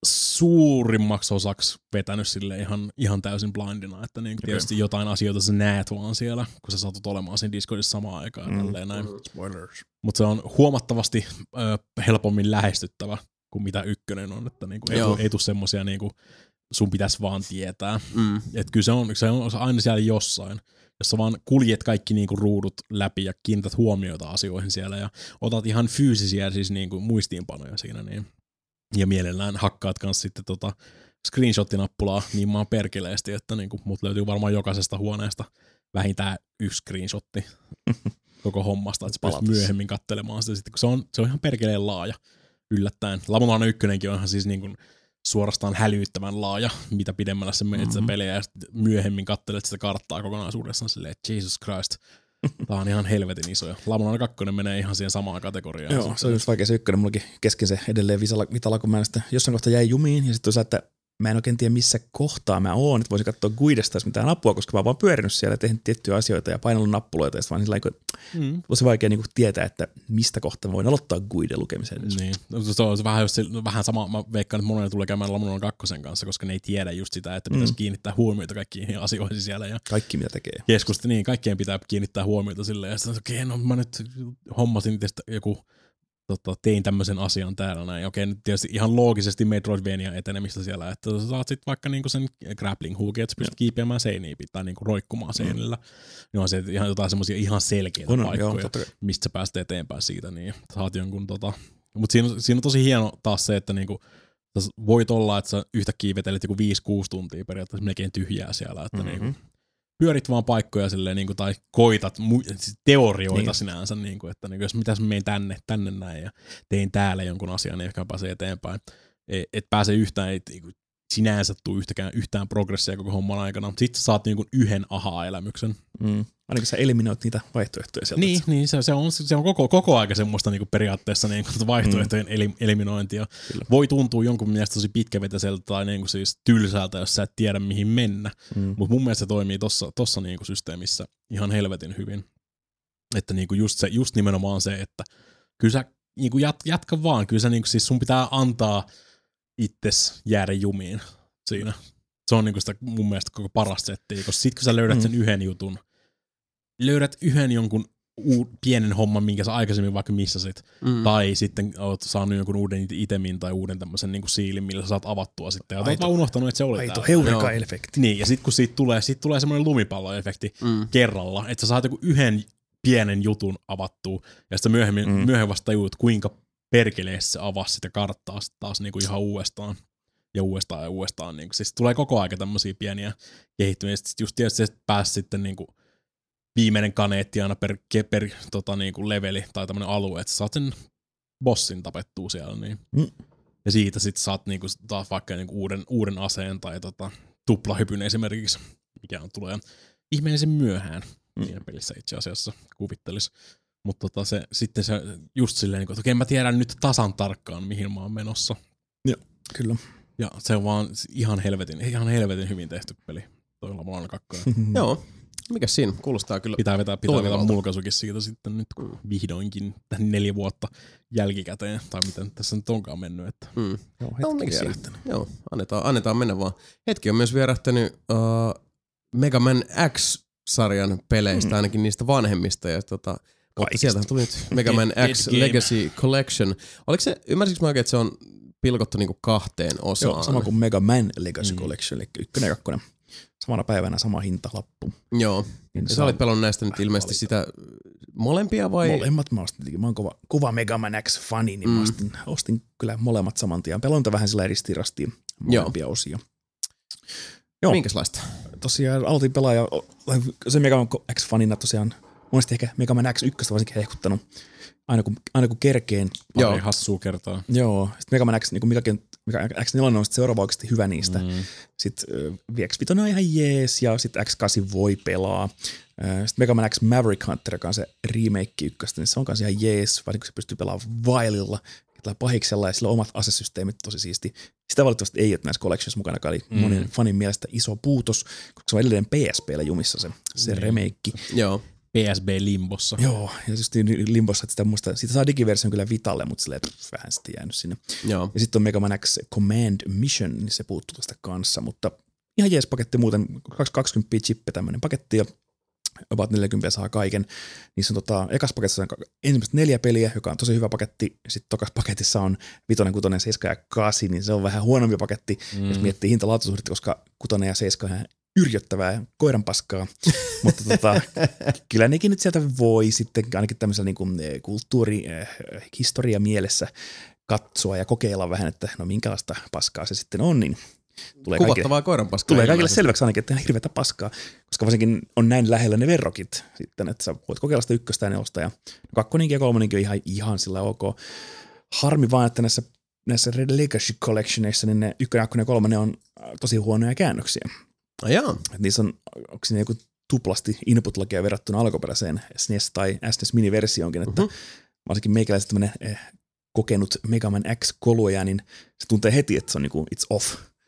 suurimmaksi osaksi vetänyt sille ihan, ihan täysin blindina, että niinku okay. tietysti jotain asioita sä näet vaan siellä, kun sä saatut olemaan siinä Discordissa samaan aikaan ja mm. tälleen näin. Spoilers. Mutta se on huomattavasti ö, helpommin lähestyttävä kuin mitä ykkönen on, että niinku ei, tu, ei tule semmosia niinku sun pitäisi vaan tietää. Mm. Että kyllä se on, se on aina siellä jossain. Jos sä vaan kuljet kaikki niinku ruudut läpi ja kiinnität huomiota asioihin siellä ja otat ihan fyysisiä siis niinku muistiinpanoja siinä niin. Ja mielellään hakkaat kans sitten tota screenshot-nappulaa niin maan perkeleesti, että niinku mut löytyy varmaan jokaisesta huoneesta vähintään yksi screenshotti koko hommasta, että sä pystyt myöhemmin katselemaan sitä sitten, kun se on, se on ihan perkeleen laaja yllättäen. Lamulainen ykkönenkin on ihan siis niinku suorastaan hälyttävän laaja, mitä pidemmällä sä menet sitä peliä ja myöhemmin katselet sitä karttaa kokonaisuudessaan silleen, että Jesus Christ, tää on ihan helvetin iso. Ja Lamulainen kakkonen menee ihan siihen samaan kategoriaan. Joo, se on just vaikea se ykkönen, mullakin kesken se edelleen vitala, vitala kun mä sitten jossain kohtaa jäi jumiin ja sitten sä, että mä en oikein tiedä missä kohtaa mä oon, että voisin katsoa guidesta jos mitään apua, koska mä oon vaan pyörinyt siellä ja tehnyt tiettyjä asioita ja painellut nappuloita ja sitten vaan sillä tavalla, mm. tosi vaikea niin kuin tietää, että mistä kohtaa mä voin aloittaa guiden lukemisen. Niin, se on vähän, just, vähän sama, mä veikkaan, että monelle tulee käymään Lamunon kakkosen kanssa, koska ne ei tiedä just sitä, että pitäisi mm. kiinnittää huomiota kaikkiin asioihin siellä. Ja kaikki mitä tekee. Keskusta, niin kaikkien pitää kiinnittää huomiota silleen, ja sitten okei, okay, no mä nyt hommasin tästä joku Tota, tein tämmöisen asian täällä näin. Okei, nyt tietysti ihan loogisesti Metroidvania etenemistä siellä, että sä saat sit vaikka niinku sen grappling hookin, että sä pystyt kiipeämään seiniin tai niinku roikkumaan seinillä. Mm. Niin on se ihan jotain semmosia ihan selkeitä on, paikkoja, joo, mistä sä pääset eteenpäin siitä, niin saat jonkun tota. Mut siinä, siinä on tosi hieno taas se, että niinku voit olla, että sä yhtäkkiä vetelet joku viisi kuusi tuntia periaatteessa melkein tyhjää siellä, että mm-hmm. niinku pyörit vaan paikkoja silleen, niin kuin, tai koitat mu- teorioita niin. sinänsä, niin kuin, että niin kuin, jos mitäs mä menen tänne, tänne näin ja tein täällä jonkun asian, niin ehkä pääsee eteenpäin. Et, et pääse yhtään, et niin kuin, sinänsä tuu yhtäkään, yhtään progressia koko homman aikana. Sitten saat niin kuin yhden aha-elämyksen. Mm. Ainakin sä eliminoit niitä vaihtoehtoja sieltä. Niin, niin se, se, on, se on koko, koko aika semmoista niin kuin periaatteessa niin kuin vaihtoehtojen mm. eliminointia. Kyllä. Voi tuntua jonkun mielestä tosi pitkävetäiseltä tai niin kuin siis tylsältä, jos sä et tiedä mihin mennä. Mm. Mutta mun mielestä se toimii tossa, tossa niin kuin systeemissä ihan helvetin hyvin. Että niin kuin just, se, just nimenomaan se, että kyllä sä niin kuin jat, jatka vaan. Kyllä sä, niin kuin, siis sun pitää antaa itses jäädä jumiin siinä. Se on niin kuin sitä mun mielestä koko paras settiä, koska sit kun sä löydät mm. sen yhden jutun, löydät yhden jonkun uu, pienen homman, minkä sä aikaisemmin vaikka missasit, mm. tai sitten oot saanut jonkun uuden itemin tai uuden tämmöisen niinku siilin, millä sä saat avattua sitten, ja oot vaan unohtanut, että se oli aito heureka-efekti. Niin, ja sitten kun siitä tulee, siitä tulee semmoinen lumipallo-efekti mm. kerralla, että sä saat joku yhden pienen jutun avattua, ja sitten myöhemmin, mm. myöhemmin vasta tajuut, kuinka perkeleessä se avasi sitä karttaa taas niinku ihan uudestaan. Ja uudestaan ja uudestaan. Niinku. Siis tulee koko aika tämmöisiä pieniä kehittymiä. Sitten just tietysti pääsi sitten niinku viimeinen kaneetti aina per, per tota, niinku leveli tai tämmönen alue, että sä saat sen bossin tapettua siellä. Niin. Mm. Ja siitä sitten saat niinku taas vaikka niinku uuden, uuden aseen tai tota, tuplahypyn esimerkiksi, mikä on tulee ihmeellisen myöhään mm. siinä pelissä itse asiassa kuvittelisi. Mutta tota se, sitten se just silleen, että okei mä tiedän nyt tasan tarkkaan, mihin mä oon menossa. Joo, kyllä. Ja se on vaan ihan helvetin, ihan helvetin hyvin tehty peli. Toi Lamunon kakkonen. Joo. Mikäs siinä? Kuulostaa kyllä. Pitää vetää, pitää vetää mulkaisukin siitä sitten nyt, kun vihdoinkin neljä vuotta jälkikäteen, tai miten tässä nyt onkaan mennyt. Että mm. Joo, hetki on vierähtänyt. Joo, annetaan, annetaan mennä vaan. Hetki on myös vierähtänyt uh, Mega Man X-sarjan peleistä, mm. ainakin niistä vanhemmista. Ja tota, mutta sieltähän tuli nyt Mega Man X Legacy Collection. Oliko se, ymmärsikö mä oikein, että se on pilkottu niinku kahteen osaan? Joo, sama kuin Mega Man Legacy mm. Collection, eli ykkönen ja kakkonen. Samana päivänä sama hinta lappu. Joo. Niin sä olit pelannut näistä nyt ilmeisesti sitä molempia vai? Molemmat mä ostin. Mä oon kova, kova Mega Man X-fani, niin mm. mä ostin, ostin kyllä molemmat saman tien. Pelannut vähän sillä ristirastiin molempia Joo. osia. Joo. Minkälaista? Tosiaan aloitin pelaaja, se Mega Man X-fanina tosiaan, monesti ehkä Mega Man X yksi varsinkin hehkuttanut. Aina kun, aina kun kerkeen. Pari hassua kertaa. Joo. Sitten Mega Man X, niin kuin Mega X neljä on sitten seuraava oikeasti hyvä niistä. Mm. Sitten X viisi on ihan jees ja sitten X kahdeksan voi pelaa. Sitten Mega Man X Maverick Hunter, joka on se remake ykköstä, niin se on kanssa ihan jees, varsinkin kun se pystyy pelaamaan Vilella, tällä pahiksella ja sillä on omat asesysteemit tosi siisti. Sitä valitettavasti ei ole näissä collections mukana, joka oli mm. monen fanin mielestä iso puutos, koska se on edelleen P S P:llä jumissa se, se mm. remake. Joo. P S B-limbossa. Joo, ja just limbossa, että sitä muista, siitä saa digiversion kyllä Vitalle, mutta silleen pff, vähän sitten jäänyt sinne. Joo. Ja sitten on Mega Man X Command Mission, niin se puuttuu tästä kanssa, mutta ihan jees paketti muuten, kaksikymmentä chippe tämmöinen paketti, ja about neljäkymmentä saa kaiken. Niissä on tota, ekas paketissa on ensimmäistä neljä peliä, joka on tosi hyvä paketti, sitten tokas paketissa on vitonen, kutonen, seiska ja kasi, niin se on vähän huonompi paketti, mm. jos miettii hinta-laatuisuhdetta, koska kutonen ja seiska on yrjöttävää koiranpaskaa, mutta tota, kyllä nekin nyt sieltä voi sitten ainakin tämmöisellä niin kuin kulttuuri, äh, historia mielessä katsoa ja kokeilla vähän, että no minkälaista paskaa se sitten on, niin tulee kuvattavaa koiranpaskaa. Tulee kaikille selväksi ainakin, että on hirveätä paskaa, koska varsinkin on näin lähellä ne verrokit sitten, että sä voit kokeilla sitä ykköstä ja nelosta ja kolmonenkin ja kolmonenkin on ihan, ihan sillä ok. Harmi vaan, että näissä, näissä Red Legacy Collectioneissa niin ne ykkönen, kakkonen ja kolmonen on tosi huonoja käännöksiä. Oh, jaa. Niissä on, onko siinä joku tuplasti input-lagia verrattuna alkuperäiseen S N E S tai S N E S mini-versioonkin, että uh-huh. varsinkin meikäläiset tämmöinen eh, kokenut Mega Man X-koluja, niin se tuntee heti, että se on niinku it's off.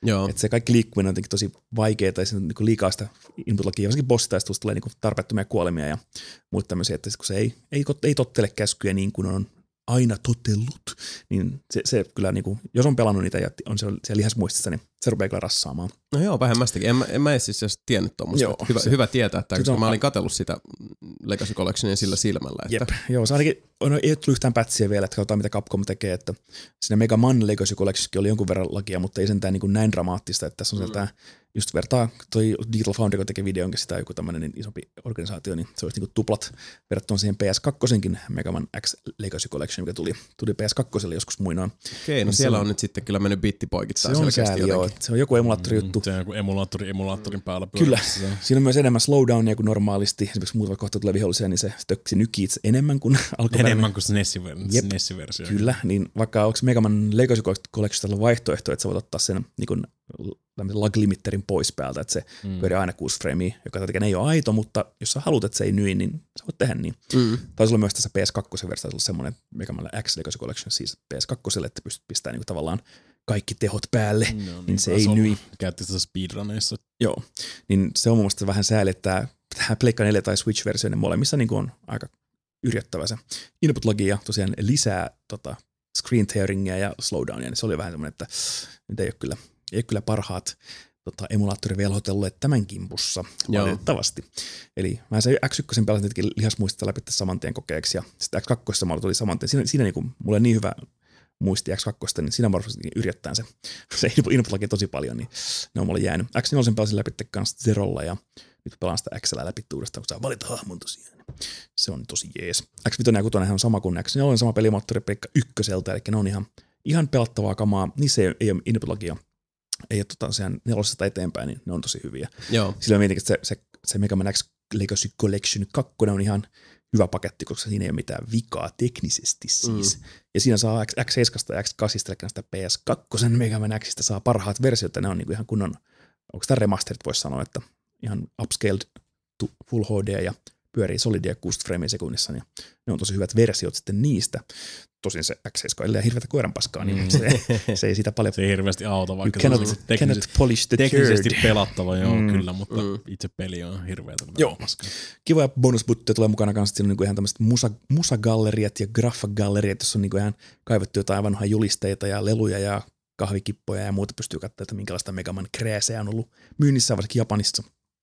Joo. Että se kaikki liikkuminen on jotenkin tosi vaikeaa ja siinä on niin liikaa sitä input-lagia. Varsinkin bossitaistelusta tulee niin tarpeettomia kuolemia ja muita tämmöisiä, että kun se ei, ei, ei tottele käskyjä niin kuin on aina totellut, niin se, se kyllä, niin kuin, jos on pelannut niitä ja on siellä, siellä lihasmuistissa, niin se rupeaa kyllä rassaamaan. No joo, vähemmästäkin. En, en mä edes siis tiennyt tuommoista. Hyvä, se, hyvä tietää, että koska on, mä olin katsellut sitä Legacy Collectionia sillä silmällä. Että... Jep, joo, se ainakin no, ei ole tullut yhtään pätsiä vielä, että katsotaan mitä Capcom tekee, että siinä Mega Man Legacy Collectionissakin oli jonkun verran lakia, mutta ei sentään niin kuin näin dramaattista, että tässä on mm. tämä, just vertaa toi Digital Foundry, kun tekee videonkin sitä joku tämmöinen niin isompi organisaatio, niin se olisi niin kuin tuplat verrattuna siihen P S kaksi Mega Man X Legacy Collection, mikä tuli, tuli P S kaksi joskus muinoin. Okei, no niin siellä on, on nyt sitten kyllä mennyt bittipoikittain selkeästi jotenkin. Joo, se on joku emulaattorijuttu. Mm, se on joku emulaattori emulaattorin päällä. Kyllä, siinä on myös enemmän slowdownia kuin normaalisti. Esimerkiksi muutama kohta tulee vihollisia, niin se, se nykii itse enemmän kuin alkuperäinen. Enemmän kuin se Nessi-versio. Kyllä, niin vaikka onko Mega Man Legacy Collectionilla vaihtoehto, että sä voit ottaa sen niin kuin lag-limitterin pois päältä, että se mm. pyörii aina kuusi freimiä, joka tietenkin ei ole aito, mutta jos sä haluat, että se ei nyi, niin sä voit tehdä niin. Mm. Taisi olla myös tässä P S kaksi versiossa semmoinen Mega Man X Legacy Collection, siis P S kaksi, että pystyt pistämään niin tavallaan kaikki tehot päälle, no, niin, niin se ei nyi. Käytti sitä speedruneissa. Joo, niin se on mun mielestä vähän sääli, että tämä Pleikka neljä tai Switch-versio, niin molemmissa niin on aika yrjättävä se input-lagi ja tosiaan lisää tota, screen tearingia ja slowdownia, niin se oli vähän semmoinen, että nyt ei ole kyllä, ei ole kyllä parhaat tota, emulaattorivelhoitelleet tämän kimpussa valitettavasti. Eli mä se X yksi pelasin tietenkin lihasmuistista läpi saman tien kokeeksi ja sitten X kaksi mulla tuli saman tien. Siinä, siinä niin kuin, mulla on niin hyvä muisti X kaksi, niin siinä varmasti yrjättään se, se input-lagi tosi paljon, niin ne on mulle jäänyt. X neljä pelasin läpi kanssa Zerolla ja nyt pelaan sitä X:llä läpi uudestaan, kun saa valita hahmon tosiaan. Se on tosi jees. X viisi ja kuusi on sama kuin X neljä, on sama pelimoottori Pleikka ykköseltä, eli ne on ihan, ihan pelattavaa kamaa. Niissä ei, ei ole input-lagia, ei ole tota, nelosesta eteenpäin, niin ne on tosi hyviä. Joo. Sillä mietin, että se, se, se Mega Man X Legacy Collection kaksi on ihan hyvä paketti, koska siinä ei ole mitään vikaa teknisesti siis. Mm. Ja siinä saa X seitsemän ja X kahdeksan, eli sitä P S kaksi Mega Man Xistä saa parhaat versiot, ja ne on niinku ihan kunnon, onko tämä remasterit voisi sanoa, että ihan upscaled to full H D ja pyörii solidia kuusikymmentä freimiä sekunnissa, niin ne on tosi hyvät versiot sitten niistä. Tosin se X seitsemän ei hirveätä koiranpaskaa, niin mm. se, se ei sitä paljon... Se ei hirveästi auta, vaikka cannot, se on teknisesti, polish the teknisesti turd. pelattava, joo, mm. kyllä, mutta mm. itse peli on hirveätä. Joo, paskaa. Kivoja bonusbutteja tulee mukana kanssa, siinä on niinku ihan tämmöiset musa, musagalleriat ja graffagalleriat, jossa on niinku ihan kaivettu jotain vanhoja julisteita ja leluja ja kahvikippoja ja muuta pystyy katsomaan, että minkälaista Mega Man krääseä on ollut myynnissä, varsinkin Japanissa.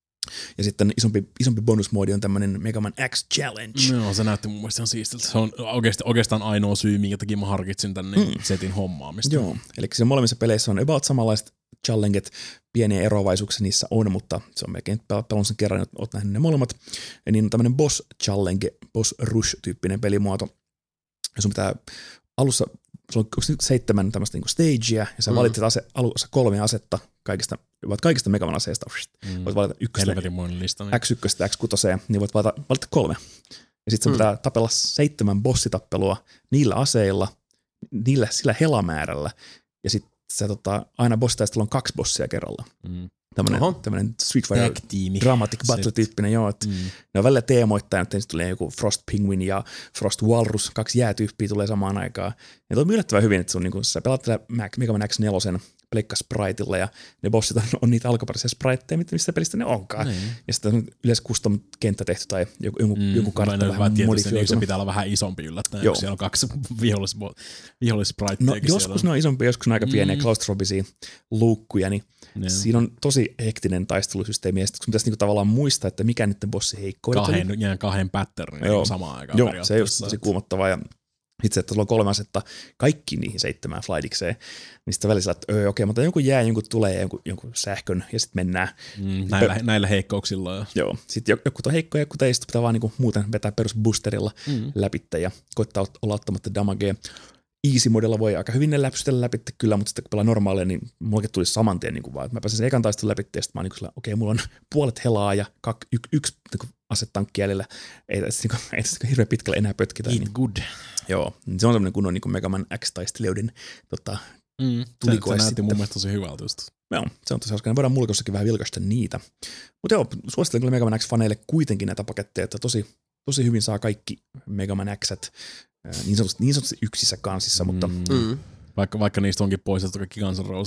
Ja sitten isompi, isompi bonusmoodi on tämmöinen Mega Man X Challenge. Joo, se näytti mun mielestä ihan siistiltä. Se on oikeastaan, oikeastaan ainoa syy, minkä takia mä harkitsin tänne mm. setin hommaamista. Joo, eli se molemmissa peleissä on about samanlaiset challenget, pieniä eroavaisuuksia niissä on, mutta se on melkein pelannut sen kerran, että oot nähnyt ne molemmat. Ja niin on tämmöinen boss challenge, boss rush-tyyppinen pelimuoto. Ja sun pitää alussa, sulla on seitsemän tämmöistä niinku stagea, ja sä mm. valitset ase, alussa kolme asetta kaikista, voit kaikista Mega Man aseista. Mm. Voit valita ykköstä, lista, niin. X yksi, X kuusi, niin voit valita, valita kolme. Ja sitten sun mm. pitää tapella seitsemän bossitappelua niillä aseilla, niillä, sillä helamäärällä, ja sitten se tota, aina bossitaistelu on kaksi bossia kerralla. Mm. Tämmönen, tämmönen Street Fighter Dramatic Battle-tyyppinen, joo, että mm. ne on välillä teemoittain, että ensin tulee joku Frost Penguin ja Frost Walrus, kaksi jäätyyppiä tulee samaan aikaan. Ja toi on yllättävän hyvin, että sun, niin kun sä pelaat tällä Mega Man X neljä Pleikka Spritella ja ne bossit on, on niitä alkuperäisiä spriteja, mistä pelistä ne onkaan. Mm. Ja sitten on yleensä custom-kenttä tehty tai joku, joku, mm. joku kartta vähän modifioitu. Niin se pitää olla vähän isompi yllättäen, kun siellä on kaksi vihollispriteja. No joskus ne on isompia, joskus ne on aika pieniä mm. klaustrofobisia luukkuja, niin ne. Siinä on tosi hektinen taistelusysteemi, ja sitten sun pitäisi niinku tavallaan muistaa, että mikä niiden bossi heikkoudet kahden, oli. Jään kahden patternin niin samaan aikaan. Joo, se on tosi kuumottavaa, ja itse, että sulla on kolme asetta kaikki niihin seitsemään flightikseen, niin sitten välissä, että öö, okei, mutta jonkun jää, jonkun tulee, jonkun, jonkun sähkön, ja sitten mennään. Mm, näillä, Pö- näillä heikkouksilla. Jo. Joo, sitten joku on heikko, joku ei, sitten pitää vaan niinku muuten vetää perusboosterilla mm. läpitte, ja koittaa olla ottamatta damagea. Easy-modella voi aika hyvin ne läpsytellä läpi, kyllä, mutta sitten kun pelaa normaalia, niin mullakin tuli saman tien niin kuin vaan, että mä pääsin sen ekan taistelun läpi, ja sitten mä oon niin okei, okay, mulla on puolet helaa ja kak, y, yksi niin asetankki jäljellä, ei tässä niin niin hirveän pitkälle enää pötkitä. Eat niin, good. Joo, niin se on semmoinen kunnon niin Mega Man X-taistelijoiden tota, mm, tulikoe. Se, se näytti mun mielestä tosi hyvältä just. Joo, se on tosi hauska. Ne voidaan mulkaissakin vähän vilkaista niitä. Mutta joo, suosittelen kyllä Mega Man X-faneille kuitenkin näitä paketteja, että tosi, tosi hyvin saa kaikki Mega Man X:t niin sanotusti, niin sanotusti yksissä kansissa, mutta... Mm. Vaikka, vaikka niistä onkin poistettu kaikki Guns N' Roses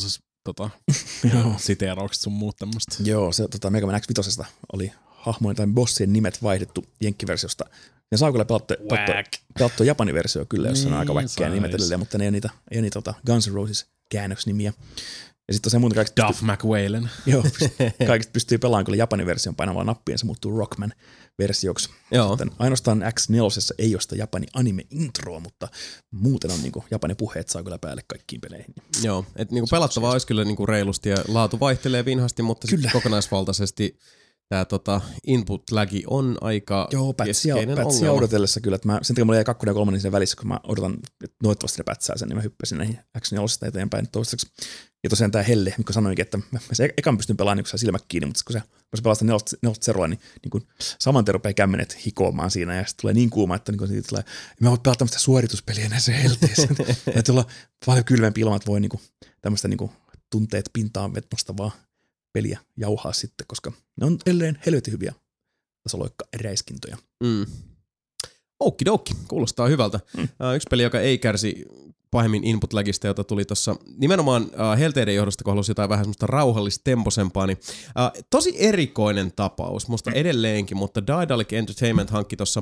tota, siteeraukset sun muut tämmöistä. Joo, se tota, Mega Man X viisi oli hahmojen tai bossien nimet vaihdettu jenkkiversiosta. Ja saa kyllä pelattua, pelattua, pelattua Japanin versio kyllä, jossa niin, on aika väkkiä nimet edelleen, mutta ne ei ole niitä, ei ole niitä tota, Guns N' Roses käännöksnimiä. Ja sitten tosiaan muuta kaikista Duff pystyy, McWhalen. Joo, kaikista pystyy pelaamaan kyllä Japanin version painamalla nappia, ja se muuttuu Rockman-versioksi. Sitten ainoastaan X neljä ei ole sitä Japanin anime-introa, mutta muuten on niinku Japanin puheet saa kyllä päälle kaikkiin peleihin. Joo, että niinku pelattavaa olisi kyllä niinku reilusti ja laatu vaihtelee vinhasti, mutta sitten kokonaisvaltaisesti tämä tota, input-lagi on aika Joo, keskeinen pätsiä ongelma. odotellessa kyllä, että mä, sen takia mulla jäi kakkonen ja kolmonen siinä välissä, kun mä odotan, että toivottavasti ne pätsää sen, niin mä hyppäsin näihin X neljä eteenpäin toistaiseksi. Ja tosiaan tää Helle, mikä sanoinkin, että mä se ekan pystyn pelaamaan niin silmät kiinni, mutta kun se, kun se pelaa sitä neljä zerolla, niin, niin kun saman tien rupeaa kämmenet hikoamaan siinä, ja sitten tulee niin kuuma, että niin siitä tulee, mä voin pelata tämmöistä suorituspeliä näissä helteissä. Että olla paljon kylmempi ilman, että voi niin kuin, tämmöistä niin kuin, tunteet pintaan nostavaa peliä jauhaa sitten, koska ne on edelleen helvetin hyviä tasoloikka-räiskintoja. Mm. Okidoki, kuulostaa hyvältä. Mm. Uh, yksi peli, joka ei kärsi pahemmin input-lagista, jota tuli tuossa nimenomaan uh, helteiden johdosta, kun halusi jotain vähän semmoista rauhallista temposempaa, niin uh, tosi erikoinen tapaus, musta mm. edelleenkin, mutta Daedalic Entertainment hankki tuossa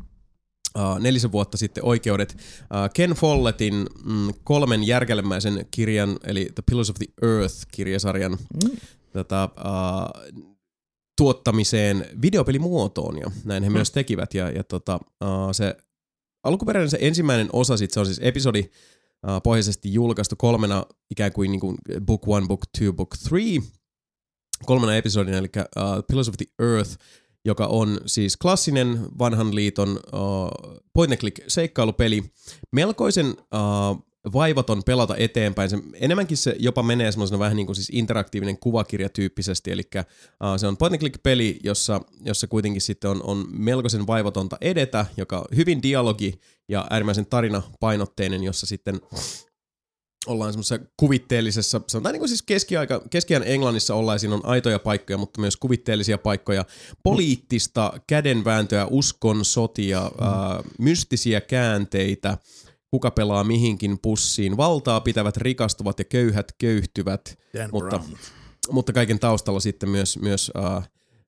Uh, nelisen vuotta sitten oikeudet uh, Ken Follettin mm, kolmen järkälemäisen kirjan, eli The Pillars of the Earth-kirjasarjan mm. tota, uh, tuottamiseen videopelimuotoon, ja näin he mm. myös tekivät. Ja, ja tota, uh, se alkuperäinen se ensimmäinen osa, sit se on siis episodi uh, pohjaisesti julkaistu kolmena ikään kuin, niin kuin book one, book two, book three, kolmena episodina, eli uh, Pillars of the Earth, joka on siis klassinen vanhan liiton uh, point and click seikkailupeli. Melkoisen uh, vaivaton pelata eteenpäin. Se, enemmänkin se jopa menee semmoisena vähän niin kuin siis interaktiivinen kuvakirja tyyppisesti. Eli uh, se on point and click peli, jossa, jossa kuitenkin sitten on, on melkoisen vaivatonta edetä, joka on hyvin dialogi ja äärimmäisen tarinapainotteinen, jossa sitten ollaan semmoisessa kuvitteellisessa, sanotaan niin kuin siis keskiaika, keskiajan Englannissa ollaan, siinä on aitoja paikkoja, mutta myös kuvitteellisia paikkoja, poliittista kädenvääntöä, uskon sotia, mm. ää, mystisiä käänteitä, kuka pelaa mihinkin pussiin, valtaa pitävät rikastuvat ja köyhät köyhtyvät, mutta, mutta kaiken taustalla sitten myös, myös ää,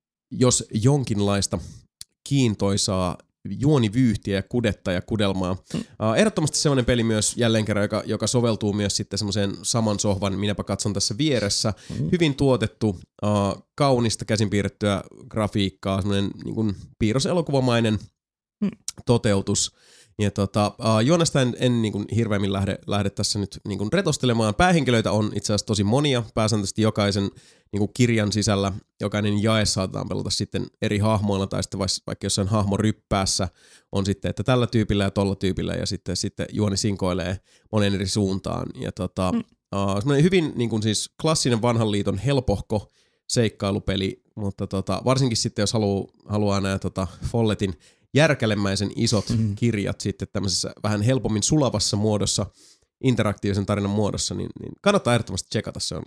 jos jonkinlaista kiintoisaa juonivyyhtiä ja kudetta ja kudelmaa. Mm. Uh, ehdottomasti semmoinen peli myös jälleen kerran, joka, joka soveltuu myös sitten semmoiseen saman sohvan, minäpä katson tässä vieressä. Mm. Hyvin tuotettu, uh, kaunista käsinpiirrettyä grafiikkaa, semmoinen niin kuin piirroselokuvamainen mm. toteutus. Ja tota, uh, juonesta en, en niin kuin hirveämmin lähde, lähde tässä nyt niin kuin retostelemaan. Päähenkilöitä on itse asiassa tosi monia, pääsääntöisesti jokaisen niin kuin kirjan sisällä, jokainen jae saatetaan pelata sitten eri hahmoilla, tai sitten vaikka jossain hahmoryppäässä on sitten, että tällä tyypillä ja tolla tyypillä, ja sitten, sitten juoni sinkoilee monen eri suuntaan. Ja tota, mm. uh, semmoinen hyvin niin kuin siis klassinen vanhan liiton helpohko seikkailupeli, mutta tota, varsinkin sitten jos haluaa, haluaa nämä tota, Folletin järkälemäisen isot mm-hmm. kirjat sitten tämmöisessä vähän helpommin sulavassa muodossa, interaktiivisen tarinan muodossa, niin, niin kannattaa ehdottomasti tsekata. Se on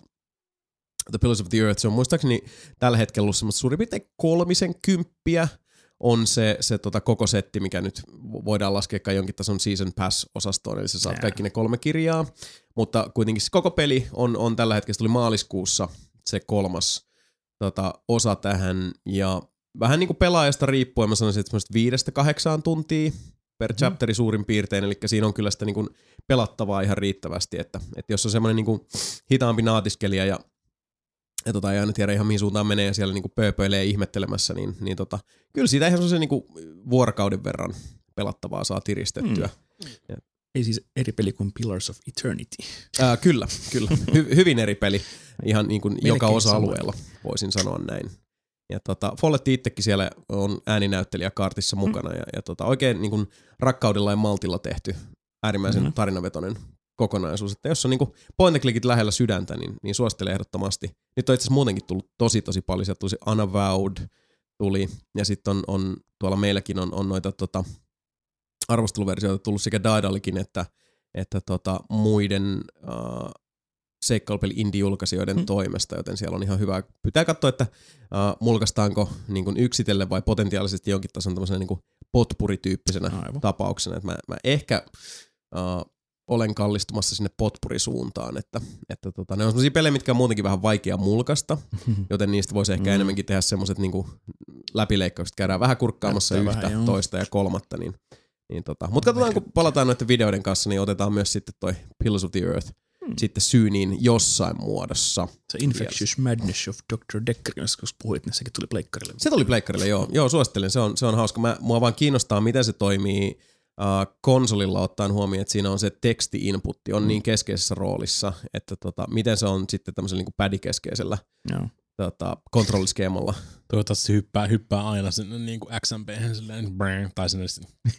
The Pillars of the Earth. Se on muistaakseni tällä hetkellä ollut semmoista suurin piirtein kolmisen kymppiä on se, se tota koko setti, mikä nyt voidaan laskea kai jonkin tason Season Pass-osastoon, eli sä saat yeah. kaikki ne kolme kirjaa, mutta kuitenkin se koko peli on, on tällä hetkellä, se tuli maaliskuussa se kolmas tota, osa tähän, ja vähän niin kuin pelaajasta riippuen, mä sanoisin, että semmoista viidestä kahdeksaan tuntia per chapteri suurin piirtein, eli siinä on kyllä sitä niin kuin pelattavaa ihan riittävästi, että, että jos on semmoinen niin kuin hitaampi naatiskelija ja, ja tota, ei aina tiedä ihan mihin suuntaan menee ja siellä niin kuin pööpöilee ihmettelemässä, niin, niin tota, kyllä siitä ihan semmoisen niin kuin vuorokauden verran pelattavaa saa tiristettyä. Mm. Ja, ei siis eri peli kuin Pillars of Eternity. Ää, kyllä, kyllä. Hy- hyvin eri peli ihan niin kuin joka osa-alueella, voisin sanoa näin. Ja tota, Folletti itsekin siellä on ääninäyttelijä kaartissa mukana, mm. ja, ja tota, oikein niin kuin rakkaudella ja maltilla tehty äärimmäisen mm. tarinavetoinen kokonaisuus. Että jos on niin kuin point and clickit lähellä sydäntä, niin, niin suosittelen ehdottomasti. Nyt on itse asiassa muutenkin tullut tosi tosi paljon. Sieltä tuli se Unavowed tuli, ja sitten on, on, tuolla meilläkin on, on noita tota, arvosteluversioita tullut sekä Daedalikin että, että tota, muiden uh, seikkailupeli indie-julkaisijoiden hmm. toimesta, joten siellä on ihan hyvä. Pitää katsoa, että uh, mulkaistaanko niin kuin yksitellen vai potentiaalisesti jonkin tason tämmöisenä niin kuin potpuri-tyyppisenä Aivan. tapauksena. Et mä, mä ehkä uh, olen kallistumassa sinne potpurisuuntaan, että, että tota, ne on sellaisia pelejä, mitkä on muutenkin vähän vaikea mulkaista, joten niistä voisi ehkä mm. enemmänkin tehdä semmoiset niinku läpileikkaukset, käydään vähän kurkkaamassa Näyttää yhtä, vähän, toista ja kolmatta, niin, niin tota. Mutta katsotaan, kun palataan noiden videoiden kanssa, niin otetaan myös sitten toi Pillars of the Earth hmm. sitten syyniin jossain muodossa. Se Infectious Madness of doctor Decker, koska puhuit, niin sekin tuli pleikkarille. Se tuli pleikkarille, joo. Joo, suosittelen, se on, se on hauska. Mä, mua vaan kiinnostaa, miten se toimii Uh, konsolilla ottaen huomioon, että siinä on se teksti-inputti on mm. niin keskeisessä roolissa, että tota, miten se on sitten tämmöisellä niin pädikeskeisellä no. tota, kontrolliskeemalla. Toivottavasti se hyppää, hyppää aina sinne niin kuin X M P:hen silleen, brrr, tai sinne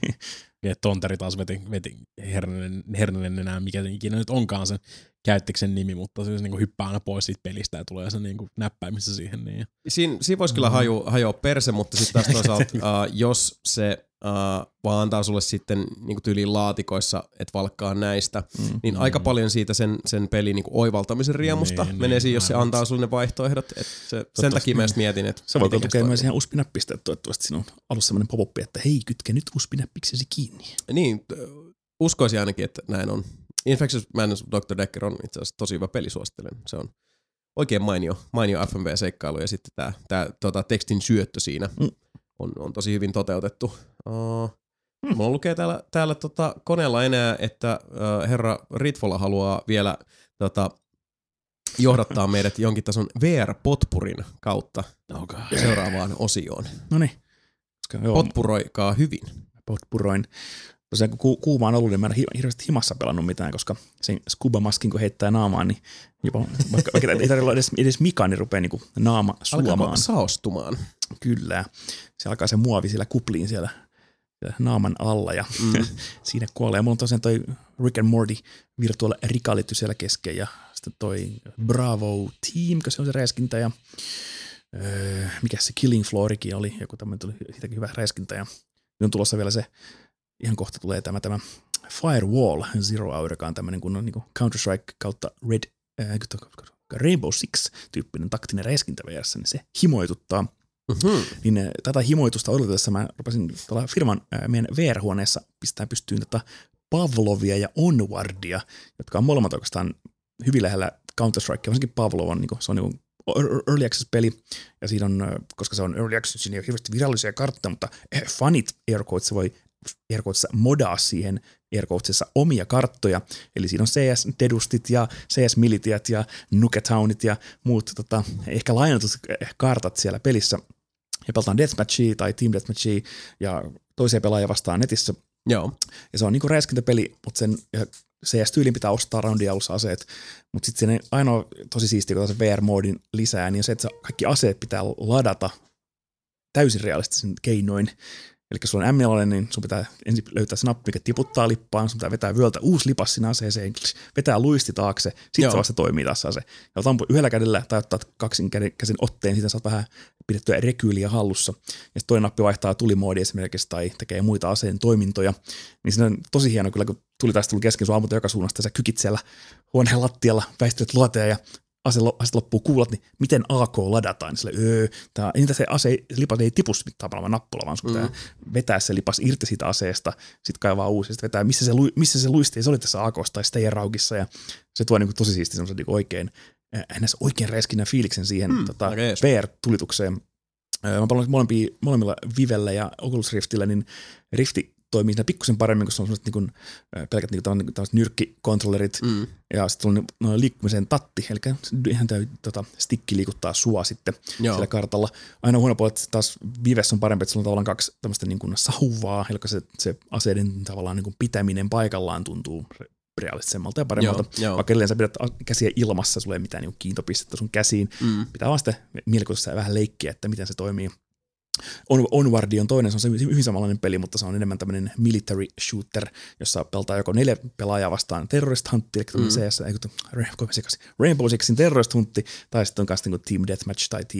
ja tonteri taas veti, veti hernenen, hernenen enää, mikä ikinä nyt onkaan sen käyttiksen nimi, mutta se niin kuin hyppää aina pois siitä pelistä ja tulee se niin kuin näppäimissä siihen. Niin. Siin, siinä voisi kyllä haju, hajoa perse, mutta sitten taas toisaalta, uh, jos se uh, vaan antaa sulle sitten niin tyyliin laatikoissa, että valkkaa näistä, mm, niin mm. aika paljon siitä sen, sen pelin niin oivaltamisen riemusta niin, menee siihen, jos se antaa sulle ne vaihtoehdot. Se, sen takia mä mietin, että se voi tukea myös ihan U S B-näppistä, että toivottavasti siinä on ollut sellainen pop-up, että hei, kytke nyt U S B-näppiksesi kiinni. Niin, uskoisin ainakin, että näin on. Infectious Madness of doctor Decker on itse asiassa tosi hyvä peli, suosittelen. Se on oikein mainio, mainio F M V-seikkailu ja sitten tämä tää, tota, tekstin syöttö siinä mm. on, on tosi hyvin toteutettu. Uh, mm. Mulla lukee täällä, täällä tota, koneella enää, että uh, herra Ritvola haluaa vielä tota, johdattaa meidät jonkin tason V R-potpurin kautta okay. seuraavaan osioon. Noniin. Potpuroikaa hyvin. Potpuroin. Tosiaan kun kuuma on ollut, niin mä en hirveästi himassa pelannut mitään, koska sen scuba-maskin kun heittää naamaan, niin jopa, vaikka, vaikka ei tarvitse olla edes, edes mikaan, niin rupeaa niin naama sulamaan. Alkaa saostumaan. Kyllä. Se alkaa se muovi siellä kupliin siellä, siellä naaman alla ja mm. siinä kuolee. Mulla on tosiaan toi Rick and Morty Virtual Reality siellä kesken ja sitten toi Bravo Team, kun se on se räiskintä ja öö, mikä se Killing Floorikin oli, joku tämmöinen tuli siitäkin hyvä räiskintä ja nyt on tulossa vielä se ihan kohta tulee tämä, tämä Firewall Zero Hour, joka on tämmöinen kun on niin Counter-Strike kautta Red, äh, Rainbow Six-tyyppinen taktinen räiskintä V R:ssä, niin se himoituttaa. Mm-hmm. Niin äh, tätä himoitusta odotellessa mä rupesin tuolla firman äh, meidän V R-huoneessa pistää pystyyn tätä Pavlovia ja Onwardia, jotka on molemmat oikeastaan hyvin lähellä Counter-Strikea, varsinkin Pavlov on, niin kuin, se on niin Early Access-peli, ja siinä on, koska se on Early Access, siinä ei ole hirveästi virallisia karttoja, mutta eh, fanit aircodes, se voi aircodesissa modaa siihen aircodesissa omia karttoja, eli siinä on C S-dedustit ja C S-militiat ja Nuketownit ja muut tota, ehkä lainatut kartat siellä pelissä, ja pelataan Deathmatchia tai Team Deathmatchia ja toisia pelaajia vastaan netissä. Joo. Ja se on niinku räiskintäpeli, mutta sen C S-tyylin pitää ostaa roundin alussa aseet, mutta sitten sen ainoa tosi siistiä, kun se V R-moodin lisää, niin on se, että kaikki aseet pitää ladata täysin realistisen keinoin. Eli jos sulla on M neljä, niin sun pitää ensin löytää se nappi, mikä tiputtaa lippaan, sun pitää vetää vyöltä uusi lipas sinä aseeseen, vetää luisti taakse, sitten se vasta toimii tässä ase. Ja otat ampua yhdellä kädellä tai ottaa kaksin käsin otteen, siitä saat vähän pidettyä rekyyliä hallussa. Ja sitten toinen nappi vaihtaa tulimoodi esimerkiksi tai tekee muita aseen toimintoja. Niin siinä on tosi hieno kyllä, kun tulitaistelu kesken, sun ammuta joka suunnasta ja sä kykit siellä huoneen lattialla, väistelet luoteja ja ase, ase loppuu kuulat, niin miten A K ladataan? Sille, öö, tää, entä se ase, lipas ei tipu mittaan vaan nappula, vaan sun pitää mm. vetää se lipas irti siitä aseesta, sitten kaivaa uusi, sitten vetää, missä se, missä se luisti, se oli tässä A K:ssa tai Stayer Raukissa, ja se tuo niinku tosi siisti semmoisen niinku oikein, ns. Oikein räiskinnän fiiliksen siihen mm, tota, V R-tulitukseen. Mä paljon molempia, molemmilla Vivellä ja Oculus Riftillä, niin Rifti toimii siinä pikkusen paremmin, kun se on sellaiset niin kuin, pelkät niin kuin, tällaiset nyrkkikontrollerit mm. ja sitten on no, liikkumisen tatti, eli ihan tämä tota, stikki liikuttaa sua sitten Joo. siellä kartalla. Aina huono puoli, että taas Vivessä on parempi, että sulla on tavallaan kaksi tämmöistä niin kuin sauvaa, eli se, se aseiden tavallaan niin kuin pitäminen paikallaan tuntuu realistisemmalta ja paremmalta. Joo, Vaikka edelleen sä pidät käsiä ilmassa, sulla ei mitään niin kiintopistettä sun käsiin. Mm. Pitää vaan sitten mielikuvitusta vähän leikkiä, että miten se toimii. On, Onward on toinen, se on se hyvin samanlainen peli, mutta se on enemmän tämmöinen military shooter, jossa pelataan joko neljä pelaajaa vastaan terrorist huntti, eli mm. C S, ei kun Rainbow Sixin terrorist huntti, tai sitten on kanssa niin Team Deathmatch tai Team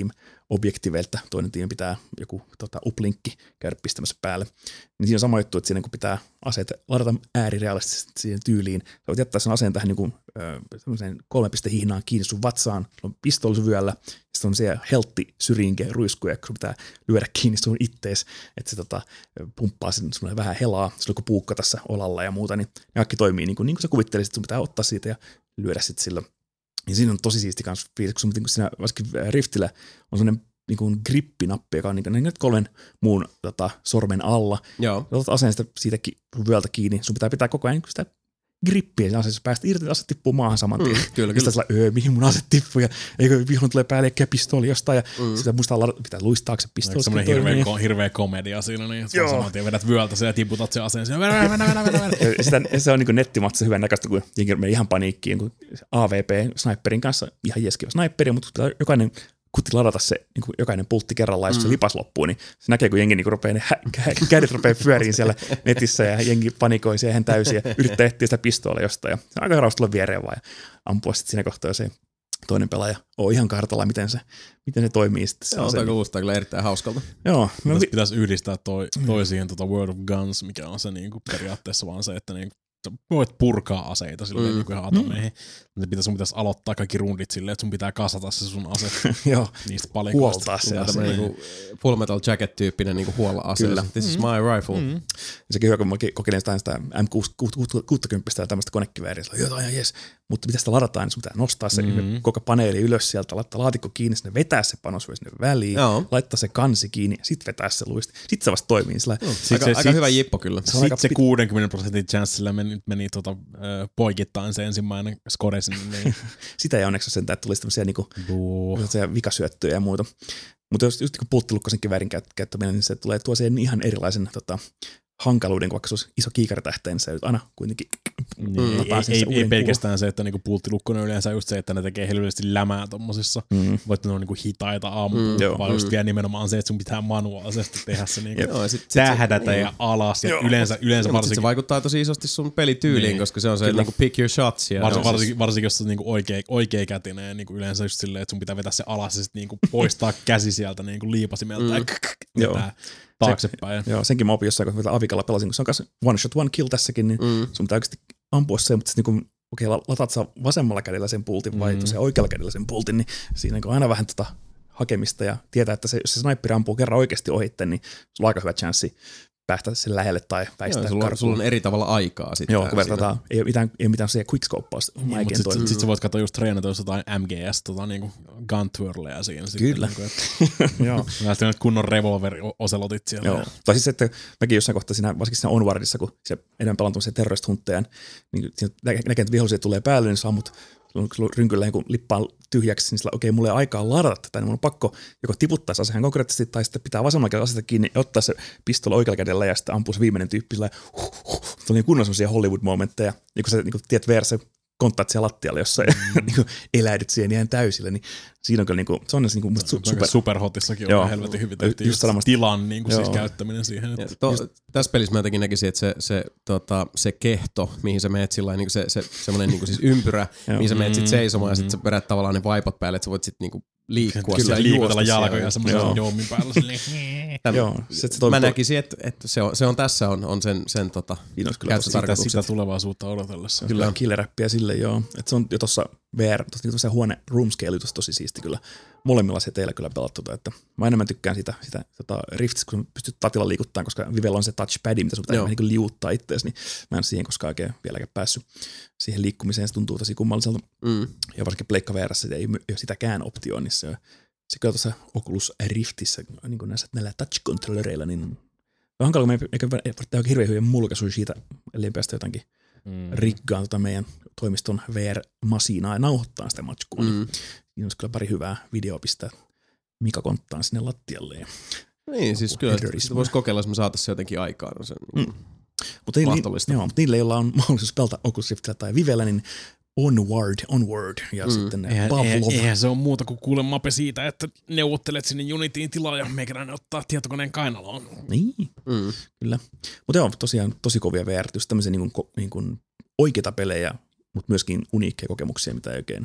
objektiveilta, toinen tiimi pitää joku tota, uplinkki käydä pistämässä päälle. Niin siinä on sama juttu, että siinä kun pitää aseet ladata äärirealistisesti siihen tyyliin. Sä voit jättää sen aseen tähän niin kuin, äh, kolme piste hihnaan kiinni sun vatsaan, on pistoolisyvyöllä, ja sitten on siellä heltti syrinke ruiskuja, kun sun pitää lyödä kiinni sun ittees, että se tota, pumppaa sen semmoinen vähän helaa, silloin kun puukko tässä olalla ja muuta, niin ne kaikki toimii niin kuin, niin kuin sä kuvittelisit, sun pitää ottaa siitä ja lyödä sitten sillä. Ja siinä on tosi siisti kanssa fiilis, kun niin siinä varsinkin Riftillä on semmoinen niin kuin grippinappi, joka on niin kuin kolmen muun tota, sormen alla. Joo. Otat aseen sitä siitäkin vyöltä kiinni, sun pitää pitää koko ajan niin sitä grippiä siinä aseessa, päästä irti, ase tippuu maahan saman tien. Mm, kyllä, kyllä. Sitten öö, mihin mun ase tippuu, ja eikö vihollinen tulee päälle, eikä pistooli jostain, ja mm. sitä muistaa pitää luistaa se pistooli. Semmoinen hirveä, ko- hirveä komedia siinä, niin sä saman tien vedät vyöltä sen ja tiputat sen aseen, venä, venä, venä, venä, venä. Sitä, se on niin nettimatsa hyvän näköistä, kun jengi menee ihan paniikkiin, kun A V P-sniperin kanssa ihan jeskivä sniperi, mutta jokainen kutti ladata se niin kuin jokainen pultti kerrallaan, jos mm. se lipas loppuu, niin se näkee, kun jengi niin kuin rupeaa, ne hä- kädet rupeaa pyöriin siellä netissä ja jengi panikoi siihen täysin ja yrittää etsiä sitä pistoolia jostain. Ja se on aika harvasti tulla viereen vaan ja ampua sitten siinä kohtaa, jos ei toinen pelaaja ole ihan kartalla, miten se, miten se toimii sitten. Se Joo, on toi kuulostaa kyllä erittäin hauskalta. Joo. Pitäisi, pitäisi yhdistää toi, toi siihen tota World of Guns, mikä on se niinku periaatteessa vaan se, että niinku sä voit purkaa aseita silleen mm. niin ihan atomeihin. Mm. Pitäisi, sun pitäisi aloittaa kaikki rundit silleen, että sun pitää kasata se sun ase niistä palikoista. Huoltaa se ase. Niinku Full Metal Jacket-tyyppinen niinku huolla-ase. Kyllä. This is my rifle. Mm. Ja sekin hyvä, kun mä kokeilin sitä, sitä M kuusikymmentä ja tämmöistä konekivääriä, että jotain ihan jes, mutta mitä sitä ladataan, niin sun pitää nostaa se mm. koko paneeli ylös sieltä, laittaa laatikko kiinni, sinne vetää se panosvyö sinne väliin, Joo. laittaa se kansi kiinni, sit vetää se luisti. Sitten se vasta toimii. Sillä, no, aika, se, aika sit, hyvä jippo kyllä. Sitten se kuudenkymmenen prosentin chanssilla meni, meni tota, äh, poikittain se ensimmäinen skore sinne. Niin. Sitä ei onneksi sentään, että tulisi tämmöisiä niinku, vikasyöttöjä ja muuta. Mutta jos just niin pulttilukkoisen kiväärin käyttäminen, niin se tulee tuo siihen ihan erilaisen tota, hankaluuden, kun vaikka se olisi iso kiikaritähteen, niin se aina kuitenkin niin, ei, ei, ei pelkästään se, että niinku pulttilukkonen yleensä just se, että ne tekee helveellisesti lämää tommosissa. Mm. Voit ne on niinku hitaita ampua, mm, vaan just mm. vielä nimenomaan se, että sun pitää manuaalisesti tehdä se niinku joo, sit, tähdätä sit, ja alas. Ja joo, yleensä, yleensä joo, varsinkin. Se vaikuttaa tosi isosti sun pelityyliin, niin, koska se on se kyllä. Niinku pick your shots. Vars, varsinkin, varsinkin, varsinkin jos sä niinku oikea, oikea kätinen ja niinku yleensä just silleen, että sun pitää vetää se alas ja sit niinku poistaa käsi sieltä niinku liipasimelta mm. ja vetää taaksepäin. Se, joo, senkin mä opin jossain, kun Avikalla pelasin, kun se on myös one shot one kill tässäkin, niin mm. sun pitää oikeasti ampua se, mutta sitten niin okei, okay, lataat sä vasemmalla kädellä sen pultin vai mm. tosiaan oikealla kädellä sen pultin, niin siinä on aina vähän tota hakemista ja tietää, että se, jos se sniperi ampuu kerran oikeasti ohitte, niin sulla on aika hyvä chanssi päästä sen lähelle tai väistää karkuun. Sulla, sulla on eri tavalla aikaa sitten. Joo, kun vertataan, ei ole mitään, ei ole mitään se quickscopeausta. Niin, mutta sitten sit, sit sä voit katsoa just treenata jos jotain M G S, tota niinku gun twirleja siinä. Kyllä. Sitten, joo. Välttämättä nyt kunnon revolver-oselotit siellä. Joo. Tai siis, että mäkin jossain kohtaa siinä, varsinkin siinä Onwardissa, kun se enemmän pelaan tuollaisia terrorist-huntteja, niin siinä näkee, että vihollisia tulee päälle, niin sammut rynkyllä niin lippaan tyhjäksi, niin sillä okei, okay, mulla ei aikaa ladata tätä, niin mun on pakko joko tiputtaa se aseen konkreettisesti, tai sitten pitää vasemmalla kädellä asetta kiinni ja ottaa se pistoli oikealla kädellä ja sitten ampua se viimeinen tyyppi sillä huh, huh. Tuli kunnon semmoisia Hollywood-momentteja, ja kun sä niin kun tiedät verran, se konttaat siellä lattialle jossain mm. niin eläydyt siihen ihan täysillä, niin siinä on kyllä niinku, se on niinku su- super. Superhotissakin on helvetin hyvin tehty just, just tilan niinku siis käyttäminen siihen. Että to, just, tässä pelissä mä jotenkin näkisin, että se, se, tota, se kehto, mihin sä menet sillä niinku se, se semmoinen niinku siis ympyrä, mihin sä menet sit seisomaan mm, ja sit sä perät tavallaan ne vaipot päälle, että sä voit sit niinku liikkua. Kyllä liikutella jalkoja semmoisen joomin päällä. Tämän, joo, se, se mä näkisin, että, että se, on, se on tässä on, on sen, sen tota, käyttötarkoitukset. Sitä tulevaisuutta odotellessa. Kyllä killeräppiä sille, joo. Että se on jo tuossa V R, tuossa huone room scale tosi siisti kyllä. Molemmilla se teillä kyllä pelattu. Että mä enemmän tykkään sitä, sitä tota Riftistä, kun pystyt tatilla liikuttamaan, koska Vivellä on se touchpad, mitä sun pitää niin liuuttaa itseäsi, niin mä en siihen koskaan oikein vieläkään päässyt siihen liikkumiseen. Se tuntuu tosi kummalliselta. Mm. Ja varsinkin Pleikka V R:ssä ei ole sitäkään optioon, niin se on se kyllä tuossa Oculus Riftissä, niin kuin näissä näillä touch-controllereilla, niin on hankala, kun me ei ole hirveän hyviä mulkaisuja siitä, ellei päästä jotakin mm. riggaan tota meidän toimiston V R-masinaa ja nauhoittaa sitä matchkua. Mm. Niin olisi kyllä pari hyvää videoa pistää Mika konttaan sinne lattialle. Ja niin, siis kyllä sitä voisi kokeilla, jos me saataisiin se jotenkin aikaan. No se mm. Mutta niille, joo, niille, joilla on mahdollisuus pelata Oculus Riftillä tai Vivellä, niin Onward, Onward ja mm. sitten eihän, Pavlov. Eihän se ole muuta kuin kuule Mape siitä, että neuvottelet sinne Unityin tilaa ja meikäläinen ottaa tietokoneen kainaloon. Niin, mm. kyllä. Mutta joo, tosiaan tosi kovia V R, just tämmöisiä niin kuin, niin kuin oikeita pelejä, mutta myöskin uniikkeja kokemuksia, mitä ei oikein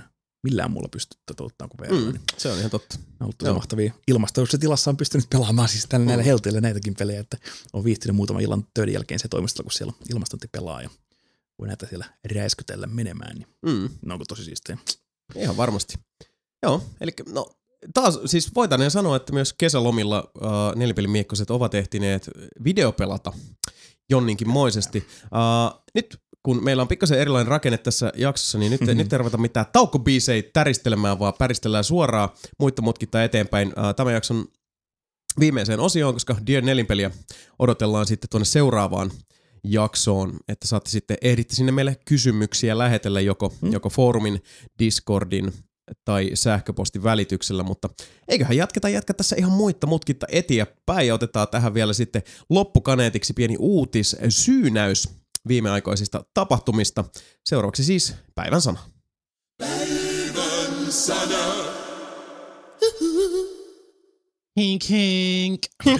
millään muulla pysty toteuttamaan kuin V R. Mm, Niin se on ihan totta. on ollut tosi mahtavia. Ilmastoissa tilassa on pystynyt pelaamaan siis tällä näillä helteillä näitäkin pelejä, että on viihtynyt muutaman illan töiden jälkeen se toimistolla, kun siellä ilmastointi pelaa ja voi näitä siellä räiskytellä menemään, niin Mm. ne onko tosi siistejä. Ihan varmasti. Joo, eli no taas siis voitaneen sanoa, että myös kesälomilla uh, nelipelimiekkoset ovat ehtineet videopelata jonninkin moisesti. Uh, nyt kun meillä on pikkasen erilainen rakenne tässä jaksossa, niin nyt, mm-hmm. nyt ei ruveta mitään taukkobiisejä täristelemään, vaan päristellään suoraan muita mutkitta eteenpäin uh, tämän jakson viimeiseen osioon, koska Dear nelinpeliä odotellaan sitten tuonne seuraavaan jaksoon, että saatte sitten ehditte sinne meille kysymyksiä lähetellä joko, mm. joko foorumin, Discordin tai sähköpostin välityksellä, mutta eiköhän jatketa jatka tässä ihan muitta mutkitta eteenpäin ja otetaan tähän vielä sitten loppukaneetiksi pieni uutis syynäys viimeaikoisista tapahtumista. Seuraavaksi siis päivän sana. Päivän sana. Hink hink.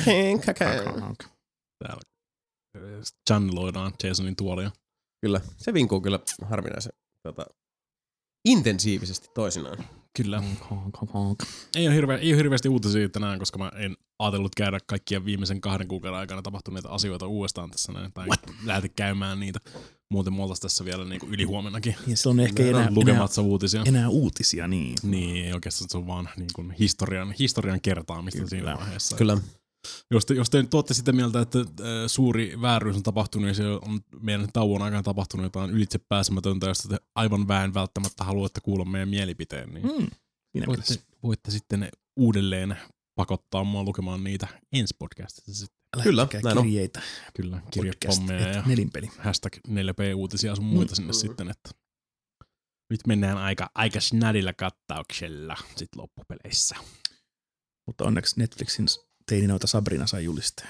Täällä channeloidaan Jasonin tuolia. Kyllä, se vinkuu kyllä harvinaisen tota, intensiivisesti toisinaan. Kyllä. Ei ole, hirve, ei ole hirveästi uutisia tänään, koska mä en ajatellut käydä kaikkia viimeisen kahden kuukauden aikana tapahtuneita asioita uudestaan tässä näin. Tai lähti käymään niitä. Muuten me oltaisiin tässä vielä niin kuin ylihuomennakin. Ja silloin ehkä ei enää, lukematsa uutisia. enää uutisia, niin. Niin, ei oikeastaan se on vaan niin kuin historian, historian kertaamista Kyllä. siinä vaiheessa. Kyllä. Jos te, jos te tuotte sitä mieltä, että äh, suuri vääryys on tapahtunut ja se on meidän tauon aikana tapahtunut jotain ylitse pääsemätöntä, josta te aivan väen välttämättä haluatte kuulla meidän mielipiteen, niin Mm. voitte, voitte sitten uudelleen pakottaa mua lukemaan niitä ensi podcastissa sitten. Kyllä, näin on. kirjeitä. Kyllä, kirjepommeja ja nelinpeli. hashtag neljä P-uutisia sun muita mm. sinne sitten, että nyt mennään aika, aika snadilla kattauksella sit loppupeleissä. Mutta onneksi Netflixin teininoita Sabrina sai julisteen.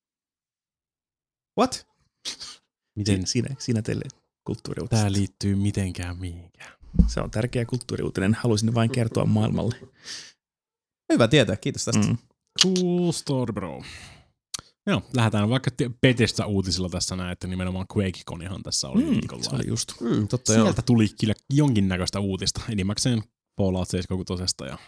What? Miten? Si- siinä, siinä teille kulttuuriuutiset. Tää liittyy mitenkään mihinkään. Se on tärkeä kulttuuriuutinen. Haluaisin vain kertoa maailmalle. Hyvä tietää, kiitos tästä. Mm. Cool story, bro. Joo, lähdetään vaikka Bethesda uutisilla tässä näin, että nimenomaan QuakeConihan tässä oli Mm, viikolla. se oli just. Mm, totta Sieltä joo. tuli kyllä jonkinnäköistä uutista, enimmäkseen Fallout seitsemänkymmentäkuusi ja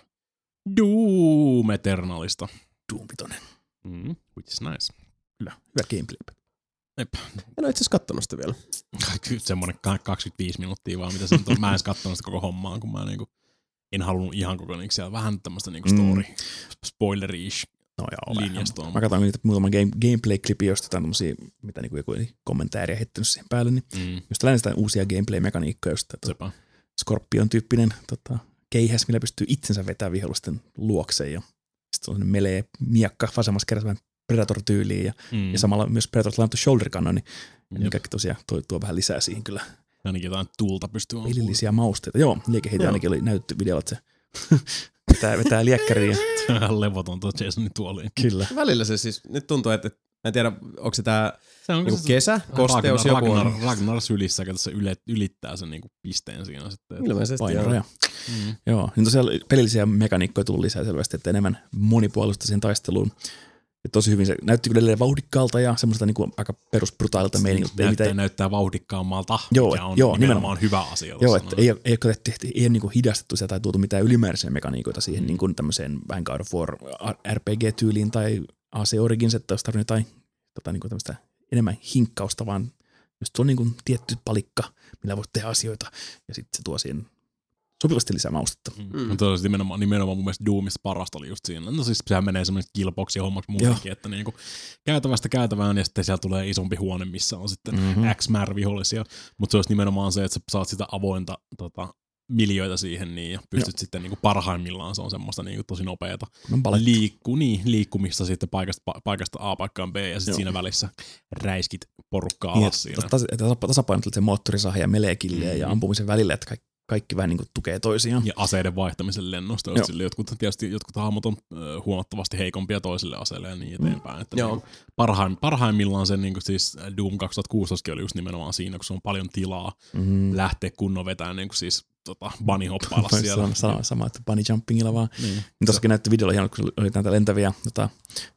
Doom Eternalista. Doom vitonen. Mm, which is nice. Kyllä, hyvä gameplay. Ep. En ole itse asiassa kattonut sitä vielä. Kyllä semmoinen kaksikymmentäviisi minuuttia vaan, mitä se nyt on. Mä en edes kattonut sitä koko hommaa, kun mä niinku en halunnut ihan koko niin siellä vähän tämmöistä niinku story, mm. spoileri-ish No joo, linjastoa. Mä katsoin niitä muutaman game, gameplay-klipiä, josta jotain tommosia, mitä niinku joku kommentaaria heittänyt siihen päälle, niin Mm. just tällainen uusia gameplay-mekaniikkoja, just Sepä. Scorpion-tyyppinen tota, keihäs, millä pystyy itsensä vetämään vihollisten luokseen ja sitten on melee miakka vasemmassa kerrassa vähän Predator-tyyliin ja, Mm. ja samalla myös Predator laittoi shoulder gunnon, niin Jep. ne kaikki tosiaan tuo, tuo vähän lisää siihen kyllä Ainakin jotain tulta pystyy olemaan. pelillisiä mausteita. Joo, liikeheitä ainakin oli näytetty videolla, että se vetää, vetää liekkäriin. Ja... Ihan levoton tuo Jasonin tuoliin. Kyllä. Välillä se siis, nyt tuntuu, että että mä en tiedä, onko se tää Se on niinku kesä, kosteus, Ragnar, joku on. Ragnar, Ragnar sylissä, että se yle, ylittää sen niinku pisteen siinä sitten. Ilmeisesti Painoraja. Mm. Joo, niin tosiaan pelillisiä mekaniikkoja tullut lisää selvästi, että enemmän monipuolista siihen taisteluun. Ja tosi hyvin se näytti kyllä edelleen vauhdikkaalta ja semmoista niinku aika perusbrutaalilta meiningiltä. Näyttää, mitään... näyttää vauhdikkaammalta, Joo, mikä on joo, nimenomaan, nimenomaan hyvä asia. Joo, että ei, ei, ole, tehty, ei ole niinku hidastettu sitä tai tuotu mitään ylimääräisiä mekaniikoita siihen mm. niinku tämmöiseen vähän God of War R P G-tyyliin tai A C Origins, että olisi tarvinnut jotain tota, niinku tämmöistä enemmän hinkkausta, vaan just tuo niinku tietty palikka, millä voit tehdä asioita ja sitten se tuo siihen sopivasti lisää maustetta. Mm. Mm. Mutta nimenomaan, nimenomaan mun mielestä Doomista parasta oli just siinä. No siis sehän menee semmoinen killboxi hommaksi muutenkin, että niinku käytävästä käytävään ja sitten siellä tulee isompi huone, missä on sitten mm-hmm. X määrä vihollisia. Mutta se olisi nimenomaan se, että sä saat sitä avointa tota, miljöitä siihen niin, ja pystyt Joo. sitten niinku parhaimmillaan, se on semmoista niinku tosi nopeata Liikku, niin, liikkumista sitten paikasta, paikasta A paikkaan B ja sitten siinä välissä räiskit porukkaa alas niin, siinä. Tas, tasapainottelet sen moottorisahan ja meleekilleen mm-hmm. ja ampumisen välillä, että kaikki kaikki vähän niin kuin tukee toisiaan. Ja aseiden vaihtamisen lennosta. Jotkut, tietysti jotkut hahmot on ö, huomattavasti heikompia toisille aseille ja niin eteenpäin. Mm. Että niin parhaim, parhaimmillaan sen niin kuin siis Doom kaksituhattakuusitoista oli just nimenomaan siinä, kun se on paljon tilaa mm. lähteä kunnon vetämään niin kuin siis tota, bunny hoppailla siellä. Sama, sama, sama, että bunny jumpingilla vaan. Niin. Niin tossakin näytti videolla hieno, kun oli näitä lentäviä tota,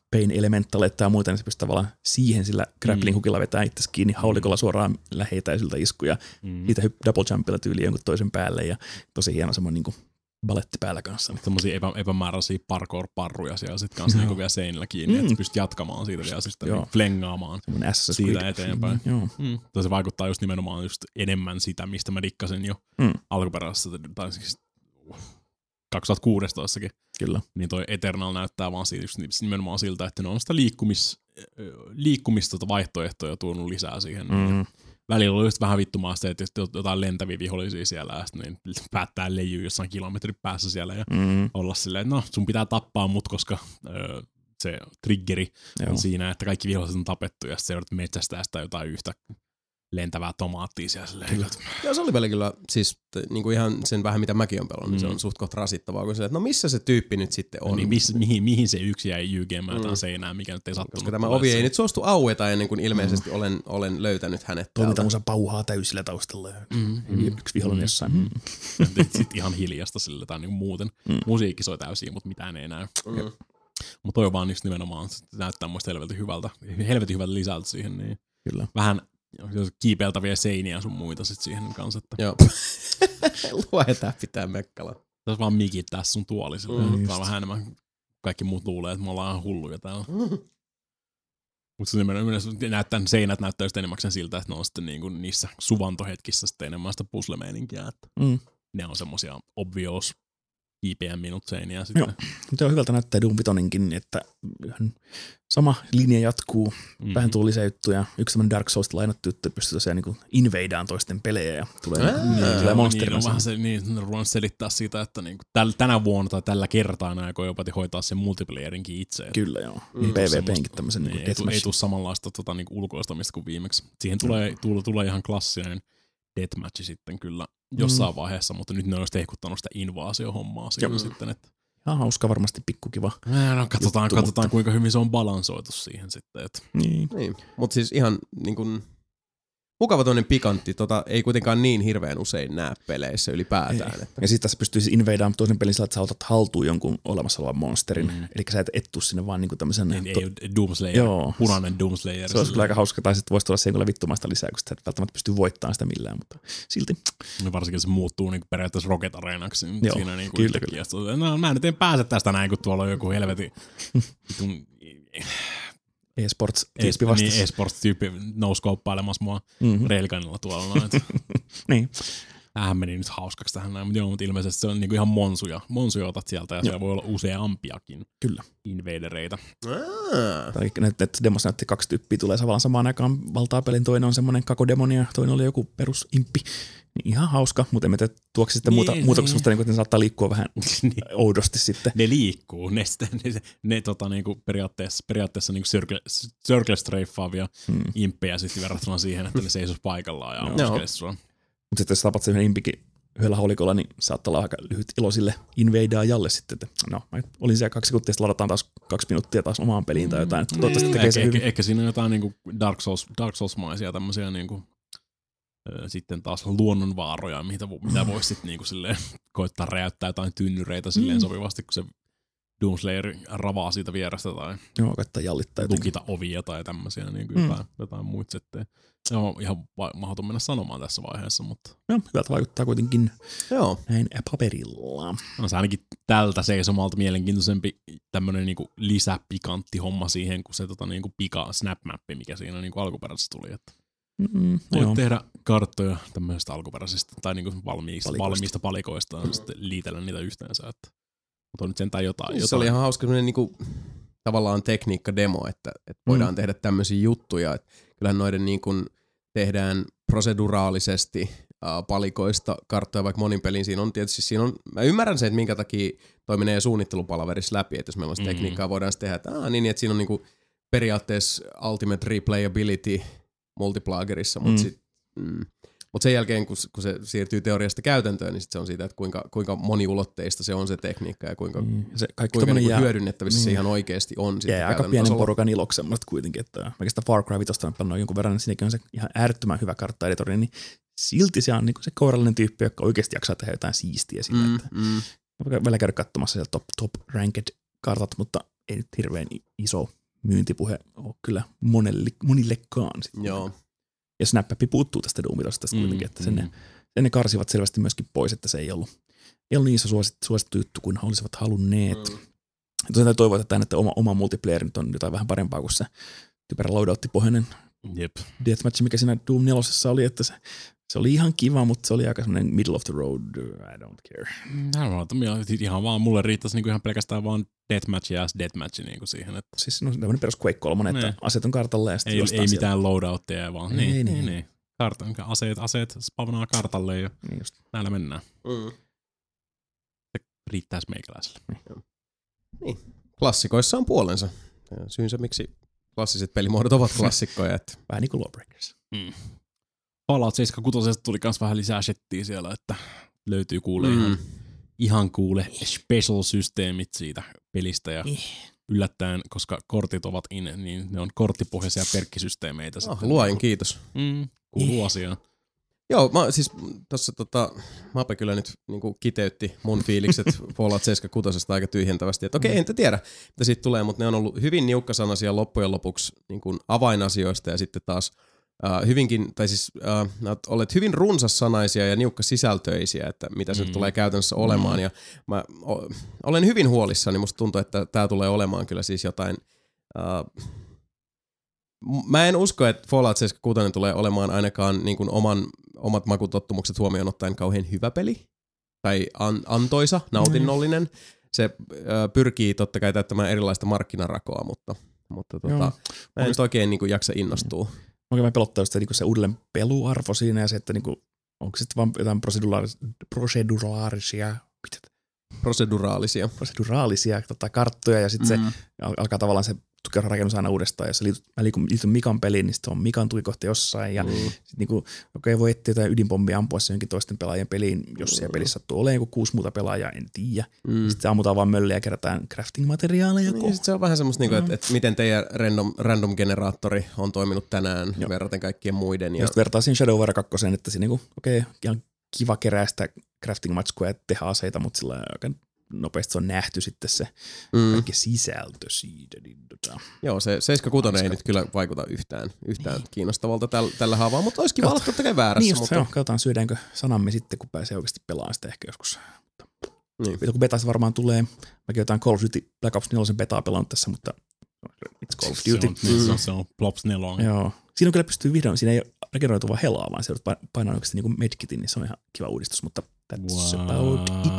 Pain Elementaleita ja muita, niin se pystyy tavallaan siihen sillä grappling hookilla vetää itse kiinni haulikolla suoraan lähetäisiltä iskuja. Mm. Siitä hypp- double jumpilla tyyli jonkun toisen päälle ja tosi hieno semmoinen niin baletti päällä kanssa. Semmoisia epä, epämääräisiä parkour-parruja siellä sitten kanssa niinku vielä seinillä kiinni, mm. että pystyt jatkamaan siitä vielä sitten niin flengaamaan siitä eteenpäin. Mm. Mm. Se vaikuttaa just nimenomaan just enemmän sitä, mistä mä dikkasin jo mm. alkuperäisessä, tai siis kaksituhattakuusitoistakin. Kyllä. Niin toi Eternal näyttää vaan siitä, just nimenomaan siltä, että ne on sitä liikkumis, liikkumista vaihtoehtoja tuonut lisää siihen. Mm. Välillä oli just vähän vittumaa se, että jotain lentäviä vihollisia siellä ja sitten niin päättää leijyä jossain kilometrin päässä siellä ja mm. olla silleen, että no sun pitää tappaa mut, koska öö, se triggeri Joo. on siinä, että kaikki viholliset on tapettu ja sitten se joudut metsästää sitä jotain yhtä lentävää tomaattia siellä silleen. Kyllä. Joo, se oli välillä kyllä, siis niin kuin ihan sen vähän mitä mäkin on pelannut, mm. niin se on suht kohta rasittavaa, kun se, että no missä se tyyppi nyt sitten on. No niin, miss, mihin, mihin se yksi jäi jyykeemään mm. seinään, mikä nyt ei sattunut. Koska tämä ovi ei nyt suostu aueta ennen kuin ilmeisesti mm. olen, olen löytänyt hänet. Toimintamusa pauhaa täysillä taustalla. Mm. Mm. Yksi vihollinen jossain. Mm. Sitten ihan hiljasta sille tai niin muuten. Mm. Musiikki soi täysin, mutta mitään ei näy. Mm. Mutta toi on vaan just nimenomaan, se näyttää muista helvetin hyvältä, helvetin hyvältä lisältä siihen. Niin Kyllä. Vähän kiipeiltäviä seiniä sun muita sit siihen kanssa. Että joo. Luetaan pitää mekkala. Tässä vaan mikittää sun tuoli silleen. Mm, vähän enemmän kaikki muut luulee, että me ollaan ihan hulluja täällä. Mm. Mutta se näyttää, seinät näyttää just enemmän siltä, että ne on sitten niinku niissä suvantohetkissä sitten enemmän sitä puzzle-meininkiä. Että mm. ne on semmosia obvious kiipeän minut seiniä sitten. Joo, mutta on hyvältä näyttää Doom Vitoninkin, että sama linja jatkuu, mm-hmm. vähän tuli lisäjuttuja. Yksi tämmöinen Dark Souls lainattu, että pystyy tosiaan niin invadaan toisten pelejä ja tulee, Ää, niin, tulee monsterina. Niin, on vähän se, niin, ruvennut selittää siitä, että niin täl, tänä vuonna tai tällä kertaa ne aikoo jopa hoitaa sen multiplayerin itse. Kyllä joo, mm. PvPnkin tämmöisen niin, niin, ei, ei tule samanlaista tota, niin ulkoistamista kuin viimeksi. Siihen tulee, tulee, tulee ihan klassinen deathmatchi sitten kyllä jossain mm. vaiheessa, mutta nyt ne olisi tehkuttanut sitä invaasiohommaa siinä Joo. sitten. Että ihan hauska, varmasti pikkukiva. No, katsotaan, juttu, katsotaan mutta kuinka hyvin se on balansoitu siihen sitten. Että niin. niin. Mutta siis ihan niin kuin mukava toinen pikantti, tota, ei kuitenkaan niin hirveän usein näe peleissä ylipäätään. Että. Ja sitten tässä pystyisi invadaan toisen pelin sillä, että sä otat haltuun jonkun olemassa olevan monsterin. Mm. Eli sä et ettu sinne vaan niinku tämmöisen Ei, to- ei Doomslayer, Joo. punainen Doomslayer. Se olisi kyllä aika hauska, tai sitten voisi tulla siihen vittumaista lisää, kun sä et välttämättä pysty voittamaan sitä millään, mutta silti. No varsinkin se muuttuu niinku periaatteessa Rocket Arenaksi. Joo, siinä niinku kyllä, kyllä. No, mä nyt en pääse tästä näin, kun tuolla on joku helvetin e-sports-tyyppi vastas. Niin, e-sports-tyyppi nousi kauppailemassa mua mm-hmm. Railgunilla tuolla. Niin. Tämähän meni nyt hauskaksi tähän näin, mutta joo, mutta ilmeisesti se on niinku ihan monsuja. Monsuja otat sieltä ja siellä voi olla useampiakin Kyllä. invadereita. Tai net demos näytti kaksi tyyppiä tulee tavallaan samaan aikaan valtaa pelin. Toinen on semmoinen kakodemoni ja toinen oli joku perusimppi. Niin ihan hauska, mutta emme tiedä tuoksi sitten muuta, niin, muuta kuin semmoista, että ne saattaa liikkua vähän oudosti sitten. Ne liikkuu, ne, ne, ne, ne tota, niinku periaatteessa, periaatteessa niinku circle, circle straiffaavia hmm. imppejä sitten verrattuna siihen, että ne seisoisi paikallaan ja ammuskelisi sua. Mutta sitten jos tapat sen yhden impikin yhdellä haulikolla, niin saattaa olla aika lyhyt ilo sille invadaajalle sitten, että no, mä olin siellä kaksi sekuntia, sitten ladataan taas kaksi minuuttia taas omaan peliin tai jotain. Mm. Toivottavasti tekee se hyvin. Ehkä siinä on jotain niinku Dark Souls, Dark Souls-maisia tämmöisiä niinku sitten taas luonnonvaaroja, mitä, mitä voisi sitten niinku silleen koittaa räjäyttää jotain tynnyreitä silleen mm. sopivasti, kun se Doomslayer ravaa siitä vierestä tai Joo, koittaa jallittaa lukita ovia tai tämmöisiä niinku mm. jotain, jotain muita setteja. Se on ihan va- mahdoton mennä sanomaan tässä vaiheessa, mutta joo, hyvältä vaikuttaa kuitenkin Joo. näin paperilla. On se ainakin tältä seisomalta mielenkiintoisempi tämmönen niinku lisäpikantti homma siihen, kun se tota niinku pika snapmappi, mikä siinä niinku alkuperäisessä tuli, että Mm, voit joo. tehdä karttoja tämmöisestä alkuperäisestä tai niinku valmiista, valmiista palikoista ja sitten liitellä niitä yhteensä. Että, mutta on nyt sentään jotain. Se jotain. oli ihan hauska semmoinen niinku, tavallaan tekniikka-demo, että, että voidaan mm. tehdä tämmöisiä juttuja. Että kyllähän noiden niinku tehdään proseduraalisesti äh, palikoista karttoja, vaikka monin pelin siinä on tietysti, siinä on, mä ymmärrän sen, että minkä takia toi menee suunnittelupalaverissa läpi, että jos meillä on mm-hmm. tekniikkaa, voidaan sitten tehdä, että aah, niin, että siinä on niinku periaatteessa ultimate replayability multiplagerissa, mutta mm. mm, mut sen jälkeen, kun, kun se siirtyy teoriasta käytäntöön, niin sit se on siitä, että kuinka, kuinka moniulotteista se on se tekniikka ja kuinka, mm. se kuinka niinku jää, hyödynnettävissä mm. se ihan oikeasti on. Jää aika pienen tasolla. Porukan iloksi semmoista kuitenkin, että oikeastaan Far Cry viisi on pelannut jonkun verran, niin siinäkin on se ihan äärettömän hyvä kartta-editori, niin silti se on niinku se kourallinen tyyppi, joka oikeasti jaksaa tehdä jotain siistiä sillä, mm, että mm. välillä käydä katsomassa siellä top, top ranked kartat, mutta ei nyt hirveän iso myyntipuhe ole kyllä monelle, monillekaan. Sitten. Joo. Ja Snap-appi puuttuu tästä Doom vitosesta mm, kuitenkin, että sen, mm. ne, sen ne karsivat selvästi myöskin pois, että se ei ollut, ei ollut niin iso suosittu, suosittu juttu kuin olisivat halunneet. Mm. Tosiaan toivotetaan, että oma, oma multiplayer nyt on jotain vähän parempaa kuin se typerä loadout-pohjainen Jep. deathmatch, mikä siinä Doom nelosessa oli, että se, se oli ihan kiva, mutta se oli aika semmoinen middle of the road, I don't care. Ihan vaan mulle riittäisi niinku ihan pelkästään vaan deathmatch ja deathmatch niinku siihen. Että siis no, tämmöinen perus Quake kolme, että aseet on kartalle ja sitten ei, ei mitään loadoutteja vaan. Ei, niin, niin. niin, niin. Kartan, aseet, aseet spavnaa kartalle ja niin just. näillä mennään. Mm. Se riittäisi meikäläiselle. Niin. niin. Klassikoissa on puolensa. Syynsä miksi klassiset pelimuodot ovat klassikkoja. Että... Vähän niin kuin Lawbreakers. Mm. Fallout seitsemänkymmentäkuusi tuli kans vähän lisää shittiä siellä, että löytyy kuule mm. ihan, ihan kuule special-systeemit siitä pelistä ja yllättäen, koska kortit ovat in, niin ne on korttipohjaisia perkkisysteemeitä. Oh, luojan kiitos. Mm, kuuluu asiaan. Joo, mä siis tossa tota, Mape kyllä nyt niinku kiteytti mun fiilikset Fallout seitsemänkymmentäkuusi aika tyhjentävästi, että okei, entä tiedä, mitä siitä tulee, mutta ne on ollut hyvin niukkasanaisia loppujen lopuksi niinku avainasioista ja sitten taas Uh, hyvinkin, tai siis uh, olet hyvin runsassanaisia ja niukkasisältöisiä, että mitä se mm. tulee käytännössä olemaan. Mm. Ja mä o, olen hyvin huolissani, musta tuntuu, että tää tulee olemaan kyllä siis jotain... Uh, mä en usko, että Fallout seitsemänkymmentäkuusi tulee olemaan ainakaan niin kuin oman, omat makutottumukset huomioon ottaen kauhean hyvä peli. Tai an, antoisa, nautinnollinen. Mm. Se uh, pyrkii totta kai täyttämään erilaista markkinarakoa, mutta, mutta tota, mä en nyt oikein niin kuin jaksa innostua. Mm. Mä käyn pelottaa just se, niin se uudelleen peluarvo siinä ja se, että niin kuin, onko se sitten vaan jotain proseduraalisia, proseduraalisia, proseduraalisia tota, karttoja ja sitten mm. se alkaa tavallaan se rakennus aina uudestaan. Jos liityn, mä liityn, liityn Mikan peliin, niin sitten on Mikan tukikohta jossain ja mm. sitten niin kuin, okei okay, voi etsiä jotain ydinpommia ampua se jonkin toisten pelaajien peliin, jos siellä pelissä sattuu olemaan joku kuusi muuta pelaajaa, en tiedä. Mm. Sitten se ammutaan vaan mölliä ja kerätään crafting-materiaaleja. Niin, sit se on vähän semmoista, mm. että, että miten teidän random, random-generaattori on toiminut tänään Joo. verraten kaikkien muiden. Ja, ja sitten vertaisin Shadowrun kakkoseen, että se niinku, okei, okay, ihan kiva kerää sitä crafting-matskua ja tehdä aseita, mutta sillä aika nopeasti se on nähty sitten se mm. kaikki sisältö siitä. Niin tota. Joo, se seitsemänkymmentäkuusi ei nyt kyllä vaikuta yhtään, yhtään kiinnostavalta tällä, tällä haavaa, mutta olisi kiva olla totta kai väärässä. Niin just, mutta... joo, katsotaan syödäänkö sanamme sitten, kun pääsee oikeasti pelaamaan sitä ehkä joskus. Niin. Kun betas varmaan tulee, mäkin jotain Call of Duty Black Ops neljä betaa pelannut tässä, mutta it's Call of Duty. Se on, mm. se on Plops neljä. Joo. Siinä on kyllä pystyy vihdoin, siinä ei ole regeneroitua helaa, vaan se joudut painaa oikeasti niin kuin medkitin, niin se on ihan kiva uudistus, mutta that's wow. about it.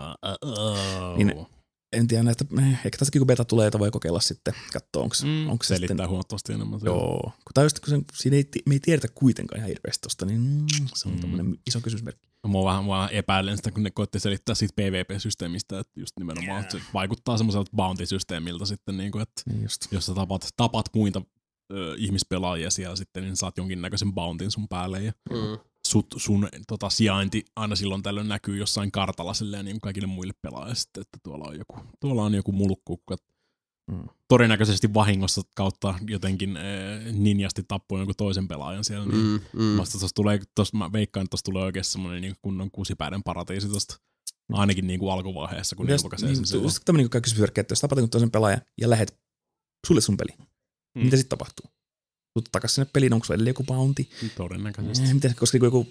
Uh-oh. Niin, en tiedä näistä, ehkä tästäkin kun beta tulee, jota voi kokeilla sitten, katsoa onko mm, onko se selittää sitten. huomattavasti enemmän. Joo, kun, tai just, kun sen, siinä ei, me ei tiedetä kuitenkaan ihan hirveästi tosta, niin mm, se on mm. tämmöinen iso kysymysmerkki. Mua vähän, vähän epäilen sitä, kun ne koitti selittää siitä P V P-systeemistä, että just nimenomaan yeah. se vaikuttaa semmoiselta bounty-systeemiltä sitten, niin kuin, että niin jos sä tapat, tapat muita ö, ihmispelaajia siellä sitten, niin saat jonkinnäköisen bountin sun päälle ja mm. sut, sun tota, sijainti aina silloin tällöin näkyy jossain kartalla silleen niin kuin kaikille muille pelaajille sitten, että tuolla on joku, tuolla on joku mulkku, mm. todennäköisesti vahingossa kautta jotenkin äh, ninjasti tappoi jonkun toisen pelaajan siellä. Niin mm, mm. Tossa tulee, tossa, mä veikkaan, että tuossa tulee oikein semmoinen niin kunnon kusipäiden paratiisi tosta. Ainakin niin kuin alkuvaiheessa, kun ne julkaisee niin, sen silloin. Just tämmöinen kaikki kysymysverkki, että jos tapat jonkun toisen pelaajan ja lähet sulle sun peli, mm. mitä sitten tapahtuu? Tuut takas sinne peliin, onko sulla edelleen joku bounty? Todennäköisesti. Eh, miten, koska joku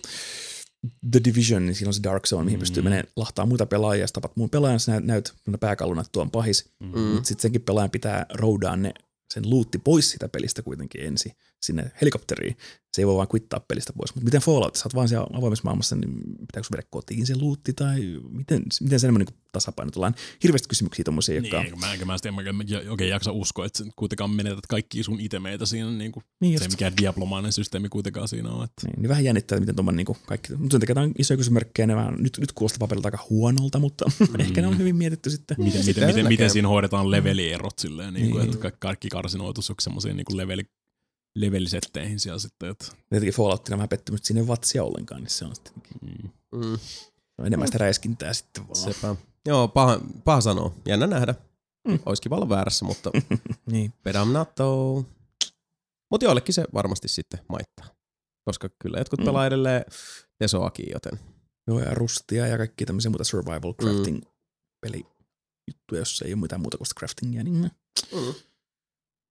The Division, niin siinä on se Dark Zone, mihin mm. pystyy menemään lahtaa muita pelaajia, ja tapat muun pelaajan, sä näyt pääkalluna, että tuo on pahis. Mm. Mutta sitten senkin pelaajan pitää roudaa ne, sen luutti pois sitä pelistä kuitenkin ensin sinne helikopteriin. Se ei voi vaan quittaa pelistä pois. Mutta miten Fallout, sä oot vaan siellä avoimessa maailmassa, niin pitääkö sun viedä kotiin se luutti, tai miten, miten se enemmän niin tasapaino? Tullaan hirveästi kysymyksiä tommosia, niin, jotka... Mä enkä mä sitten oikein jaksa uskoa, että kuitenkaan menetät kaikkia sun itemeitä siinä, niin kuin niin se mikä diaplomainen systeemi kuitenkaan siinä on. Että... Niin, niin vähän jännittää, miten tommoinen niin kaikki... Mutta sen takia on isoja kysymyksiä, ne vähän, nyt, nyt kuulostaa paperilta aika huonolta, mutta mm. ehkä ne on hyvin mietitty sitten. Miten, miten, miten, miten siinä hoidetaan levelierot silleen, niin kuin, niin. Että kaikki karsinoitus on semmoisiin niin leveli levelisetteihin siellä sitten. Että... Jotenkin Falloutina vähän pettymys, että siinä ei vatsia ollenkaan, niin se on sitten mm. Mm. No enemmän sitä räiskintää sitten vaan. Sepä. Joo, paha, paha sanoa. Jännä nähdä. Mm. Olisi kiva olla väärässä, mutta niin. Pedam natto. Mutta joillekin se varmasti sitten maittaa. Koska kyllä jotkut mm. pelaa edelleen Tesoakin, joten. Joo, ja Rustia ja kaikki tämmöisiä muuta survival crafting mm. pelijuttuja, jos ei ole mitään muuta kuin craftingia, niin mm.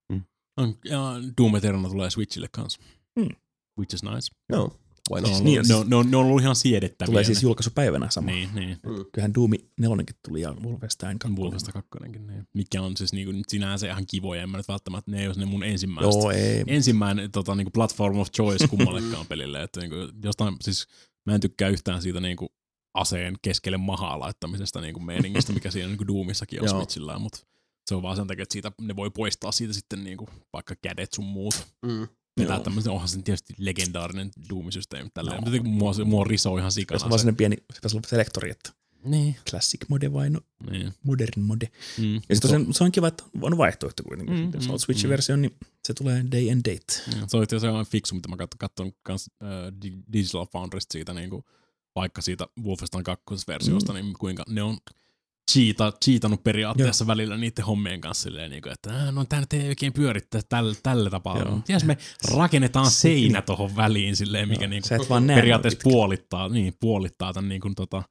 On, ja Doom Eternal tulee Switchille kanssa. Mm. Which is nice. No, why not? Ne on, Niin, ne, siis- on, ne, on, ne on ollut ihan siedettäviä. Tulee siis ne. julkaisupäivänä sama. Niin, niin. Mm. Kyllähän Doom nelonenkin tuli ja Wolfenstein kakkonen. Wolfenstein kakkonenkin. Niin. Mikä on siis niinku, sinänsä ihan kivoja. En mä nyt välttämättä, ne ei ole ne mun ensimmäiset. Joo, ei. Ensimmäinen tota, niinku platform of choice kummallekaan pelille. Että, niinku, jostain, siis, mä en tykkää yhtään siitä niinku, aseen keskelle mahaa laittamisesta niinku, meiningistä, mikä siinä niinku, Doomissakin on Switchillä. Mutta se on vaan sen takia, että siitä, ne voi poistaa siitä sitten niinku, vaikka kädet sun muut. Mm. Vetää tämmöisen, onhan se tietysti legendaarinen Doom-systeemi tälleen, mutta jotenkin mua, mua risoo ihan sikana. Se on vaan sellainen pieni, se pitäisi olla selektori, että Niin. classic mode vai no, Niin. modern mode. Mm. Ja sitten se on kiva, että on vaihtoehto kuitenkin. Mm, Jos mm, olet Switch-versio, niin se tulee day and date. Mm. Se oli se on fiksu, mitä mä katson kans äh, Digital Foundrysta siitä, niinku, vaikka siitä Wolfenstein kakkosversiosta, mm. niin kuinka ne on cheata, cheatannut periaatteessa Joo. välillä niiden hommien kanssa silleen, niin kuin, että no tää nyt ei oikein pyörittää tällä, tällä tapaa. Ties me rakennetaan seinä tohon väliin silleen, mikä niinku, periaatteessa puolittaa, niin, puolittaa tämän niin kuin, tota,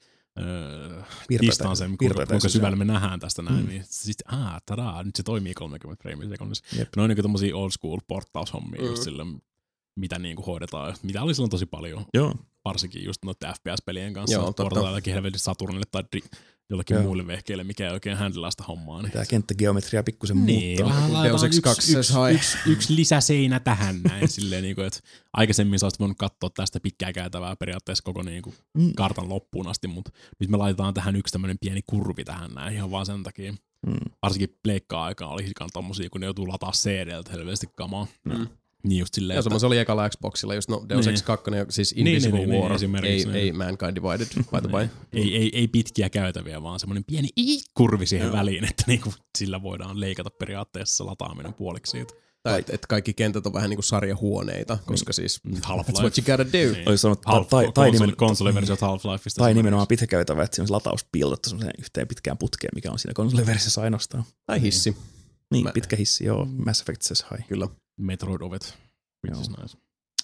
öö, distanssin, kuinka, kuinka syvällä me nähdään tästä näin. Mm. Niin sitten, aah, tadaa, nyt se toimii kolmekymmentä freimiä sekunnissa. Ne on niin kuin tommosia old school porttaushommia mm. just sille, mitä niin kuin hoidetaan, mitä oli silloin tosi paljon. Joo. Varsinkin just noiden F P S-pelien kanssa. Portaillakin helvetin Saturnille tai jollekin Joo. muille vehkeille, mikä ei oikein handlaa sitä hommaa. Niin. Tää kenttägeometria pikkusen niin, muuttaa. Deus Ex kaksi yksi, yksi, yksi lisäseinä tähän näin. Silleen, niin kuin, että aikaisemmin sä olisit voinut katsoa tästä pitkää käytävää periaatteessa koko niin kuin, mm. kartan loppuun asti, mutta nyt me laitetaan tähän yksi tämmöinen pieni kurvi tähän näin ihan vaan sen takia. Mm. Varsinkin pleikkaa aikaa oli hikan tommosia, kun ne joutuu lataa C D:ltä helveästi kamaa. Mm. Niin just silleen, ja se oli ekalla Xboxilla, just no Deus Ex kaksi, siis Invisible niin, niin, War, niin, ei, ei Mankind Divided, by the way. ei, ei, ei pitkiä käytäviä, vaan semmoinen pieni kurvi siihen Joo. väliin, että niinku sillä voidaan leikata periaatteessa lataaminen puoliksi siitä. Tai että et kaikki kentät on vähän niinku sarjahuoneita, koska siis Half-Life. That's what you gotta do. Niin. Sanonut, Half, tai, tai, konsoli, konsoliversiot Half-Lifeista. Tai nimenomaan pitkä käytävä, että siinä on se lataus piilottu semmoiseen yhteen pitkään putkeen, mikä on siinä konsoliversiossa ainoastaan. Tai hissi. Niin, Mä... pitkä hissi, joo. Mass Effect says hi. Kyllä. Metroid-ovet. Which is nice.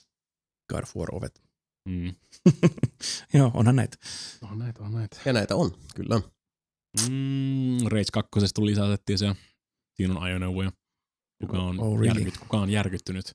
God of War-ovet. Mm. Joo, onhan näitä. On näitä, on näitä. Ja näitä on, kyllä. Mm, Rage kaksi tuli lisätettiin se. Siinä on ajoneuvoja. Kuka on, oh, really? järkyt, kuka on järkyttynyt?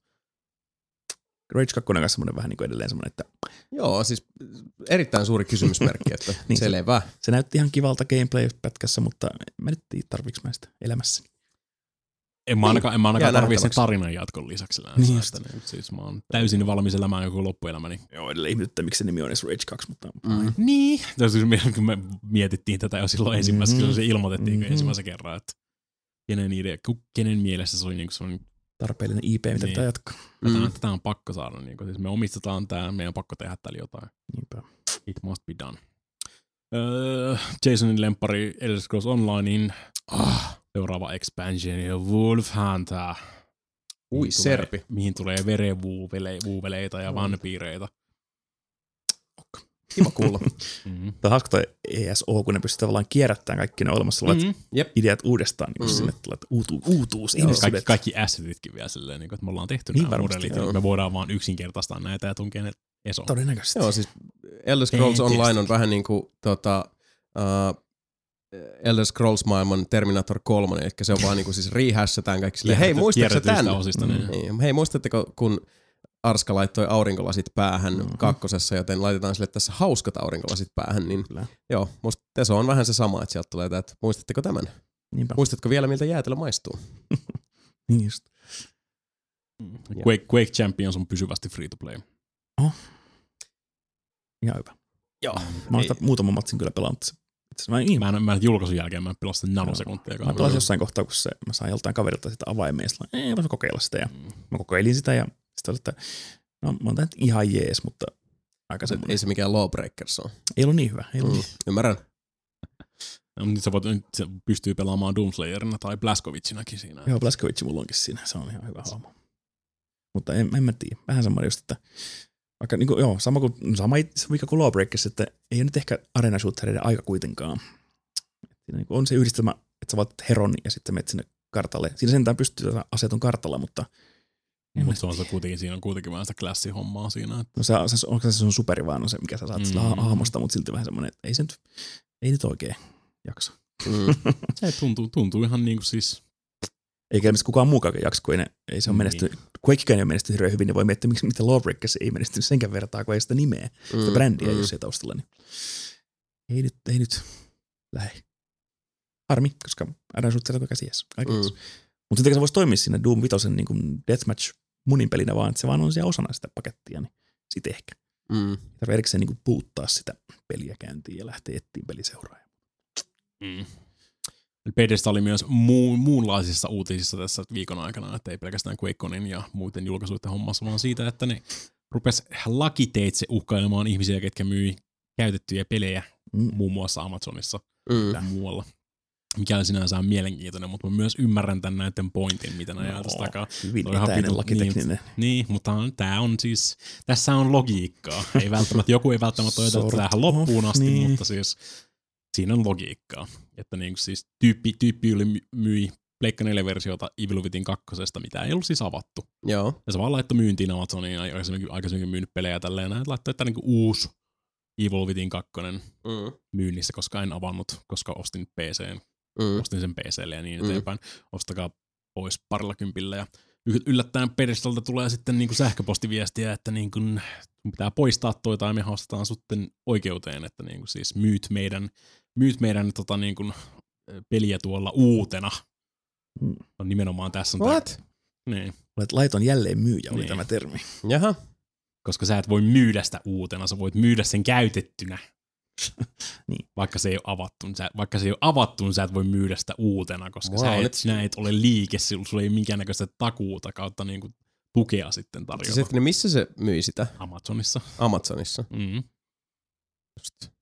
Rage kaksi on kanssa semmoinen vähän niin kuin edelleen semmoinen, että... Joo, siis erittäin suuri kysymysmerkki, että niin selvä. Se, se näytti ihan kivalta gameplay-pätkässä, mutta mä nyt tiedä, tarviks mä sitä elämässäni. En mä ainakaan, en mä ainakaan tarvii sen tarinan jatkon lisäksi. Niin siis mä oon täysin valmis elämään joku loppuelämäni. Joo, edelleen ihmetyttä, miksi se nimi on edes Rage kaksi, mutta... Mm. Niin. Kun me mietittiin tätä jo silloin ensimmäisessä, mm-hmm. kun se ilmoitettiin mm-hmm. ensimmäisen kerran, että kenen, idea, kenen mielessä se oli niin kuin tarpeellinen I P, mitä niin. pitää jatkaa. Mm. Tätä on pakko saada. Niin kuin, siis me omistetaan tää, meidän on pakko tehdä täällä jotain. Niinpä. It must be done. Öö, Jasonin lemppari Elder Scrolls Onlinein ah, seuraava expansion ja Wolf Hunter. Ui, mihin serpi. Tulee, mihin tulee verevuuveleita ja vanpiireita. Kiva kuulla. Mm-hmm. Tämä on hauska toi E S O, kun ne pystyy tavallaan kierrättämään kaikki ne olemassa olevat mm-hmm. ideat uudestaan, niin mm-hmm. sinne tulee uutuus. uutuus kaikki, kaikki assetitkin vielä silleen, niin kuin, että me ollaan tehty niin nämä modelit, joo. Me voidaan vaan yksinkertaistaa näitä ja tunkea ne ESOon. Todennäköisesti. Joo, siis Elder Scrolls Online on vähän niin kuin tota, uh, Elder Scrolls-maailman Terminator kolme, eli se on vaan niin kuin siis rehashataan kaikki silleen, hei muistatko tän? Osista, niin. Niin. Hei muistatteko, kun Arska laittoi aurinkolasit päähän mm-hmm. kakkosessa, joten laitetaan sille tässä hauskat aurinkolasit päähän, niin Kyllä. joo, musta Teso on vähän se sama, että sieltä tulee tämä, että muistatteko tämän? Niinpä. Muistatko vielä, miltä jäätelö maistuu? Niin just. Quake, Quake Champions on pysyvästi free to play. Oh. Ihan hyvä. Joo. Mä oon sitä muutaman matsin kyllä pelannut. Mä en, mä en, mä en julkaisun jälkeen, mä en pelaa sitä nanosekuntia. Mä pelasin jossain kohtaa, kun se, mä sain joltain kaverilta sitä avaimia, ja ei voisi kokeilla sitä. Ja mm. Mä kokeilin sitä ja sitten oli, että no mä oon tää ihan jees, mutta aika semmoinen. Ei se mikään Lawbreakers on. Ei ollut niin hyvä. Ei ollut mm. niin. Ymmärrän. No, nyt sä voit, nyt se pystyy pelaamaan Doomslayerina tai Blazkowiczinakin siinä. Joo, Blazkowicz mulla onkin siinä. Se on ihan hyvä hahmo. Mutta en, en mä tiedä. Vähän semmoinen just, että vaikka niin kuin, joo, sama kuin, sama mikä kuin Lawbreakers, että ei ole nyt ehkä arena shootereiden aika kuitenkaan. Niin on se yhdistelmä, että sä valitat heron ja sitten menet sinne kartalle. Siinä sentään pystyy asetun kartalla, mutta... Mutta se on se kuitenkin, siinä on kuitenkin vähän sitä klassihommaa siinä. Että... No se, se, onko se, se on superi vaan, no se mikä sä saat mm. sillä hahmosta, mutta silti vähän semmoinen, että ei se nyt, ei nyt oikein jaksa. Mm. Se tuntuu, tuntuu ihan niin kuin siis... Eikä ilmeisesti kukaan muukaan jaksa, kun ei, ne, ei se ole menestynyt. Quakekään ei ole menestynyt hirveän hyvin, niin voi miettiä, miksi miten Lawbreakers ei menestynyt senkään vertaa, kun ei sitä nimeä, mm, sitä brändiä, mm. jos ei taustalla. Niin. Ei nyt, ei nyt lähde. Harmi, koska älä sut sieltä käsiässä. Mm. Mutta sitten se voisi toimia siinä Doom vitosen niin Deathmatch munin pelinä, vaan että se vaan on siellä osana sitä pakettia, niin sitten ehkä. Mm. Tarvitsee erikseen niin puuttaa sitä peliä käyntiin ja lähteä etsiä peliseuraajaa. Mm. Bethesda oli myös muu, muunlaisissa uutisissa tässä viikon aikana, että ei pelkästään QuakeConin ja muiden julkaisuiden hommassa, vaan siitä, että ne rupes lakiteitse uhkailemaan ihmisiä, ketkä myi käytettyjä pelejä mm. muun muassa Amazonissa mm. ja muualla. Mikä sinänsä on mielenkiintoinen, mutta mä myös ymmärrän tämän näiden pointin, mitä ne no, ajaa tästä takaa. Hyvin etäinen lakitekninen. Niin, niin, mutta tää on siis, tässä on logiikkaa. Ei välttämättä, joku ei välttämättä ajatella tähän loppuun asti, niin. Mutta siis siinä on logiikkaa. Että niin siis tyyppi, tyyppi oli myi Pleikka neljä-versiota Evil Within kakkosesta, mitä ei ollut siis avattu. Joo. Ja se vaan laittoi myyntiin Amazoniin, aikaisemmin, aikaisemmin myynyt pelejä tälleen, näin laittoi, että niin uusi Evil Within kakkonen mm. myynnissä, koska en avannut, koska ostin P C:n. Mm. Ostin sen P C:lle ja niin mm. eteenpäin. Ostakaa pois parilla kympillä. Ja yllättäen Bethesdalta tulee sitten niinku sähköpostiviestiä, että niinku pitää poistaa toi tai me haastetaan sitten oikeuteen, että niinku siis myyt meidän, myyt meidän tota niinku peliä tuolla uutena. Mm. On nimenomaan tässä on What? Tää. Niin. Olet laiton jälleen myyjä, oli niin. tämä termi. Jaha. Koska sä et voi myydä sitä uutena, sä voit myydä sen käytettynä. niin. Vaikka se ei ole avattu, sä, vaikka se ei ole avattu, sä et voi myydä sitä uutena, koska wow, sä et, sinä et ole liike, sulla ei minkäännäköistä takuuta kautta niinku tukea sitten tarjota. Siis hetkinen, missä se myi sitä? Amazonissa. Amazonissa. Mm-hmm. Just.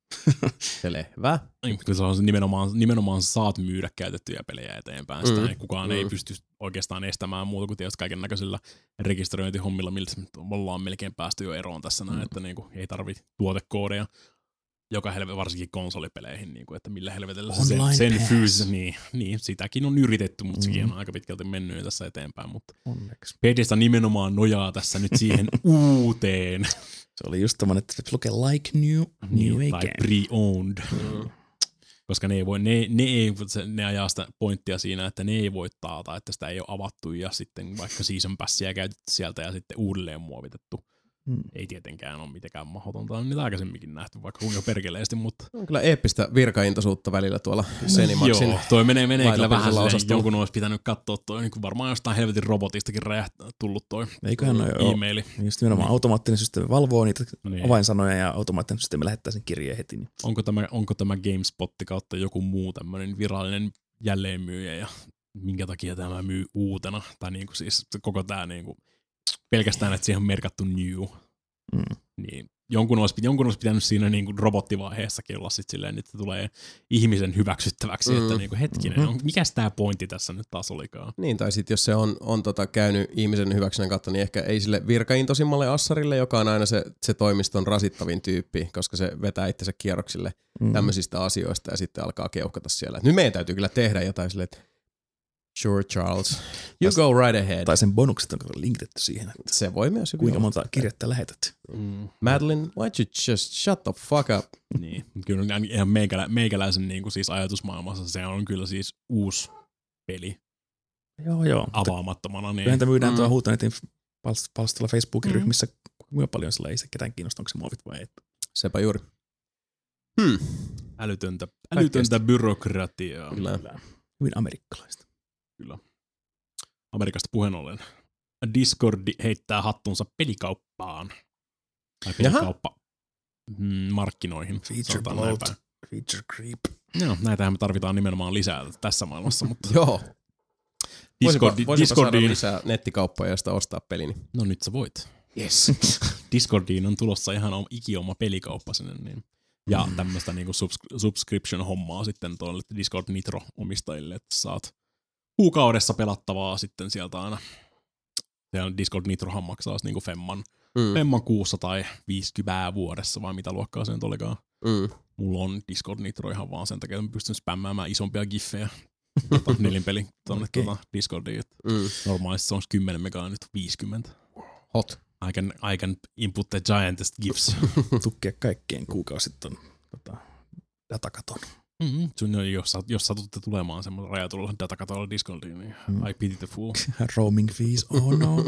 Selvä. Kyllä se on nimenomaan, nimenomaan saat myydä käytettyjä pelejä eteenpäin. Sitä mm. kukaan mm. ei pysty oikeastaan estämään muuta kuin tietysti kaiken näköisillä rekisteröintihommilla, miltä me ollaan melkein päästy jo eroon tässä näin, mm. että niinku ei tarvitse tuotekoodeja. Joka helvetin, varsinkin konsolipeleihin, niin kuin, että millä helvetellä se sen, sen fyysisen, niin, niin, sitäkin on yritetty, mutta sekin mm. on aika pitkälti mennyt tässä eteenpäin, mutta onneksi. Bethesda nimenomaan nojaa tässä nyt siihen uuteen. Se oli just tommoinen, että se lukee like new, new niin, again. Tai pre-owned. Mm. Koska ne ei voi, ne, ne, ei, ne ajaa sitä pointtia siinä, että ne ei voi taata, että sitä ei ole avattu ja sitten vaikka season passia käytetty sieltä ja sitten uudelleen muovitettu. Hmm. Ei tietenkään ole mitenkään mahdotonta, on niitä aikaisemminkin nähty, vaikka kuinka perkeleesti, mutta... On kyllä eeppistä virkaintoisuutta välillä tuolla Zenimaxin. Joo, toi menee, menee kyllä vähän silleen, jonkun olisi pitänyt katsoa toi, niin kuin varmaan jostain helvetin robotistakin räjähtää tullut toi eiköhän no joo, e-maili. Just nimenomaan niin. Automaattinen systeemi valvoo niitä niin. avainsanoja ja automaattinen systeemi lähettää sen kirjeen heti. Niin. Onko tämä, onko tämä GameSpotti kautta joku muu tämmöinen virallinen jälleenmyyjä ja minkä takia tämä myy uutena? Tai niin kuin siis koko tämä niin kuin pelkästään, että siihen on merkattu new. Mm. Niin jonkun olisi, jonkun olisi pitänyt siinä niin kuin robottivaiheessakin olla sit silleen, että tulee ihmisen hyväksyttäväksi, mm. että niin kuin hetkinen, mm-hmm. on, mikäs tämä pointti tässä nyt taas olikaan? Niin, tai sitten jos se on, on tota käynyt ihmisen hyväksynnän kautta, niin ehkä ei sille virkaintoisimmalle assarille, joka on aina se, se toimiston rasittavin tyyppi, koska se vetää itsensä kierroksille mm. tämmöisistä asioista ja sitten alkaa keuhkata siellä. Nyt meidän täytyy kyllä tehdä jotain silleen, että sure, Charles. You go right ahead. Tai sen bonukset on linkitetty siihen. Että se voi myös. Kuinka monta kirjettä lähetät? Mm. Madeline, why you just shut the fuck up? Niin. Kyllä ihan meikälä, meikäläisen niin kuin siis ajatusmaailmassa se on kyllä siis uusi peli. Joo, joo. Avaamattomana. Niin. Kyllähän myydään mm. tuolla Huutonetin palstalla Facebookin mm. ryhmissä. Kuinka paljon sillä ei se ketään kiinnosta, onko se muovit vai ei. Sepä juuri. Hmm. Älytöntä, älytöntä byrokratiaa. Kyllä. Hyvin amerikkalaista. Kyllä. Amerikasta puheen ollen. Discord heittää hattunsa pelikauppaan. Tai pelikauppa mm, markkinoihin. Feature bloat, feature creep. Joo, näitähän me tarvitaan nimenomaan lisää tässä maailmassa. Mutta joo. Discordi, voisipa Discordiin saada lisää nettikauppoja, josta ostaa pelini. No nyt sä voit. Yes. Discordiin on tulossa ihan ikioma pelikauppa sinne. Niin. Ja mm. tämmöistä niinku subs- subscription-hommaa sitten tuolle Discord Nitro-omistajille, että saat kuukaudessa pelattavaa sitten sieltä aina. Siellä Discord Nitrohan maksaa niinku Femman, mm. Femman kuussa tai viisikymmentä vuodessa, vai mitä luokkaa se nyt olikaan. Mm. Mulla on Discord Nitro ihan vaan sen takia, että mä pystyn spämmäämään isompia giffejä tota, nelinpeli tuonne okay. tuota Discordiin. Mm. Normaalisti se on kymmenen megaa, nyt viisikymmentä. Hot. I can, I can input the giantest gifs. Tukkea kaikkeen kuukausittain tota, datakaton. Mm-hmm. Sun, jos, jos satutte tulemaan semmoinen rajatulla datakatolla Discordiin, niin mm. I pity the fool. Roaming fees, oh no.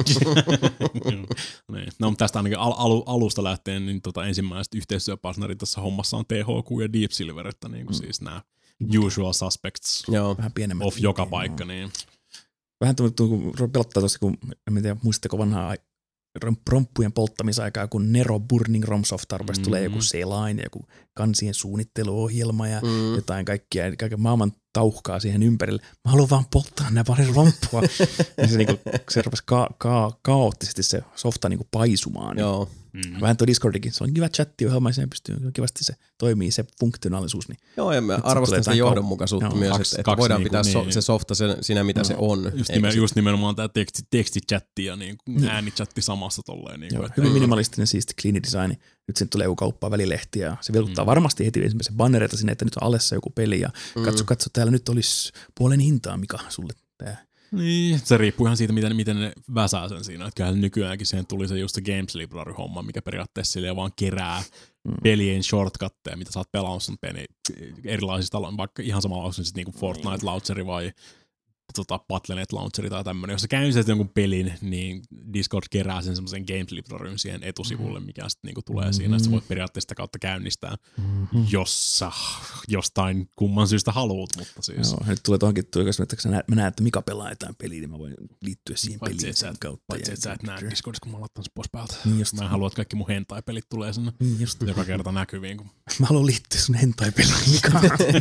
niin. No, mutta tästä ainakin al- al- alusta lähtien niin tota, ensimmäiset yhteistyöpartnerit tässä hommassa on T H Q ja Deep Silver, että niin kuin mm. siis nämä usual suspects Joo. Vähän pienemmät. of joka paikka. Niin. Vähän tuntuu, kun pelottaa tuossa, kun en tiedä, muistatteko vanhaa romppujen polttamisaikaa, kun Nero Burning Romsoft rupesi mm-hmm. tulee joku selain ja joku kansien suunnitteluohjelma ja mm. jotain kaikkia, kaiken maailman tauhkaa siihen ympärille. Mä haluan vaan polttaa nämä pari romppua. ja se, niinku, se rupesi ka- ka- kaoottisesti se softa niinku paisumaan. Joo. Mm. Vähän tuo Discordikin, se on kiva chattiohjelma ja siihen pystyy kivasti se toimii, se funktionaalisuus. Niin joo, ja mä arvostan sitä johdonmukaisuutta kau- myös, kaksi, että kaksi voidaan niinku, pitää so, niin. se softa sen, siinä, mitä no. se on. Just, nimen, just nimenomaan tämä teksti, tekstichatti ja niin kuin äänichatti samassa tolleen. Niin joo, kuin, hyvin minimalistinen, siisti, clean design. Nyt sen tulee joku kauppaa välilehtiä ja se vilkuttaa mm. varmasti heti esimerkiksi bannereita sinne, että nyt on alessa joku peli ja mm. katso, katso, täällä nyt olisi puolen hintaa, Mika, sulle tää. Niin, se riippuu ihan siitä, miten, miten ne väsää sen siinä. Että kyllähän nykyäänkin siihen tuli se just se Games Library-homma, mikä periaatteessa silleen vaan kerää mm. pelien shortcutteja, mitä sä oot pelannut sun peli erilaisista, vaikka ihan samalla on se sitten niinku Fortnite-launcheri vai tota, Battle point net launcheri tai tämmönen. Jos sä käynnistät jonkun pelin, niin Discord kerää sen semmoisen Games Libraryn siihen etusivulle, mikä sitten niinku tulee mm-hmm. siinä, että sä voit periaatteessa sitä kautta käynnistää, mm-hmm. jos sä jostain kumman syystä haluut, mutta siis. Joo, nyt tulee tuohonkin, että mä näen, että Mika pelaa jotain peliä, niin mä voin liittyä siihen paitsi peliin sen kautta. Paitsi, että sä et näe Discordissa, kun mä laitan sen pois päältä. Niin mä en halua, että kaikki mun hentai-pelit tulee sinne niin just. joka kerta näkyviin. Kun mä haluan liittyä sun hentai-peliin, Mika.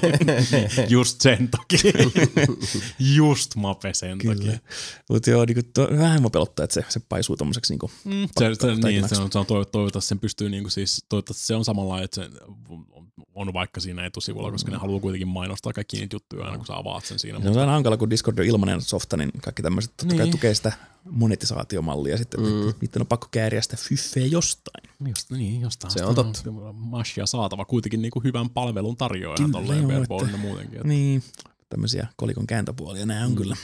Just sen takia. Just mape sen takia. Mutta joo, niin to, vähän mä pelottaa, että se, se paisuu tommoseksi niinku mm, se, se, niin, se on, se on toivottavasti sen pystyy niinku siis, toivottavasti se on samalla, että se on vaikka siinä etusivulla, koska mm. ne haluaa kuitenkin mainostaa kaikki niitä juttuja aina, kun sä avaat sen siinä. Se on aina hankala, kun Discord on ilmainen softa, niin kaikki tämmöiset totta kai niin. tukee sitä monetisaatiomallia sitten, mm. niiden on pakko kääriä sitä fyffeä jostain. Just, niin, jostain. Se on totta. Mashia saatava kuitenkin niinku hyvän palvelun tarjoajana tolleen Verboilla muutenkin. Että. Niin, tämmöisiä kolikon kääntöpuolia nämä on mm. kyllä.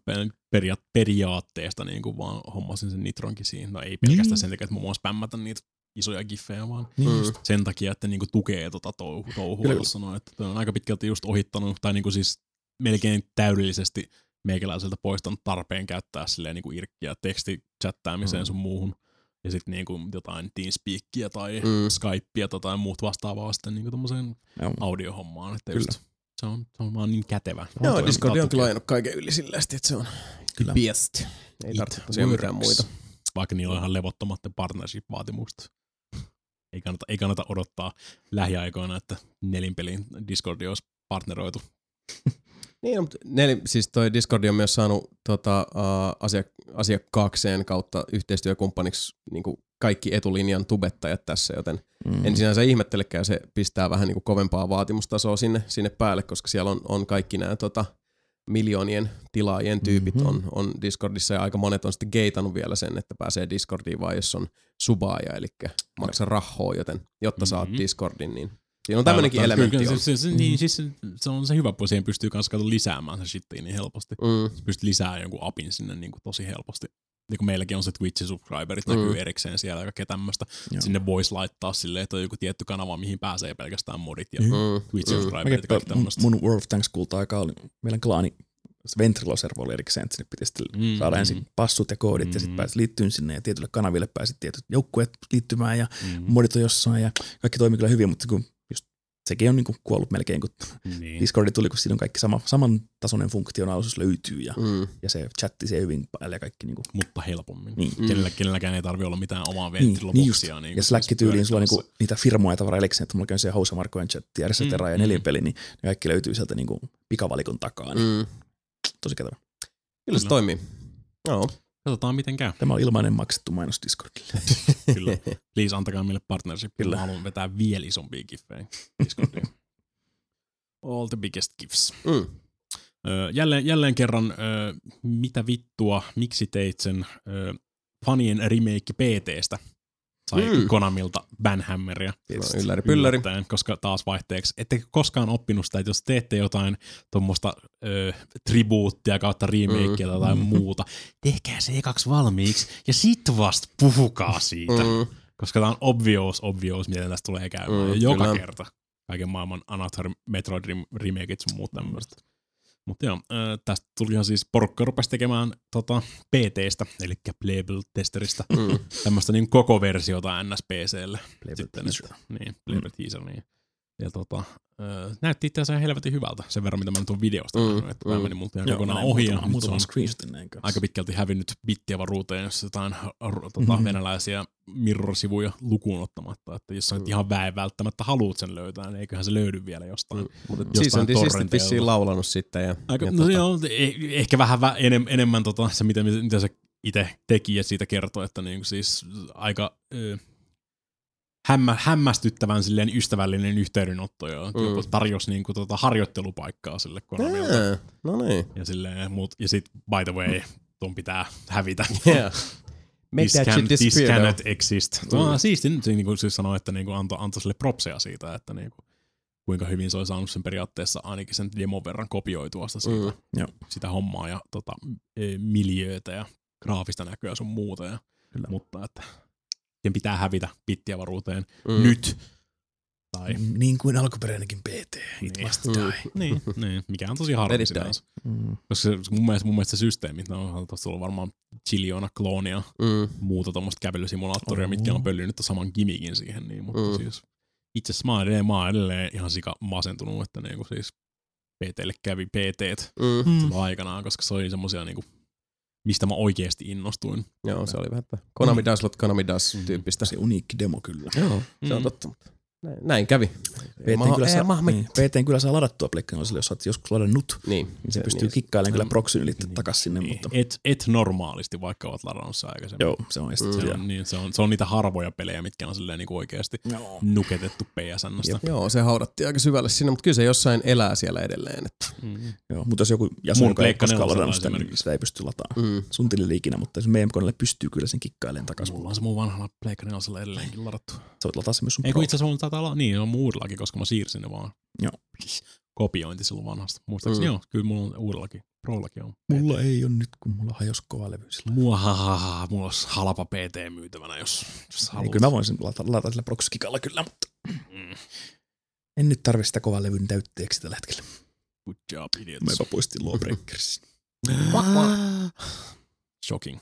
Peria- periaatteesta niin kuin vaan hommasin sen Nitronkin siinä. No ei pelkästään niin. sen takia, että mä voin spämmätä niitä isoja giffejä, vaan mm. sen takia, että niinku tukee tota touhua, touhua jos sanoo, että on aika pitkälti just ohittanut, tai niinku siis melkein täydellisesti meikäläiseltä poistanut tarpeen käyttää silleen niinku irkkiä tekstichattaamiseen mm. sun muuhun. Ja sitten niinku jotain Teamspeakia tai mm. Skypea tai jotain muut vastaavaa sitten niinku tommoseen audiohommaan. Että just se on, se on vaan niin kätevä. Joo, Discord on kyllä ajanut kaiken yli sillästi, että se on kyllä best. Ei tarvitse tosiaan mitään muita. Vaikka niillä on ihan levottomat partnership-vaatimukset. Ei kannata, ei kannata odottaa lähiaikoina, että nelinpelin Discordi olisi partneroitu. Niin, mutta nel, siis toi Discord on myös saanut tota, uh, asiak- asiakkaakseen kautta yhteistyökumppaniksi niin kuin kaikki etulinjan tubettajat tässä, joten mm. en sinänsä ihmettelekään, se pistää vähän niin kuin kovempaa vaatimustasoa sinne, sinne päälle, koska siellä on, on kaikki nämä tota, miljoonien tilaajien tyypit mm-hmm. on, on Discordissa ja aika monet on sitten geitannut vielä sen, että pääsee Discordiin vaan jos on subaaja, eli maksa rahaa, joten jotta mm-hmm. saat Discordin, niin siinä on tämmöinenkin elementti. Kyllä, se, se, se, niin, siis se, se on se hyvä puoli, siihen pystyy myös lisäämään se shittiin niin helposti. Mm. Se pystyy lisäämään jonkun apin sinne niin kuin tosi helposti. Niin kuin meilläkin on se Twitch-subscriberit, mm. näkyy erikseen siellä ja kaikkea tämmöistä. Sinne voisi laittaa silleen, että on joku tietty kanava, mihin pääsee pelkästään modit ja mm. Twitch-subscriberit mm. ja kaikki tämmöistä. Mun World of Tanks-kulta-aikaa oli, meillä klaani Ventrilo-servo oli erikseen, että sinne pitäisi mm. saada ensin mm. passut ja koodit mm. ja sitten pääsit liittyyn sinne ja tietylle kanaville pääsit tietyt joukkueet liittymään ja mm. modit on jossain ja kaikki toimii kyllä hyvin, mutta kun sekin on niinku kuollut melkein, kun niin. Discordi tuli, kun siinä on kaikki sama, samantasoinen funktionaalisuus löytyy ja, mm. ja se chatti se hyvin päälle ja kaikki. Niinku. Mutta helpommin. Niin. Mm. Kenellä, kenelläkään ei tarvitse olla mitään omaa ventiloboksia. Niin, niin ja Slack-tyyliin sulla on niinku niitä firmoja tavara elikseen, että mulla käy se Housamarkojen chatti ja Resetera mm. ja nelinpeli, niin ne kaikki löytyy sieltä niinku pikavalikon takaa. Niin mm. Tosi kätevä. Kyllä se toimii. Joo. Katsotaan miten käy. Tämä on ilmainen maksettu mainos Discordille. Kyllä. Please antakaa meille partnership. Kyllä. Mä haluan vetää vielä isompia giffejä Discordiin. All the biggest gifts. Mm. Ö, jälleen, jälleen kerran, ö, mitä vittua, miksi teit sen ö, fanien remake P T:stä? Sai mm. Konamilta Banhammeria. No, ylläri pylläri. Koska taas vaihteeksi, ette koskaan oppinut sitä, että jos teette jotain tuommoista tribuuttia kautta remakeä mm. tai muuta, tehkää se ekaksi valmiiksi ja sit vasta puhukaa siitä. Mm. Koska tää on obvious, obvious, miten tästä tulee käymään mm, joka kyllä. kerta. kaiken maailman Another Metroid remakeit sun muut tämmöistä. Mutta joo, äh, tästä tulihan siis porukka rupesi tekemään tota, P T:stä, eli Playable Testeristä, mm. tämmöistä niin koko versiota N S P C:lle. Playable teaser. Niin, Playable mm. teaser, niin. Ja tota, äh, näytti itse asiassa helvetin hyvältä sen verran, mitä mä nyt on videosta mm. nähnyt, että mm. tämä meni multa ihan kokonaan ohi. Ja muutaman screenshotin näin kanssa. Aika pitkälti hävinnyt bittiavaruuteen, jos jotain tota, mm. venäläisiä mirror-sivuja lukuun ottamatta, että jos sä mm. ihan väen välttämättä haluut sen löytää, niin eiköhän se löydy vielä jostain. Mm. Siis on disistit vissiin laulanut sitten. Ja, Aika, ja no tota... joo, eh, ehkä vähän vä, enem, enemmän tota, se, mitä, mitä se itse teki ja siitä kertoi, että niinku siis aika... Ö, Hämmä, hämmästyttävän silleen ystävällinen yhteydenotto ja mm. tarjosi niinku tota harjoittelupaikkaa sille Konamilta. Yeah, no niin. Ja silleen muut, ja sit by the way, ton pitää hävitä. Yeah. This, can, this cannot exist. Tuo on siisti, niin siis sanoi, että niinku antoi anto sille propseja siitä, että niinku, kuinka hyvin se oli saanut sen periaatteessa ainakin sen demon verran kopioitua siitä, mm. sitä hommaa ja tota, miljöötä ja graafista näköä sun muuta. Ja, mutta että sen pitää hävitä bittiavaruuteen mm. nyt. Tai... Niin kuin alkuperäinenkin P T, it niin. must die. niin, niin, mikä on tosi harmi sinänsä. Mm. Koska se, mun, mielestä, mun mielestä se systeemi, on tuossa ollut varmaan chiljoona kloonia, mm. muuta tuommoista kävelysimulaattoria, oh. mitkä on pöllynyt saman gimikin siihen. Niin, mutta mm. siis, itse asiassa mä oon edelleen, mä oon edelleen ihan sika masentunut, että niinku siis P T:lle kävi P T:t mm. aikanaan, koska se oli semmosia niinku mistä mä oikeesti innostuin. Joo, se oli vähän Konami does what Konami does -tyyppistä. Se uniikki demo kyllä. Joo, se on mm. totta. Näin, näin kävi. P T kyllä, saa, niin, P T kyllä saa ladattua pleikkanosille, jos olet joskus ladannut. Niin. niin se, se pystyy niin, kikkailemaan kyllä proxyn ylittää niin, takas sinne. Niin. Mutta... Et, et normaalisti, vaikka olet ladannut se aikaisemmin. Joo, se on mm. se, on, niin, se, on, se on niitä harvoja pelejä, mitkä on silleen niin oikeasti no. nuketettu P S N:stä. Joo, se haudattiin aika syvälle sinne, mutta kyllä se jossain elää siellä edelleen. Että. Mm. Joo, mutta jos joku jäsen, joka ei koskaan ladannut sitä, niin sitä ei pysty lataamaan. Mm. Sun tilille ikinä, mutta jos meidän koneelle pystyy kyllä sen kikkailemaan takaisin. Mulla on se mun vanhalla Pleikka nelosella edelleenkin ladattu. Sä voit lataa se myös sun Ei kun itse asiassa on taitaa niin, on uudellakin, koska mä siirsin ne vaan. Joo. Kopiointi silloin vanhasta. Muistaakseni mm. joo, kyllä mulla on uudellakin. Prollakin on. Mulla ei ole nyt, kun mulla hajosi kova levy sillä. Mua, ha, ha, ha, mulla olisi halpa P T myytävänä, jos, jos haluat. Ei, kyllä mä voin sen lataa, lataa sillä proxykikalla kyllä, mutta mm. en nyt tarvitse sitä kovan levyn täytteeksi tällä hetkellä. Good job, idiots. Mä jopa poistin Lawbreakersin. Shocking.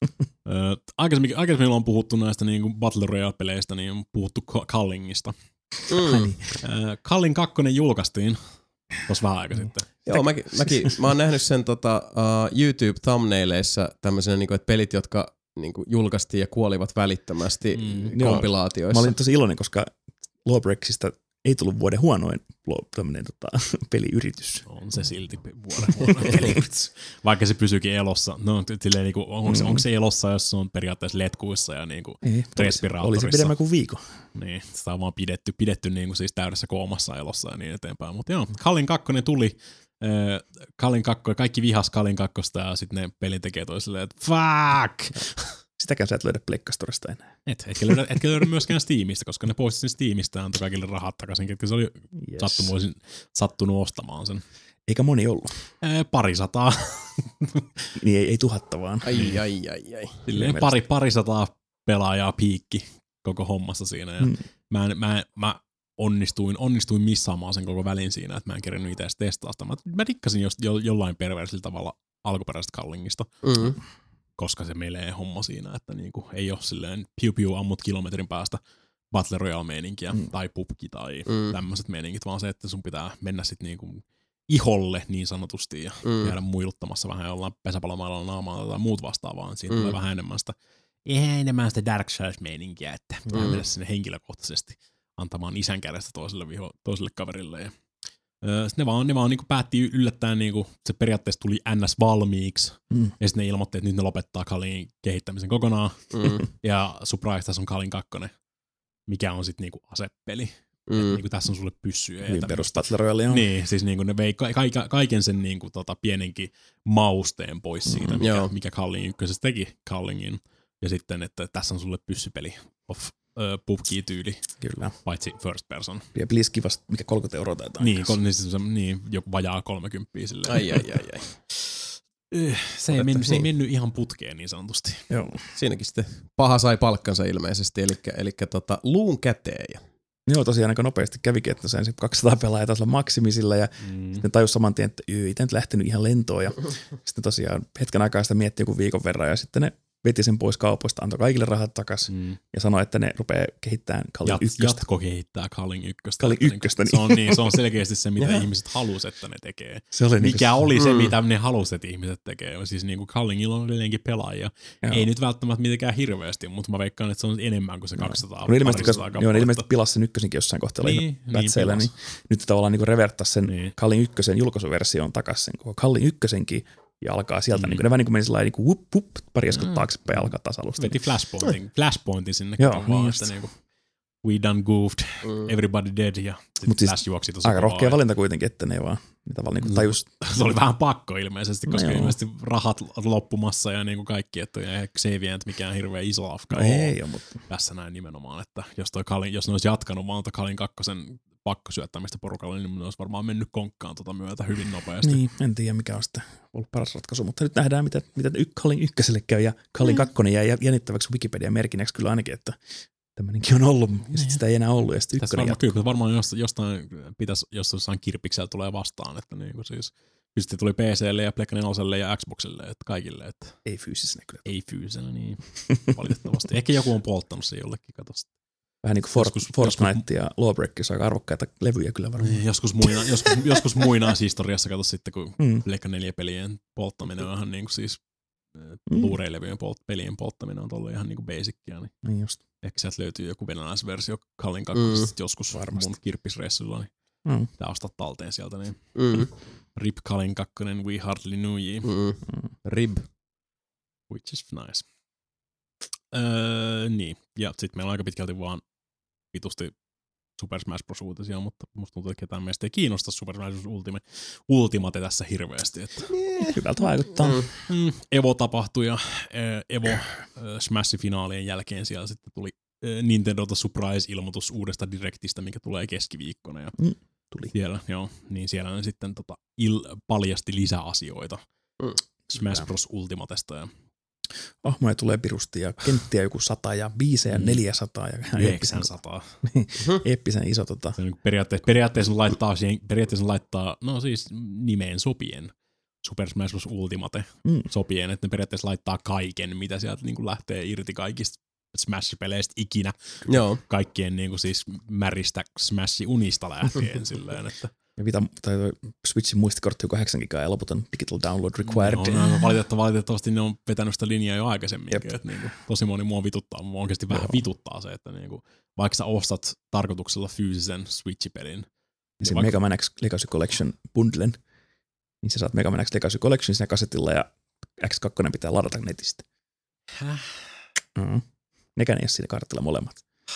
uh, aikaisemmin, aikaisemmin on puhuttu näistä niin Battle Royale-peleistä, niin on puhuttu Cullingista. Mm. Uh, Culling kakkonen julkaistiin tuossa vähän aika sitten. Joo, mäkin, mäkin, mä oon nähnyt sen tota, uh, YouTube-thumbnaileissa tämmöisenä, niin kuin, että pelit, jotka niin kuin, julkaistiin ja kuolivat välittömästi mm. kompilaatioissa. Mä olin tosi iloinen, koska Lawbreaksista ei tullut vuoden huonoin tämmönen tota, peliyritys. On se silti vuoden huonoin peliyritys. Vaikka se pysyykin elossa. No, silleen, niinku, onko, se, mm. onko se elossa, jos se on periaatteessa letkuissa ja niinku, ei, respiraattorissa? Oli se pidemmän kuin viikon. Niin, sitä on vaan pidetty, pidetty niinku, siis täydessä koomassa elossa ja niin eteenpäin. Mutta joo, Culling kakkonen tuli. Äh, Culling kakkonen, kaikki vihas Culling kakkosta ja sitten ne pelintekijät oli silleen, että fuck! Sitäkään sä et löydä Pleikkastorista enää. Et, etkä löydä, etkä löydä myöskään Steamista, koska ne poisti sen Steamista ja antoi kaikille rahat takaisin, ketkä se oli yes. sattunut, sattunut ostamaan sen. Eikä moni ollut. Ee, parisataa. niin ei, ei tuhatta vaan. Ai, ai, ai, ai. Silleen pari, parisataa pelaajaa piikki koko hommassa siinä. Ja hmm. mä, mä, mä onnistuin, onnistuin missaamaan sen koko välin siinä, että mä en kerinyt itse edes testaa sitä. Mä, mä dikkasin just, jo, jollain perversillä tavalla alkuperäisestä Cullingista. Mm-hmm. Koska se melee homma siinä, että niinku ei ole silleen piu-piu ammut kilometrin päästä Battle Royale-meininkiä mm. tai pubki tai mm. tämmöiset meininkit, vaan se, että sun pitää mennä sitten niinku iholle niin sanotusti ja mm. jäädä muiluttamassa vähän jollain pesäpallomailalla naamaa tai muut vastaavaa, niin siitä mm. tulee vähän enemmän sitä, enemmän sitä Dark Souls-meininkiä, että pitää mm. mennä sinne henkilökohtaisesti antamaan isän kädestä toiselle, viho, toiselle kaverille ja Sitten ne vaan, ne vaan niinku päätti yllättäen, niinku, se periaatteessa tuli N S valmiiksi, mm. ja sitten ne ilmoitti, että nyt ne lopettaa Cullingin kehittämisen kokonaan, mm. ja surprise, tässä on Culling kakkonen, mikä on sitten niinku asepeli. Mm. Niinku, tässä on sulle pyssyjä. Niin perus Battle Royale on. Niin, siis niinku, ne vei ka- ka- kaiken sen niinku, tota, pienenkin mausteen pois siitä, mm. mikä, mikä Culling ykkösessä teki Cullingin, ja sitten, että tässä on sulle pyssypeli of pubkey-tyyli, kyllä. Paitsi first person. Ja Bliski vasta, mikä kolmekymmentä euroa taitaa. Niin, kol- niin, se, niin, joku vajaa kolmekymppiä silleen. Ai, ai, ai, ai. Se ei, mennyt, se ei mennyt ihan putkeen niin sanotusti. Joo. Siinäkin sitten paha sai palkkansa ilmeisesti, eli, eli tota, luun käteen. Ja Joo, tosiaan aika nopeasti kävikin, että se kaksisataa pelaajaa taas olla maksimisilla ja mm. sitten tajus saman tien, että ei nyt lähtenyt ihan lentoon ja sitten tosiaan hetken aikaa sitä miettii joku viikon verran ja sitten ne veti sen pois kaupoista, antoi kaikille rahat takaisin mm. ja sanoi, että ne rupeaa kehittämään Kalin Jat, ykköstä. Jatko kehittää Kalin ykköstä. Kalin ykköstä, niin. Se, on, niin, se on selkeästi se, mitä ihmiset halusivat, että ne tekee. Se oli Mikä niin oli se, mm. mitä ne halusivat, että ihmiset tekee. Siis niin kuin Kalingilla on edelleenkin pelaajia. Joo. Ei nyt välttämättä mitenkään hirveästi, mutta mä veikkaan, että se on enemmän kuin se kaksisataa. No, ilmeisesti, joo, ne ilmeisesti pilasi sen ykkösenkin jossain kohtaa niin, pätseillä, niin, niin nyt tavallaan niin reverttasi sen niin. Kalin ykkösen julkaisuversion takaisin, koko Kalin ykkösenkin. Ja alkaa sieltä, mm. niin kuin, ne vähän niin kuin meni sellainen niin wup, wup, pari askelta mm. taaksepäin ja alkaa taas alusta. Veti flashpointin, flashpointin sinne. Joo, vaan, niin että niin kuin, we done goofed, mm. everybody dead ja sitten flash siis juoksi tosi aika rohkea valinta kuitenkin, että ne vaan ne tavallaan niin tajus. Se oli vähän pakko ilmeisesti, koska no ilmeisesti rahat loppumassa ja niin kuin kaikki, että ei Xavier mikään hirveän iso afka no ei ole, mutta tässä näin nimenomaan, että jos, toi Kalin, jos ne olisi jatkanut vaan Kalin kakkosen pakkosyöttämistä porukalle, niin ne olisi varmaan mennyt konkkaan tuota myötä hyvin nopeasti. Niin, en tiedä mikä on sitten ollut paras ratkaisu, mutta nyt nähdään, mitä, mitä y- Kalin ykköselle käy, ja Kalin mm. kakkonen jää jännittäväksi Wikipedia-merkinnäksi kyllä ainakin, että tämmöinenkin on ollut, ja sitten sitä ei enää ollut, ja sitten ykkönen varmaan, kyllä, varmaan jostain pitäisi, jos jossain kirpiksellä tulee vastaan, että niin kuin siis Sitten tuli P C:lle ja Pleikka neloselle ja Xboxille, että kaikille. Että ei fyysisenä kyllä. Ei fyysisenä, niin valitettavasti. Ehkä joku on polttanut se jollekin, katosta. Vähän niin kuin Fortnite ja Lawbreakers, aika arvokkaita levyjä kyllä varmaan. Niin, joskus, muina, joskus, joskus muinaishistoriassa kato sitten, kun mm. Pleikka neljä pelien polttaminen on ihan niin kuin siis mm. Blu-ray-levyjen polt, pelien polttaminen on ollut ihan niin kuin basicia. Niin, niin just. Ehkä sieltä löytyy joku venäläisversio Kallin kakkosesta mm. joskus varmasti mun kirppisreissulla, niin mm. tää ostaa talteen sieltä. Niin. Mm. Rip Kallin kakkonen, We Hardly Knew Ye. Mm. Rib. Which is nice. Öö, niin, ja sitten meillä on aika pitkälti vaan vitusti Super Smash Bros. Uutisia, mutta musta tuntuu, että ketään meistä ei kiinnosta Super Smash Bros. Ultimate, Ultimate tässä hirveästi. Että yeah. Hyvältä vaikuttaa. Mm. Mm, Evo tapahtui ja Evo äh, Smash-finaalien jälkeen siellä sitten tuli äh, Nintendolta surprise-ilmoitus uudesta Directistä, mikä tulee keskiviikkona. Ja mm. Tuli. Siellä, joo, niin siellä ne sitten tota, il- paljasti lisäasioita mm. Smash Bros. Ultimatesta ja ahmoja tulee pirusti ja kenttiä joku sata ja biisejä mm. neljäsataa ja eeppisen sataa. Eeppisen iso tota. Se on periaatteessa, periaatteessa laittaa siihen, periaatteessa laittaa, no siis nimeen sopien Super Smash Bros. Ultimate mm. sopien, että ne periaatteessa laittaa kaiken, mitä sieltä niin kuin lähtee irti kaikista Smash-peleistä ikinä. Joo. Kaikkien niin kuin siis märistä Smash-unista lähtien silleen, että ja Vita, tai Switchin muistikortti on kahdeksan gigaa ja loputon digital download required. No, no, valitettavasti, valitettavasti ne on vetänyt sitä linjaa jo aikaisemminkin. Että niinku, tosi moni mua vituttaa, mua oikeasti vähän vituttaa se, että niinku, vaikka sä ostat tarkoituksella fyysisen Switch-pelin. Ja se vaikka Mega Man X Legacy Collection bundlen, niin sä saat Mega Man X Legacy Collection siinä kasetilla ja X kaksi pitää ladata netistä. Häh? Mm. Nekään ei ole siinä kartilla molemmat.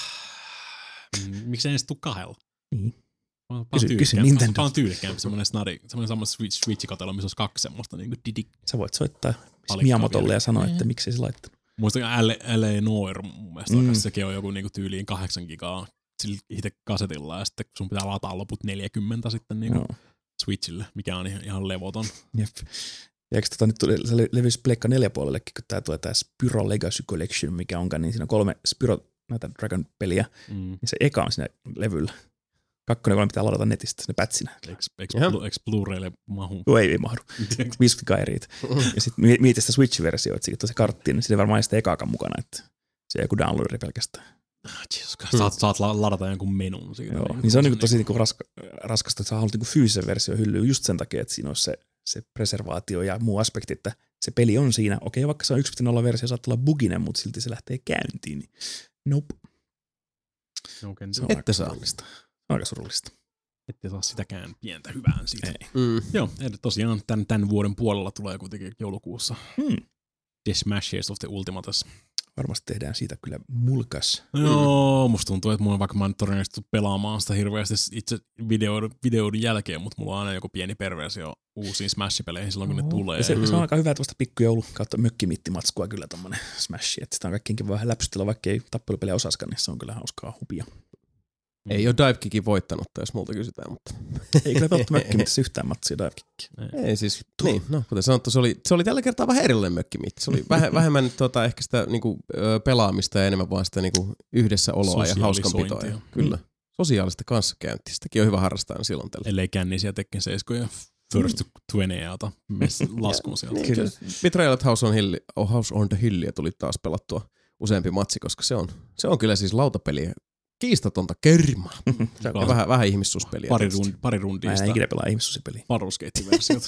Miksi ei edes tule kahdella? Niin. Kysy, kysy Nintendo. Paljon tyylikkäämpi semmoinen snadi, semmoinen sama Switch-katelo, missä olisi kaksi semmoista niin kuin didik. Sä voit soittaa Miyamotolle ja sanoa, että miksi se laittanut. Muistakaa L A Noir mun mielestä, mm. sekin on joku niin kuin tyyliin kahdeksan gigaa itse kasetilla ja sitten sun pitää lataa loput neljäkymmentä sitten niin kuin no. Switchille, mikä on ihan, ihan levoton. Jep. Ja eikö tota nyt tuli, se levyisi Pleikka neljä puolellekin, kun tää tulee tää Spyro Legacy Collection, mikä onkaan, niin siinä on kolme Spyro näitä Dragon-peliä, mm. niin se eka on siinä levyllä. Kakkonen kolme pitää ladata netistä ne pätsinä. Eikö Blu-raylle mahu? Joo, ei, ei mahdu. viisi gigaa eri. Ja sitten mieti sitä Switch-versiota, että siitä on se kartti, niin siinä ei varmaan ei sitä ekaakaan mukana, että se ei joku downloaderi pelkästään. Hmm. Saat, saat ladata jonkun menun siitä. Joo, niin, niin se on niin tosi niin raska, raskasta, että sä haluat niin fyysisen version hyllyyn just sen takia, että siinä on se, se preservaatio ja muu aspekti, että se peli on siinä. Okei, vaikka se on yksi piste nolla versio, saattaa olla buginen, mutta silti se lähtee käyntiin. Niin nope. Okay, se on aika surullista. Aika surullista. Ette saa sitäkään pientä hyvää siitä. Mm. Joo, tosiaan tämän, tämän vuoden puolella tulee kuitenkin joulukuussa mm. The Smashes of the Ultimates. Varmasti tehdään siitä kyllä mulkas. Joo, musta tuntuu, että mulla on vaikka mä en todennäköisesti pelaamaan sitä hirveästi itse videoiden, videoiden jälkeen, mutta mulla on aina joku pieni perversio uusiin Smash-peleihin silloin, kun ne tulee. Ja se, mm. se on aika hyvä tuosta pikkujoulu kautta mökkimittimatskua kyllä tommonen Smash, että sitä on kaikkiinkin vähän läpsytellä, vaikka ei tappelupelejä osaskaan, niin se on kyllä hauskaa hupia. Ei ole Divekickin voittanut, jos multa kysytään, mutta ei kyllä pelottu mökkimittessä yhtään matsia Divekickia. Ei siis, niin, no kuten sanottu, se oli, se oli tällä kertaa vähän erilainen mökkimitti. Se oli väh, vähemmän tota, ehkä sitä niinku, pelaamista ja enemmän vaan sitä niinku, yhdessä oloa ja hauskanpitoa. Ja, kyllä. sosiaalista kanssakäyntiä. Sitäkin on hyvä harrastaa silloin tällä. Ellei kännisiä Tekken seitsemän ja First to Twenty ota laskuun sieltä. Niin, kyllä. Betrayal at House on, Hill, House on the Hillia tuli taas pelattua useampi matsi, koska se on, se on kyllä siis lautapeliä kiistatonta kermaa. ja vähän, vähän ihmissuuspeliä. Pari, rund, pari rundia. Mä en ikinä pelaa ihmissuuspeliä. Paruskeittiversiot.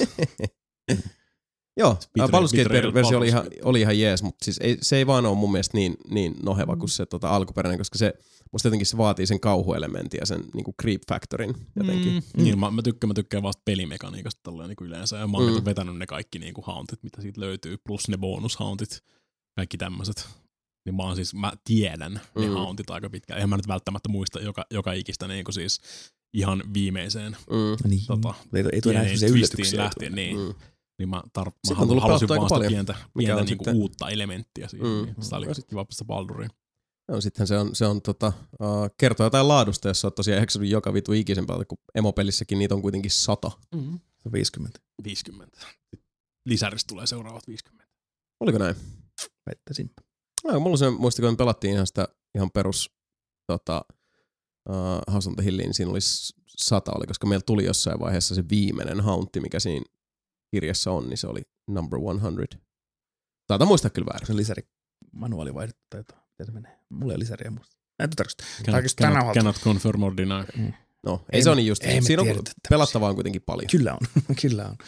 Joo, Baldur's Gate-versio oli ihan, oli ihan jees, mutta siis ei, se ei vaan ole mun mielestä niin, niin noheva kuin se tota, alkuperäinen, koska se musta jotenkin se vaatii sen kauhuelementin ja sen niinku creep factorin jotenkin. Mm. Niin, mä, mä, tykkään, mä tykkään vasta pelimekaniikasta tolleen niin yleensä, ja mä oon mm. vetänyt ne kaikki niinku hauntit, mitä siitä löytyy, plus ne bonushauntit, kaikki tämmöiset. Niin mä oon siis, mä tiedän ne mm. hauntit aika pitkään. Eihän mä nyt välttämättä muista joka, joka ikistä niinku siis ihan viimeiseen. Mm. Niin. Tota, ei, ei tule näin se yllätyksiä. Lähtien, niin. Mm. Niin mä, tar- mä halusin, halusin vaan sitä paljon. pientä, pientä niinku uutta elementtiä siihen. Mm. Niin. Sitä oli sitten kiva päästä Balduriin. No, sittenhän se on, se on tota, uh, kertoo jotain laadusta, jos sä oot tosiaan eksonut joka vitu ikisen päältä, kun emopelissäkin niitä on kuitenkin sata. Mm-hmm. viisikymmentä. viisikymmentä. Lisäris tulee seuraavat viisikymmentä. Oliko näin? Väittäisin. No, mulla se muisti, kun me pelattiin ihan sitä ihan perus tota, uh, House on the Hilliin, niin siinä oli sata, oli, koska meillä tuli jossain vaiheessa se viimeinen hauntti, mikä siinä kirjassa on, niin se oli number sata. Saatan muistaa kyllä väärin. Se on lisäri manuaali vaihdettu tai jotain. Miten se menee? Mulla ei ole lisäriä muista. Näitä tarkoista. Cannot, cannot, cannot confirm or deny. Mm. No, ei, ei se ole niin just. Ei Siinä on pelattavaa on kuitenkin paljon. Kyllä on. Kyllä on.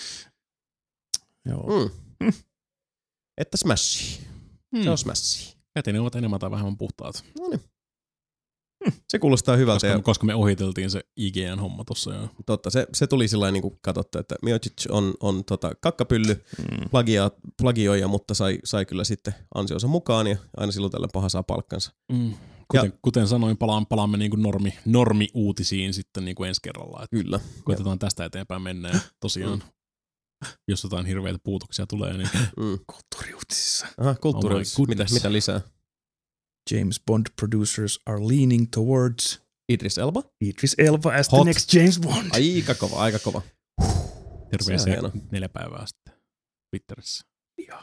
Joo. Mm. Mm. Että Smash. Mm. Se on Smash. Käteni ovat enemmän tai vähemmän puhtaat. No niin. Mm. Se kuulostaa hyvältä. Koska, ja... koska me ohiteltiin se I G N-homma tossa jo. Totta, se, se tuli sillä niin kuin katsottu, että Miocic on, on tota, kakkapylly, mm. plagia, plagioija, mutta sai, sai kyllä sitten ansionsa mukaan ja aina silloin tällä paha saa palkkansa. Mm. Kuten, kuten sanoin, palaan, palaamme niin kuin normi, normi-uutisiin sitten niin kuin ensi kerralla. Että kyllä. koitetaan tästä eteenpäin mennä ja tosiaan, mm. jos jotain hirveitä puutoksia tulee, niin mm. kulttuuriuutisissa. Aha, kulttuuriuutisissa. Oh mitä, mitä lisää? James Bond producers are leaning towards Idris Elba? Idris Elba as Hot. the next James Bond. Aika kova, aika kova. Terveisiä neljä päivää sitten Twitterissä. Joo.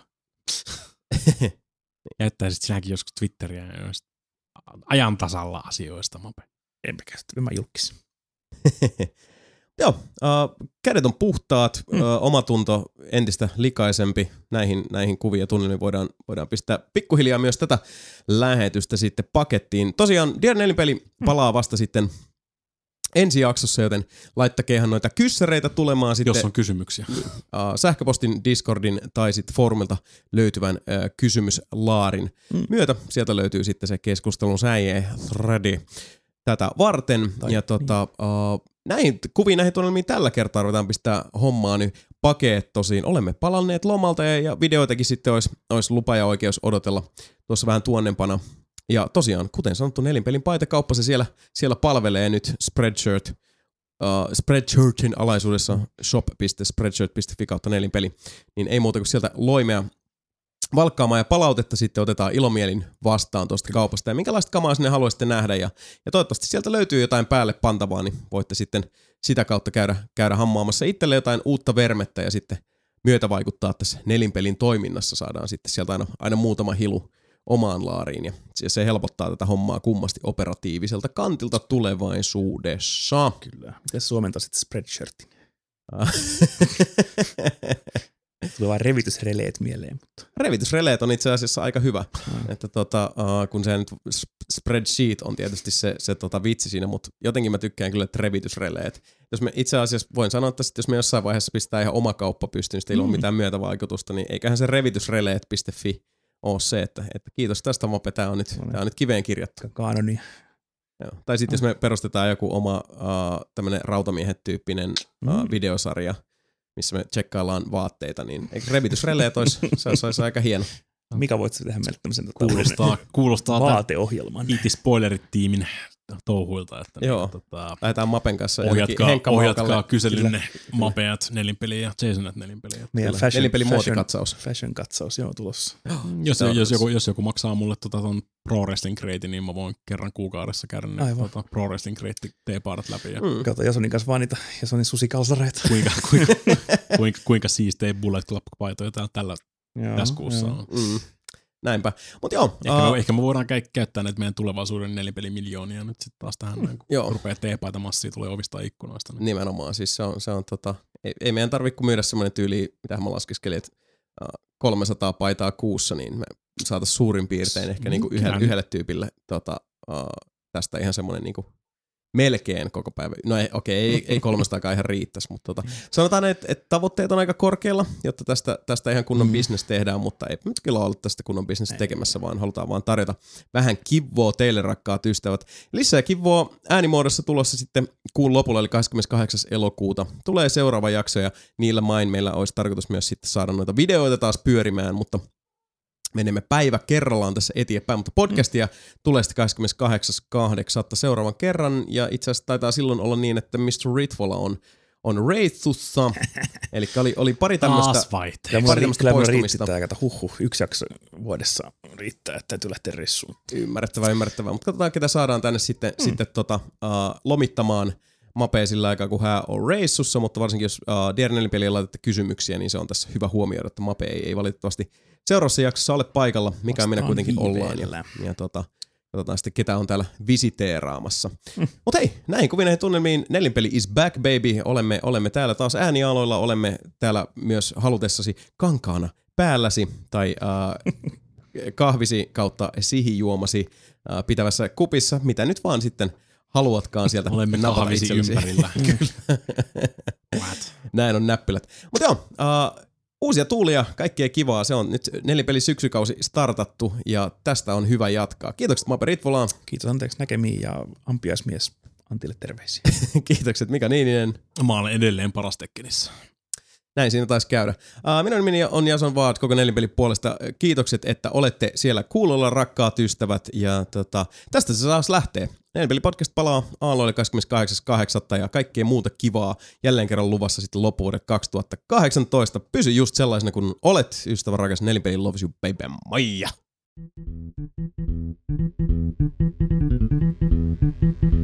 Jättäisit sinäkin joskus Twitteriä ja ajan tasalla asioista, Mape. Enpä käsittää, mä julkisin. Joo, uh, kädet on puhtaat, mm. uh, omatunto entistä likaisempi. Näihin, näihin kuviin ja tunnelmiin voidaan, voidaan pistää pikkuhiljaa myös tätä lähetystä sitten pakettiin. Tosiaan D R neljä-peli palaa vasta sitten ensi jaksossa, joten laittakeehan noita kyssäreitä tulemaan sitten. Jos on kysymyksiä. Uh, sähköpostin, Discordin tai sitten foorumilta löytyvän uh, kysymyslaarin mm. myötä. Sieltä löytyy sitten se keskustelun säie threadi tätä varten. Tai, ja tota, niin. uh, näihin kuviin, näihin tunnelmiin tällä kertaa ruvetaan pistää hommaa nyt pakettosiin. Olemme palanneet lomalta ja, ja videoitakin sitten olisi, olisi lupa ja oikeus odotella tuossa vähän tuonnempana. Ja tosiaan, kuten sanottu, Nelinpelin paitakauppa, se siellä, siellä palvelee nyt Spreadshirt, uh, Spreadshirtin alaisuudessa shop piste spreadshirt piste fi kautta Nelinpeli. Niin ei muuta kuin sieltä loimea valkkaamaan ja palautetta sitten otetaan ilomielin vastaan tuosta kaupasta. Ja minkälaista kamaa sinne haluaisitte nähdä. Ja, ja toivottavasti sieltä löytyy jotain päälle pantavaa, niin voitte sitten sitä kautta käydä, käydä hammaamassa itselle jotain uutta vermettä ja sitten myötä vaikuttaa tässä Nelinpelin toiminnassa. Saadaan sitten sieltä aina, aina muutama hilu omaan laariin. Ja se helpottaa tätä hommaa kummasti operatiiviselta kantilta tulevaisuudessa. Kyllä. Miten suomentaa sitten Spreadshirtin? Tulee vaan revitysreleet mieleen. Mutta. Revitysreleet on itse asiassa aika hyvä. Mm. Että tota, uh, kun se nyt spreadsheet on tietysti se, se tota vitsi siinä, mutta jotenkin mä tykkään kyllä, että revitysreleet. Jos me itse asiassa voin sanoa, että sit jos me jossain vaiheessa pistää ihan oma kauppa pystyyn, sitten ilman mm. mitään myötävaikutusta, niin eiköhän se revitysreleet piste fi ole se, että, että kiitos tästä Mope, tää on nyt, tää on nyt kiveen kirjattu. Kaanoni. Joo. Tai sitten jos me perustetaan joku oma uh, tämmönen rautamiehet-tyyppinen uh, mm. videosarja, missä me tsekkaillaan vaatteita, niin eikö revitysreleet olisi, se olisi aika hieno. Mikä voit tehdä meille tämmöisen kuulostaa, kuulostaa vaateohjelman? I T-spoilerit-tiimin touhuilta. Että joo, niin, tota, lähdetään Mapen kanssa. Ohjatkaa, ohjatkaa kyselynne Mapeat nelinpeliä ja Jasonat nelinpeliä. Meidän fashion, nelinpelin fashion, muotikatsaus. Fashion katsaus, joo, tulossa. Jos, jos, joku, jos joku maksaa mulle tota ton Pro Wrestling Crate, niin mä voin kerran kuukaudessa käydä ne tota Pro Wrestling Crate teepaarat läpi. Ja mm. Kato, Jasonin kanssa vaan niitä Jasonin susikalsareita. Kuinka, kuinka, kuinka, kuinka siistejä Bullet Club-paitoja täällä tällä joo, tässä kuussa on. Mm. näinpä. Mut joo. Ehkä, uh, me, ehkä me voidaan kä- käyttää näitä meidän tulevaisuuden nelipelimiljoonia nyt sitten taas tähän, näin, kun joo. rupeaa teepaita massia tulee ovista ja ikkunoista. Niin. Nimenomaan, siis se on, se on tota, ei, ei meidän tarvitse kun myydä semmoinen tyyli, mitä mä laskeskelin, että uh, kolmesataa paitaa kuussa, niin me saataisiin suurin piirtein ehkä niinku yhdelle, yhdelle tyypille tota, uh, tästä ihan semmoinen niinku melkein koko päivä. No ei, okei, ei, ei kolmestakaan ihan riittäisi, mutta tota, sanotaan, että, että tavoitteet on aika korkealla, jotta tästä, tästä ihan kunnon mm. business tehdään, mutta ei nyt kyllä ollut tästä kunnon business tekemässä, vaan halutaan vaan tarjota vähän kivvoa teille, rakkaat ystävät. Lisää kivvoa äänimuodossa tulossa sitten kuun lopulla, eli kahdeskymmeneskahdeksas elokuuta. Tulee seuraava jakso ja niillä main meillä olisi tarkoitus myös sitten saada noita videoita taas pyörimään, mutta menemme päivä kerrallaan tässä eteenpäin, mutta podcastia mm. tulee sitten kahdeskymmeneskahdeksas kahdeksatta seuraavan kerran, ja itse asiassa taitaa silloin olla niin, että mister Ritvola on, on reissussa, eli oli, oli pari tämmöistä pari tämmöistä poistumista. Riittää, huhhuh, yksi jakso vuodessa riittää, että täytyy lähteä reissuun. Ymmärrettävää, ymmärrettävää, mutta katsotaan, ketä saadaan tänne sitten, mm. sitten tota, uh, lomittamaan Mapea sillä aikaa, kun hän on reissussa, mutta varsinkin jos uh, D R neljä-peliin laitatte kysymyksiä, niin se on tässä hyvä huomioida, että Mape ei, ei valitettavasti seuraavassa jaksossa ole paikalla, mikä minä kuitenkin ollaan. Ja, ja tota, katsotaan sitten, ketä on täällä visiteeraamassa. Mm. Mutta hei, näin kuvin näihin tunnelmiin. Nelinpeli is back, baby. Olemme, olemme täällä taas äänialoilla, olemme täällä myös halutessasi kankaana päälläsi tai uh, kahvisi kautta sihijuomasi uh, pitävässä kupissa, mitä nyt vaan sitten haluatkaan sieltä. Olemme kahvisi ympärillä. Näin on näppylät. Mutta joo, uh, uusia tuulia, kaikkea kivaa. Se on nyt nelipeli syksykausi startattu ja tästä on hyvä jatkaa. Kiitokset Mape Ritvolaan. Kiitos, anteeksi näkemiin ja ampiaismies Antille terveisiä. Kiitokset Mika Niininen. Mä olen edelleen paras Tekkenissä. Näin siinä taisi käydä. Uh, minun nimeni on Jason Vaad koko Nelinpelin puolesta. Kiitokset, että olette siellä kuulolla, rakkaat ystävät. Ja tota, tästä se saas lähtee. Nelinpeli-podcast palaa aalloille kahdeskymmeneskahdeksas kahdeksatta ja kaikkea muuta kivaa jälleen kerran luvassa sitten loppuvuoden kaksituhattakahdeksantoista. Pysy just sellaisena kuin olet, ystävä rakas. Nelinpeli loves you, baby. Maija!